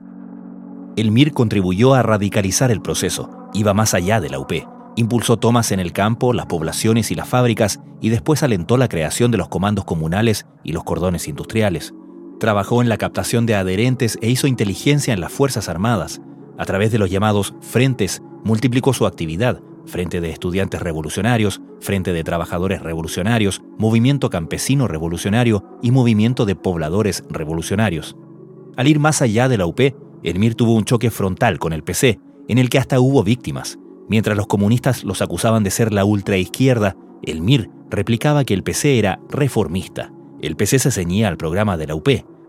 El M I R contribuyó a radicalizar el proceso, iba más allá de la U P. Impulsó tomas en el campo, las poblaciones y las fábricas, y después alentó la creación de los comandos comunales y los cordones industriales. Trabajó en la captación de adherentes e hizo inteligencia en las Fuerzas Armadas. A través de los llamados frentes, multiplicó su actividad: Frente de Estudiantes Revolucionarios, Frente de Trabajadores Revolucionarios, Movimiento Campesino Revolucionario y Movimiento de Pobladores Revolucionarios. Al ir más allá de la U P, el M I R tuvo un choque frontal con el P C, en el que hasta hubo víctimas. Mientras los comunistas los acusaban de ser la ultraizquierda, el M I R replicaba que el P C era reformista. El P C se ceñía al programa de la U P.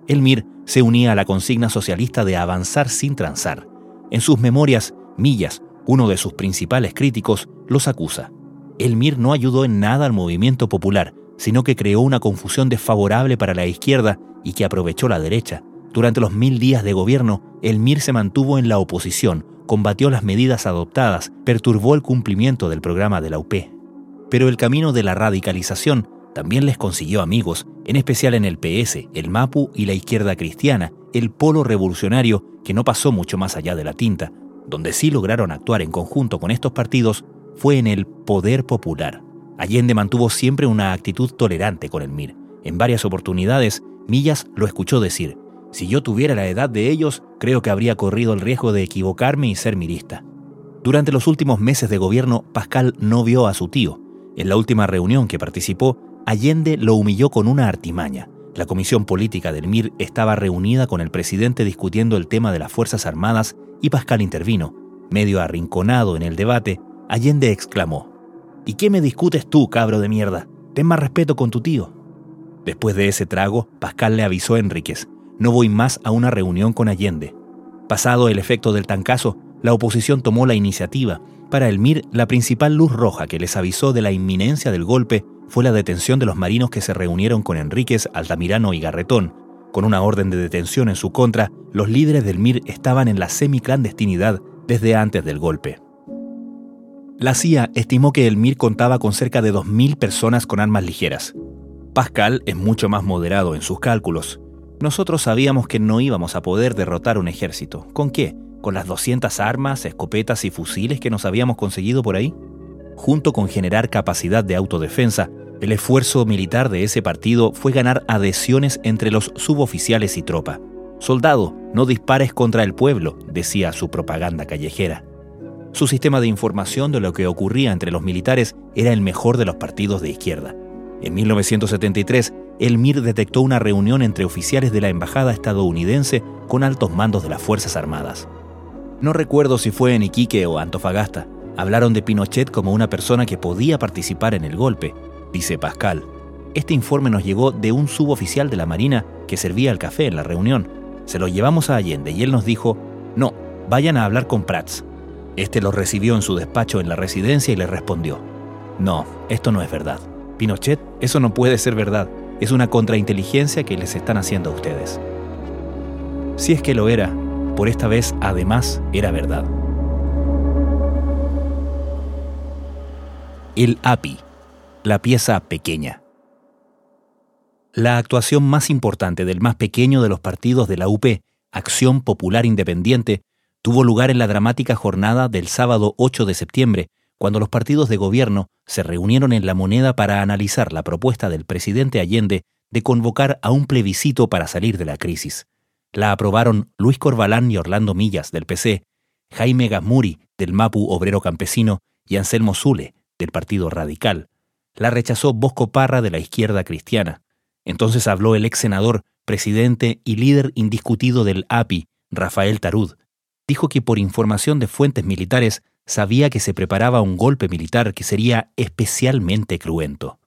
El M I R se unía a la consigna socialista de avanzar sin transar. En sus memorias, Millas, uno de sus principales críticos, los acusa. El M I R no ayudó en nada al movimiento popular, sino que creó una confusión desfavorable para la izquierda y que aprovechó la derecha. Durante los mil días de gobierno, el M I R se mantuvo en la oposición, combatió las medidas adoptadas, perturbó el cumplimiento del programa de la U P. Pero el camino de la radicalización también les consiguió amigos, en especial en el P S, el MAPU y la izquierda cristiana, el polo revolucionario que no pasó mucho más allá de la tinta. Donde sí lograron actuar en conjunto con estos partidos fue en el poder popular. Allende mantuvo siempre una actitud tolerante con el M I R. En varias oportunidades, Millas lo escuchó decir: «Si yo tuviera la edad de ellos, creo que habría corrido el riesgo de equivocarme y ser mirista». Durante los últimos meses de gobierno, Pascal no vio a su tío. En la última reunión que participó, Allende lo humilló con una artimaña. La comisión política del M I R estaba reunida con el presidente discutiendo el tema de las Fuerzas Armadas y Pascal intervino. Medio arrinconado en el debate, Allende exclamó: «¿Y qué me discutes tú, cabro de mierda? Ten más respeto con tu tío». Después de ese trago, Pascal le avisó a Enríquez: «No voy más a una reunión con Allende». Pasado el efecto del tancazo, la oposición tomó la iniciativa. Para el M I R, la principal luz roja que les avisó de la inminencia del golpe fue la detención de los marinos que se reunieron con Enríquez, Altamirano y Garretón. Con una orden de detención en su contra, los líderes del M I R estaban en la semiclandestinidad desde antes del golpe. La C I A estimó que el M I R contaba con cerca de dos mil personas con armas ligeras. Pascal es mucho más moderado en sus cálculos. Nosotros sabíamos que no íbamos a poder derrotar un ejército. ¿Con qué? ¿Con las doscientas armas, escopetas y fusiles que nos habíamos conseguido por ahí? Junto con generar capacidad de autodefensa, el esfuerzo militar de ese partido fue ganar adhesiones entre los suboficiales y tropa. «Soldado, no dispares contra el pueblo», decía su propaganda callejera. Su sistema de información de lo que ocurría entre los militares era el mejor de los partidos de izquierda. En mil novecientos setenta y tres, el M I R detectó una reunión entre oficiales de la embajada estadounidense con altos mandos de las Fuerzas Armadas. No recuerdo si fue en Iquique o Antofagasta. Hablaron de Pinochet como una persona que podía participar en el golpe, dice Pascal. Este informe nos llegó de un suboficial de la Marina que servía el café en la reunión. Se lo llevamos a Allende y él nos dijo: «No, vayan a hablar con Prats». Este lo recibió en su despacho en la residencia y le respondió: «No, esto no es verdad. Pinochet, eso no puede ser verdad. Es una contrainteligencia que les están haciendo a ustedes». Si es que lo era, por esta vez además era verdad. El A P I, la pieza pequeña. La actuación más importante del más pequeño de los partidos de la U P, Acción Popular Independiente, tuvo lugar en la dramática jornada del sábado ocho de septiembre, cuando los partidos de gobierno se reunieron en La Moneda para analizar la propuesta del presidente Allende de convocar a un plebiscito para salir de la crisis. La aprobaron Luis Corvalán y Orlando Millas, del P C, Jaime Gazmuri, del MAPU Obrero Campesino, y Anselmo Zule, del Partido Radical. La rechazó Bosco Parra, de la Izquierda Cristiana. Entonces habló el ex senador, presidente y líder indiscutido del A P I, Rafael Tarud. Dijo que por información de fuentes militares sabía que se preparaba un golpe militar que sería especialmente cruento.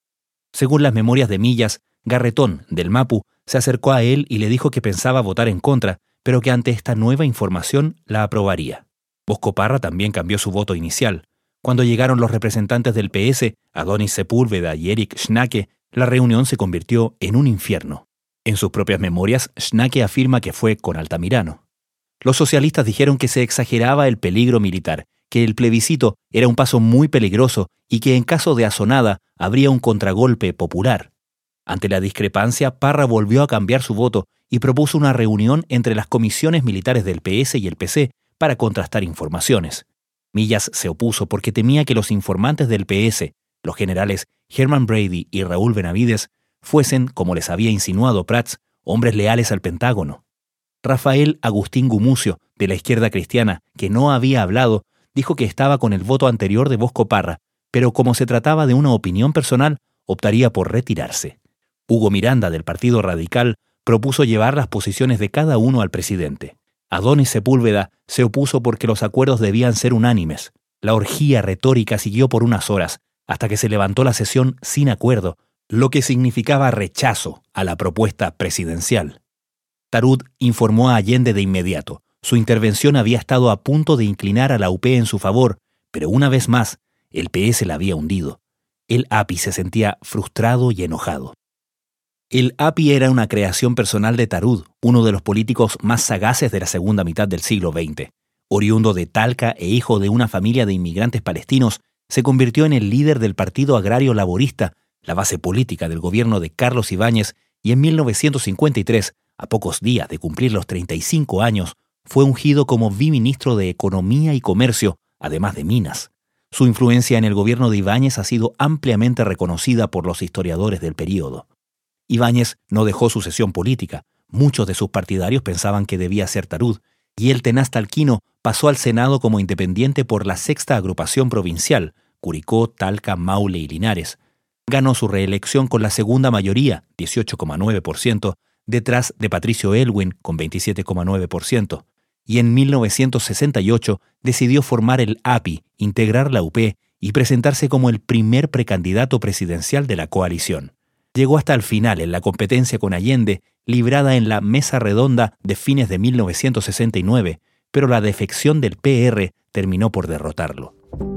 Según las memorias de Millas, Garretón, del MAPU, se acercó a él y le dijo que pensaba votar en contra, pero que ante esta nueva información la aprobaría. Bosco Parra también cambió su voto inicial. Cuando llegaron los representantes del P S, Adonis Sepúlveda y Eric Schnake, la reunión se convirtió en un infierno. En sus propias memorias, Schnake afirma que fue con Altamirano. Los socialistas dijeron que se exageraba el peligro militar, que el plebiscito era un paso muy peligroso y que en caso de asonada habría un contragolpe popular. Ante la discrepancia, Parra volvió a cambiar su voto y propuso una reunión entre las comisiones militares del P S y el P C para contrastar informaciones. Millas se opuso porque temía que los informantes del P S, los generales Herman Brady y Raúl Benavides, fuesen, como les había insinuado Prats, hombres leales al Pentágono. Rafael Agustín Gumucio, de la Izquierda Cristiana, que no había hablado, dijo que estaba con el voto anterior de Bosco Parra, pero como se trataba de una opinión personal, optaría por retirarse. Hugo Miranda, del Partido Radical, propuso llevar las posiciones de cada uno al presidente. Adonis Sepúlveda se opuso porque los acuerdos debían ser unánimes. La orgía retórica siguió por unas horas, hasta que se levantó la sesión sin acuerdo, lo que significaba rechazo a la propuesta presidencial. Tarud informó a Allende de inmediato. Su intervención había estado a punto de inclinar a la U P en su favor, pero una vez más, el P S la había hundido. El A P I se sentía frustrado y enojado. El A P I era una creación personal de Tarud, uno de los políticos más sagaces de la segunda mitad del siglo veinte. Oriundo de Talca e hijo de una familia de inmigrantes palestinos, se convirtió en el líder del Partido Agrario Laborista, la base política del gobierno de Carlos Ibáñez, y en mil novecientos cincuenta y tres, a pocos días de cumplir los treinta y cinco años, fue ungido como viceministro de Economía y Comercio, además de Minas. Su influencia en el gobierno de Ibáñez ha sido ampliamente reconocida por los historiadores del período. Ibáñez no dejó sucesión política. Muchos de sus partidarios pensaban que debía ser Tarud, y el tenaz talquino pasó al Senado como independiente por la sexta agrupación provincial, Curicó, Talca, Maule y Linares. Ganó su reelección con la segunda mayoría, dieciocho coma nueve por ciento, detrás de Patricio Elwin, con veintisiete coma nueve por ciento. Y en mil novecientos sesenta y ocho decidió formar el A P I, integrar la U P y presentarse como el primer precandidato presidencial de la coalición. Llegó hasta el final en la competencia con Allende, librada en la Mesa Redonda de fines de mil novecientos sesenta y nueve, pero la defección del P R terminó por derrotarlo.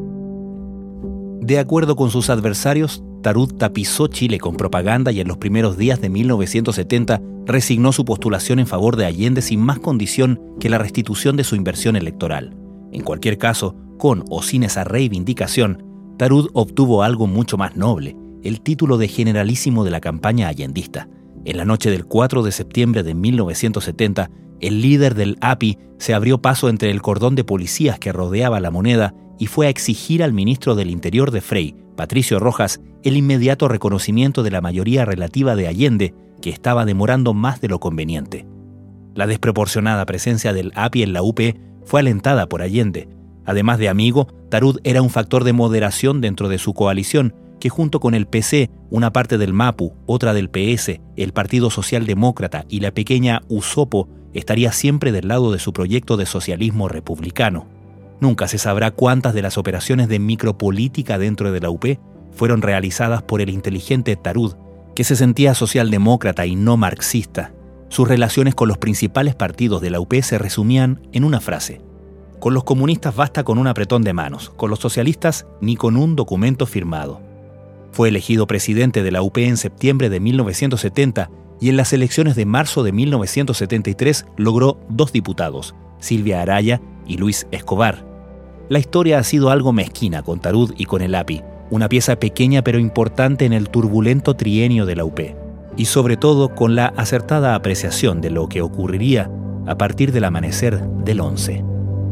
De acuerdo con sus adversarios, Tarud tapizó Chile con propaganda y en los primeros días de mil novecientos setenta resignó su postulación en favor de Allende sin más condición que la restitución de su inversión electoral. En cualquier caso, con o sin esa reivindicación, Tarud obtuvo algo mucho más noble, el título de generalísimo de la campaña allendista. En la noche del cuatro de septiembre de mil novecientos setenta, el líder del A P I se abrió paso entre el cordón de policías que rodeaba la Moneda y fue a exigir al ministro del Interior de Frei, Patricio Rojas, el inmediato reconocimiento de la mayoría relativa de Allende, que estaba demorando más de lo conveniente. La desproporcionada presencia del A P I en la U P fue alentada por Allende. Además de amigo, Tarud era un factor de moderación dentro de su coalición, que junto con el P C, una parte del MAPU, otra del P S, el Partido Socialdemócrata y la pequeña U S O P O, estaría siempre del lado de su proyecto de socialismo republicano. Nunca se sabrá cuántas de las operaciones de micropolítica dentro de la U P fueron realizadas por el inteligente Tarud, que se sentía socialdemócrata y no marxista. Sus relaciones con los principales partidos de la U P se resumían en una frase: con los comunistas basta con un apretón de manos, con los socialistas ni con un documento firmado. Fue elegido presidente de la U P en septiembre de mil novecientos setenta y en las elecciones de marzo de mil novecientos setenta y tres logró dos diputados, Silvia Araya y Luis Escobar. La historia ha sido algo mezquina con Tarud y con el A P I, una pieza pequeña pero importante en el turbulento trienio de la U P, y sobre todo con la acertada apreciación de lo que ocurriría a partir del amanecer del once.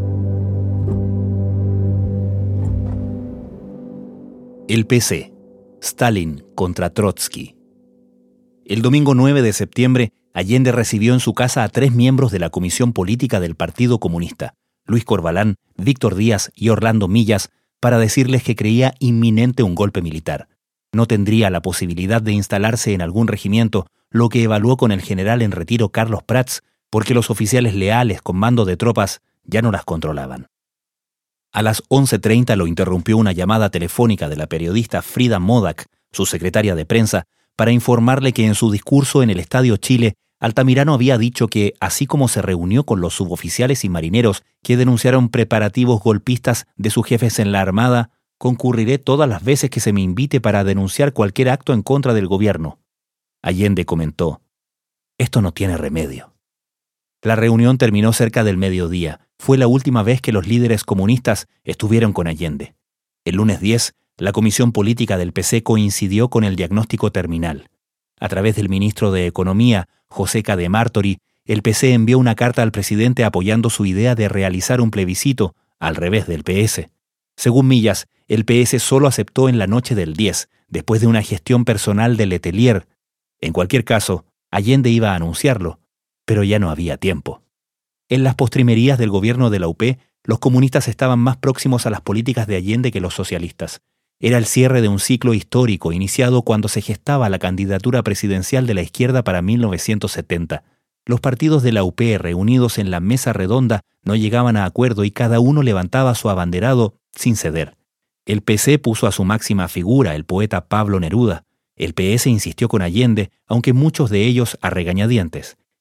El P C. Stalin contra Trotsky. El domingo nueve de septiembre, Allende recibió en su casa a tres miembros de la Comisión Política del Partido Comunista, Luis Corvalán, Víctor Díaz y Orlando Millas, para decirles que creía inminente un golpe militar. No tendría la posibilidad de instalarse en algún regimiento, lo que evaluó con el general en retiro Carlos Prats, porque los oficiales leales con mando de tropas ya no las controlaban. A las once treinta lo interrumpió una llamada telefónica de la periodista Frida Modak, su secretaria de prensa, para informarle que en su discurso en el Estadio Chile, Altamirano había dicho que, así como se reunió con los suboficiales y marineros que denunciaron preparativos golpistas de sus jefes en la Armada, concurriré todas las veces que se me invite para denunciar cualquier acto en contra del gobierno. Allende comentó: esto no tiene remedio. La reunión terminó cerca del mediodía. Fue la última vez que los líderes comunistas estuvieron con Allende. El lunes diez, la Comisión Política del P C coincidió con el diagnóstico terminal. A través del ministro de Economía, José K. de Martori, el P C envió una carta al presidente apoyando su idea de realizar un plebiscito, al revés del P S. Según Millas, el P S solo aceptó en la noche del diez, después de una gestión personal de Letelier. En cualquier caso, Allende iba a anunciarlo, pero ya no había tiempo. En las postrimerías del gobierno de la U P, los comunistas estaban más próximos a las políticas de Allende que los socialistas. Era el cierre de un ciclo histórico iniciado cuando se gestaba la candidatura presidencial de la izquierda para mil novecientos setenta. Los partidos de la U P reunidos en la mesa redonda no llegaban a acuerdo y cada uno levantaba su abanderado sin ceder. El P C puso a su máxima figura, el poeta Pablo Neruda. El P S insistió con Allende, aunque muchos de ellos a regañadientes.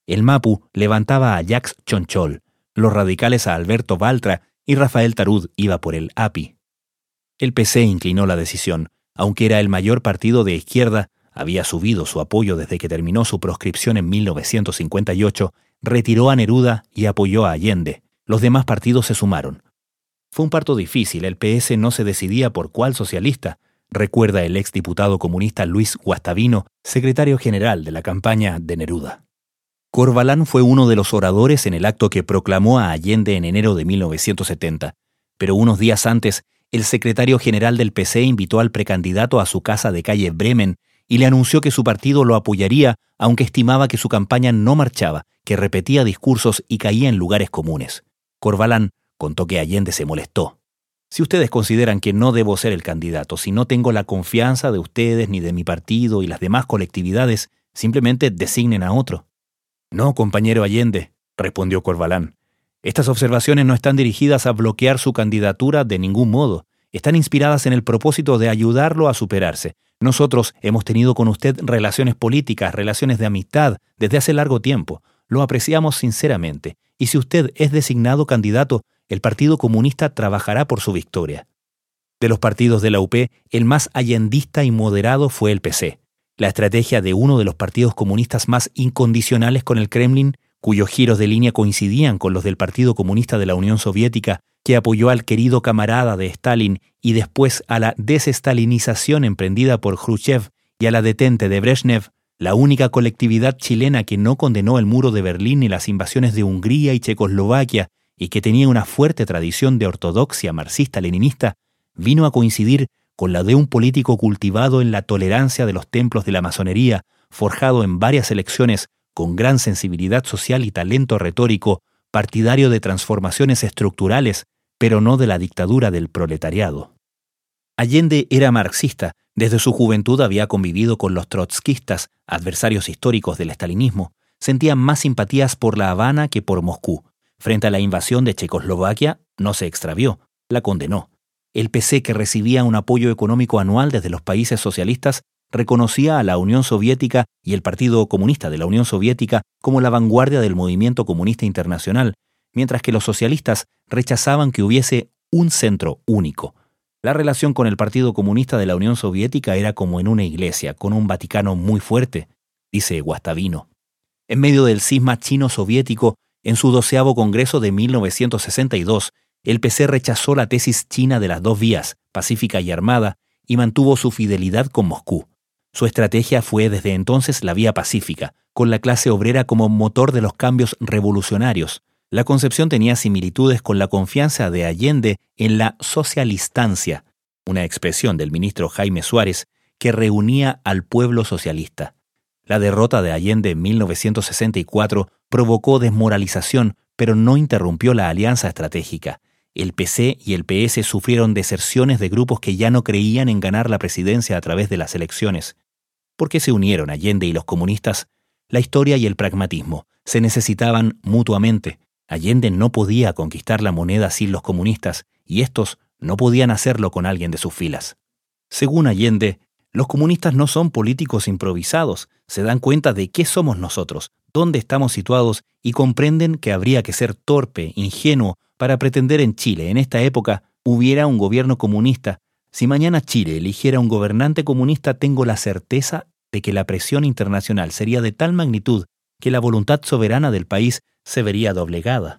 El MAPU levantaba a Jacques Chonchol, los radicales a Alberto Baltra y Rafael Tarud iba por el A P I. El P C inclinó la decisión. Aunque era el mayor partido de izquierda, había subido su apoyo desde que terminó su proscripción en mil novecientos cincuenta y ocho, retiró a Neruda y apoyó a Allende. Los demás partidos se sumaron. Fue un parto difícil, el P S no se decidía por cuál socialista, recuerda el exdiputado comunista Luis Guastavino, secretario general de la campaña de Neruda. Corvalán fue uno de los oradores en el acto que proclamó a Allende en enero de mil novecientos setenta, pero unos días antes, el secretario general del P C invitó al precandidato a su casa de calle Bremen y le anunció que su partido lo apoyaría, aunque estimaba que su campaña no marchaba, que repetía discursos y caía en lugares comunes. Corvalán contó que Allende se molestó. Si ustedes consideran que no debo ser el candidato, si no tengo la confianza de ustedes ni de mi partido y las demás colectividades, simplemente designen a otro. No, compañero Allende, respondió Corvalán. Estas observaciones no están dirigidas a bloquear su candidatura de ningún modo. Están inspiradas en el propósito de ayudarlo a superarse. Nosotros hemos tenido con usted relaciones políticas, relaciones de amistad, desde hace largo tiempo. Lo apreciamos sinceramente. Y si usted es designado candidato, el Partido Comunista trabajará por su victoria. De los partidos de la U P, el más allendista y moderado fue el P C. La estrategia de uno de los partidos comunistas más incondicionales con el Kremlin, cuyos giros de línea coincidían con los del Partido Comunista de la Unión Soviética, que apoyó al querido camarada de Stalin y después a la desestalinización emprendida por Khrushchev y a la detente de Brezhnev, la única colectividad chilena que no condenó el muro de Berlín ni las invasiones de Hungría y Checoslovaquia y que tenía una fuerte tradición de ortodoxia marxista-leninista, vino a coincidir con la de un político cultivado en la tolerancia de los templos de la masonería, forjado en varias elecciones con gran sensibilidad social y talento retórico, partidario de transformaciones estructurales, pero no de la dictadura del proletariado. Allende era marxista, desde su juventud había convivido con los trotskistas, adversarios históricos del estalinismo, sentía más simpatías por La Habana que por Moscú. Frente a la invasión de Checoslovaquia, no se extravió, la condenó. El P C, que recibía un apoyo económico anual desde los países socialistas, reconocía a la Unión Soviética y el Partido Comunista de la Unión Soviética como la vanguardia del movimiento comunista internacional, mientras que los socialistas rechazaban que hubiese un centro único. La relación con el Partido Comunista de la Unión Soviética era como en una iglesia, con un Vaticano muy fuerte, dice Guastavino. En medio del cisma chino-soviético, en su doceavo Congreso de mil novecientos sesenta y dos, el P C rechazó la tesis china de las dos vías, pacífica y armada, y mantuvo su fidelidad con Moscú. Su estrategia fue desde entonces la vía pacífica, con la clase obrera como motor de los cambios revolucionarios. La concepción tenía similitudes con la confianza de Allende en la socialistancia, una expresión del ministro Jaime Suárez que reunía al pueblo socialista. La derrota de Allende en mil novecientos sesenta y cuatro provocó desmoralización, pero no interrumpió la alianza estratégica. El P C y el P S sufrieron deserciones de grupos que ya no creían en ganar la presidencia a través de las elecciones. ¿Por qué se unieron Allende y los comunistas? La historia y el pragmatismo se necesitaban mutuamente. Allende no podía conquistar la moneda sin los comunistas, y estos no podían hacerlo con alguien de sus filas. Según Allende, los comunistas no son políticos improvisados, se dan cuenta de qué somos nosotros, dónde estamos situados y comprenden que habría que ser torpe, ingenuo, para pretender en Chile, en esta época, hubiera un gobierno comunista. Si mañana Chile eligiera un gobernante comunista, tengo la certeza de que la presión internacional sería de tal magnitud que la voluntad soberana del país se vería doblegada.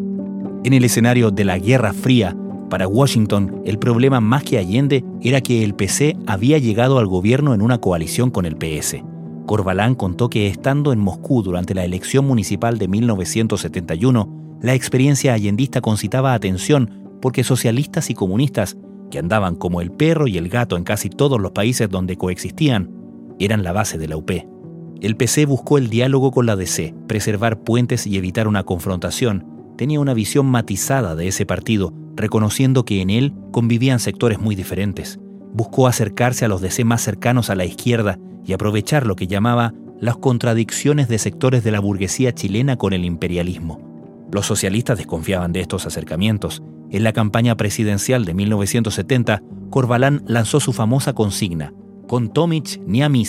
En el escenario de la Guerra Fría, para Washington, el problema más que Allende era que el P C había llegado al gobierno en una coalición con el P S. Corvalán contó que estando en Moscú durante la elección municipal de mil novecientos setenta y uno, la experiencia allendista concitaba atención porque socialistas y comunistas, que andaban como el perro y el gato en casi todos los países donde coexistían, eran la base de la U P. El P C buscó el diálogo con la D C, preservar puentes y evitar una confrontación. Tenía una visión matizada de ese partido, reconociendo que en él convivían sectores muy diferentes. Buscó acercarse a los D C más cercanos a la izquierda y aprovechar lo que llamaba las contradicciones de sectores de la burguesía chilena con el imperialismo. Los socialistas desconfiaban de estos acercamientos. En la campaña presidencial de mil novecientos setenta, Corvalán lanzó su famosa consigna: con Tomic ni a misa,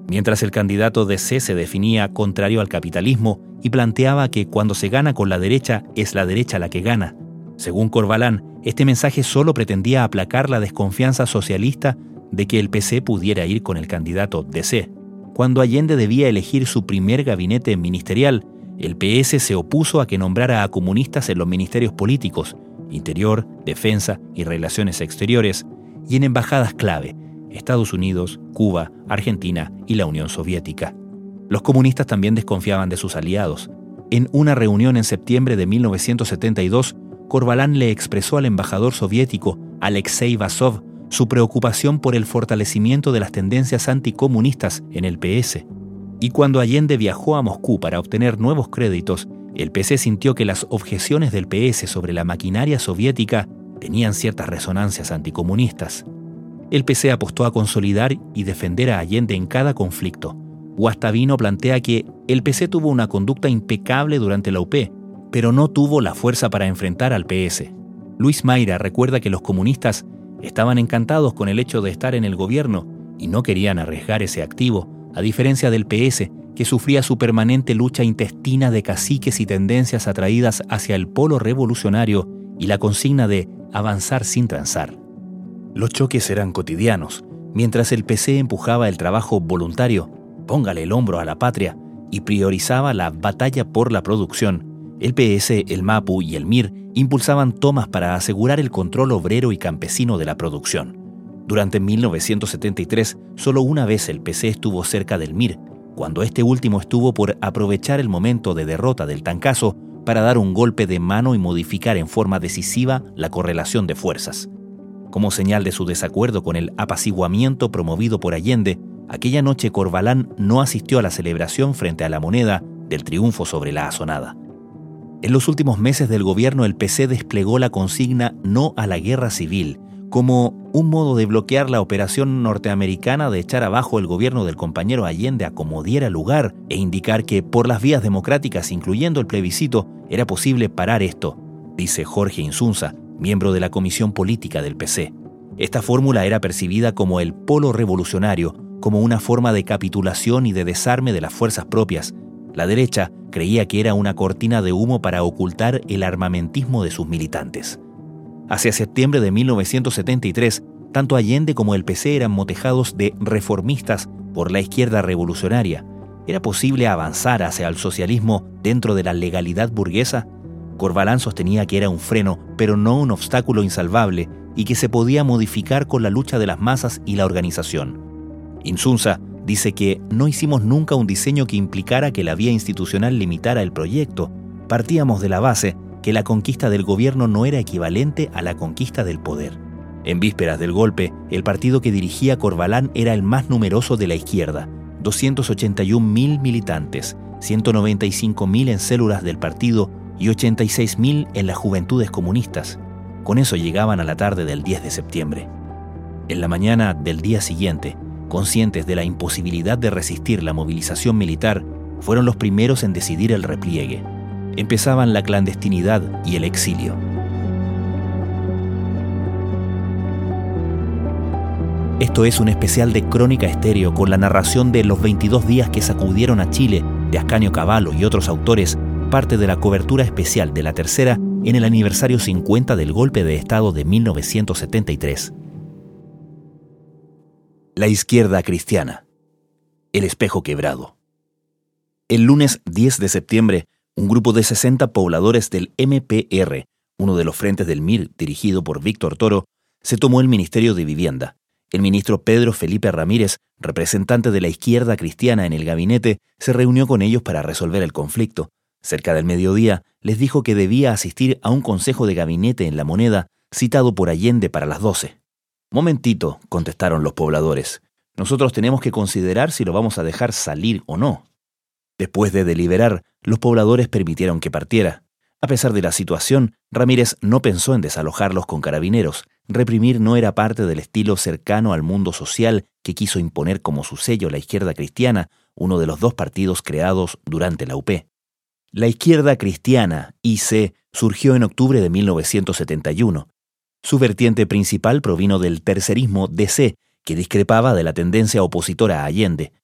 Mientras el candidato D C se definía contrario al capitalismo y planteaba que cuando se gana con la derecha es la derecha la que gana. Según Corvalán, este mensaje solo pretendía aplacar la desconfianza socialista de que el P C pudiera ir con el candidato D C. Cuando Allende debía elegir su primer gabinete ministerial, el P S se opuso a que nombrara a comunistas en los ministerios políticos, Interior, Defensa y Relaciones Exteriores, y en embajadas clave, Estados Unidos, Cuba, Argentina y la Unión Soviética. Los comunistas también desconfiaban de sus aliados. En una reunión en septiembre de mil novecientos setenta y dos, Corvalán le expresó al embajador soviético, Alexei Vazov, su preocupación por el fortalecimiento de las tendencias anticomunistas en el P S. Y cuando Allende viajó a Moscú para obtener nuevos créditos, el P C sintió que las objeciones del P S sobre la maquinaria soviética tenían ciertas resonancias anticomunistas. El P C apostó a consolidar y defender a Allende en cada conflicto. Guastavino plantea que el P C tuvo una conducta impecable durante la U P, pero no tuvo la fuerza para enfrentar al P S. Luis Mayra recuerda que los comunistas estaban encantados con el hecho de estar en el gobierno y no querían arriesgar ese activo, a diferencia del P S, que sufría su permanente lucha intestina de caciques y tendencias atraídas hacia el polo revolucionario y la consigna de avanzar sin transar. Los choques eran cotidianos, mientras el P C empujaba el trabajo voluntario, póngale el hombro a la patria, y priorizaba la batalla por la producción. El P S, el MAPU y el M I R impulsaban tomas para asegurar el control obrero y campesino de la producción. Durante mil novecientos setenta y tres, solo una vez el P C estuvo cerca del M I R, cuando este último estuvo por aprovechar el momento de derrota del Tancazo para dar un golpe de mano y modificar en forma decisiva la correlación de fuerzas. Como señal de su desacuerdo con el apaciguamiento promovido por Allende, aquella noche Corvalán no asistió a la celebración frente a la Moneda del triunfo sobre la Asonada. En los últimos meses del gobierno, el P C desplegó la consigna no a la guerra civil, como un modo de bloquear la operación norteamericana de echar abajo el gobierno del compañero Allende a como diera lugar e indicar que por las vías democráticas, incluyendo el plebiscito, era posible parar esto, dice Jorge Insunza, miembro de la Comisión Política del P C. Esta fórmula era percibida como el polo revolucionario, como una forma de capitulación y de desarme de las fuerzas propias. La derecha creía que era una cortina de humo para ocultar el armamentismo de sus militantes. Hacia septiembre de mil novecientos setenta y tres, tanto Allende como el P C eran motejados de reformistas por la izquierda revolucionaria. ¿Era posible avanzar hacia el socialismo dentro de la legalidad burguesa? Corvalán sostenía que era un freno, pero no un obstáculo insalvable, y que se podía modificar con la lucha de las masas y la organización. Insunza dice que no hicimos nunca un diseño que implicara que la vía institucional limitara el proyecto. Partíamos de la base que la conquista del gobierno no era equivalente a la conquista del poder. En vísperas del golpe, el partido que dirigía Corvalán era el más numeroso de la izquierda, doscientos ochenta y un mil militantes, ciento noventa y cinco mil en células del partido y ochenta y seis mil en las juventudes comunistas. Con eso llegaban a la tarde del diez de septiembre. En la mañana del día siguiente, conscientes de la imposibilidad de resistir la movilización militar, fueron los primeros en decidir el repliegue. Empezaban la clandestinidad y el exilio. Esto es un especial de Crónica Estéreo con la narración de los veintidós días que sacudieron a Chile, de Ascanio Cavallo y otros autores, parte de la cobertura especial de La Tercera en el aniversario cincuenta del golpe de Estado de mil novecientos setenta y tres. La izquierda cristiana. El espejo quebrado. El lunes diez de septiembre, un grupo de sesenta pobladores del M P R, uno de los frentes del M I R dirigido por Víctor Toro, se tomó el Ministerio de Vivienda. El ministro Pedro Felipe Ramírez, representante de la izquierda cristiana en el gabinete, se reunió con ellos para resolver el conflicto. Cerca del mediodía, les dijo que debía asistir a un consejo de gabinete en La Moneda, citado por Allende para las doce. «Momentito», contestaron los pobladores. «Nosotros tenemos que considerar si lo vamos a dejar salir o no». Después de deliberar, los pobladores permitieron que partiera. A pesar de la situación, Ramírez no pensó en desalojarlos con carabineros. Reprimir no era parte del estilo cercano al mundo social que quiso imponer como su sello la izquierda cristiana, uno de los dos partidos creados durante la U P. La izquierda cristiana, I C, surgió en octubre de mil novecientos setenta y uno. Su vertiente principal provino del tercerismo D C, que discrepaba de la tendencia opositora a Allende.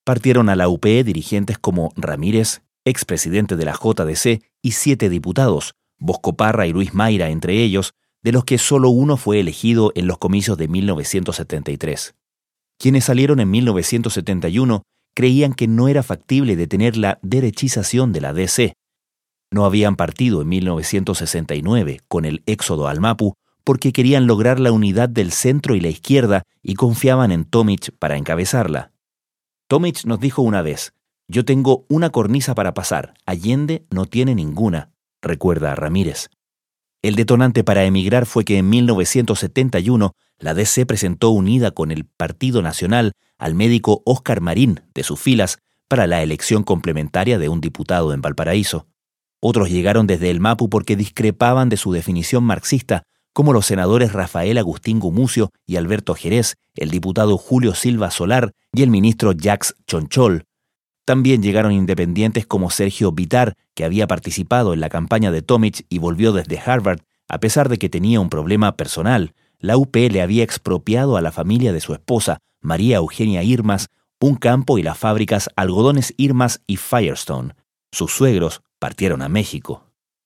Partieron a la U P dirigentes como Ramírez, expresidente de la J D C, y siete diputados, Bosco Parra y Luis Mayra entre ellos, de los que solo uno fue elegido en los comicios de mil novecientos setenta y tres. Quienes salieron en mil novecientos setenta y uno creían que no era factible detener la derechización de la D C. No habían partido en mil novecientos sesenta y nueve con el éxodo al Mapu porque querían lograr la unidad del centro y la izquierda y confiaban en Tomic para encabezarla. Tomic nos dijo una vez: «Yo tengo una cornisa para pasar, Allende no tiene ninguna», recuerda a Ramírez. El detonante para emigrar fue que en mil novecientos setenta y uno la D C presentó unida con el Partido Nacional al médico Óscar Marín de sus filas para la elección complementaria de un diputado en Valparaíso. Otros llegaron desde el Mapu porque discrepaban de su definición marxista, como los senadores Rafael Agustín Gumucio y Alberto Jerez, el diputado Julio Silva Solar y el ministro Jacques Chonchol. También llegaron independientes como Sergio Bitar, que había participado en la campaña de Tomic y volvió desde Harvard, a pesar de que tenía un problema personal. La U P le había expropiado a la familia de su esposa, María Eugenia Irmas, un campo y las fábricas Algodones Irmas y Firestone. Sus suegros partieron a México.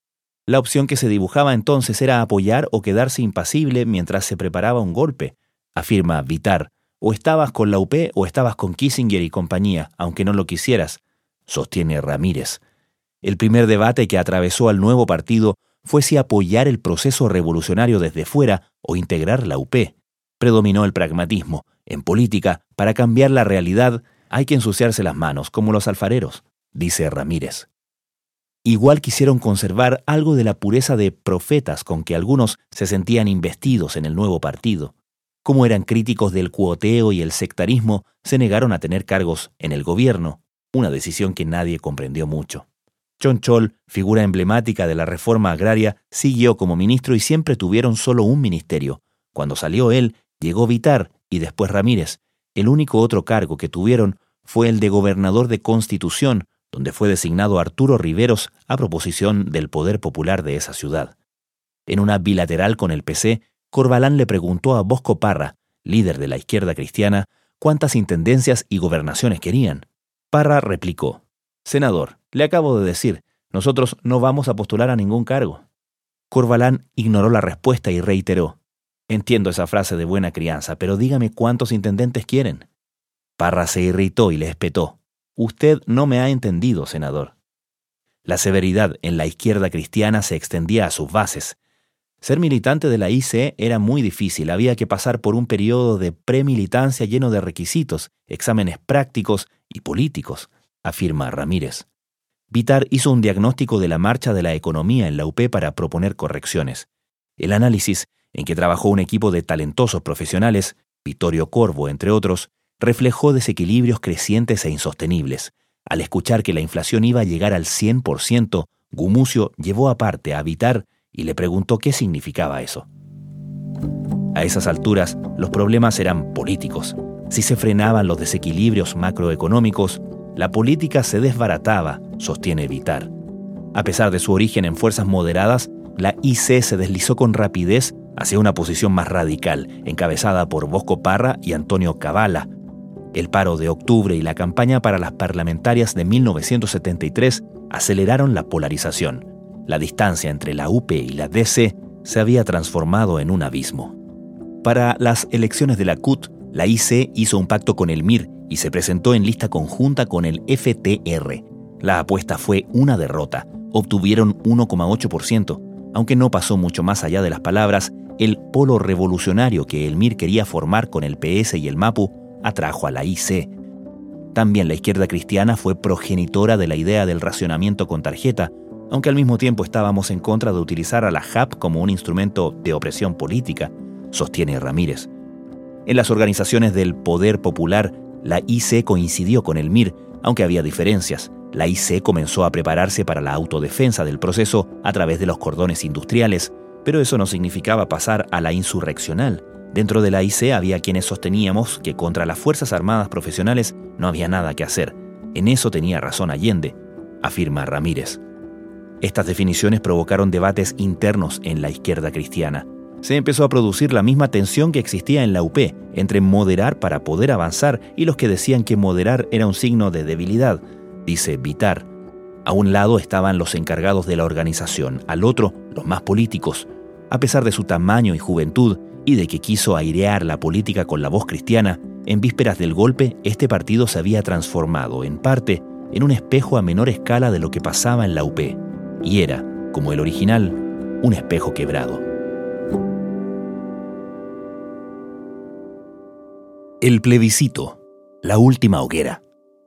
La opción que se dibujaba entonces era apoyar o quedarse impasible mientras se preparaba un golpe, afirma Bitar. O estabas con la U P o estabas con Kissinger y compañía, aunque no lo quisieras, sostiene Ramírez. El primer debate que atravesó al nuevo partido fue si apoyar el proceso revolucionario desde fuera o integrar la U P. Predominó el pragmatismo. En política, para cambiar la realidad, hay que ensuciarse las manos, como los alfareros, dice Ramírez. Igual quisieron conservar algo de la pureza de profetas con que algunos se sentían investidos en el nuevo partido. Como eran críticos del cuoteo y el sectarismo, se negaron a tener cargos en el gobierno, una decisión que nadie comprendió mucho. Chonchol, figura emblemática de la reforma agraria, siguió como ministro y siempre tuvieron solo un ministerio. Cuando salió él, llegó Bitar y después Ramírez. El único otro cargo que tuvieron fue el de gobernador de Constitución, donde fue designado Arturo Riveros a proposición del poder popular de esa ciudad. En una bilateral con el P C, Corbalán le preguntó a Bosco Parra, líder de la izquierda cristiana, cuántas intendencias y gobernaciones querían. Parra replicó: «Senador, le acabo de decir, nosotros no vamos a postular a ningún cargo». Corbalán ignoró la respuesta y reiteró: «Entiendo esa frase de buena crianza, pero dígame cuántos intendentes quieren». Parra se irritó y le espetó: «Usted no me ha entendido, senador». La severidad en la izquierda cristiana se extendía a sus bases. Ser militante de la I C era muy difícil, había que pasar por un periodo de premilitancia lleno de requisitos, exámenes prácticos y políticos, afirma Ramírez. Bitar hizo un diagnóstico de la marcha de la economía en la U P para proponer correcciones. El análisis, en que trabajó un equipo de talentosos profesionales, Vittorio Corvo entre otros, reflejó desequilibrios crecientes e insostenibles. Al escuchar que la inflación iba a llegar al cien por ciento, Gumucio llevó aparte a Bitar y le preguntó qué significaba eso. A esas alturas, los problemas eran políticos. Si se frenaban los desequilibrios macroeconómicos, la política se desbarataba, sostiene Bitar. A pesar de su origen en fuerzas moderadas, la I C se deslizó con rapidez hacia una posición más radical, encabezada por Bosco Parra y Antonio Cavallo. El paro de octubre y la campaña para las parlamentarias de mil novecientos setenta y tres aceleraron la polarización. La distancia entre la U P y la D C se había transformado en un abismo. Para las elecciones de la C U T, la I C hizo un pacto con el M I R y se presentó en lista conjunta con el F T R. La apuesta fue una derrota. Obtuvieron uno coma ocho por ciento. Aunque no pasó mucho más allá de las palabras, el polo revolucionario que el M I R quería formar con el P S y el MAPU atrajo a la I C. También la izquierda cristiana fue progenitora de la idea del racionamiento con tarjeta, aunque al mismo tiempo estábamos en contra de utilizar a la J A P como un instrumento de opresión política, sostiene Ramírez. En las organizaciones del poder popular, la I C coincidió con el M I R, aunque había diferencias. La I C comenzó a prepararse para la autodefensa del proceso a través de los cordones industriales, pero eso no significaba pasar a la insurreccional. Dentro de la I C había quienes sosteníamos que contra las Fuerzas Armadas profesionales no había nada que hacer. En eso tenía razón Allende, afirma Ramírez. Estas definiciones provocaron debates internos en la izquierda cristiana. Se empezó a producir la misma tensión que existía en la U P, entre moderar para poder avanzar y los que decían que moderar era un signo de debilidad, dice Bitar. A un lado estaban los encargados de la organización, al otro, los más políticos. A pesar de su tamaño y juventud, y de que quiso airear la política con la voz cristiana, en vísperas del golpe, este partido se había transformado, en parte, en un espejo a menor escala de lo que pasaba en la U P, y era, como el original, un espejo quebrado. El plebiscito, la última hoguera.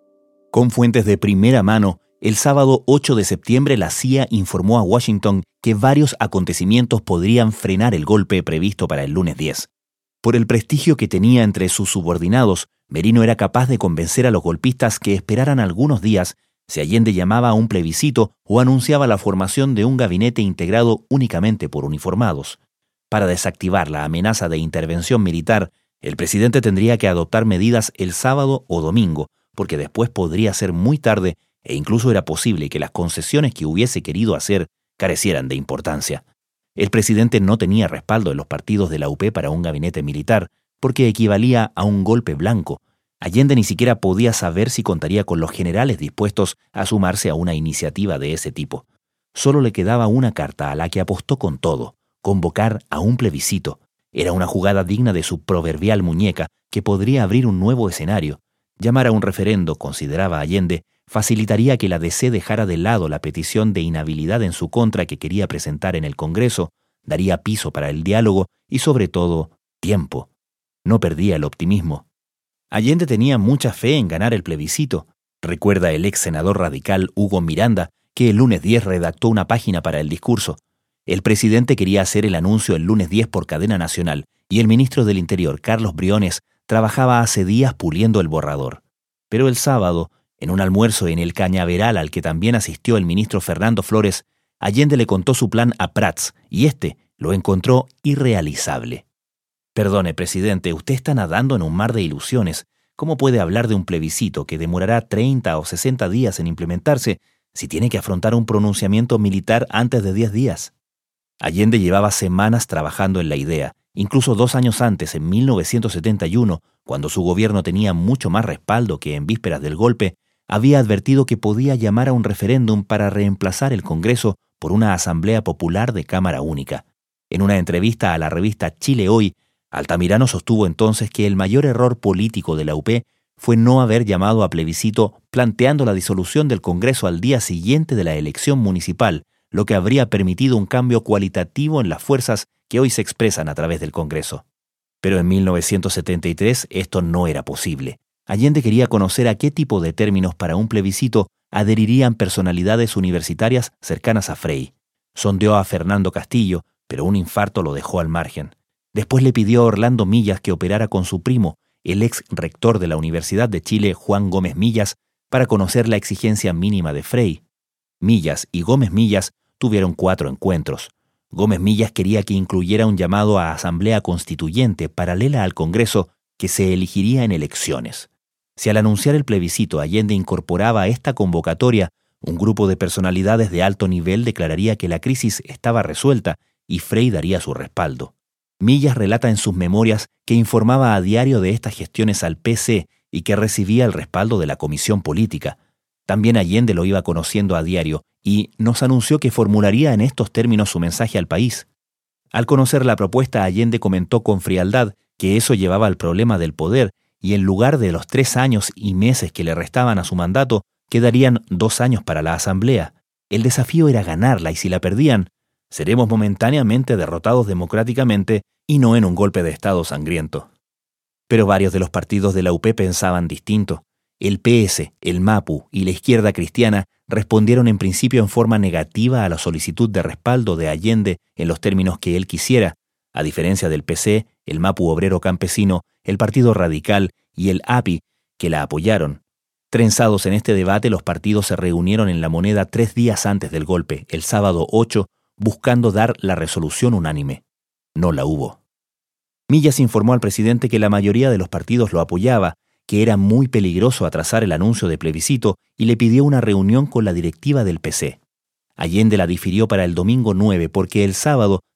Con fuentes de primera mano, el sábado ocho de septiembre la C I A informó a Washington que varios acontecimientos podrían frenar el golpe previsto para el lunes diez. Por el prestigio que tenía entre sus subordinados, Merino era capaz de convencer a los golpistas que esperaran algunos días si Allende llamaba a un plebiscito o anunciaba la formación de un gabinete integrado únicamente por uniformados. Para desactivar la amenaza de intervención militar, el presidente tendría que adoptar medidas el sábado o domingo, porque después podría ser muy tarde e incluso era posible que las concesiones que hubiese querido hacer carecieran de importancia. El presidente no tenía respaldo en los partidos de la U P para un gabinete militar, porque equivalía a un golpe blanco. Allende ni siquiera podía saber si contaría con los generales dispuestos a sumarse a una iniciativa de ese tipo. Solo le quedaba una carta a la que apostó con todo: convocar a un plebiscito. Era una jugada digna de su proverbial muñeca que podría abrir un nuevo escenario. Llamar a un referendo, consideraba Allende, facilitaría que la D C dejara de lado la petición de inhabilidad en su contra que quería presentar en el Congreso, daría piso para el diálogo y, sobre todo, tiempo. No perdía el optimismo. Allende tenía mucha fe en ganar el plebiscito. Recuerda el ex senador radical Hugo Miranda, que el lunes diez redactó una página para el discurso. El presidente quería hacer el anuncio el lunes diez por cadena nacional y el ministro del Interior, Carlos Briones, trabajaba hace días puliendo el borrador. Pero el sábado, en un almuerzo en el Cañaveral al que también asistió el ministro Fernando Flores, Allende le contó su plan a Prats y éste lo encontró irrealizable. «Perdone, presidente, usted está nadando en un mar de ilusiones. ¿Cómo puede hablar de un plebiscito que demorará treinta o sesenta días en implementarse si tiene que afrontar un pronunciamiento militar antes de diez días?» Allende llevaba semanas trabajando en la idea, incluso dos años antes, en mil novecientos setenta y uno, cuando su gobierno tenía mucho más respaldo que en vísperas del golpe, había advertido que podía llamar a un referéndum para reemplazar el Congreso por una asamblea popular de Cámara Única. En una entrevista a la revista Chile Hoy, Altamirano sostuvo entonces que el mayor error político de la U P fue no haber llamado a plebiscito planteando la disolución del Congreso al día siguiente de la elección municipal, lo que habría permitido un cambio cualitativo en las fuerzas que hoy se expresan a través del Congreso. Pero en mil novecientos setenta y tres esto no era posible. Allende quería conocer a qué tipo de términos para un plebiscito adherirían personalidades universitarias cercanas a Frei. Sondeó a Fernando Castillo, pero un infarto lo dejó al margen. Después le pidió a Orlando Millas que operara con su primo, el ex rector de la Universidad de Chile, Juan Gómez Millas, para conocer la exigencia mínima de Frei. Millas y Gómez Millas tuvieron cuatro encuentros. Gómez Millas quería que incluyera un llamado a asamblea constituyente paralela al Congreso que se elegiría en elecciones. Si al anunciar el plebiscito Allende incorporaba a esta convocatoria, un grupo de personalidades de alto nivel declararía que la crisis estaba resuelta y Frei daría su respaldo. Millas relata en sus memorias que informaba a diario de estas gestiones al P C y que recibía el respaldo de la comisión política. También Allende lo iba conociendo a diario y nos anunció que formularía en estos términos su mensaje al país. Al conocer la propuesta, Allende comentó con frialdad que eso llevaba al problema del poder y en lugar de los tres años y meses que le restaban a su mandato, quedarían dos años para la asamblea. El desafío era ganarla y si la perdían, seremos momentáneamente derrotados democráticamente y no en un golpe de Estado sangriento. Pero varios de los partidos de la U P pensaban distinto. El P S, el MAPU y la izquierda cristiana respondieron en principio en forma negativa a la solicitud de respaldo de Allende en los términos que él quisiera. A diferencia del P C, el MAPU obrero campesino, el Partido Radical y el A P I, que la apoyaron. Trenzados en este debate, los partidos se reunieron en La Moneda tres días antes del golpe, el sábado ocho, buscando dar la resolución unánime. No la hubo. Millas informó al presidente que la mayoría de los partidos lo apoyaba, que era muy peligroso atrasar el anuncio de plebiscito y le pidió una reunión con la directiva del P C. Allende la difirió para el domingo nueve porque el sábado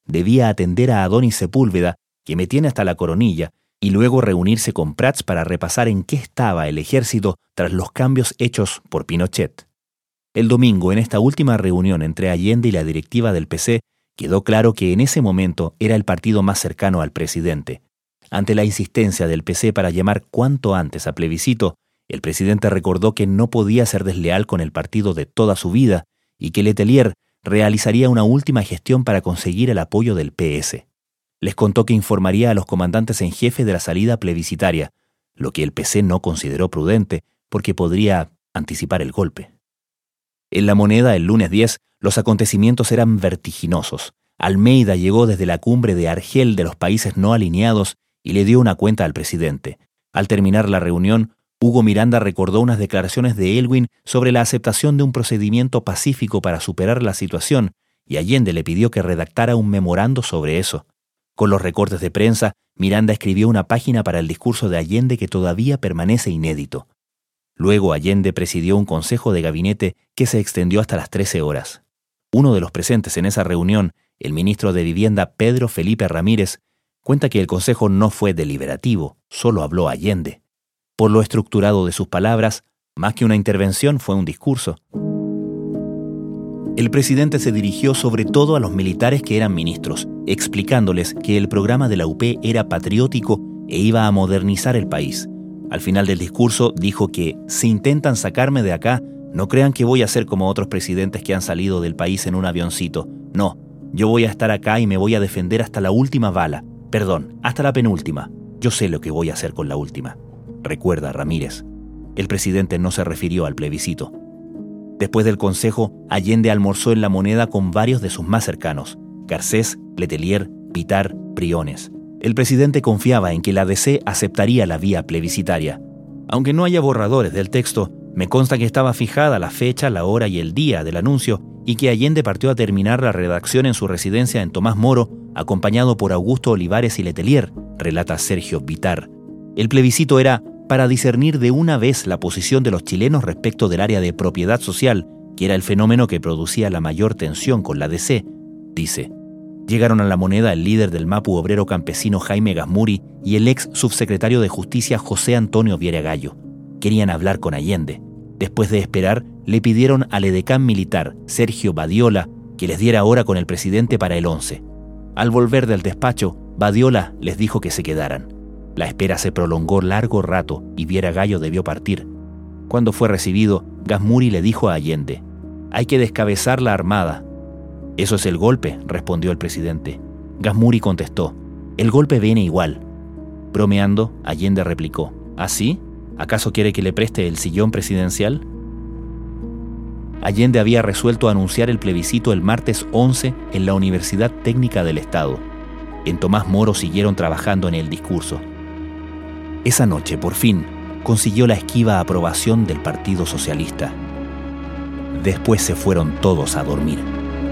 debía atender a Adonis Sepúlveda, que me tiene hasta la coronilla, y luego reunirse con Prats para repasar en qué estaba el ejército tras los cambios hechos por Pinochet. El domingo, en esta última reunión entre Allende y la directiva del P C, quedó claro que en ese momento era el partido más cercano al presidente. Ante la insistencia del P C para llamar cuanto antes a plebiscito, el presidente recordó que no podía ser desleal con el partido de toda su vida y que Letelier realizaría una última gestión para conseguir el apoyo del P S. Les contó que informaría a los comandantes en jefe de la salida plebiscitaria, lo que el P C no consideró prudente porque podría anticipar el golpe. En La Moneda, el lunes diez, los acontecimientos eran vertiginosos. Almeida llegó desde la cumbre de Argel de los países no alineados y le dio una cuenta al presidente. Al terminar la reunión, Hugo Miranda recordó unas declaraciones de Elwin sobre la aceptación de un procedimiento pacífico para superar la situación, y Allende le pidió que redactara un memorando sobre eso. Con los recortes de prensa, Miranda escribió una página para el discurso de Allende que todavía permanece inédito. Luego Allende presidió un consejo de gabinete que se extendió hasta las trece horas. Uno de los presentes en esa reunión, el ministro de Vivienda Pedro Felipe Ramírez, cuenta que el consejo no fue deliberativo, solo habló Allende. Por lo estructurado de sus palabras, más que una intervención fue un discurso. El presidente se dirigió sobre todo a los militares que eran ministros, explicándoles que el programa de la U P era patriótico e iba a modernizar el país. Al final del discurso dijo que, si intentan sacarme de acá, no crean que voy a ser como otros presidentes que han salido del país en un avioncito. No, yo voy a estar acá y me voy a defender hasta la última bala. Perdón, hasta la penúltima. Yo sé lo que voy a hacer con la última. Recuerda, Ramírez. El presidente no se refirió al plebiscito. Después del consejo, Allende almorzó en La Moneda con varios de sus más cercanos: Garcés, Letelier, Pitar, Briones. El presidente confiaba en que la D C aceptaría la vía plebiscitaria. Aunque no haya borradores del texto, me consta que estaba fijada la fecha, la hora y el día del anuncio y que Allende partió a terminar la redacción en su residencia en Tomás Moro, acompañado por Augusto Olivares y Letelier, relata Sergio Pitar. El plebiscito era para discernir de una vez la posición de los chilenos respecto del área de propiedad social, que era el fenómeno que producía la mayor tensión con la D C, dice. Llegaron a La Moneda el líder del Mapu obrero campesino Jaime Gasmuri y el ex subsecretario de Justicia José Antonio Viera Gallo. Querían hablar con Allende. Después de esperar, le pidieron al edecán militar, Sergio Badiola, que les diera hora con el presidente para el once. Al volver del despacho, Badiola les dijo que se quedaran. La espera se prolongó largo rato y Viera Gallo debió partir. Cuando fue recibido, Gasmuri le dijo a Allende: «Hay que descabezar la armada». «Eso es el golpe», respondió el presidente. Gasmuri contestó: «El golpe viene igual». Bromeando, Allende replicó: «¿Así? ¿Acaso quiere que le preste el sillón presidencial?». Allende había resuelto anunciar el plebiscito el martes once en la Universidad Técnica del Estado. En Tomás Moro siguieron trabajando en el discurso. Esa noche, por fin, consiguió la esquiva aprobación del Partido Socialista. Después se fueron todos a dormir.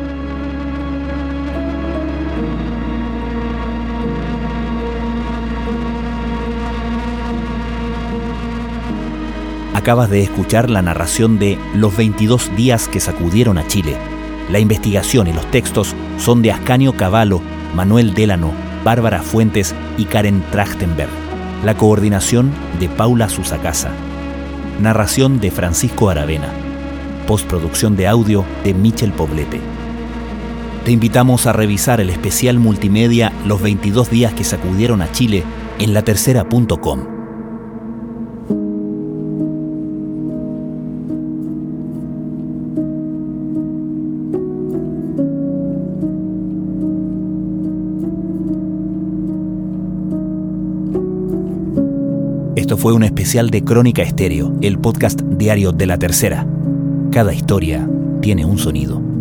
Acabas de escuchar la narración de Los veintidós días que sacudieron a Chile. La investigación y los textos son de Ascanio Cavallo, Manuel Délano, Bárbara Fuentes y Karen Trachtenberg. La coordinación de Paula Susacasa. Narración de Francisco Aravena. Postproducción de audio de Michel Poblete. Te invitamos a revisar el especial multimedia Los veintidós días que sacudieron a Chile en la tercera punto com. Esto fue un especial de Crónica Estéreo, el podcast diario de La Tercera. Cada historia tiene un sonido.